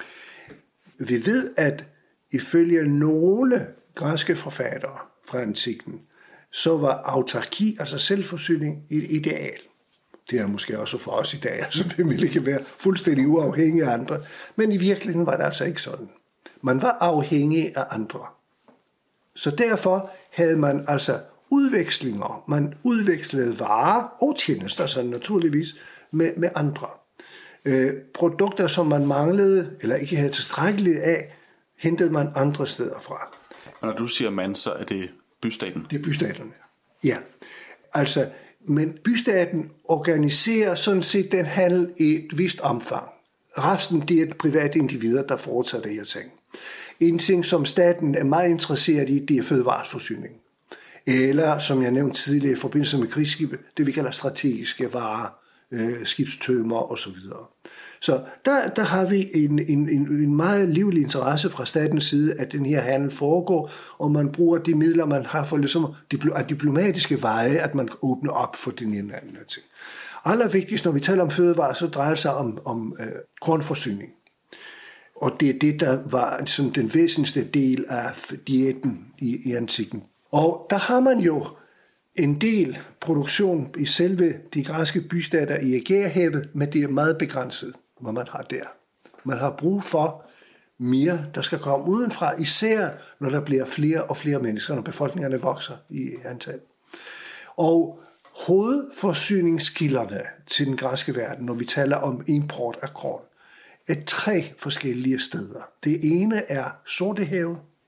Vi ved, at ifølge nogle græske forfattere fra antikken, så var autarki, altså selvforsyning, et ideal. Det er måske også for os i dag, altså vi vil ikke være fuldstændig uafhængige af andre. Men i virkeligheden var det altså ikke sådan. Man var afhængig af andre. Så derfor havde man altså udvekslinger. Man udvekslede varer og tjenester, så naturligvis, med andre. Produkter, som man manglede, eller ikke havde tilstrækkeligt af, hentede man andre steder fra. Og når du siger man, så er det bystaten? Det er bystaterne, ja. Altså, men bystaten organiserer sådan set den handel i et vist omfang. Resten, det er private individer, der foretager det her ting. En ting, som staten er meget interesseret i, det er fødevareforsyning. Eller, som jeg nævnte tidligere, i forbindelse med krigsskibe, det vi kalder strategiske varer, skibstømmer osv. Så der har vi en meget livlig interesse fra statens side, at den her handel foregår, og man bruger de midler, man har for ligesom af diplomatiske veje, at man åbner op for den ene anden ting. Allervigtigst, når vi taler om fødevarer, så drejer det sig om kornforsyning. Og det er det, der var ligesom den væsentligste del af diæten i antikken. Og der har man jo en del produktion i selve de græske bystater i Ægæerhavet, men det er meget begrænset, hvad man har der. Man har brug for mere, der skal komme udenfra, især når der bliver flere og flere mennesker, når befolkningerne vokser i antal. Og hovedforsyningskilderne til den græske verden, når vi taler om import af korn, er 3 forskellige steder. Det ene er Sortehavet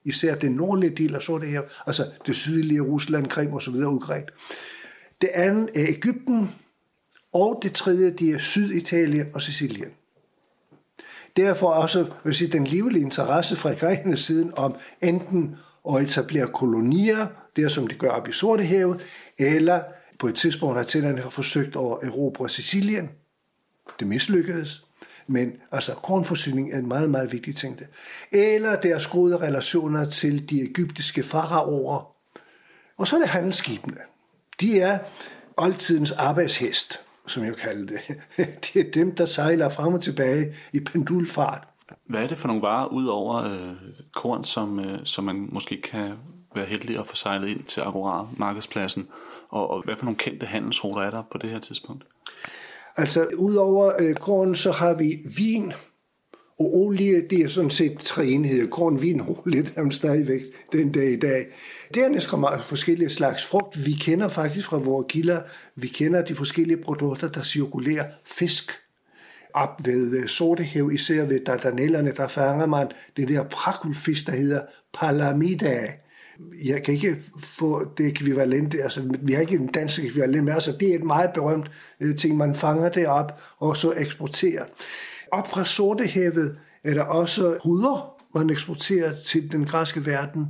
især den nordlige del af Sortehavet, altså det sydlige Rusland, Krim og så videre, Ukraine. Det andet er Egypten, og det tredje, det er Syditalien og Sicilien. Derfor også vil sige, den livlige interesse fra grækernes siden om enten at etablere kolonier, der som de gør op i Sortehavet, eller på et tidspunkt har Athenerne forsøgt at erobre Sicilien. Det mislykkedes. Men altså, kornforsyning er en meget, meget vigtig ting. Eller deres gode relationer til de egyptiske faraoer. Og så er det handelsskibene. De er oldtidens arbejdshest, som jeg kalder det. Det er dem, der sejler frem og tilbage i pendulfart. Hvad er det for nogle varer, ud over korn, som man måske kan være heldig at få sejlet ind til Agora, markedspladsen? Og hvad for nogle kendte handelsruter er der på det her tidspunkt? Altså, udover korn, så har vi vin og olie. Det er sådan set tre enheder. Korn, vin og olie, der er stadigvæk den dag i dag. Dernæst kommer forskellige slags frugt. Vi kender faktisk fra vores kilder, vi kender de forskellige produkter, der cirkulerer. Fisk. Op ved Sortehavet, især ved Dardanellerne, der fanger man det der prakulfisk, der hedder Palamida. Jeg kan ikke få det ekvivalent, altså vi har ikke en dansk ekvivalent, men altså det er et meget berømt ting, man fanger det op og så eksporterer. Op fra Sortehavet er der også ruder, man eksporterer til den græske verden,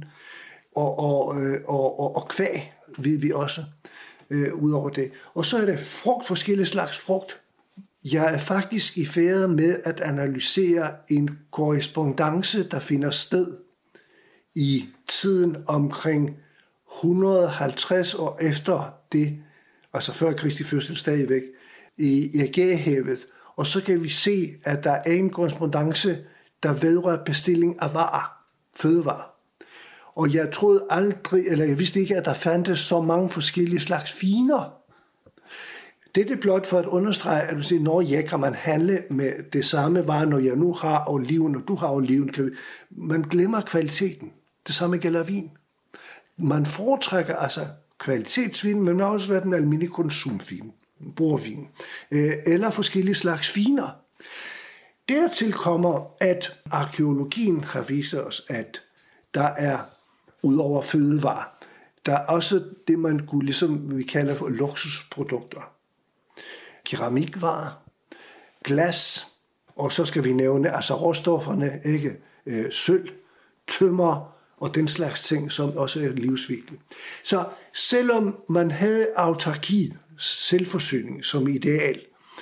og kvæg ved vi også ud over det. Og så er der frugt, forskellige slags frugt. Jeg er faktisk i færd med at analysere en korrespondance, der finder sted i tiden omkring 150 år efter det, altså før Kristi fødsel stadigvæk, i Ægæerhavet. Og så kan vi se, at der er en korrespondance, der vedrører bestilling af varer, fødevarer. Og jeg troede aldrig, eller jeg vidste ikke, at der fandtes så mange forskellige slags viner. Det er blot for at understrege, at du siger, når jeg kan man handle med det samme varer, når jeg nu har oliven, og du har oliven. Man glemmer kvaliteten. Det samme gælder vin. Man foretrækker altså kvalitetsvin, men også hvad den almindelige konsumvin, bordvin, eller forskellige slags viner. Dertil kommer, at arkæologien har vist os, at der er, ud over fødevarer, der er også det, man kunne, ligesom vi kalder for luksusprodukter. Keramikvarer, glas, og så skal vi nævne altså råstofferne, ikke? Sølv, tømmer og den slags ting, som også er livsvigtigt. Så selvom man havde autarki, selvforsyning som ideal,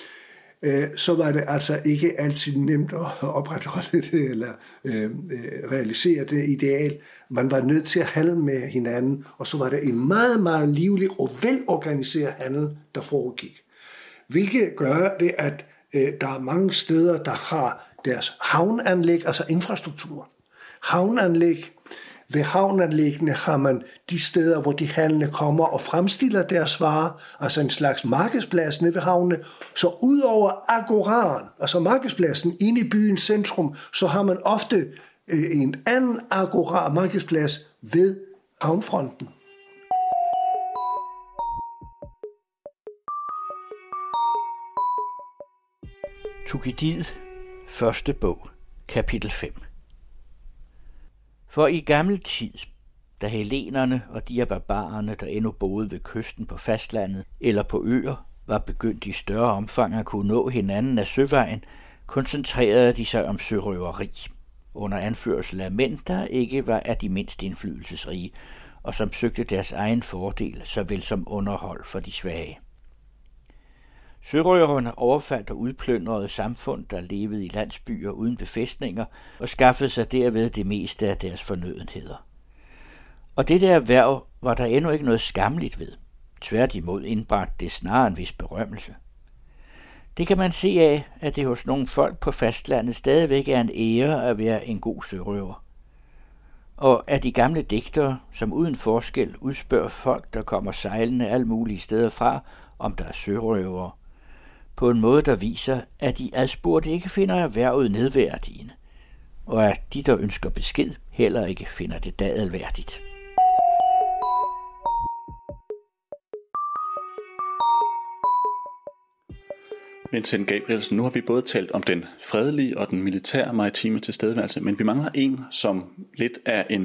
så var det altså ikke altid nemt at opretholde det eller realisere det ideal. Man var nødt til at handle med hinanden, og så var det en meget, meget livlig og velorganiseret handel, der foregik. Hvilket gør det, at der er mange steder, der har deres havneanlæg, altså infrastruktur. Havneanlæg. Ved havneanlæggene har man de steder, hvor de handlende kommer og fremstiller deres varer, altså en slags markedsplads nede ved havnene. Så ud over agoraen, altså markedspladsen inde i byens centrum, så har man ofte en anden agora, markedsplads ved havnfronten. Thukydid, første bog, kapitel 5. For i gammel tid, da hellenerne og de af barbarerne, der endnu boede ved kysten på fastlandet eller på øer, var begyndt i større omfang at kunne nå hinanden af søvejen, koncentrerede de sig om sørøveri, under anførsel af mænd, der ikke var af de mindst indflydelsesrige, og som søgte deres egen fordel, såvel som underhold for de svage. Sørøverne overfaldt og udplyndrede samfund, der levede i landsbyer uden befæstninger, og skaffede sig derved det meste af deres fornødenheder. Og dette erhverv var der endnu ikke noget skamligt ved. Tværtimod indbragte det snarere en vis berømmelse. Det kan man se af, at det hos nogle folk på fastlandet stadigvæk er en ære at være en god sørøver. Og af de gamle digtere, som uden forskel udspørger folk, der kommer sejlende alle mulige steder fra, om der er sørøvere, på en måde, der viser, at de adspurgte ikke finder erhvervet nedværdigende, og at de, der ønsker besked, heller ikke finder det dadelværdigt. Vincent Gabrielsen, nu har vi både talt om den fredelige og den militære maritime tilstedeværelse, men vi mangler en, som lidt er en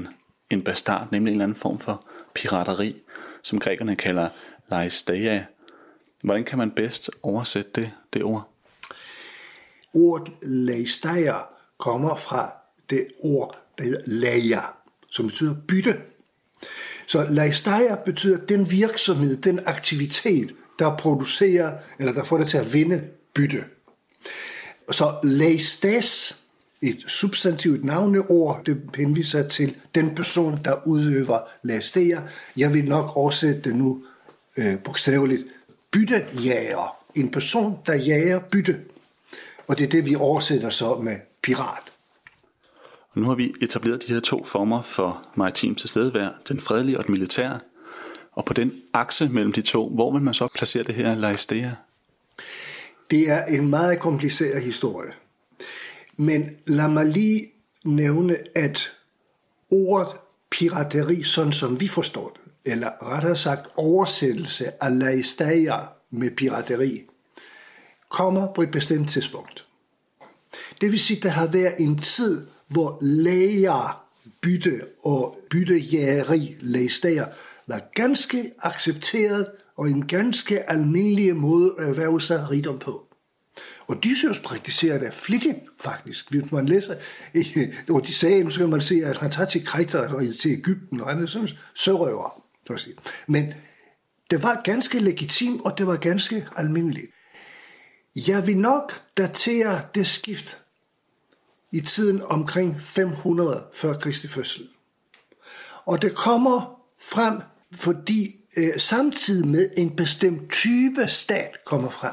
en bastard, nemlig en eller anden form for pirateri, som grækerne kalder laisteia. Hvordan kan man bedst oversætte det ord? Ordet laisteia kommer fra det ord, der hedder laia, som betyder bytte. Så laisteia betyder den virksomhed, den aktivitet, der producerer, eller der får det til at vinde bytte. Så laistes, et substantivt navneord, det henviser til den person, der udøver laisteia. Jeg vil nok oversætte det nu bogstaveligt. Byttejager. En person, der jager bytte. Og det er det, vi oversætter så med pirat. Og nu har vi etableret de her to former for maritim tilstedevær, den fredelige og den militære. Og på den akse mellem de to, hvor vil man så placere det her laisteia? Det er en meget kompliceret historie. Men lad mig lige nævne, at ordet pirateri, sådan som vi forstår det, eller rettere sagt oversættelse af laisteia med pirateri, kommer på et bestemt tidspunkt. Det vil sige, at der har været en tid, hvor lager, bytte og byttejægeri, laisteia, var ganske accepteret og en ganske almindelig måde at erhverve sig rigdom på. Og Odysseus praktiserer det flittigt, faktisk. Hvis man læser Odysseum, så kan man se, at han tager til Kreta og til Egypten, og han er sådan sørøver. Men det var ganske legitimt, og det var ganske almindeligt. Jeg vil nok datere det skift i tiden omkring 500 før Kristi fødsel. Og det kommer frem, fordi samtidig med en bestemt type stat kommer frem.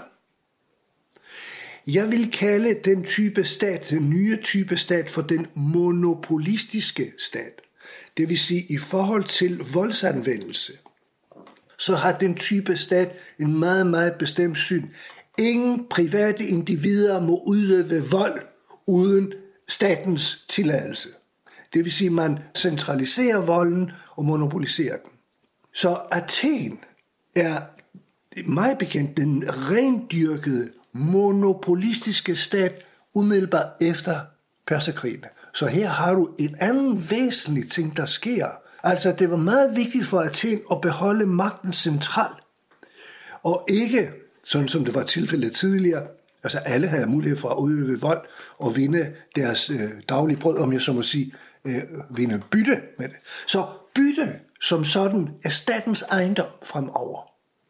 Jeg vil kalde den type stat, den nye type stat, for den monopolistiske stat. Det vil sige, i forhold til voldsanvendelse, så har den type stat en meget, meget bestemt syn. Ingen private individer må udøve vold uden statens tilladelse. Det vil sige, at man centraliserer volden og monopoliserer den. Så Athen er meget bekendt den rendyrkede monopolistiske stat umiddelbart efter perserkrigene. Så her har du en anden væsentlig ting, der sker. Altså, det var meget vigtigt for Athen at beholde magten centralt, og ikke, sådan som det var tilfældet tidligere, altså alle havde mulighed for at udøve vold og vinde deres daglige brød, om jeg så må sige, vinde bytte med det. Så bytte som sådan er statens ejendom fremover.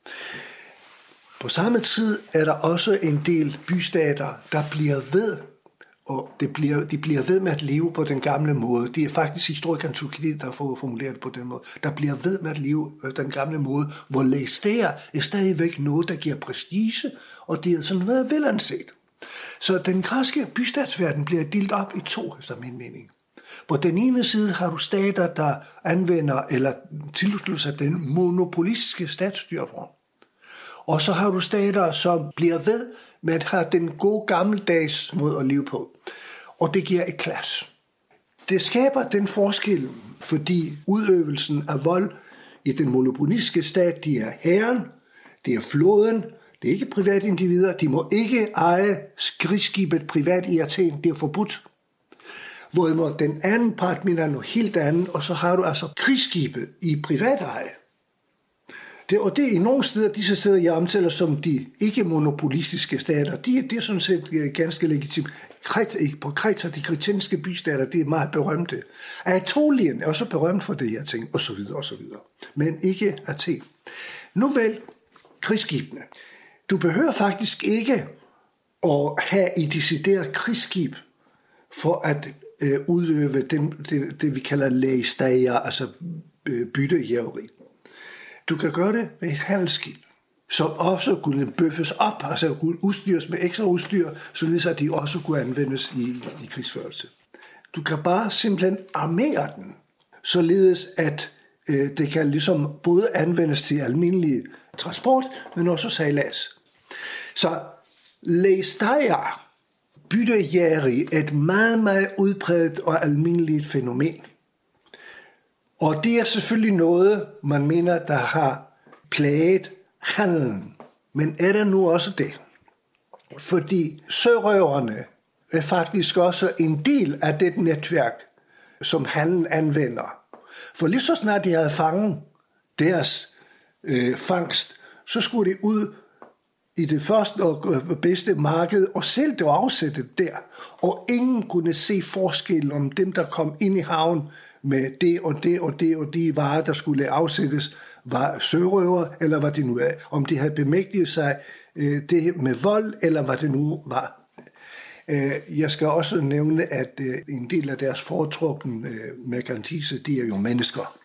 På samme tid er der også en del bystater, der bliver ved, og de bliver ved med at leve på den gamle måde. Det er faktisk historikeren Thukydides, der får formuleret det på den måde. Der bliver ved med at leve den gamle måde, hvor laisteia er stadigvæk noget, der giver prestige, og det er sådan været velanset. Så den græske bystatsverden bliver delt op i to, efter min mening. På den ene side har du stater, der anvender eller tilslutter sig den monopolistiske statsstyreform. Og så har du stater, som bliver ved med at have den gode gammeldags måde at leve på. Og det giver et klasse. Det skaber den forskel, fordi udøvelsen af vold i den monopolistiske stat, de er herren, det er flåden, det er ikke private individer, de må ikke eje krigsskibet privat i Athen, det er forbudt. Hvorimod den anden part mener noget helt andet, og så har du altså krigsskibet i privat eje. Og det er i nogle steder, disse steder, jeg omtaler som de ikke-monopolistiske stater, det er sådan set ganske legitimt. På Kreta, de kretenske bystater, det er meget berømte. Anatolien er også berømt for det her ting, osv. Men ikke Athen. Nu vel, krigsskibene. Du behøver faktisk ikke at have et decideret krigsskib for at udøve det vi kalder laisteia, altså byttejægeri. Du kan gøre det med et handelsskib, som også kunne bøffes op, altså kunne udstyres med ekstra udstyr, således at de også kunne anvendes i krigsførelse. Du kan bare simpelthen armere den, således at det kan ligesom både anvendes til almindelig transport, men også sejlads. Så laisteia, byttejægeri, er et meget, meget udbredt og almindeligt fænomen. Og det er selvfølgelig noget, man mener, der har plaget handelen. Men er der nu også det? Fordi sørøverne er faktisk også en del af det netværk, som handelen anvender. For lige så snart de havde fanget deres fangst, så skulle de ud i det første og bedste marked og sælge det og afsætte det der. Og ingen kunne se forskellen om dem, der kom ind i havn med det og det og det og de varer, der skulle afsættes, var sørøver, eller hvad det nu er. Om de havde bemægtiget sig det med vold, eller hvad det nu var. Jeg skal også nævne, at en del af deres foretrukne merkantise, de er jo mennesker.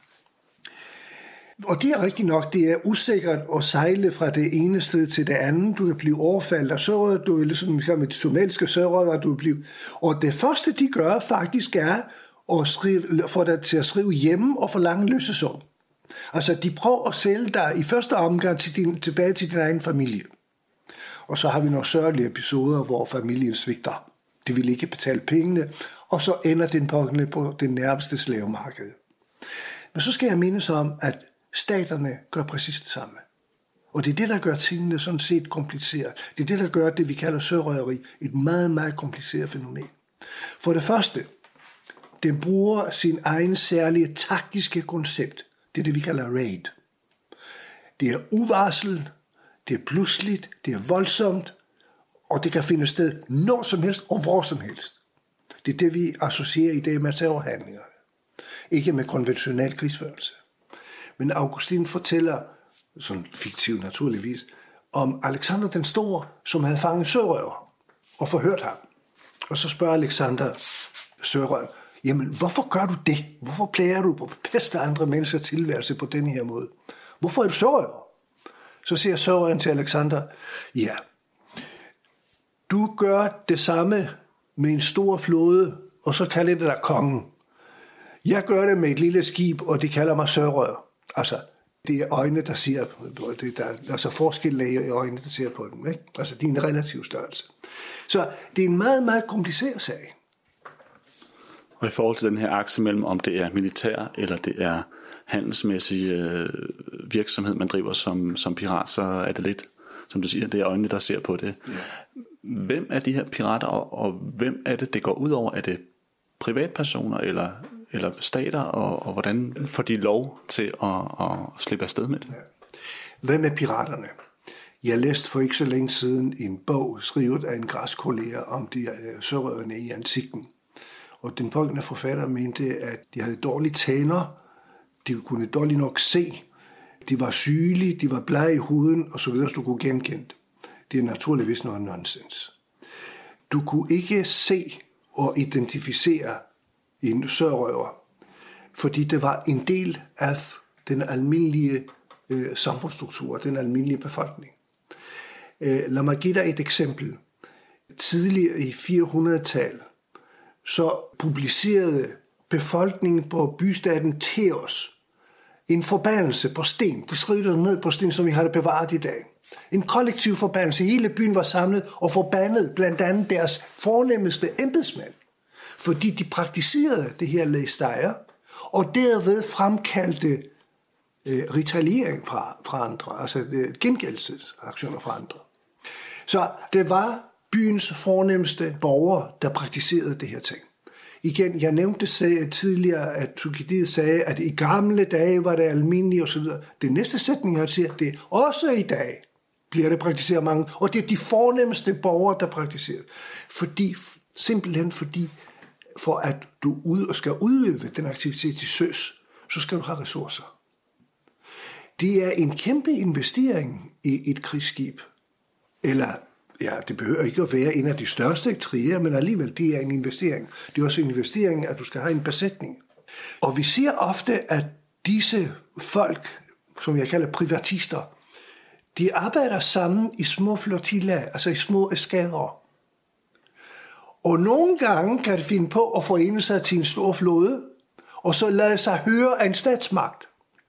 Og det er rigtigt nok, det er usikkert at sejle fra det ene sted til det andet. Du kan blive overfaldet af sørøver, du er ligesom med de somaliske sørøver, du bliver. Og det første, de gør faktisk er at få dig til at skrive hjemme og forlange løsesum. Altså, de prøver at sælge dig i første omgang tilbage til din egen familie. Og så har vi nogle sørgelige episoder, hvor familien svigter. De vil ikke betale pengene, og så ender den pågældende på det nærmeste slavemarked. Men så skal jeg mindes om, at staterne gør præcis det samme. Og det er det, der gør tingene sådan set kompliceret. Det er det, der gør det, vi kalder sørøveri, et meget, meget kompliceret fænomen. For det første, den bruger sin egen særlige taktiske koncept. Det er det, vi kalder raid. Det er uvarsel, det er pludseligt, det er voldsomt, og det kan finde sted når som helst og hvor som helst. Det er det, vi associerer i dag med terrorhandlinger. Ikke med konventionel krigsførelse. Men Augustin fortæller, sådan fiktivt naturligvis, om Alexander den Store, som havde fanget sørøver og forhørt ham. Og så spørger Alexander sørøver, jamen hvorfor gør du det? Hvorfor plager du på peste andre menneskers tilværelse på den her måde? Hvorfor er du sørøver? Så siger sørøveren til Alexander, ja, du gør det samme med en stor flåde, og så kalder det dig kongen. Jeg gør det med et lille skib, og de kalder mig sørøver. Altså, det er øjnene, der siger, der er altså forskel i øjnene, der ser på dem. Ikke? Altså, det er en relativ størrelse. Så det er en meget, meget kompliceret sag. Og i forhold til den her akse mellem, om det er militær, eller det er handelsmæssig virksomhed, man driver som pirat, så er det lidt, som du siger, det er øjnene, der ser på det. Ja. Hvem er de her pirater, og hvem er det går ud over? Er det privatpersoner, eller stater, og hvordan får de lov til at slippe afsted med det? Ja. Hvem er piraterne? Jeg læste for ikke så længe siden en bog, skrevet af en græsk kollega om de sørøverne i antikken. Og den pågældende forfatter mente, at de havde dårlige tænder, de kunne dårligt nok se, de var sygelige, de var blege i huden, og så videre, så du kunne genkende det. Det er naturligvis noget nonsens. Du kunne ikke se og identificere en sørøver, fordi det var en del af den almindelige samfundsstruktur, den almindelige befolkning. Lad mig give dig et eksempel. Tidligere i 400-tallet, så publicerede befolkningen på bystaten Teos en forbandelse på sten. De skrev det ned på sten, som vi har det bevaret i dag. En kollektiv forbandelse. Hele byen var samlet og forbandet blandt andet deres fornemmeste embedsmænd, fordi de praktiserede det her lægstejer, og derved fremkaldte retaliering fra andre, altså gengældelsesaktioner fra andre. Så det var byens fornemmeste borgere, der praktiserede det her ting. Igen, jeg nævnte tidligere, at Thukydides sagde, at i gamle dage var det almindeligt osv. Det næste sætning, jeg siger, det er også i dag bliver det praktiseret mange, og det er de fornemmeste borgere, der praktiserer. Simpelthen fordi, for at du skal udøve den aktivitet til søs, så skal du have ressourcer. Det er en kæmpe investering i et krigsskib. Eller, ja, det behøver ikke at være en af de største kriger, men alligevel, det er en investering. Det er også en investering, at du skal have en besætning. Og vi ser ofte, at disse folk, som jeg kalder privatister, de arbejder sammen i små flotillaer, altså i små eskader. Og nogle gange kan de finde på at forene sig til en stor flåde, og så lade sig høre af en statsmagt.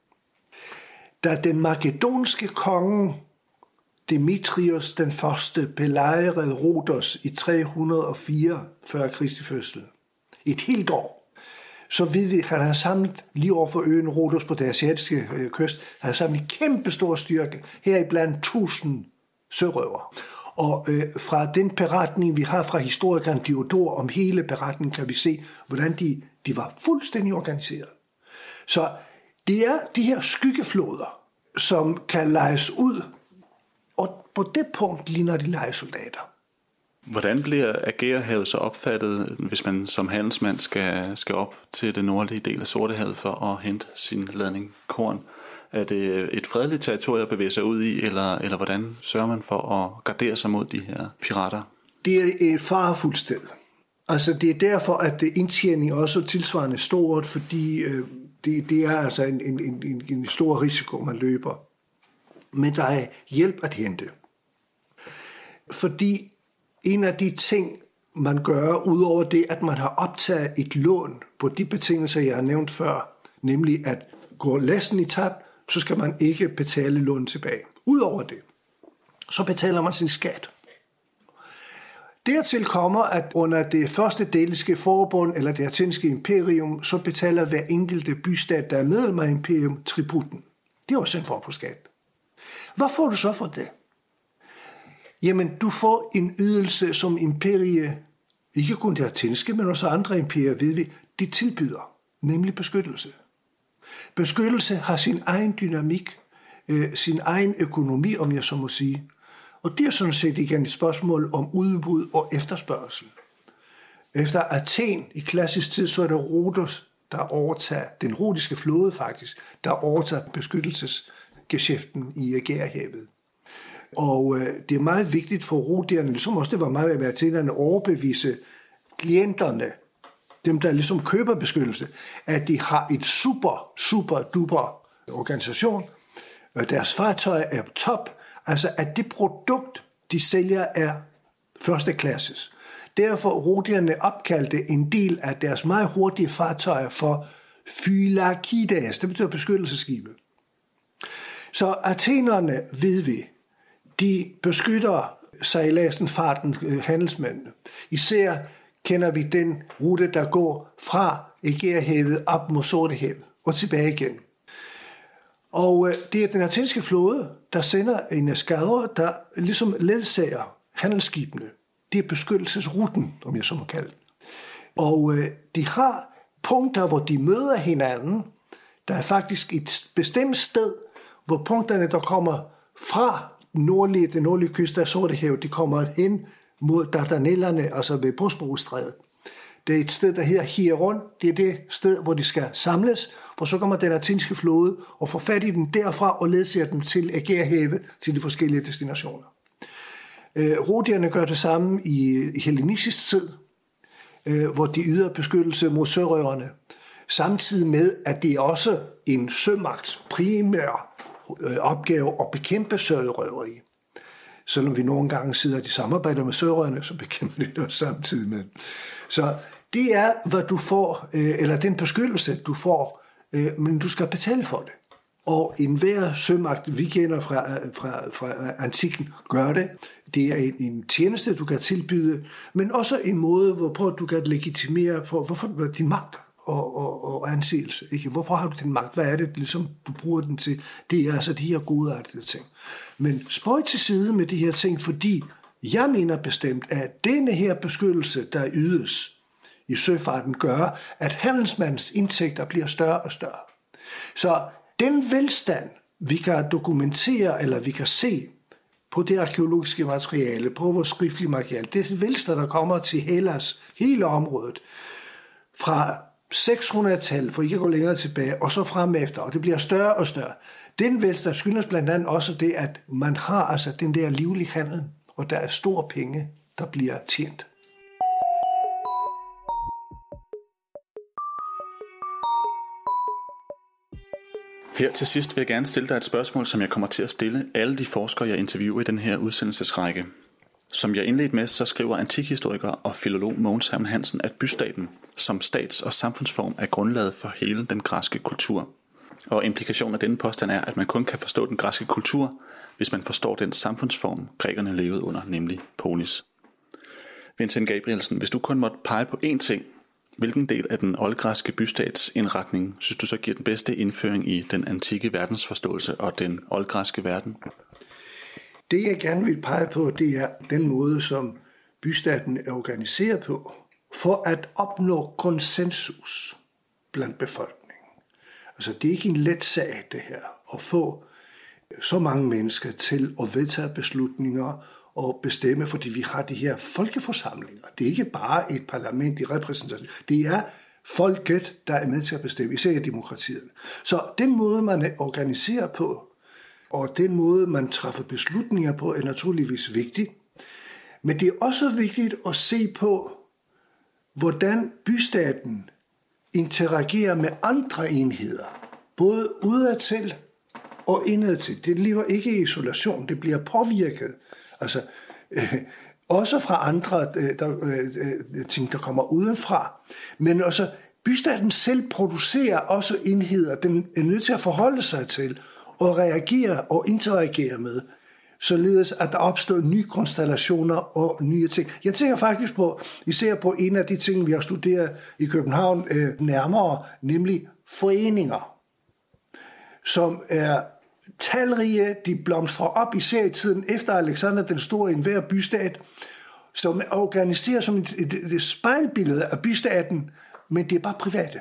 Da den makedonske konge Demetrios den første belejrede Rhodos i 304 før Kristi fødsel, et helt år, så ved vi, at han har samlet lige over for øen Rhodos på den asiatiske kyst, han har samlet en kæmpe stor styrke, heriblandt 1000 sørøver. Og fra den beretning, vi har fra historikeren Diodor om hele beretningen, kan vi se, hvordan de var fuldstændig organiseret. Så det er de her skyggefloder, som kan lejes ud, og på det punkt ligner de lejesoldater. Hvordan bliver Agerhavet så opfattet, hvis man som handelsmand skal op til den nordlige del af Sortehavet for at hente sin ladning korn? Er det et fredeligt territorium at bevæge sig ud i, eller hvordan sørger man for at gardere sig mod de her pirater? Det er et farefuldt sted. Altså det er derfor, at indtjening også er tilsvarende stort, fordi det er altså en stor risiko, man løber. Men der er hjælp at hente. Fordi en af de ting, man gør, udover det, at man har optaget et lån på de betingelser, jeg har nævnt før, nemlig at gå lasten i tab, så skal man ikke betale lån tilbage. Udover det, så betaler man sin skat. Dertil kommer, at under det første deliske forbund, eller det athenske imperium, så betaler hver enkelte bystat, der er medlem af imperium, tributen. Det er også en form for skat. Hvad får du så for det? Jamen, du får en ydelse, som imperie, ikke kun det athenske, men også andre imperier, ved vi, de tilbyder, nemlig beskyttelse. Beskyttelse har sin egen dynamik, sin egen økonomi, om jeg så må sige. Og det er sådan set igen et spørgsmål om udbud og efterspørgsel. Efter Athen i klassisk tid, så er det Rhodos, der overtager, den rhodiske flåde faktisk, der overtager beskyttelsesgeschæften i Ægæerhavet. Og det er meget vigtigt for rhodierne, ligesom også det var meget med athenerne, overbevise klienterne, dem der ligesom køber beskyttelse, at de har et super duper organisation, deres fartøj er top, altså at det produkt, de sælger, er første klasses. Derfor rhodierne opkaldte en del af deres meget hurtige fartøjer for phylakidas, det betyder beskyttelsesskibe. Så athenerne, ved vi, de beskytter sejladsen, farten, handelsmændene. Især kender vi den rute, der går fra Ægæerhavet op mod Sortehavet og tilbage igen. Og det er den athenske flåde, der sender en eskadre, der ligesom ledsager handelsskibene. Det er beskyttelsesruten, om jeg så må kalde det. Og de har punkter, hvor de møder hinanden. Der er faktisk et bestemt sted, hvor punkterne, der kommer fra den nordlige kyst af Sortehavet, de kommer hen mod Dardanellerne, altså ved Bosporusstrædet. Det er et sted, der hedder Hieron. Det er det sted, hvor de skal samles, for så kommer den athenske flåde og får fat i den derfra og ledsager den til Ægæerhavet, til de forskellige destinationer. Rhodierne gør det samme i hellenistisk tid, hvor de yder beskyttelse mod sørøverne, samtidig med, at det er også en sømagts primær opgave at bekæmpe sørøveri. Selvom vi nogle gange sidder de samarbejder med sørøverne, så bekæmper de det samtidig med. Så det er, hvad du får, eller den beskyttelse, du får, men du skal betale for det. Og enhver sømagt, vi kender fra antikken, gør det. Det er en tjeneste, du kan tilbyde, men også en måde, hvorpå du kan legitimere for, hvorfor din magt og anseelse. Ikke? Hvorfor har du din magt? Hvad er det, ligesom, du bruger den til? Det er altså de her godartede ting. Men spøj til side med de her ting, fordi jeg mener bestemt, at denne her beskyttelse, der ydes i søfarten, gør, at handelsmandens indtægter bliver større og større. Så den velstand, vi kan dokumentere, eller vi kan se på det arkeologiske materiale, på vores skriftlige materiale, det velstand, der kommer til Hellas, hele området, fra 600-tallet, for ikke at gå længere tilbage, og så frem efter, og det bliver større og større. Den velstand skyldes blandt andet også det, at man har altså den der livlige handel, og der er store penge, der bliver tjent. Her til sidst vil jeg gerne stille dig et spørgsmål, som jeg kommer til at stille alle de forskere, jeg interviewer i den her udsendelsesrække. Som jeg indledte med, så skriver antikhistoriker og filolog Mogens Hermann Hansen, at bystaten som stats- og samfundsform er grundlaget for hele den græske kultur. Og implikationen af denne påstand er, at man kun kan forstå den græske kultur, hvis man forstår den samfundsform, grækerne levede under, nemlig polis. Vincent Gabrielsen, hvis du kun måtte pege på én ting, hvilken del af den oldgræske bystats indretning synes du så giver den bedste indføring i den antikke verdensforståelse og den oldgræske verden? Det jeg gerne vil pege på, det er den måde, som bystaten er organiseret på, for at opnå konsensus blandt befolkningen. Altså, det er ikke en let sag, det her, at få så mange mennesker til at vedtage beslutninger og bestemme, fordi vi har de her folkeforsamlinger. Det er ikke bare et parlament i repræsentation. Det er folket, der er med til at bestemme, især i demokratiet. Så den måde, man organiserer på, og den måde, man træffer beslutninger på, er naturligvis vigtig. Men det er også vigtigt at se på, hvordan bystaten interagerer med andre enheder, både udadtil og indadtil. Det lever ikke i isolation, det bliver påvirket. Altså, også fra andre ting, der kommer udenfra. Men også bystaten selv producerer også enheder, den er nødt til at forholde sig til og reagere og interagere med, således at der opstår nye konstellationer og nye ting. Jeg tænker faktisk på, især på en af de ting, vi har studeret i København nærmere, nemlig foreninger, som er talrige, de blomstrer op især i tiden efter Alexander den Store i enhver bystat, som er organiseret som et spejlbillede af bystaten, men det er bare private.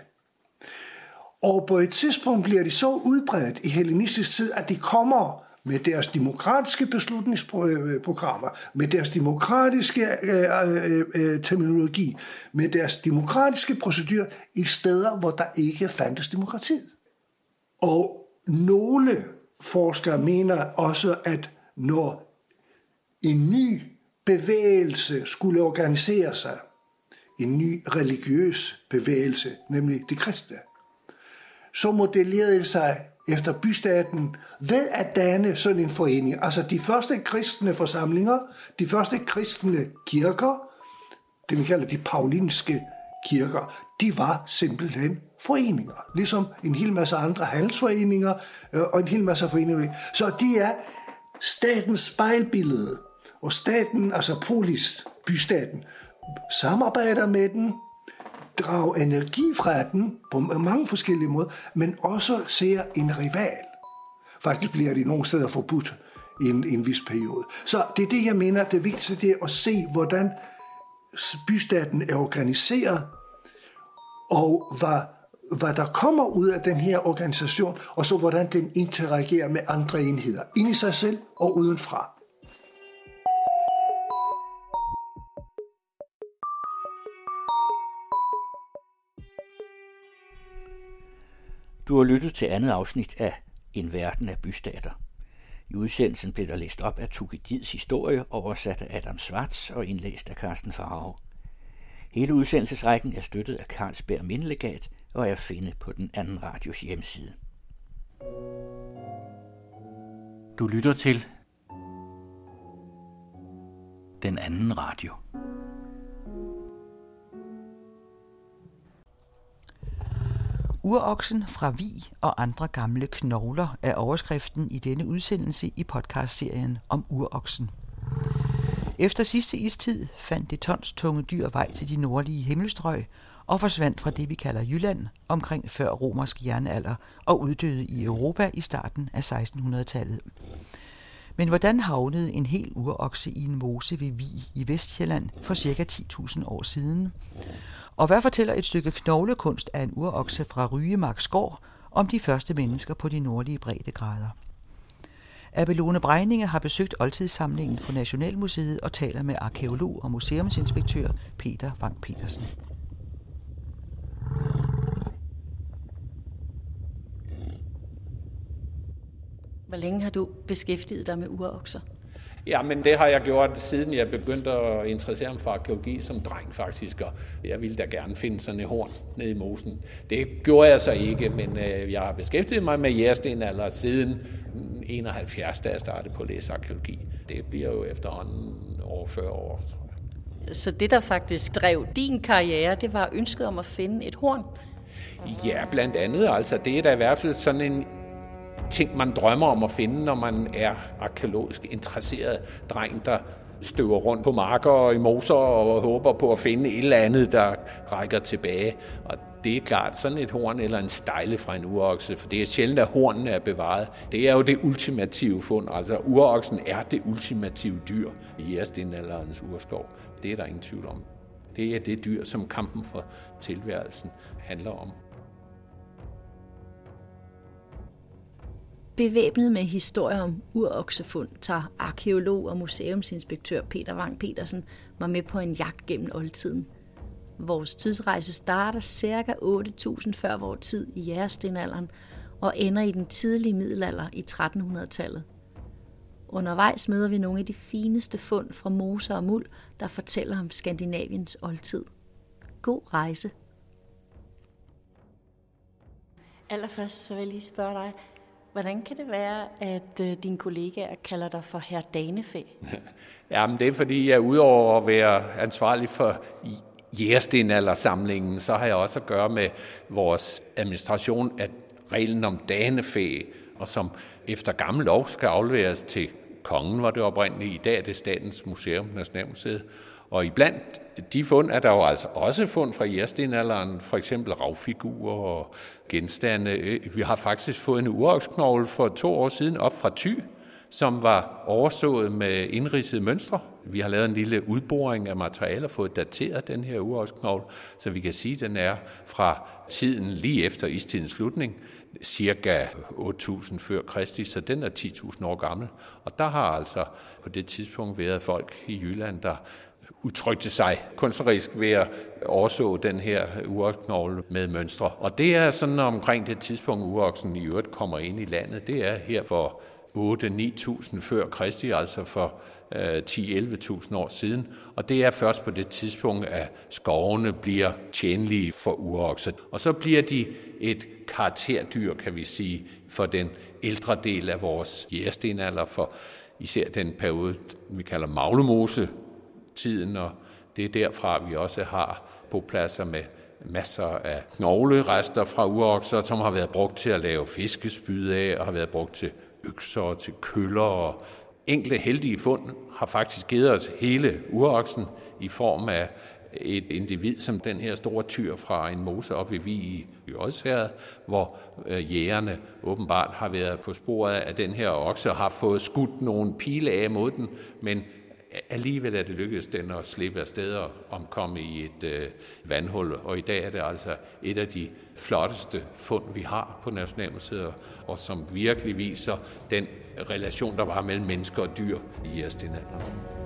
Og på et tidspunkt bliver de så udbredt i hellenistisk tid, at de kommer med deres demokratiske beslutningsprogrammer, med deres demokratiske terminologi, med deres demokratiske procedur i steder, hvor der ikke fandtes demokratiet. Og nogle forskere mener også, at når en ny bevægelse skulle organisere sig, en ny religiøs bevægelse, nemlig det kristne, så modellerede det sig efter bystaten ved at danne sådan en forening. Altså de første kristne forsamlinger, de første kristne kirker, det vi kalder de paulinske kirker, de var simpelthen foreninger. Ligesom en hel masse andre handelsforeninger og en hel masse foreninger. Så det er statens spejlbillede. Og staten, altså polis, bystaten, samarbejder med den, drager energi fra den på mange forskellige måder, men også ser en rival. Faktisk bliver det nogle steder forbudt i en vis periode. Så det er det, jeg mener, det vigtigste det er at se, hvordan bystaten er organiseret, og hvad der kommer ud af den her organisation, og så hvordan den interagerer med andre enheder, ind i sig selv og udenfra. Du har lyttet til andet afsnit af En verden af bystater. I udsendelsen blev der læst op af Thukydids historie, oversat af Adam Schwartz og indlæst af Carsten Farag. Hele udsendelsesrækken er støttet af Carlsberg Mindelegat og er at finde på den anden radios hjemmeside. Du lytter til Den anden radio. Uroksen fra Vig og andre gamle knogler er overskriften i denne udsendelse i podcastserien om uroksen. Efter sidste istid fandt det tonstunge dyr vej til de nordlige himmelstrøg og forsvandt fra det, vi kalder Jylland, omkring før romersk jernalder og uddøde i Europa i starten af 1600-tallet. Men hvordan havnede en hel urokse i en mose ved Vig i Vestsjælland for ca. 10.000 år siden? Og hvad fortæller et stykke knoglekunst af en urokse fra Rygemarksgård om de første mennesker på de nordlige breddegrader? Abelone Breininge har besøgt oldtidssamlingen på Nationalmuseet og taler med arkæolog og museumsinspektør Peter Vang Petersen. Hvor længe har du beskæftiget dig med urokser? Ja, men det har jeg gjort, siden jeg begyndte at interessere mig for arkæologi som dreng faktisk, og jeg ville da gerne finde sådan et horn nede i mosen. Det gjorde jeg så ikke, men jeg har beskæftiget mig med jægerstenalder siden 71, da jeg startede på at læse arkæologi. Det bliver jo efterhånden over 40 år, tror jeg. Så det, der faktisk drev din karriere, det var ønsket om at finde et horn? Ja, blandt andet. Altså, det er da i hvert fald sådan en ting, man drømmer om at finde, når man er arkæologisk interesseret dreng, der støver rundt på marker og i moser og håber på at finde et eller andet, der rækker tilbage. Og det er klart, sådan et horn eller en stejle fra en urokse, for det er sjældent, at hornene er bevaret. Det er jo det ultimative fund. Altså, uroksen er det ultimative dyr i jægerstenalderens urskov. Det er der ingen tvivl om. Det er det dyr, som kampen for tilværelsen handler om. Bevæbnet med historier om uroksefund, tager arkæolog og museumsinspektør Peter Vang Petersen mig med på en jagt gennem oldtiden. Vores tidsrejse starter ca. 8.000 før vores tid i jægerstenalderen og ender i den tidlige middelalder i 1300-tallet. Undervejs møder vi nogle af de fineste fund fra moser og muld, der fortæller om Skandinaviens oldtid. God rejse. Allerførst så vil jeg lige spørge dig, hvordan kan det være, at dine kollegaer kalder dig for herr Danefæ? Jamen det er fordi, jeg udover at være ansvarlig for jægerstenaldersamlingen, så har jeg også at gøre med vores administration af reglen om danefæ, og som efter gammel lov skal afleveres til kongen, var det oprindeligt. I dag er det Statens Museum, Nationalmuseet. Og iblandt de fund er der jo altså også fund fra jægerstenalderen, for eksempel ravfigurer og genstande. Vi har faktisk fået en uroksknogle for 2 år siden op fra Thy, som var oversået med indridsede mønstre. Vi har lavet en lille udboring af materialer og fået dateret den her uroksknogle, så vi kan sige, at den er fra tiden lige efter istidens slutning, cirka 8.000 før Kristi, så den er 10.000 år gammel. Og der har altså på det tidspunkt været folk i Jylland, der udtrykte sig kunstnerisk ved at overså den her uroksknogle med mønstre. Og det er sådan omkring det tidspunkt, uroksen i øvrigt kommer ind i landet. Det er her for 8-9.000 før Kristi, altså for 10-11.000 år siden. Og det er først på det tidspunkt, at skovene bliver tjenlige for urokser. Og så bliver de et karakterdyr, kan vi sige, for den ældre del af vores jægerstenalder, for især den periode, vi kalder Maglemose-tiden, og det er derfra, vi også har bopladser med masser af knoglerester fra urokser, som har været brugt til at lave fiskespyd af, og har været brugt til økser og til køller, og enkelte heldige fund har faktisk givet os hele uroksen i form af et individ som den her store tyr fra en mose op ved Vig i Odsherred, hvor jægerne åbenbart har været på sporet af den her okse og har fået skudt nogle pile af mod den, men alligevel er det lykkedes den at slippe afsted og omkomme i et vandhul, og i dag er det altså et af de flotteste fund, vi har på Nationalmuseet, og som virkelig viser den relation, der var mellem mennesker og dyr i jægerstenalderen.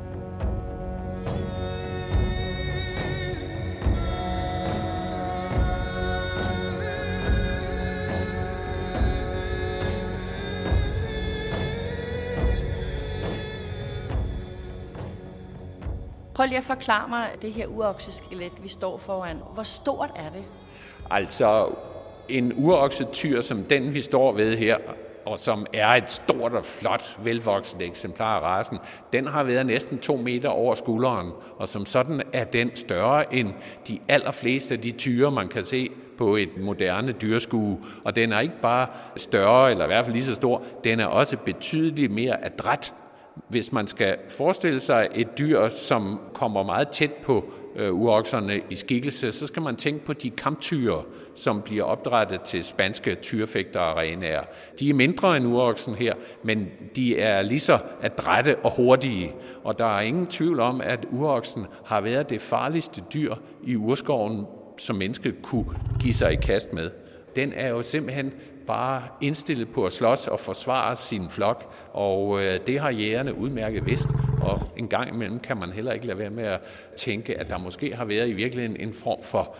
Prøv lige at forklare mig det her urokseskelet, vi står foran. Hvor stort er det? Altså, en uroksetyr som den, vi står ved her, og som er et stort og flot, velvokset eksemplar af racen, den har været næsten 2 meter over skulderen, og som sådan er den større end de allerfleste af de tyre, man kan se på et moderne dyrskue. Og den er ikke bare større, eller i hvert fald lige så stor, den er også betydeligt mere adræt. Hvis man skal forestille sig et dyr, som kommer meget tæt på urokserne i skikkelse, så skal man tænke på de kamptyre, som bliver opdrættet til spanske tyrefægterarenaer. De er mindre end uroksen her, men de er lige så adrætte og hurtige. Og der er ingen tvivl om, at uroksen har været det farligste dyr i urskoven, som mennesket kunne give sig i kast med. Den er jo simpelthen bare indstillet på at slås og forsvare sin flok, og det har jægerne udmærket vidst, og en gang imellem kan man heller ikke lade være med at tænke, at der måske har været i virkeligheden en form for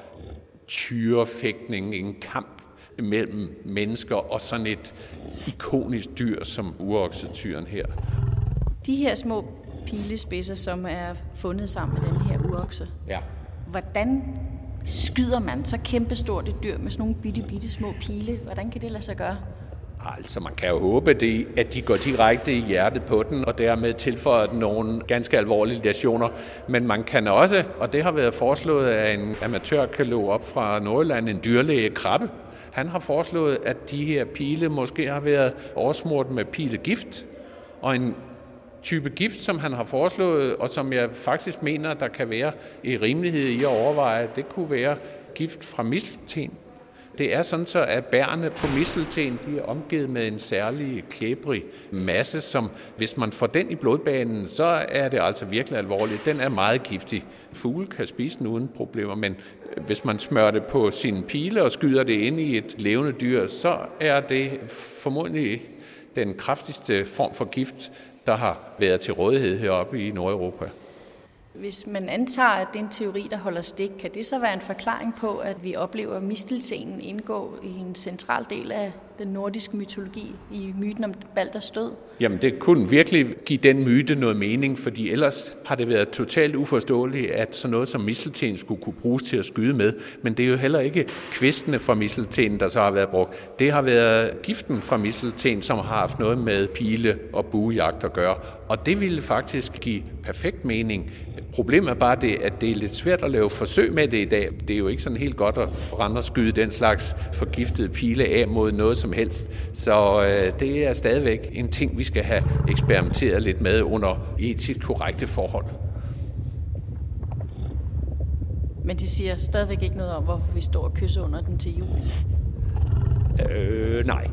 tyrefægtning, en kamp mellem mennesker og sådan et ikonisk dyr som uroksetyren her. De her små pilespidser, som er fundet sammen med den her urokse, ja. Hvordan skyder man så kæmpestort et dyr med sådan nogle bitte små pile? Hvordan kan det lade sig gøre? Altså, man kan jo håbe, at de går direkte i hjertet på den, og dermed tilføjer den nogle ganske alvorlige lesioner. Men man kan også, og det har været foreslået af en amatørarkæolog op fra Nordjylland, en dyrlæge Krabbe, han har foreslået, at de her pile måske har været oversmurt med pilegift, og en type gift, som han har foreslået, og som jeg faktisk mener, der kan være i rimelighed i at overveje, det kunne være gift fra mistelten. Det er sådan så, at bærene på mistelten, de er omgivet med en særlig klæbrig masse, som hvis man får den i blodbanen, så er det altså virkelig alvorligt. Den er meget giftig. Fugle kan spise den uden problemer, men hvis man smører det på sine pile og skyder det ind i et levende dyr, så er det formodentlig den kraftigste form for gift, der har været til rådighed heroppe i Nordeuropa. Hvis man antager, at det er en teori, der holder stik, kan det så være en forklaring på, at vi oplever misteltenen indgå i en central del af den nordiske mytologi i myten om Balders død? Jamen, det kunne virkelig give den myte noget mening, fordi ellers har det været totalt uforståeligt, at sådan noget som mistelten skulle kunne bruges til at skyde med. Men det er jo heller ikke kvistene fra mistelten, der så har været brugt. Det har været giften fra mistelten, som har haft noget med pile- og buejagt at gøre. Og det ville faktisk give perfekt mening. Problemet er bare det, at det er lidt svært at lave forsøg med det i dag. Det er jo ikke sådan helt godt at rende og skyde den slags forgiftede pile af mod noget som helst. Så det er stadigvæk en ting, vi skal have eksperimenteret lidt med under etisk korrekte forhold. Men de siger stadigvæk ikke noget om, hvorfor vi står og kysser under den til jul? Nej.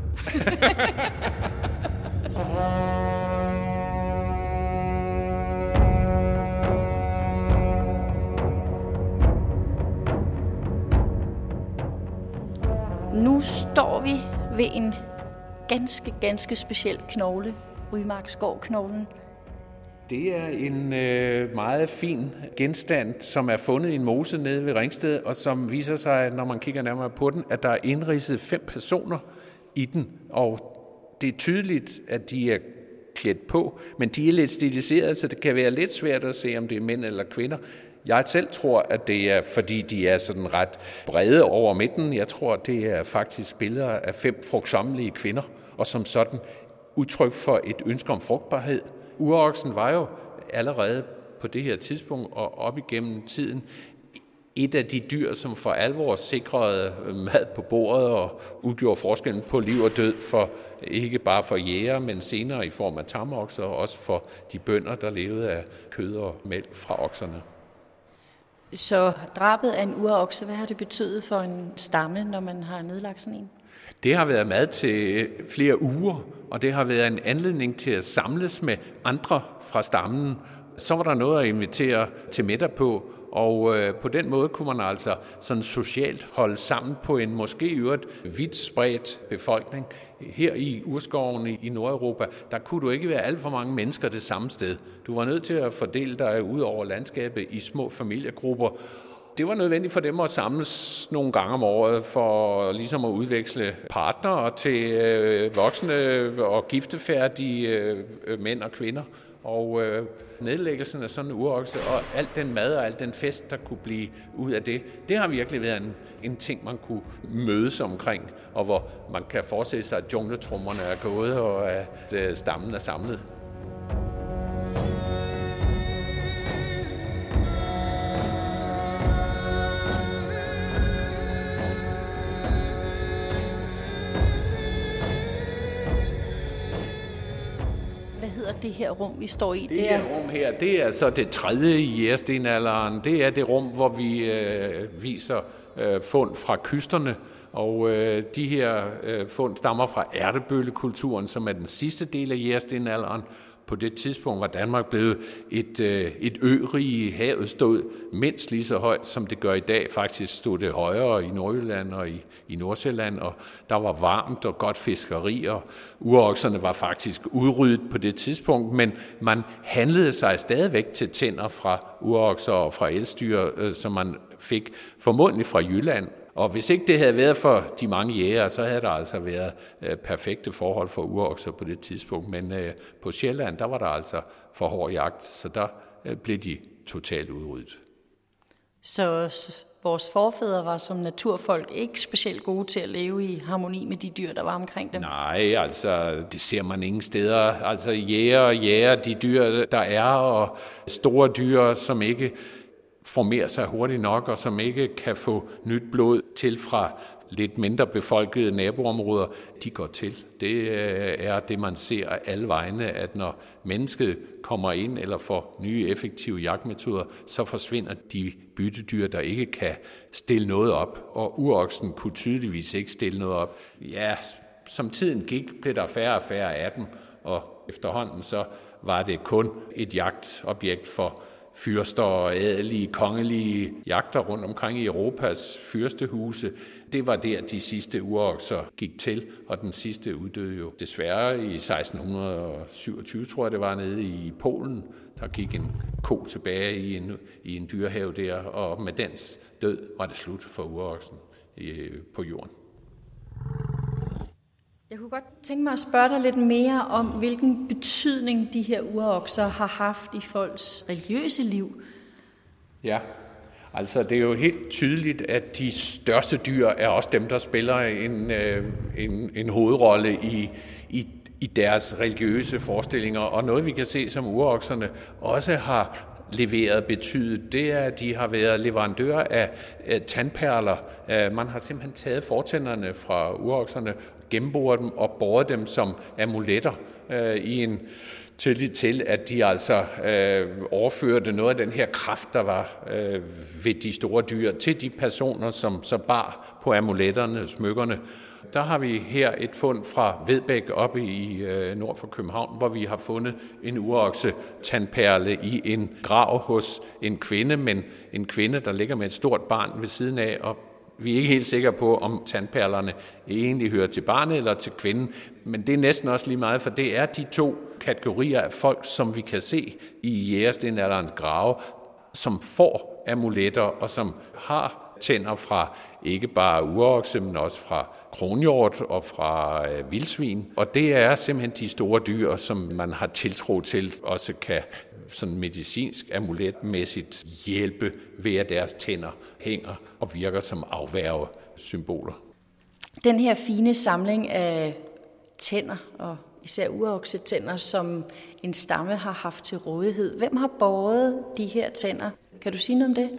Nu står vi ved en ganske speciel knogle, Rymarksgårdknoglen. Det er en meget fin genstand, som er fundet i en mose nede ved Ringsted, og som viser sig, når man kigger nærmere på den, at der er indridset 5 personer i den. Og det er tydeligt, at de er klædt på, men de er lidt stiliseret, så det kan være lidt svært at se, om det er mænd eller kvinder. Jeg selv tror, at det er, fordi de er sådan ret brede over midten. Jeg tror, det er faktisk billeder af 5 frugtsommelige kvinder, og som sådan udtryk for et ønske om frugtbarhed. Uroksen var jo allerede på det her tidspunkt og op igennem tiden et af de dyr, som for alvor sikrede mad på bordet og udgjorde forskellen på liv og død, for ikke bare for jæger, men senere i form af tamokser, og også for de bønder, der levede af kød og mælk fra okserne. Så drabet af en urokse, hvad har det betydet for en stamme, når man har nedlagt sådan en? Det har været mad til flere uger, og det har været en anledning til at samles med andre fra stammen. Så var der noget at invitere til middag på, og på den måde kunne man altså sådan socialt holde sammen på en måske i øvrigt vidt spredt befolkning. Her i urskoven i Nordeuropa, der kunne du ikke være alt for mange mennesker det samme sted. Du var nødt til at fordele dig ud over landskabet i små familiegrupper. Det var nødvendigt for dem at samles nogle gange om året for ligesom at udveksle partnere til voksne og giftefærdige mænd og kvinder. Og nedlæggelsen af sådan en urokse og alt den mad og alt den fest, der kunne blive ud af det, det har virkelig været en ting, man kunne mødes omkring, og hvor man kan forestille sig, at jungletrummerne er gået, og at stammen er samlet. Det her rum, vi står i? Det her rum her, det er så det 3. i jægerstenalderen. Det er det rum, hvor vi viser fund fra kysterne. Og de her fund stammer fra ærtebøllekulturen, som er den sidste del af jægerstenalderen. På det tidspunkt var Danmark blevet et ørige. Havet stod mindst lige så højt, som det gør i dag. Faktisk stod det højere i Nordjylland og i Nordsjælland, og der var varmt og godt fiskeri, og urokserne var faktisk udryddet på det tidspunkt, men man handlede sig stadigvæk til tænder fra urokser og fra elsdyr, som man fik formodentlig fra Jylland. Og hvis ikke det havde været for de mange jægere, så havde der altså været perfekte forhold for urokser på det tidspunkt. Men på Sjælland, der var der altså for hård jagt, så der blev de totalt udryddet. Så vores forfædre var som naturfolk ikke specielt gode til at leve i harmoni med de dyr, der var omkring dem? Nej, altså det ser man ingen steder. Altså jæger, de dyr, der er, og store dyr, som ikke formerer sig hurtigt nok, og som ikke kan få nyt blod til fra lidt mindre befolkede naboområder, de går til. Det er det, man ser af alle vegne, at når mennesket kommer ind eller får nye effektive jagtmetoder, så forsvinder de byttedyr, der ikke kan stille noget op. Og uroksen kunne tydeligvis ikke stille noget op. Ja, som tiden gik, blev der færre og færre af dem, og efterhånden så var det kun et jagtobjekt for fyrster og adelige, kongelige jagter rundt omkring i Europas fyrstehuse. Det var der, de sidste urokser gik til, og den sidste uddøde jo desværre i 1627, tror jeg det var, nede i Polen. Der gik en ko tilbage i en dyrehave der, og med dens død var det slut for uroksen på jorden. Jeg kunne godt tænke mig at spørge dig lidt mere om, hvilken betydning de her urokser har haft i folks religiøse liv. Ja, altså det er jo helt tydeligt, at de største dyr er også dem, der spiller en hovedrolle i deres religiøse forestillinger. Og noget vi kan se, som urokserne også har leveret betydet, det er, at de har været leverandører af tandperler. Man har simpelthen taget fortænderne fra urokserne, gennemboret dem og båret dem som amuletter i en tillid til, at de altså overførte noget af den her kraft, der var ved de store dyr, til de personer, som så bar på amuletterne, smykkerne. Der har vi her et fund fra Vedbæk oppe i nord for København, hvor vi har fundet en urokse tandperle i en grav hos en kvinde, men en kvinde, der ligger med et stort barn ved siden af, og vi er ikke helt sikre på, om tandperlerne egentlig hører til barnet eller til kvinden, men det er næsten også lige meget, for det er de to kategorier af folk, som vi kan se i jægerstenalderens grave, som får amuletter og som har tænder fra ikke bare urokse, men også fra kronhjort og fra vildsvin. Og det er simpelthen de store dyr, som man har tiltro til, også kan sådan medicinsk amuletmæssigt hjælpe ved, at deres tænder hænger og virker som afværgesymboler. Den her fine samling af tænder, og især uroksetænder, som en stamme har haft til rådighed. Hvem har båret de her tænder? Kan du sige noget om det?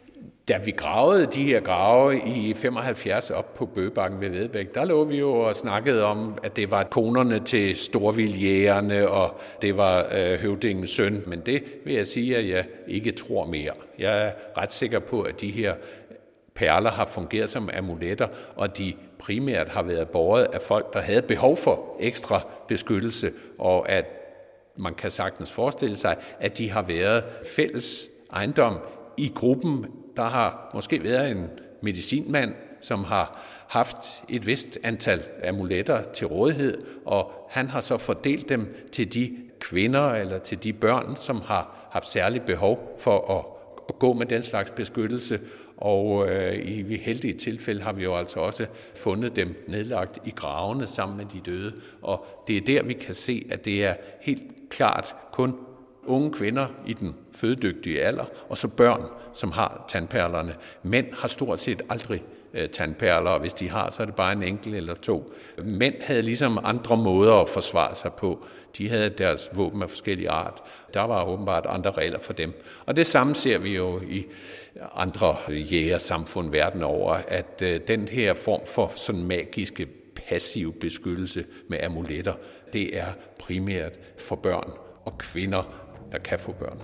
Da vi gravede de her grave i 75 op på Bøgebakken ved Vedbæk, der lå vi jo og snakkede om, at det var konerne til storvildjægerne, og det var høvdingens søn. Men det vil jeg sige, at jeg ikke tror mere. Jeg er ret sikker på, at de her perler har fungeret som amuletter, og de primært har været båret af folk, der havde behov for ekstra beskyttelse, og at man kan sagtens forestille sig, at de har været fælles ejendom i gruppen. Der har måske været en medicinmand, som har haft et vist antal amuletter til rådighed, og han har så fordelt dem til de kvinder eller til de børn, som har haft særligt behov for at gå med den slags beskyttelse. Og i heldige tilfælde har vi jo altså også fundet dem nedlagt i gravene sammen med de døde. Og det er der, vi kan se, at det er helt klart kun unge kvinder i den fødedygtige alder, og så børn, som har tandperlerne. Mænd har stort set aldrig tandperler, og hvis de har, så er det bare en enkelt eller to. Mænd havde ligesom andre måder at forsvare sig på. De havde deres våben af forskellige art. Der var åbenbart andre regler for dem. Og det samme ser vi jo i andre jægersamfund verden over, at den her form for sådan magiske passiv beskyttelse med amuletter, det er primært for børn og kvinder, der kan få børn.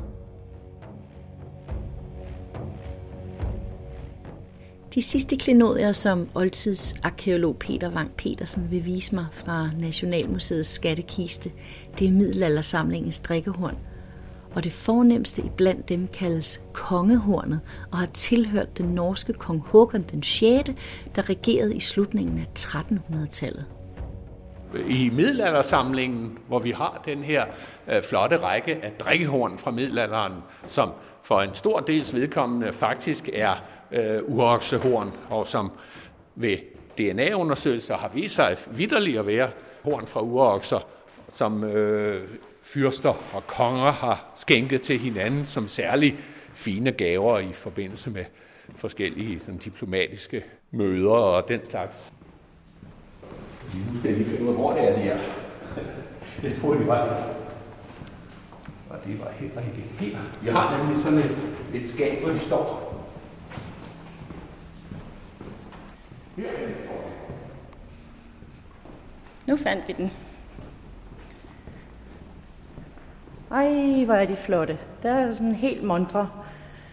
De sidste klenodier, som oldtidsarkæolog Peter Vang Petersen vil vise mig fra Nationalmuseets skattekiste, det er middelaldersamlingens drikkehorn. Og det fornemste iblandt dem kaldes kongehornet og har tilhørt den norske kong Håkon den 6., der regerede i slutningen af 1300-tallet. I middelaldersamlingen, hvor vi har den her flotte række af drikkehorn fra middelalderen, som for en stor dels vedkommende faktisk er uroksehorn, og som ved DNA-undersøgelser har vist sig vitterligt at være horn fra urokser, som fyrster og konger har skænket til hinanden som særlig fine gaver i forbindelse med forskellige sådan, diplomatiske møder og den slags. Nu skal jeg lige finde ud af, hvor det er, de er. Det tror jeg, var. Og det var heller ikke her. Vi har nemlig sådan et skab, hvor de står. Nu fandt vi den. Ej, hvor er de flotte. Der er sådan helt montre.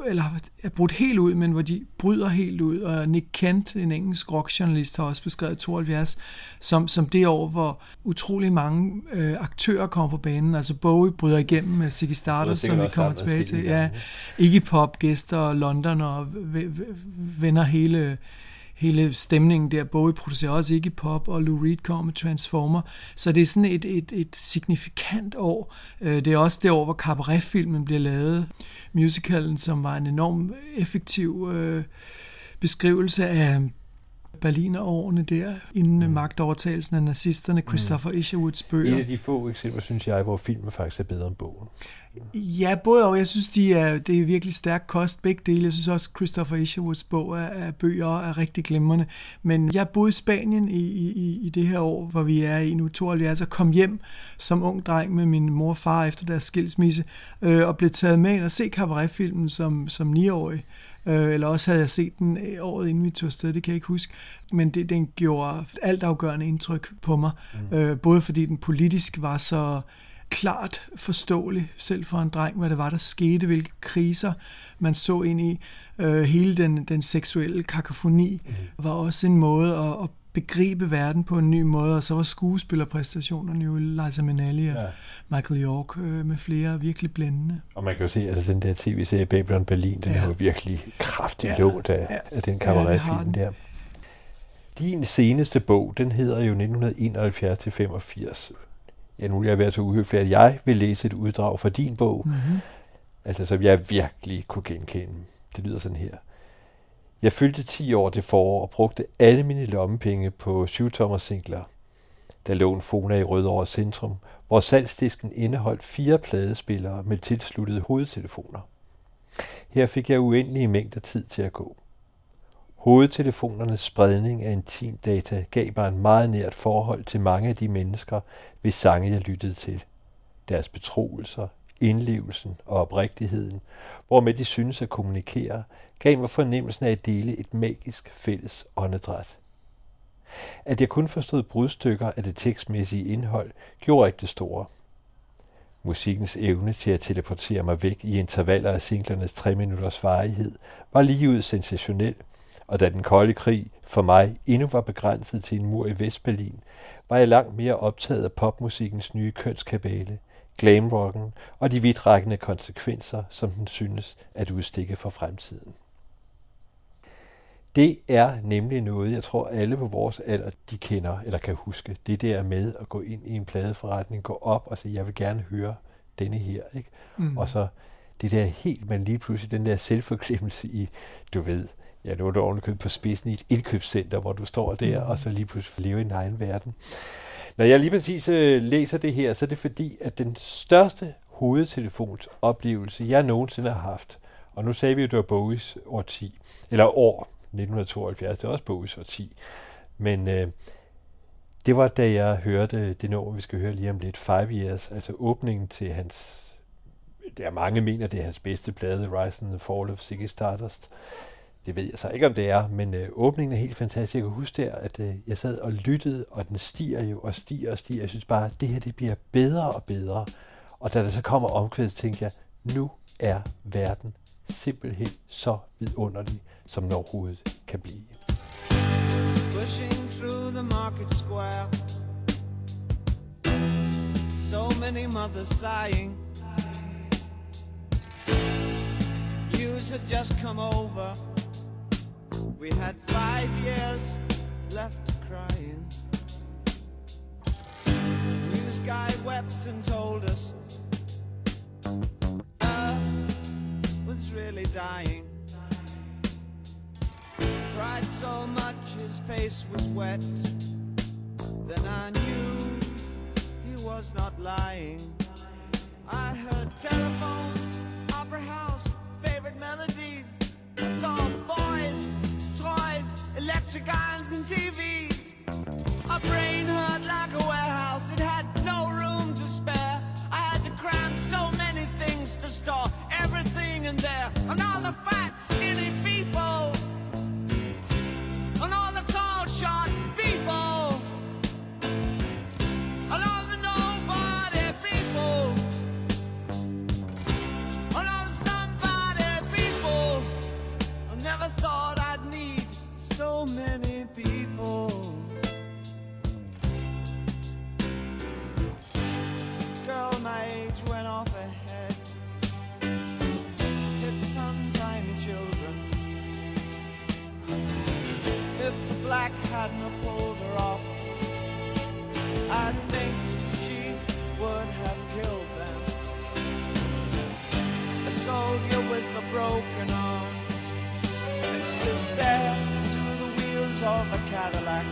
eller er brudt helt ud, men hvor de bryder helt ud. Og Nick Kent, en engelsk rockjournalist, har også beskrevet 72 som det år, hvor utrolig mange aktører kommer på banen. Altså Bowie bryder igennem med Ziggy Stardust, som vi kommer tilbage til. Ja, Iggy Pop gæster London og vender hele stemningen der. Bowie producerer også Iggy Pop, og Lou Reed kommer med Transformer. Så det er sådan et signifikant år. Det er også det år, hvor Cabaret-filmen bliver lavet. Musicalen, som var en enorm effektiv beskrivelse af Berlinerårene der, inden magtovertagelsen af nazisterne, Christopher Isherwoods bøger. Et af de få eksempler, synes jeg, hvor filmen faktisk er bedre end bogen. Ja, både og. Jeg synes, det er virkelig stærk kost, begge dele. Jeg synes også, Christopher Isherwoods bøger er rigtig glimrende. Men jeg boede i Spanien i det her år, hvor vi er i nu 72, og kom hjem som ung dreng med min mor og far efter deres skilsmisse, og blev taget med ind og se Cabaret-filmen som 9-årig. Eller også havde jeg set den året inden vi tog afsted, det kan jeg ikke huske. Men den gjorde altafgørende indtryk på mig. Både fordi den politisk var så klart forståelig, selv for en dreng, hvad det var, der skete, hvilke kriser man så ind i. Hele den seksuelle kakofoni var også en måde at begribe verden på en ny måde, og så var skuespillerpræstationerne jo Liza Minnelli og Michael York med flere virkelig blændende. Og man kan jo se, at altså, den der tv-serie Babylon Berlin, den er jo virkelig kraftigt lånt af den Cabaret-film der. Din seneste bog, den hedder jo 1971-85. Ja, nu er jeg ved at tage uhøflig, at jeg vil læse et uddrag fra din bog, altså som jeg virkelig kunne genkende. Det lyder sådan her. Jeg fyldte 10 år det forår og brugte alle mine lommepenge på 7-tommer singler. Der lå en Fona i Rødovre Centrum, hvor salgsdisken indeholdt 4 pladespillere med tilsluttede hovedtelefoner. Her fik jeg uendelige mængder tid til at gå. Hovedtelefonernes spredning af intimdata gav mig en meget nært forhold til mange af de mennesker, hvis sange jeg lyttede til. Deres betroelser, indlevelsen og oprigtigheden, hvormed de synes at kommunikere, gav mig fornemmelsen af at dele et magisk fælles åndedræt. At jeg kun forstod brudstykker af det tekstmæssige indhold, gjorde ikke det store. Musikkens evne til at teleportere mig væk i intervaller af singlernes 3 minutters varighed var ligeud sensationel, og da den kolde krig for mig endnu var begrænset til en mur i Vestberlin, var jeg langt mere optaget af popmusikkens nye kønskabale, glamrocken og de vidtrækkende konsekvenser, som den synes at udstikke for fremtiden. Det er nemlig noget, jeg tror alle på vores alder, de kender eller kan huske. Det der med at gå ind i en pladeforretning, gå op og sige, jeg vil gerne høre denne her, ikke? Og så det der helt, men lige pludselig den der selvforglemmelse i, du ved, jeg lå der ovenikøbet på spidsen i et indkøbscenter, hvor du står der, og så lige pludselig lever i en egen verden. Når jeg lige præcis læser det her, så er det fordi, at den største hovedtelefonsoplevelse, jeg nogensinde har haft, og nu sagde vi jo, det var Bowies årti, eller år 1972, det er også Bowies årti, men det var, da jeg hørte det nummer, vi skal høre lige om lidt, 5 Years, altså åbningen til hans, der er mange mener, det er hans bedste plade, Rise and the Fall of Ziggy Stardust. Det ved jeg så ikke, om det er, men åbningen er helt fantastisk. Jeg kan huske der, at jeg sad og lyttede, og den stiger jo og stiger og stiger. Jeg synes bare, at det her det bliver bedre og bedre. Og da der så kommer omkvædet, tænker jeg, nu er verden simpelthen så vidunderlig, som den overhovedet kan blive. Pushing through the market square, so many mothers dying. News had just come over. We had 5 years left crying. News guy wept and told us Earth was really dying. Cried so much his face was wet. Then I knew he was not lying. I heard telephones, opera house, favorite melodies. I saw boys, toys, electric irons and TVs. My brain hurt like a warehouse, it had no room to spare. I had to cram so many things to store everything in there. And all the fat, skinny people, and all the tall, short people, and all the nobody people, and all the somebody people. broken arm. It's to stare to the wheels of a Cadillac.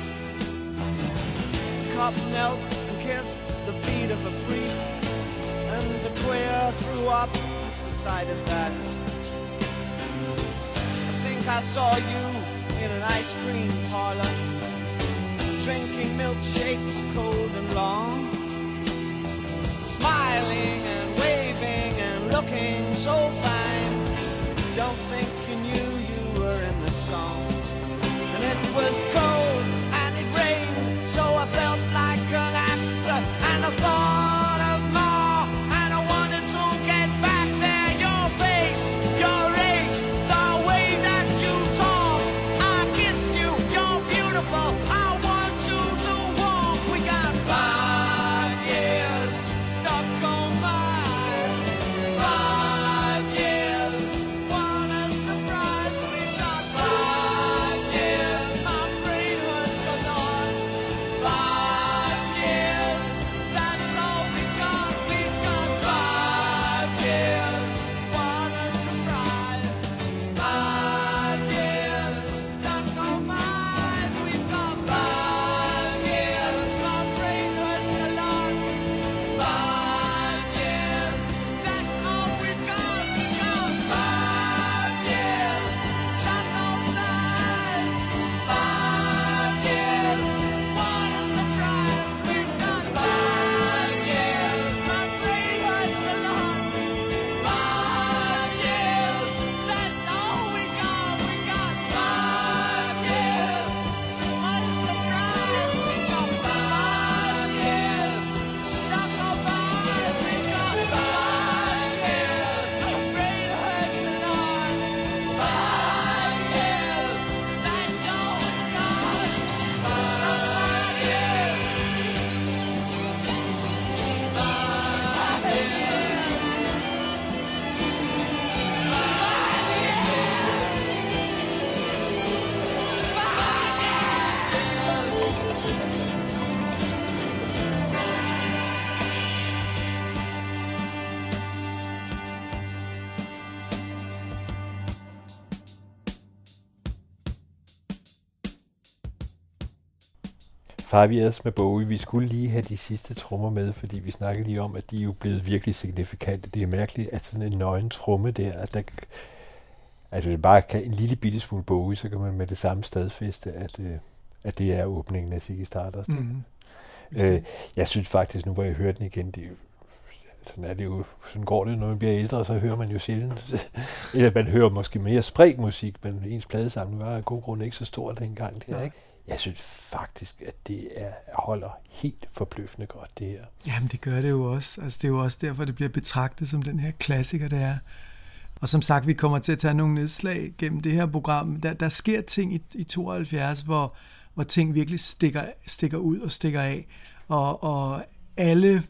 Cop knelt and kissed the feet of a priest, and the queer threw up the sight of that. I think I saw you in an ice cream parlor, drinking milkshakes cold and long, smiling and waving and looking so fine. Don't think you knew you were in the song. And it was cold and it rained, so I felt like an actor, and I thought of more, and I wanted to get back there. Your face, your race, the way that you talk, I kiss you, you're beautiful, I want you to walk. We got 5 years stuck on my 5 years. What a surprise, we got 5 years. My brain hurts a lot. 5 years, that's all we got. We've got 5 years. What a surprise. 5 years stuck on my. We've got 5 years. My brain hurts a lot. 5 years, that's all we've got. We've got 5 years stuck on my. 5 years, what a surprise. We've got 5 years. My brain hurts a lot. 5 years, that's all we got. We got 5 years. What a surprise. We got 5 years stuck on my. We got 5 years. My brain hurts a lot. 5 years, that's all we got. 5 years. 5 5 Years med Bowie. Vi skulle lige have de sidste trommer med, fordi vi snakkede lige om, at de er jo blevet virkelig signifikante. Det er mærkeligt, at sådan en nøgen tromme der, at der altså det bare kan en lille bitte smule Bowie, så kan man med det samme stadfæste, at det er åbningen af Ziggy Stardust. Mhm. Jeg synes faktisk, nu hvor jeg hører den igen, det er jo, sådan er det jo, sådan går det, når man bliver ældre, så hører man jo sjældent, eller man hører måske mere spredt musik, men ens pladesamling var af god grund ikke så stor dengang, det er, ikke? Jeg synes faktisk, at det holder helt forbløffende godt, det her. Jamen, det gør det jo også. Altså, det er jo også derfor, det bliver betragtet som den her klassiker, det er. Og som sagt, vi kommer til at tage nogle nedslag gennem det her program. Der sker ting i 72, hvor ting virkelig stikker ud og stikker af. Og alle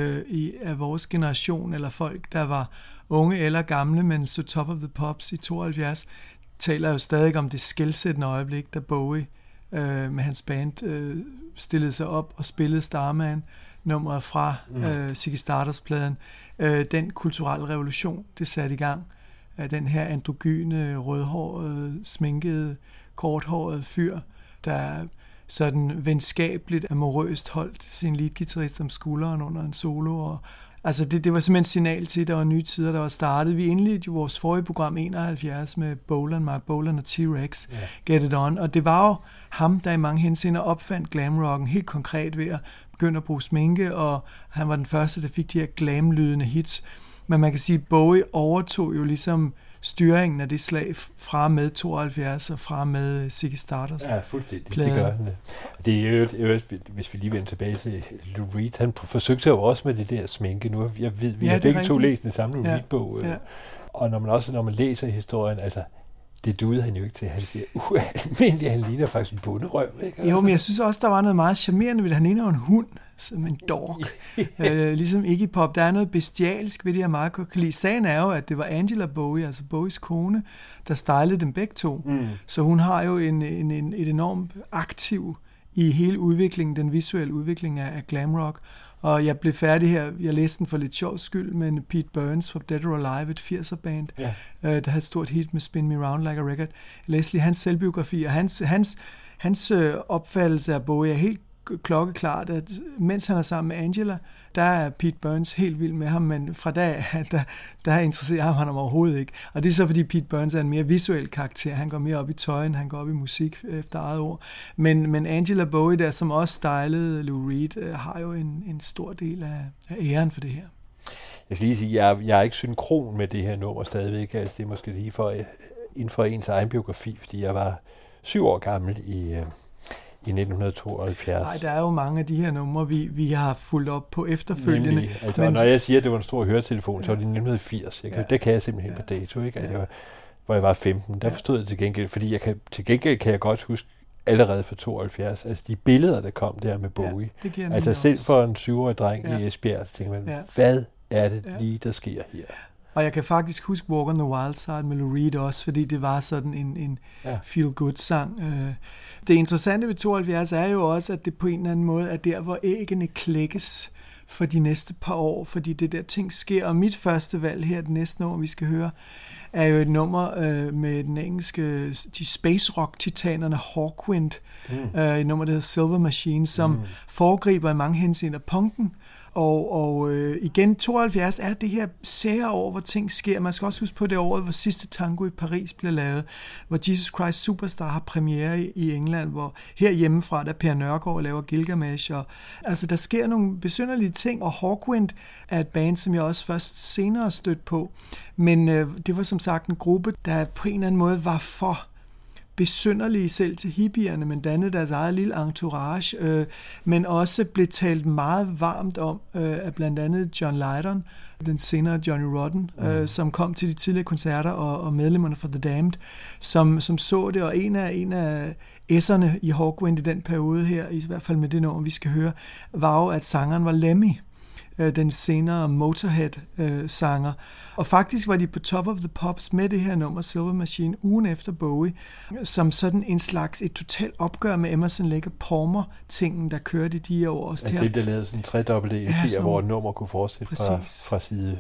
af vores generation, eller folk, der var unge eller gamle, men så Top of the Pops i 72, taler jo stadig om det skelsættende øjeblik, da Bowie med hans band stillede sig op og spillede Starman, nummeret fra Ziggy Stardust-pladen. Den kulturelle revolution, det satte i gang. Den her androgyne, rødhårede, sminkede, korthårede fyr, der sådan venskabeligt, amorøst holdt sin leadguitarist om skulderen under en solo. Og, altså det var simpelthen et signal til, at der var nye tider, der var startet. Vi indledte jo vores forrige program 71 med Mark Bolan og T-Rex, Get It On, og det var jo ham, der i mange henseender opfandt glamrocken helt konkret ved at begynde at bruge sminke, og han var den første, der fik de her glamlydende hits. Men man kan sige, at Bowie overtog jo ligesom styringen af det slag fra med 72 og fra med Ziggy Stardust. Ja, fuldstændig. Det gør han. Det er jo, hvis vi lige vender tilbage til Lou Reed, han forsøgte jo også med det der sminke. Nu, jeg ved, vi har begge to læst den samme Lou Reed-bog. Ja. Og når man læser historien, altså, det duede han jo ikke til. Han siger, ualmindelig, han ligner faktisk en bunderøv. Ikke? Jo, men jeg synes også, der var noget meget charmerende ved det. Han ligner jo en hund, som en dog. Ligesom Iggy Pop. Der er noget bestialsk ved det her meget godt kan lide. Sagen er jo, at det var Angela Bowie, altså Bowies kone, der stylede dem begge to. Så hun har jo et enormt aktiv i hele udviklingen, den visuelle udvikling af glam rock. Og jeg blev færdig her, jeg læste den for lidt sjov skyld, med Pete Burns fra Dead or Alive, et 80'er-band, der havde et stort hit med Spin Me Round Like a Record. Jeg læste lige hans selvbiografi, og hans opfattelse af Bowie er helt klokkeklart, at mens han er sammen med Angela, der er Pete Burns helt vild med ham, men fra dag der interesserer ham overhovedet ikke. Og det er så, fordi Pete Burns er en mere visuel karakter. Han går mere op i tøj, end han går op i musik, efter eget ord. Men Angela Bowie, der som også stylede Lou Reed, har jo en stor del af æren for det her. Jeg skal lige sige, at jeg er ikke synkron med det her nummer stadigvæk. Altså, det er måske lige inden for ens egen biografi, fordi jeg var 7 år gammel i 1972. Nej, der er jo mange af de her numre, vi har fulgt op på efterfølgende. Altså, men når jeg siger, at det var en stor høretelefon, så var det i 1980. Det kan jeg simpelthen på dato, ikke? Altså, hvor jeg var 15. Der forstod jeg til gengæld, fordi til gengæld kan jeg godt huske allerede fra 72, altså de billeder, der kom der med Bowie. Altså selv for en 7-årig dreng i Esbjerg, så tænker man, hvad er det lige, der sker her? Og jeg kan faktisk huske Walk on the Wild Side med Lou Reed også, fordi det var sådan en feel-good-sang. Det interessante ved 72 er jo også, at det på en eller anden måde er der, hvor æggene klækkes for de næste par år, fordi det der ting sker. Og mit første valg her, det næste nummer, vi skal høre, er jo et nummer med den engelske, de space rock-titanerne Hawkwind, et nummer, der hedder Silver Machine, som foregriber i mange henseender punken. Og igen, 72 er det her sære år, hvor ting sker. Man skal også huske på det år, hvor sidste tango i Paris blev lavet, hvor Jesus Christ Superstar har premiere i England, hvor herhjemmefra, der Per Nørgaard laver Gilgamesh. Og, altså, der sker nogle besynderlige ting, og Hawkwind er et band, som jeg også først senere stødte på. Men det var som sagt en gruppe, der på en eller anden måde var for besynderlige selv til hippierne, men dannede deres eget lille entourage, men også blev talt meget varmt om af blandt andet John Lydon, den senere Johnny Rotten, som kom til de tidligere koncerter, og medlemmerne fra The Damned, som så det, og en af esserne i Hawkwind i den periode her, i hvert fald med det nummer, vi skal høre, var jo, at sangeren var Lemmy, den senere Motorhead-sanger. Og faktisk var de på Top of the Pops med det her nummer, Silver Machine, ugen efter Bowie, som sådan en slags et totalt opgør med Emerson, Lake og Palmer-tingen, der kørte i de år også. Altså det, der lavede sådan en 3-dobbelt EP, hvor et nummer kunne fortsætte fra side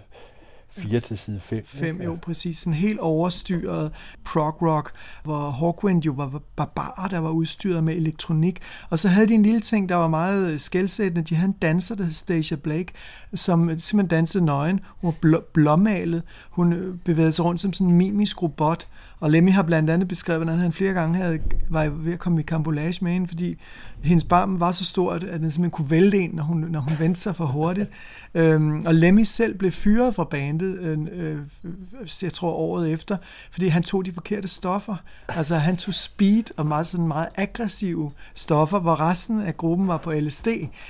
4 til side 5. 5, jo, præcis. Sådan helt overstyret prog-rock, hvor Hawkwind jo var barbarer, der var udstyret med elektronik. Og så havde de en lille ting, der var meget skelsættende. De havde en danser, der hed Stacia Blake, som simpelthen dansede nøgen. Hun var blåmalet. Hun bevægede sig rundt som sådan en mimisk robot. Og Lemmy har blandt andet beskrevet, hvordan han flere gange var ved at komme i karambolage med hende, fordi hendes barm var så stort, at den simpelthen kunne vælte en, når hun vendte sig for hurtigt. Og Lemmy selv blev fyret fra bandet, jeg tror året efter, fordi han tog de forkerte stoffer. Altså han tog speed og meget aggressive stoffer, hvor resten af gruppen var på LSD.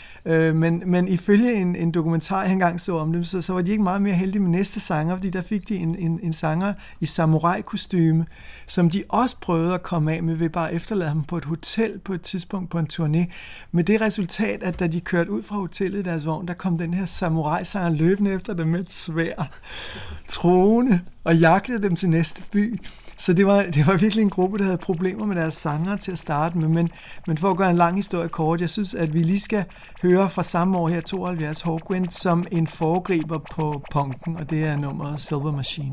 Men ifølge en dokumentar, jeg engang så om dem, så var de ikke meget mere heldige med næste sanger, fordi der fik de en sanger i samurai-kostyme, som de også prøvede at komme af med ved bare at efterlade ham på et hotel på et tidspunkt på en turné. Med det resultat, at da de kørte ud fra hotellet i deres vogn, der kom den her samurai-sanger løbende efter dem med et sværd, troende, og jagtede dem til næste by. Så det var virkelig en gruppe, der havde problemer med deres sanger til at starte med, men for at gøre en lang historie kort, jeg synes, at vi lige skal høre fra samme år her, 72, Hawkwind, som en foregriber på punken, og det er nummeret Silver Machine.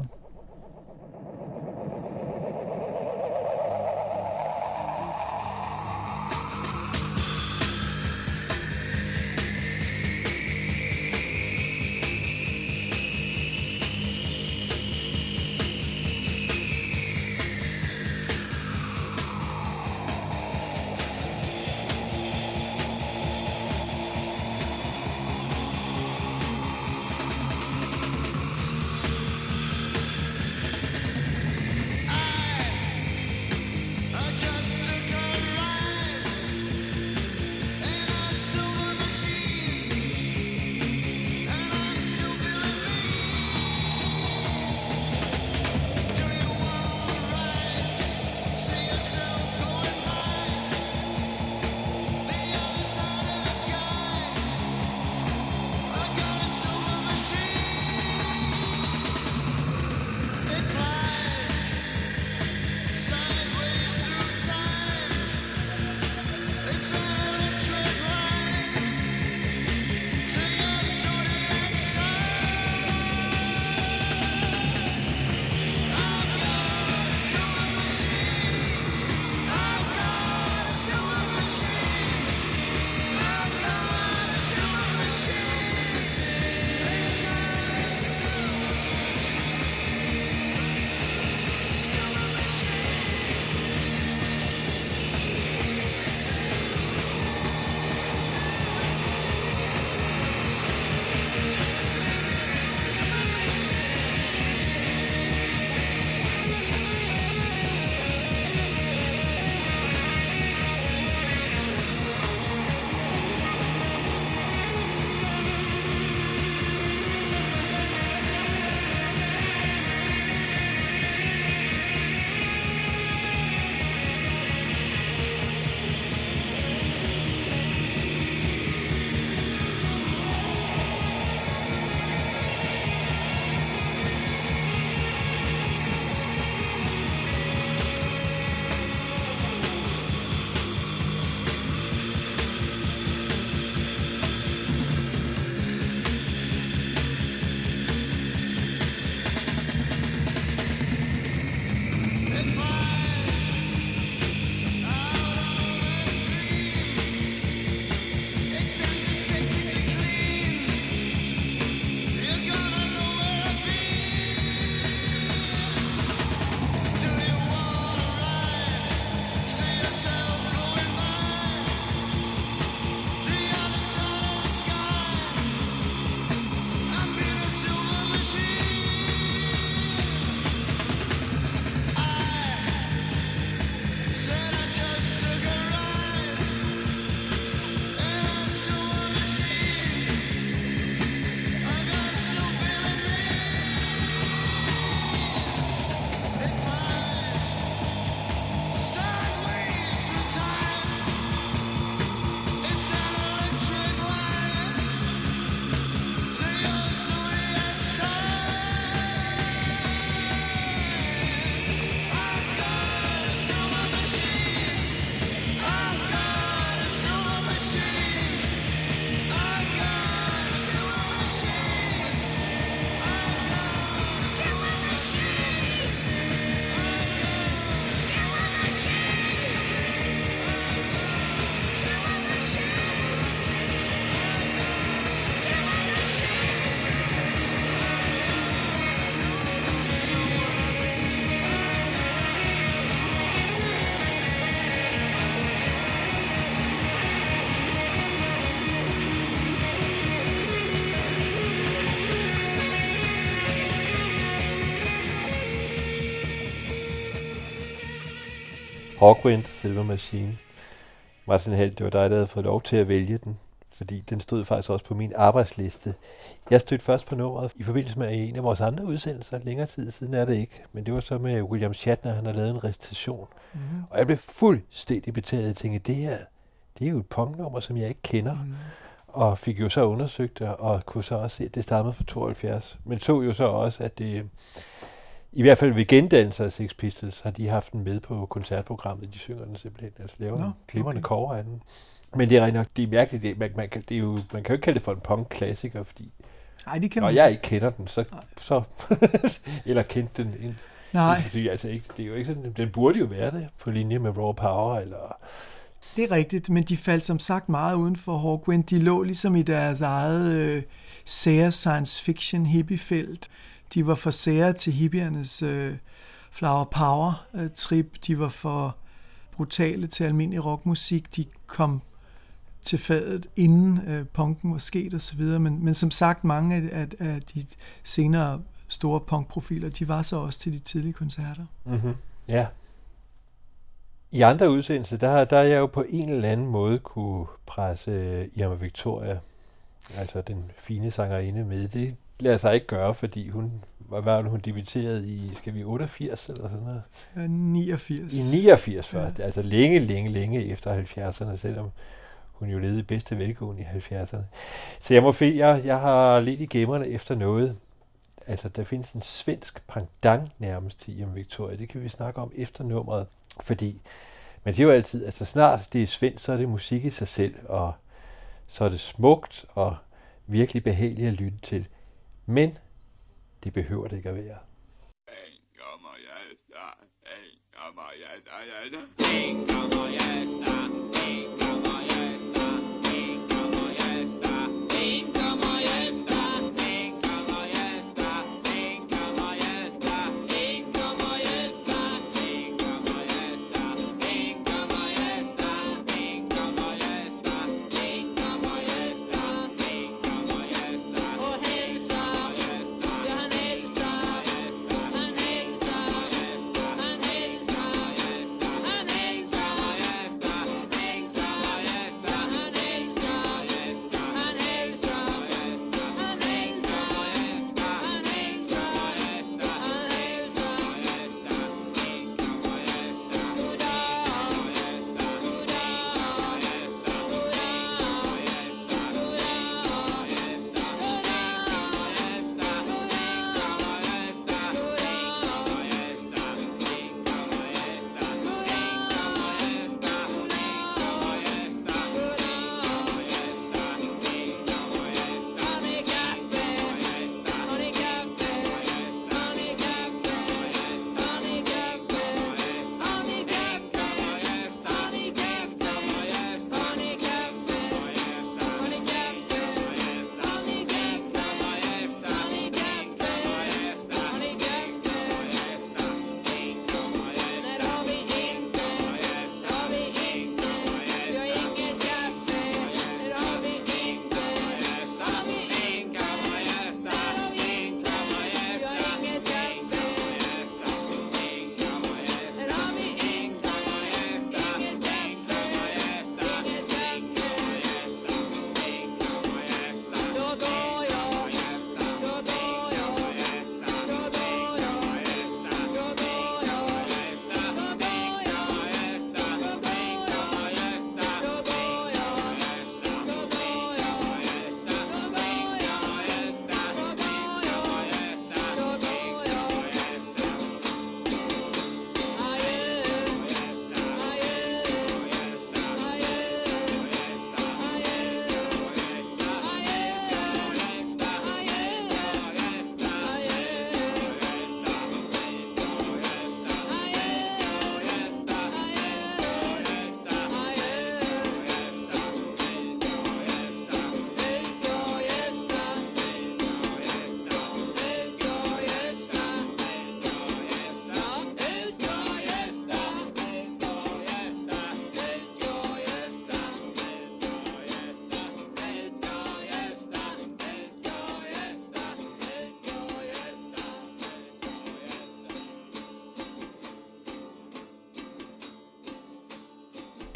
Hawkwind, Silver Machine. Martin Held, det var dig, der havde fået lov til at vælge den, fordi den stod faktisk også på min arbejdsliste. Jeg stødte først på nummeret i forbindelse med en af vores andre udsendelser, længere tid siden er det ikke, men det var så med William Shatner, han har lavet en recitation. Mm-hmm. Og jeg blev fuldstændig betaget og tænkte, det er jo et punknummer, som jeg ikke kender. Mm-hmm. Og fik jo så undersøgt det, og kunne så også se, at det stammede fra 72. Men så jo så også, at det, i hvert fald ved gendannelser af Sex Pistols, har de haft den med på koncertprogrammet. De synger den simpelthen, altså laver en glimrende cover af den. Men det er nok, det er mærkeligt, man kan jo ikke kalde det for en punk-klassiker, fordi når jeg ikke kender den, så eller kendte den. Nej. Det er jo ikke sådan, den burde jo være det, på linje med Raw Power, eller... Det er rigtigt, men de faldt som sagt meget uden for Hawkwind. De lå ligesom i deres eget sære science fiction hippiefelt. De var for sære til hippiernes flower power trip. De var for brutale til almindelig rockmusik. De kom til fadet inden punken var sket og så videre. Men som sagt, mange af de senere store punkprofiler, de var så også til de tidlige koncerter. Mm-hmm. Ja. I andre udsendelser, der er jeg jo på en eller anden måde kunne presse Irma Victoria, altså den fine sangerinde, med. Det lader sig ikke gøre, fordi hun debuterede i, skal vi 88 eller sådan noget? 89. I 89 først, altså længe efter 70'erne, selvom hun jo levede i bedste velgående i 70'erne. Så jeg har lidt i gemmerne efter noget. Altså, der findes en svensk pendant nærmest til Irma Victoria. Det kan vi snakke om efter nummeret. Fordi, men det er jo altid, altså snart det er svensk, så er det musik i sig selv, og så er det smukt og virkelig behageligt at lytte til. Men det behøver det ikke at være.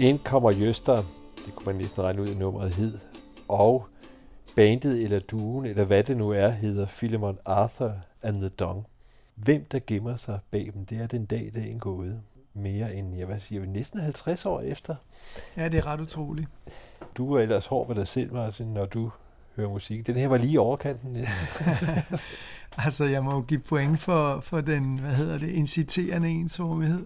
Ind kommer Jøster, det kunne man næsten regne ud, at nummeret hed, og bandet eller duen, eller hvad det nu er, hedder Philemon Arthur and the Dong. Hvem der gemmer sig bag dem, det er den dag, dagen gået. Mere end, næsten 50 år efter. Ja, det er ret utroligt. Du er ellers hård ved dig selv, Martin, når du hører musik. Den her var lige i overkanten. Altså, jeg må jo give point for den, inciterende ensomhed.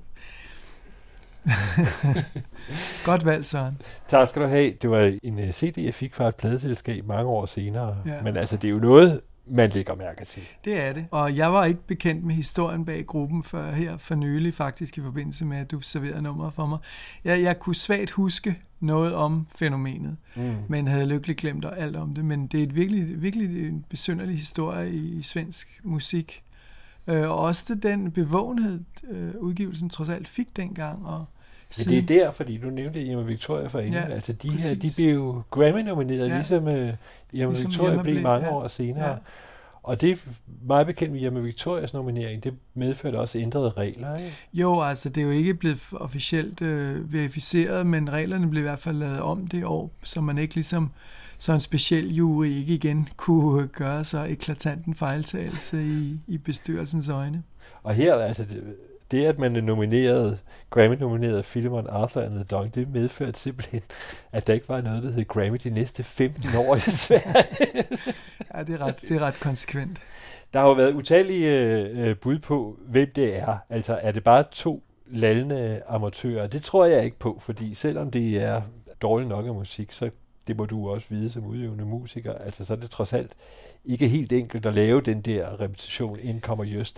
Godt valgt, Søren. Tak skal du have. Det var en CD, jeg fik fra et pladeselskab mange år senere. Ja. Men altså, det er jo noget, man lægger mærke til. Det er det. Og jeg var ikke bekendt med historien bag gruppen før her for nylig, faktisk i forbindelse med, at du serverede nummeret for mig. Jeg kunne svagt huske noget om fænomenet, men havde lykkeligt glemt alt om det. Men det er virkelig en besynderlig historie i svensk musik. Og også den bevågenhed, udgivelsen trods alt fik dengang. Og men det er der, fordi du nævnte Irma Victoria for inden. Altså de her, de blev jo Grammy-nomineret, ligesom Irma Victoria blev mange år senere. Ja. Og det er meget bekendt med Irma Victorias nominering, det medførte også ændrede regler, ikke? Jo, altså det er jo ikke blevet officielt verificeret, men reglerne blev i hvert fald lavet om det år, så man ikke ligesom så en speciel jury ikke igen kunne gøre så eklatant en fejltagelse i bestyrelsens øjne. Og her, altså det at man er nomineret, Grammy-nomineret Philemon Arthur and the Dong, det medførte simpelthen, at der ikke var noget, der hed Grammy de næste 15 år i Sverige. Ja, det er ret konsekvent. Der har jo været utallige bud på, hvem det er. Altså, er det bare 2 lallende amatører? Det tror jeg ikke på, fordi selvom det er dårligt nok af musik, så det må du også vide som udøvende musiker. Altså, så er det trods alt ikke helt enkelt at lave den der repetition, Ind kommer Jøster,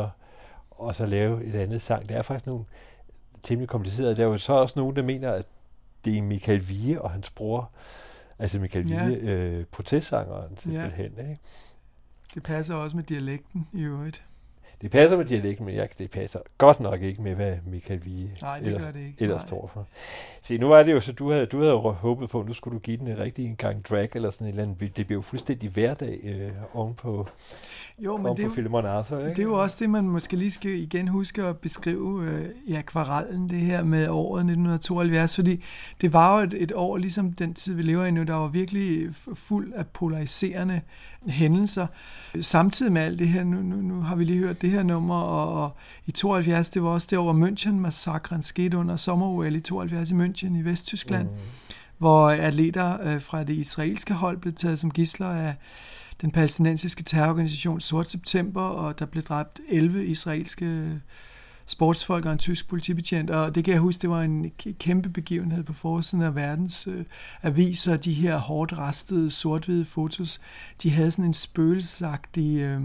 og så lave et andet sang. Det er faktisk nogle temmelig komplicerede. Der er jo så også nogen, der mener, at det er Michael Wige og hans bror, altså Michael Wige, protestsangeren simpelthen. Ja. Ikke? Det passer også med dialekten i øvrigt. Det passer med dialekten, men det passer godt nok ikke med, hvad Michael Wige ellers står for. Se, nu var det jo så, du havde håbet på, at nu skulle du give den en rigtig gang drag, eller sådan et eller andet. Det blev jo fuldstændig hverdag ovenpå Philemon Arthur. Ikke? Det er jo også det, man måske lige skal igen huske at beskrive i akvarellen, det her med året 1972, fordi det var jo et år, ligesom den tid, vi lever i nu, der var virkelig fuld af polariserende hændelser. Samtidig med alt det her, nu har vi lige hørt det her nummer, og i 72, det var også det over München-massakren skete under sommer-OL i 72 i München i Vesttyskland, hvor atleter fra det israelske hold blev taget som gidsler af den palæstinensiske terrororganisation Sort September, og der blev dræbt 11 israelske sportsfolk og en tysk politibetjent, og det kan jeg huske, det var en kæmpe begivenhed på forsiden af verdens aviser. De her hårdt rastede sort-hvide fotos, de havde sådan en spøgelsesagtig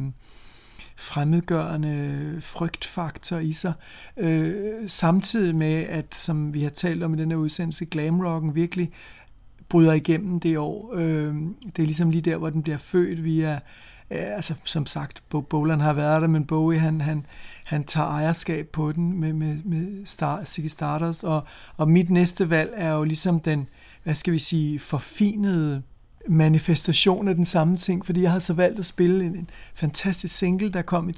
fremmedgørende frygtfaktor i sig, samtidig med, at, som vi har talt om i den her udsendelse, glamrocken virkelig bryder igennem det år. Det er ligesom lige der, hvor den bliver født via, altså som sagt, Bolan har været der, men Bowie, han tager ejerskab på den med Ziggy Stardust, og mit næste valg er jo ligesom den, hvad skal vi sige, forfinede manifestation af den samme ting, fordi jeg har så valgt at spille en fantastisk single, der kom i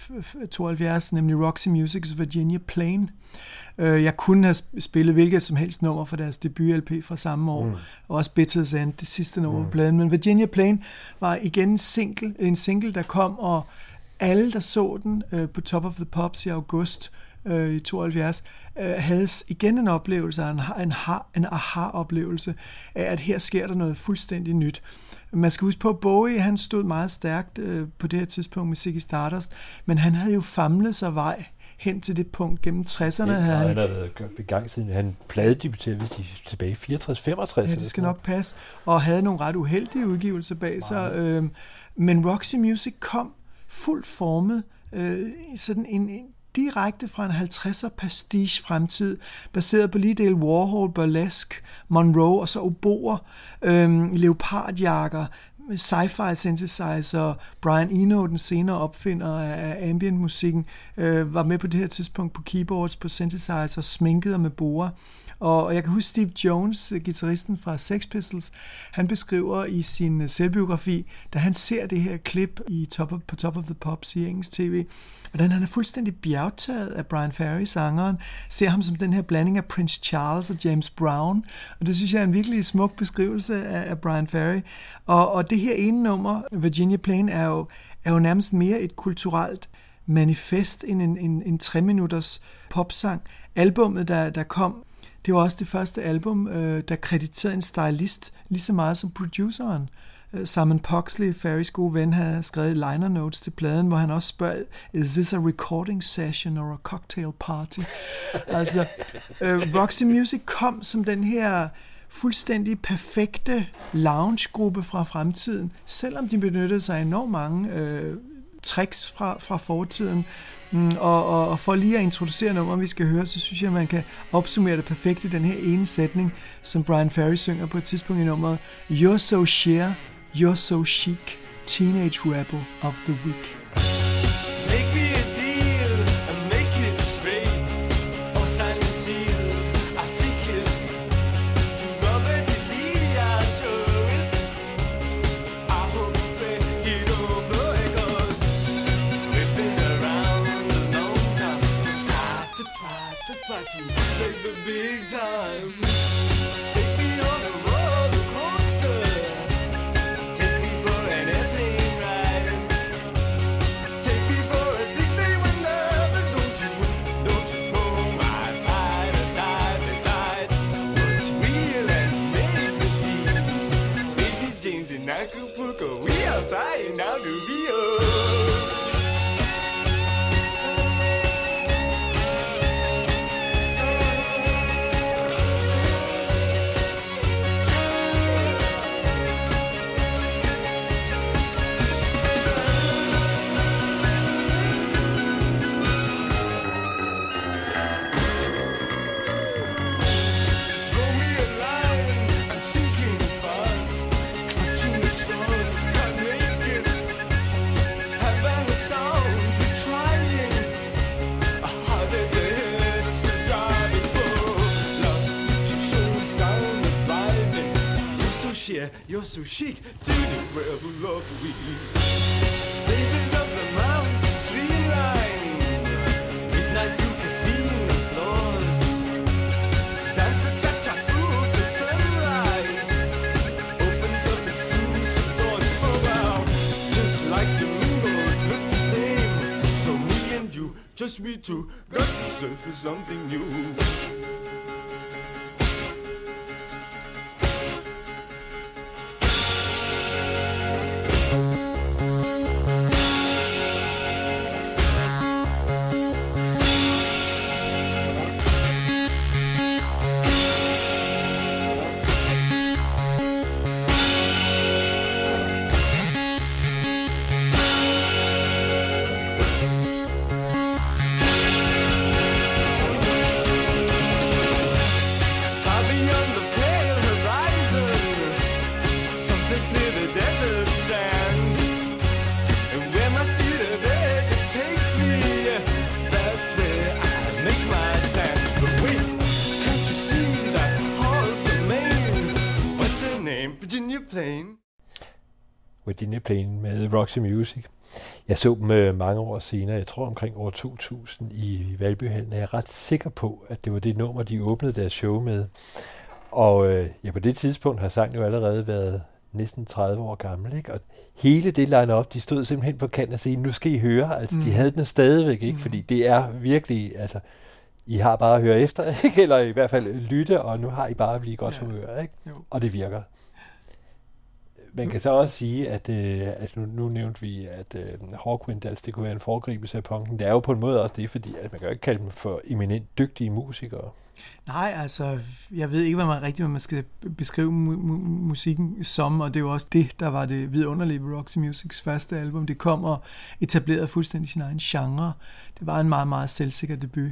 72, nemlig Roxy Music's Virginia Plain. Jeg kunne have spillet hvilket som helst nummer fra deres debut-LP fra samme år, og også Bitter's End, det sidste nummer på pladen, men Virginia Plain var igen en single, der kom, og alle, der så den på Top of the Pops i august i 72, havde igen en oplevelse, en aha-oplevelse af, at her sker der noget fuldstændig nyt. Man skal huske på, at Bowie, han stod meget stærkt på det her tidspunkt med Ziggy Stardust, men han havde jo famlet sig vej hen til det punkt gennem 60'erne. Han havde været i gang siden han pladedebuterede tilbage i 64-65. Ja, det skal nok passe. Og havde nogle ret uheldige udgivelser bag sig. Men Roxy Music kom fuldt formet, sådan en direkte fra en 50'er pastiche fremtid, baseret på lige del Warhol, burlesque, Monroe og så oboer, leopardjakker, sci-fi synthesizer. Brian Eno, den senere opfinder af ambient-musikken, var med på det her tidspunkt på keyboards, på synthesizer, sminket og med borer. Og jeg kan huske Steve Jones, guitaristen fra Sex Pistols, han beskriver i sin selvbiografi, da han ser det her klip på Top of the Pops i engelsk tv, hvordan han er fuldstændig bjergtaget af Brian Ferry, sangeren, ser ham som den her blanding af Prince Charles og James Brown, og det synes jeg er en virkelig smuk beskrivelse af Brian Ferry. Og det her ene nummer, Virginia Plain, er jo nærmest mere et kulturelt manifest end en 3-minutters popsang. Albummet, der kom, det var også det første album, der krediterede en stylist lige så meget som produceren. Simon Pugsley, Ferrys gode ven, havde skrevet liner notes til pladen, hvor han også spørger, is this a recording session or a cocktail party? Altså, Roxy Music kom som den her fuldstændig perfekte loungegruppe fra fremtiden, selvom de benyttede sig af enormt mange tricks fra fortiden. Og for lige at introducere nummeret, vi skal høre, så synes jeg, man kan opsummere det perfekt i den her ene sætning, som Brian Ferry synger på et tidspunkt i nummeret. You're so sheer, you're so chic, teenage rebel of the week. Make me a deal and make it straight. Or sign and seal, I take it. To Robert the Lee, I show it. I hope that you don't know it, 'cause we've been around a long time. Just try to make the big time. Take me on a roller coaster. Take me for an airplane ride. Take me for a 6-day wonder. But don't you pull my ride side by side. What's real and made to be? Baby James and Acapulco, we are flying down to Rio. You're so chic to the rebel of the week. Flavors of the mountain streamline. Midnight blue casino floors. Dance the cha-cha through to sunrise. Opens up exclusive doors for wow. Just like the windows look the same. So me and you, just we two, got to search for something new. Virginia Plain med Roxy Music. Jeg så dem mange år senere, jeg tror omkring år 2000 i Valbyhallen, og jeg er ret sikker på, at det var det nummer, de åbnede deres show med. Og på det tidspunkt har sangen jo allerede været næsten 30 år gammel, ikke? Og hele det line-up, de stod simpelthen på kanten og sagde, nu skal I høre, altså de havde den stadigvæk, ikke? Fordi det er virkelig, altså, I har bare at høre efter, ikke? Eller i hvert fald lytte, og nu har I bare at blive godt humør, ikke? Og det virker. Man kan så også sige, at nu nævnte vi, at Hawkwind, altså det kunne være en foregribelse af punken. Det er jo på en måde også det, fordi at man kan jo ikke kalde dem for eminent dygtige musikere. Nej, altså, jeg ved ikke, hvad man skal beskrive musikken som, og det er jo også det, der var det vidunderlige ved Roxy Musics første album. Det kom og etablerede fuldstændig sin egen genre. Det var en meget, meget selvsikker debut.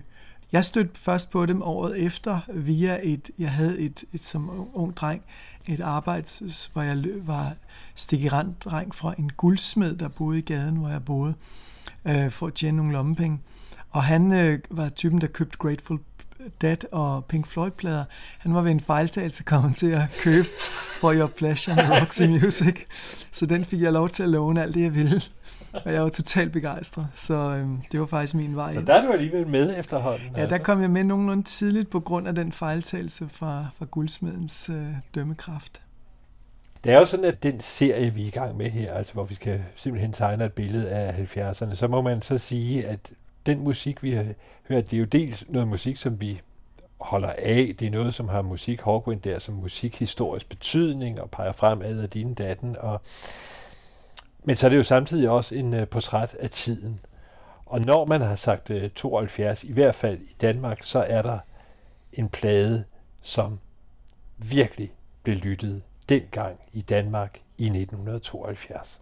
Jeg stødte først på dem året efter via jeg havde et som ung dreng, et arbejde, hvor jeg var stikiranddreng fra en guldsmed, der boede i gaden, hvor jeg boede, for at tjene nogle lommepenge. Og han var typen, der købte Grateful Dead og Pink Floyd-plader. Han var ved en fejltagelse kommet til at købe For Your Pleasure med Roxy Music. Så den fik jeg lov til at låne alt det, jeg ville. Og jeg var totalt begejstret, så det var faktisk min vej. Så der er du alligevel med efterhånden? Ja, der kom jeg med nogenlunde tidligt på grund af den fejltagelse fra guldsmedens dømmekraft. Det er jo sådan, at den serie, vi er i gang med her, altså hvor vi skal simpelthen tegne et billede af 70'erne, så må man så sige, at den musik, vi har hørt, det er jo dels noget musik, som vi holder af. Det er noget, som har musik Hawkwind der som musikhistorisk betydning og peger fremad af din datten. Men så er det jo samtidig også en portræt af tiden. Og når man har sagt 72, i hvert fald i Danmark, så er der en plade, som virkelig blev lyttet dengang i Danmark i 1972.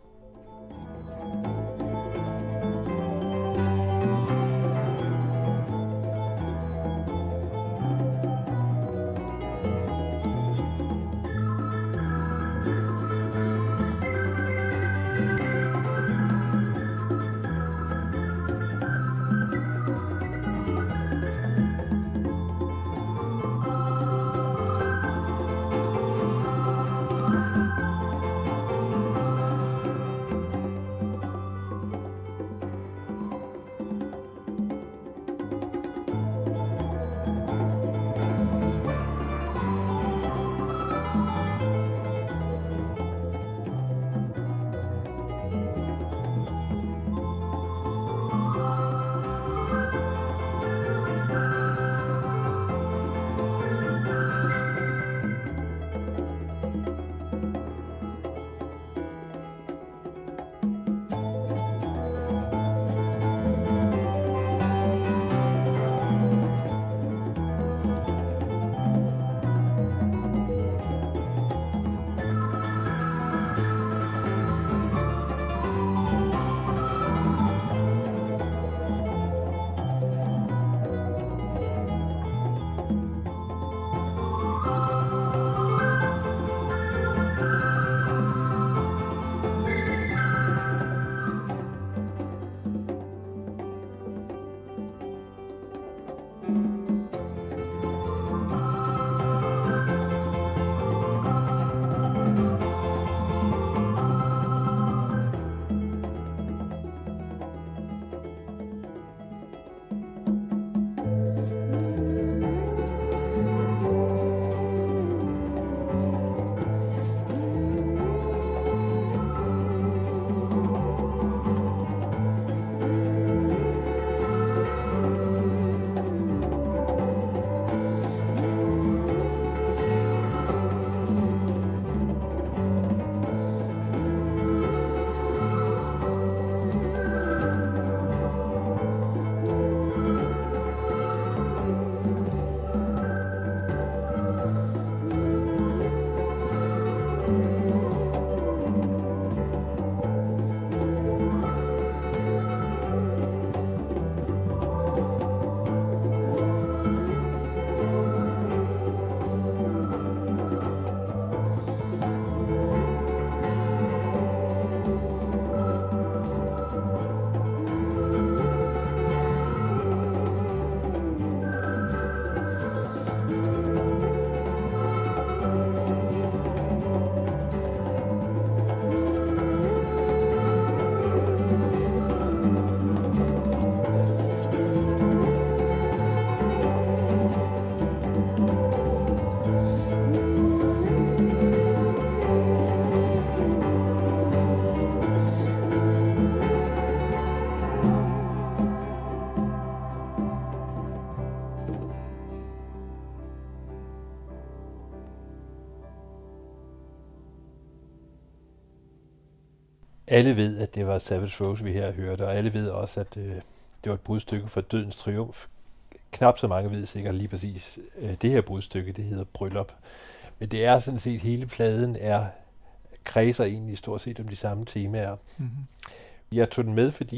Alle ved, at det var Savage Rose, vi her hørte, og alle ved også, at det var et brudstykke for Dødens Triumf. Knap så mange ved sikkert lige præcis, det her brudstykke, det hedder Bryllup. Men det er sådan set, hele pladen kredser egentlig stort set om de samme temaer. Mm-hmm. Jeg tog den med, fordi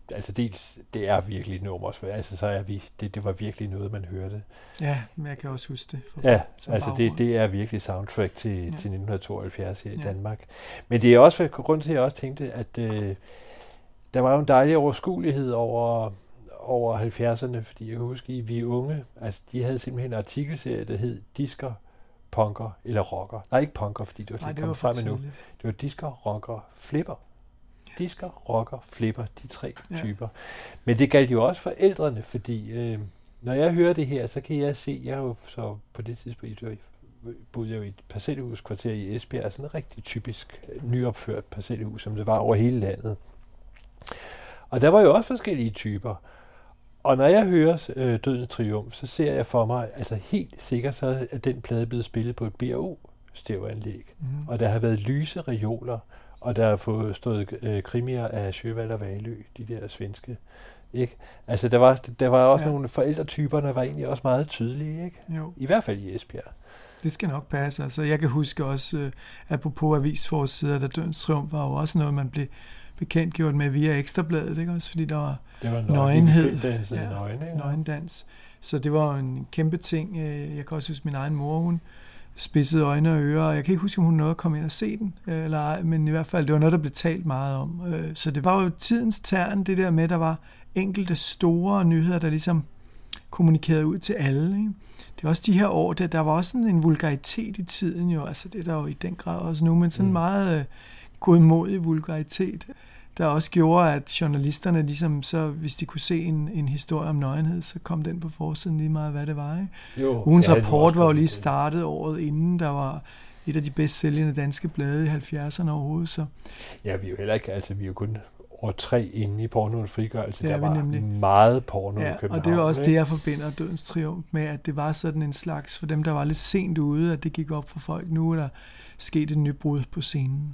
altså det er virkelig et nummer, altså så er det var virkelig noget, man hørte. Ja, men jeg kan også huske det. Ja, altså det er virkelig soundtrack til 1972 her i Danmark. Men det er også grund til, at jeg også tænkte, at der var jo en dejlig overskuelighed over 70'erne, fordi jeg kan huske, at Vi Unge, altså de havde simpelthen en artikelserie, der hed Disker, Punker eller Rocker. Nej, ikke punker, fordi det var kommet frem endnu. Det var Disker, Rocker, Flipper. Disker, rocker, flipper, de 3 typer. Men det galt jo også forældrene, fordi når jeg hører det her, så kan jeg se, jeg har jo så på det tidspunkt boede jeg jo i et parcelhuskvarter i Esbjerg, sådan et rigtig typisk nyopført parcelhus, som det var over hele landet. Og der var jo også forskellige typer. Og når jeg hører Dødens Triumf, så ser jeg for mig, altså helt sikkert, så er den plade blevet spillet på et B&O-stævanlæg. Og der har været lyse reoler, og der har stået krimier af Sjöwall og Wahlöö, de der svenske. Ikke? Altså der var også nogle forældretyper, der var egentlig også meget tydelige, ikke? Jo. I hvert fald i Esbjerg. Det skal nok passe. Altså, jeg kan huske også, apropos avisforsider, der Dødens Triumf var jo også noget, man blev bekendtgjort med via Ekstrabladet, ikke også? Fordi der var nøgenhed. Nøgendans. Så det var en kæmpe ting. Jeg kan også huske min egen mor, hun spidsede øjne og ører, og jeg kan ikke huske, om hun nåede at komme ind og se den, eller ej, men i hvert fald, det var noget, der blev talt meget om. Så det var jo tidens tern, det der med, at der var enkelte store nyheder, der ligesom kommunikerede ud til alle. Ikke? Det er også de her år, der var også sådan en vulgaritet i tiden jo, altså det er der jo i den grad også nu, men sådan meget godmodig vulgaritet, der også gjorde, at journalisterne ligesom så, hvis de kunne se en historie om nøgenhed, så kom den på forsiden lige meget, hvad det var. Ikke? Ugens Rapport var jo lige startet året inden, der var et af de bedst sælgende danske blade i 70'erne overhovedet. Så. Ja, vi er jo heller ikke, altså vi er jo kun år 3 inde i pornoens frigørelse. Der var meget porno i København. Og det er også det, jeg forbinder Dødens Triumf med, at det var sådan en slags, for dem, der var lidt sent ude, at det gik op for folk. Nu er der sket et nybrud på scenen.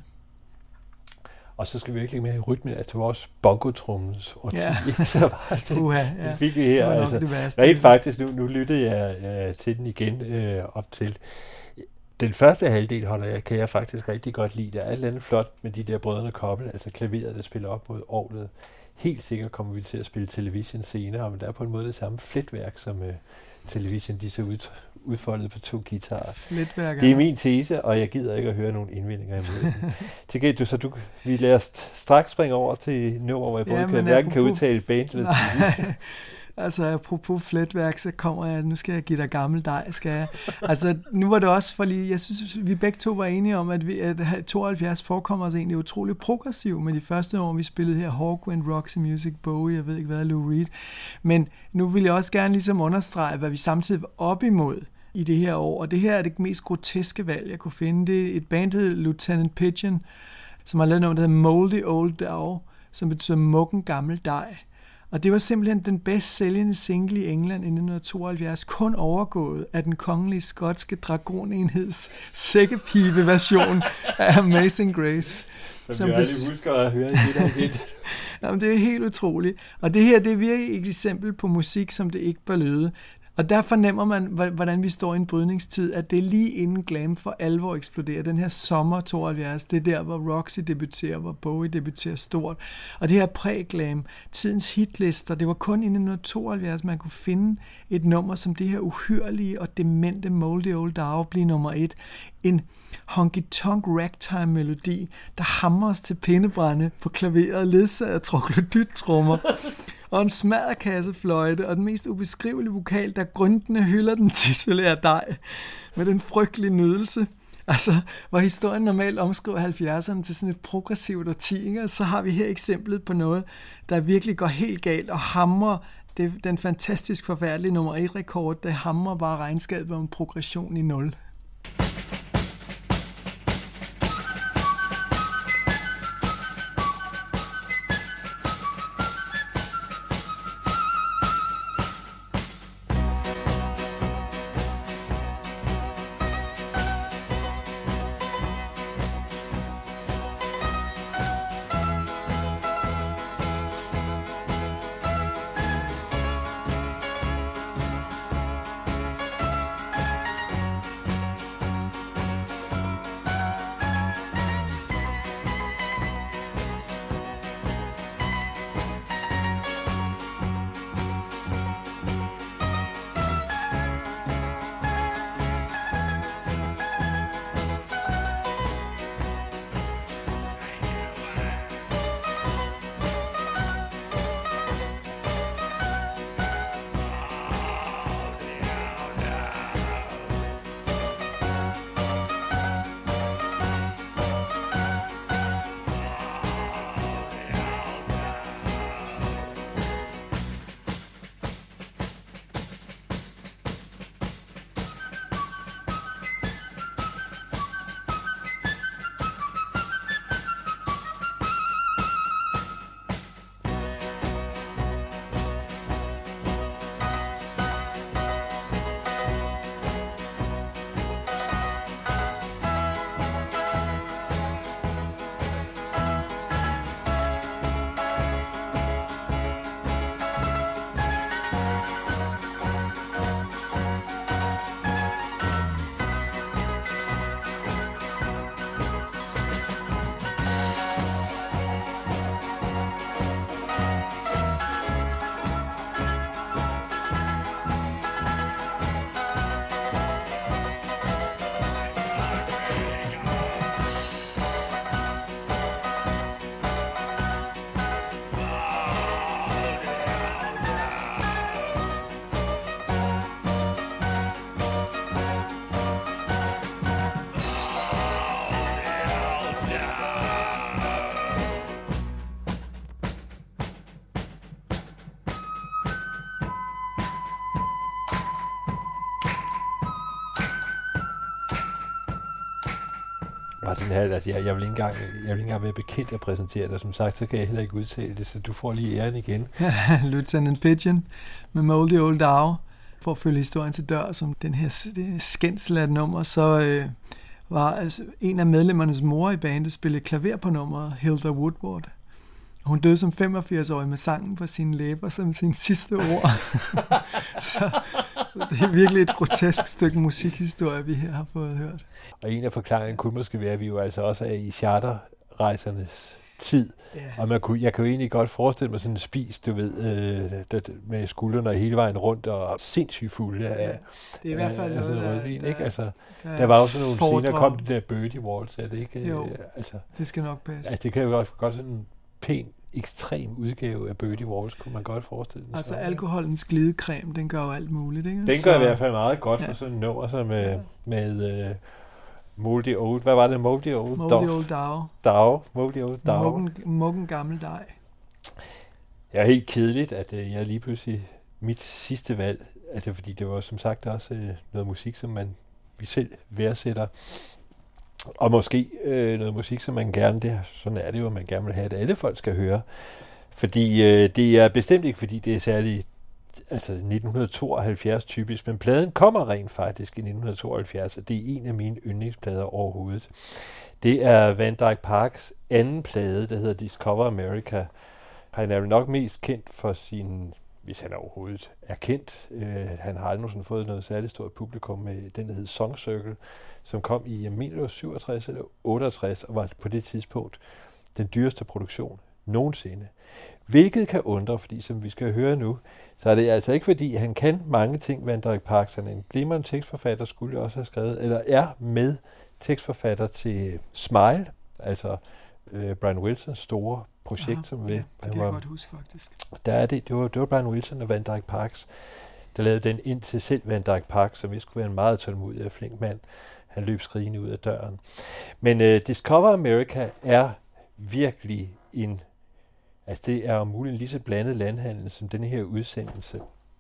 Og så skal vi virkelig med i rytmen, altså vores bongotrummens årti. Så var det, det fik vi her. Det altså, rent faktisk, nu lyttede jeg til den igen op til. Den første halvdel kan jeg faktisk rigtig godt lide. Der er et eller andet flot med de der brødrene Koppel, altså klaveret, der spiller op mod orglet. Helt sikkert kommer vi til at spille Television senere, men der er på en måde det samme fletværk, som Television, de så udfoldet på 2 guitarer. Det er min tese, og jeg gider ikke at høre nogen indvendinger imod den. Til gengæld, vi lader os straks springe over til nummer, hvor jeg hverken kan udtale band eller TV. Altså, apropos fletværk, så kommer jeg, nu skal jeg give dig gammel dej, skal jeg. Altså, nu var det også, fordi jeg synes, vi begge to var enige om, at 72 forekommer os egentlig utroligt progressiv med de første år, vi spillede her, Hawkwind, Roxy Music, Bowie, jeg ved ikke hvad, Lou Reed. Men nu vil jeg også gerne ligesom understrege, hvad vi samtidig var op imod i det her år, og det her er det mest groteske valg, jeg kunne finde. Det er et band, der hedder Lieutenant Pigeon, som har lavet noget, der hedder Moldy Old Dow, som betyder muggen gammel dej. Og det var simpelthen den bedst sælgende single i England i 1972, kun overgået af den kongelige skotske dragonenheds sækkepibe-version af Amazing Grace. Som vi aldrig husker at høre i det der hit. Jamen, det er helt utroligt. Og det her, det er virkelig et eksempel på musik, som det ikke bør lyde. Og der fornemmer man, hvordan vi står i en brydningstid, at det er lige inden glam for alvor eksploderer. Den her sommer 72, det er der, hvor Roxy debuterer, hvor Bowie debuterer stort. Og det her præ-glam, tidens hitlister, det var kun i 1972, man kunne finde et nummer som det her uhyrlige og demente Moldy Old Dow blive nummer 1. En honky-tonk ragtime-melodi, der hamres til pindebrænde på klaveret, ledsaget af troglodyttrummer. Og en smadderkassefløjte, og den mest ubeskrivelige vokal, der grøntende hylder den titulære dej med den frygtelige nydelse. Altså, hvor historien normalt omskriver 70'erne til sådan et progressivt årti, så har vi her eksemplet på noget, der virkelig går helt galt og hamrer den fantastisk forfærdelige nummer 1-rekord, der hamrer bare regnskabet om progression i 0. Martin Hall, altså jeg vil ikke engang være bekendt at præsentere dig. Som sagt, så kan jeg heller ikke udtale det, så du får lige æren igen. Lieutenant Pigeon med Moldy Old Dow. For at følge historien til dør, som den her skændsel af et nummer, så var altså en af medlemmernes mor i bandet spillede klaver på nummeret, Hilda Woodward. Hun døde som 85-årig med sangen på sine læber som sin sidste ord. så det er virkelig et grotesk stykke musikhistorie, vi her har fået hørt. Og en af forklaringen kunne måske være, at vi jo altså også er i charterrejsernes tid. Yeah. Og jeg kan jo egentlig godt forestille mig sådan en spis, du ved, med skuldrene hele vejen rundt og sindssygt fulde af, det er i hvert fald rødvin, ikke? Altså, der var også nogle senere, kom det der Birdie Waltz, er det ikke? Jo, altså, det skal nok passe. Altså, det kan jo godt sådan en pæn, ekstrem udgave af Birdie Waltz, kunne man godt forestille sig. Altså, alkoholens glidecreme, den gør jo alt muligt, ikke? Den gør i hvert fald meget godt for sådan en nummer, som med Moldy Old, hvad var det? Moldy Old Dow. Moldy Old Dow. Muggen gammel dej. Jeg er helt kedeligt, at jeg lige pludselig, mit sidste valg, altså fordi det var som sagt også noget musik, som vi selv værdsætter, og måske noget musik, som man gerne, sådan er det jo, man gerne vil have, at alle folk skal høre. Fordi det er bestemt ikke, fordi det er særligt, altså 1972 typisk, men pladen kommer rent faktisk i 1972, og det er en af mine yndlingsplader overhovedet. Det er Van Dyke Parks anden plade, der hedder Discover America. Han er jo nok mest kendt for sin, hvis han overhovedet er kendt, han har aldrig sådan fået noget særligt stort publikum med den, der hed Song Circle, som kom i, jeg mener det var 67 eller 68, og var på det tidspunkt den dyreste produktion nogensinde. Hvilket kan undre, fordi som vi skal høre nu, så er det altså ikke fordi, han kan mange ting, Van Dyke Parks. Han er en glimrende tekstforfatter, skulle jeg også have skrevet, eller er med tekstforfatter til Smile, altså Brian Wilsons store projekt, som det kan jeg godt huske faktisk. Det var Brian Wilson og Van Dyke Parks, der lavede den ind til selv Van Dyke Parks, som skulle være en meget tålmodig og flink mand. Han løb skrigende ud af døren. Men Discover America er virkelig altså det er om muligt en lige så blandet landhandel som denne her udsendelse.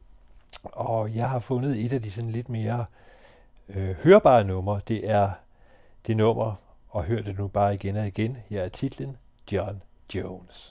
Og jeg har fundet et af de sådan lidt mere hørbare numre. Det er det nummer, og hør det nu bare igen og igen. Her er titlen John Jones.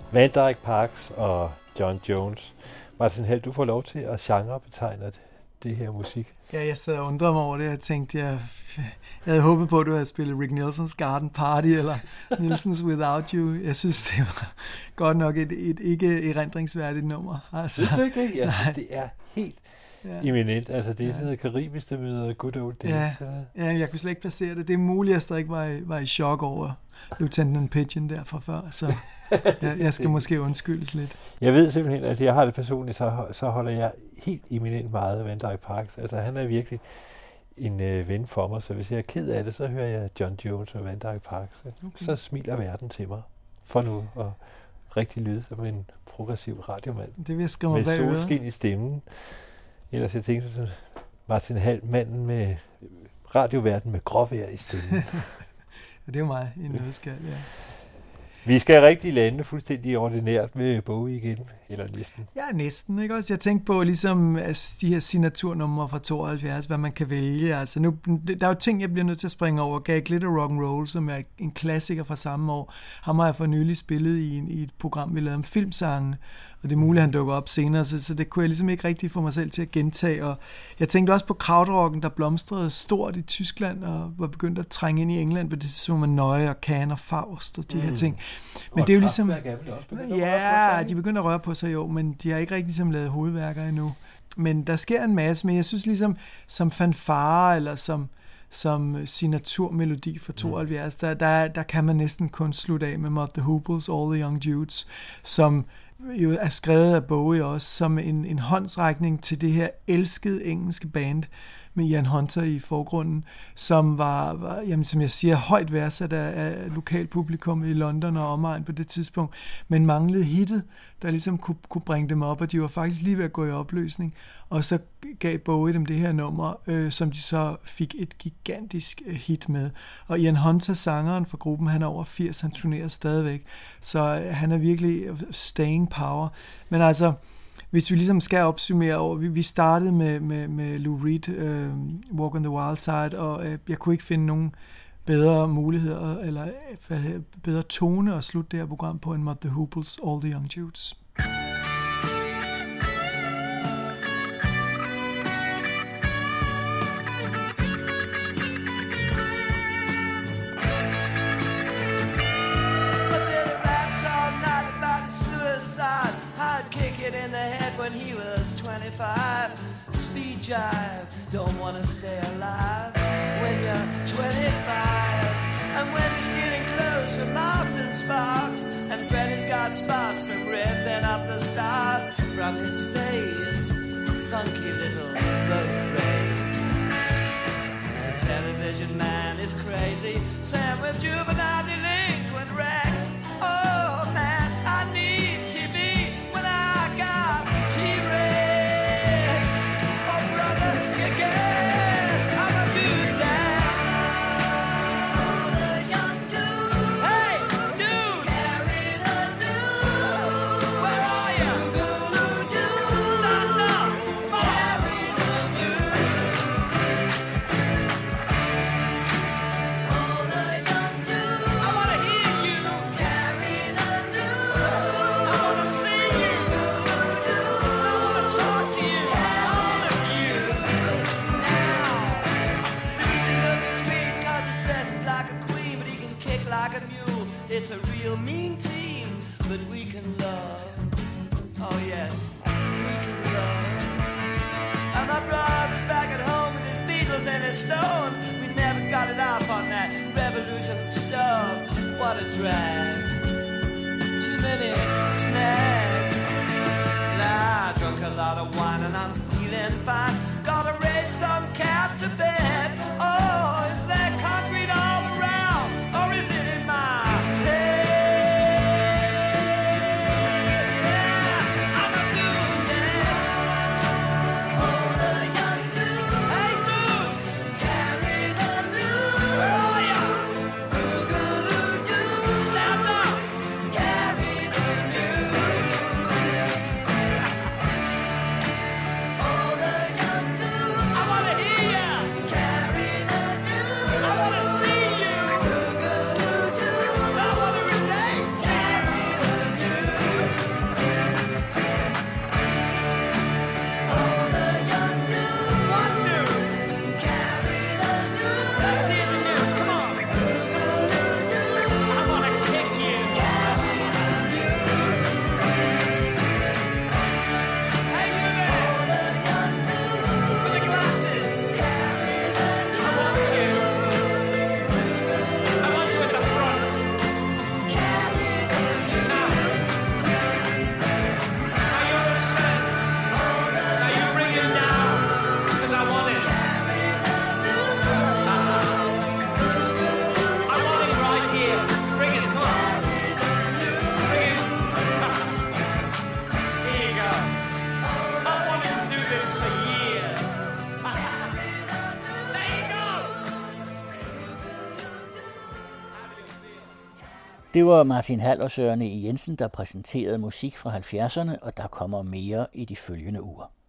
Van Dyke Parks og John Jones. Martin Held, du får lov til at genrebetegne det her musik. Ja, jeg sad og undrede mig over det. Jeg tænkte, jeg havde håbet på, at du havde spillet Rick Nelsons Garden Party eller Nelsons Without You. Jeg synes, det var godt nok et ikke erindringsværdigt nummer. Altså, synes du ikke det? Jeg synes, det er helt eminent. Altså, det er sådan noget karibisk, der møder good old days. Ja, jeg kunne slet ikke placere det. Det er muligt, at jeg stadig var i chok over Lieutenant Pigeon der fra før, så jeg skal måske undskyldes lidt. Jeg ved simpelthen, at jeg har det personligt, så holder jeg helt eminent meget af Van Dyke Parks. Altså, han er virkelig en ven for mig, så hvis jeg er ked af det, så hører jeg John Jones og Van Dyke Parks. Okay. Så smiler verden til mig for nu, og rigtig lyde som en progressiv radiomand. Det vil jeg skrive mig bag med solskin i stemmen. Ellers jeg tænkte sådan, Martin Hald, manden med radioverden med gråvejr i stemmen. Det er jo mig i en nødskal, ja. Vi skal rigtig lande fuldstændig ordinært med Bowie igen, eller næsten. Ja, næsten, ikke også? Jeg tænkte på ligesom de her signaturnumre fra 72, hvad man kan vælge. Altså nu, der er jo ting, jeg bliver nødt til at springe over. Gary Glitter Rock'n'Roll, som er en klassiker fra samme år. Ham har jeg for nylig spillet i et program, vi lavede om filmsange. Og det er muligt, at han dukker op senere, så det kunne jeg ligesom ikke rigtig få mig selv til at gentage. Og jeg tænkte også på krautrocken, der blomstrede stort i Tyskland, og var begyndt at trænge ind i England, på det som man Nøje og Kahn og Faust og de her ting. Men og det er jo ligesom... De begynder at røre på sig jo, men de har ikke rigtig ligesom lavet hovedværker endnu. Men der sker en masse, men jeg synes ligesom, som fanfare, eller som signaturmelodi for 72, der kan man næsten kun slutte af med Mott the Hooples, All the Young Dudes, som jo er skrevet af Bowie også som en håndsrækning til det her elskede engelske band med Ian Hunter i forgrunden, som var jamen, som jeg siger, højt værdsat af lokalpublikum i London og omegn på det tidspunkt, men manglede hittet, der ligesom kunne bringe dem op, og de var faktisk lige ved at gå i opløsning, og så gav Bowie dem det her nummer, som de så fik et gigantisk hit med. Og Ian Hunter, sangeren for gruppen, han er over 80, han turnerer stadigvæk, så han er virkelig staying power. Men altså, hvis vi ligesom skal opsummere over, vi startede med Lou Reed, Walk on the Wild Side, og jeg kunne ikke finde nogen bedre muligheder, eller bedre tone at slutte det her program på, end Mott the Hooples, All the Young Dudes. In the head when he was 25. Speed jive, don't wanna stay alive when you're 25. And when you're stealing clothes from Marks and Sparks, and Freddy's got spots from ripping up the stars from his face, funky little boat race. The television man is crazy, Sam with juvenile delinquent Rex. Oh man, I need TV when I got T-Rex. Oh brother, you get, I'm a dude now. All the young dudes, hey dude, carry the news. Where are you? Stand up, carry the news. All the young dudes, I wanna hear you. Carry the news. I wanna see you. I wanna talk to you, all of you. Now, losing up the street 'cause he dresses like a queen, but he can kick like a mule. It's a real mean team, but we can love. Oh yes, we can love. And my brother's back at home with his Beatles and his Stones. We never got it off on that revolution stuff. What a drag. Too many snacks. Nah, I drunk a lot of wine and I'm feeling fine. Gotta raise some cap to bed. Oh, is there concrete all around, or is it in my head? Yeah, I'm a dude now. All the young dudes, hey dudes, carry the news. Where are ya? Boogaloo-doo, stand up, carry the news. All the young dudes, I wanna hear Det var Martin Hald og Søren E. Jensen, der præsenterede musik fra 70'erne, og der kommer mere i de følgende uger.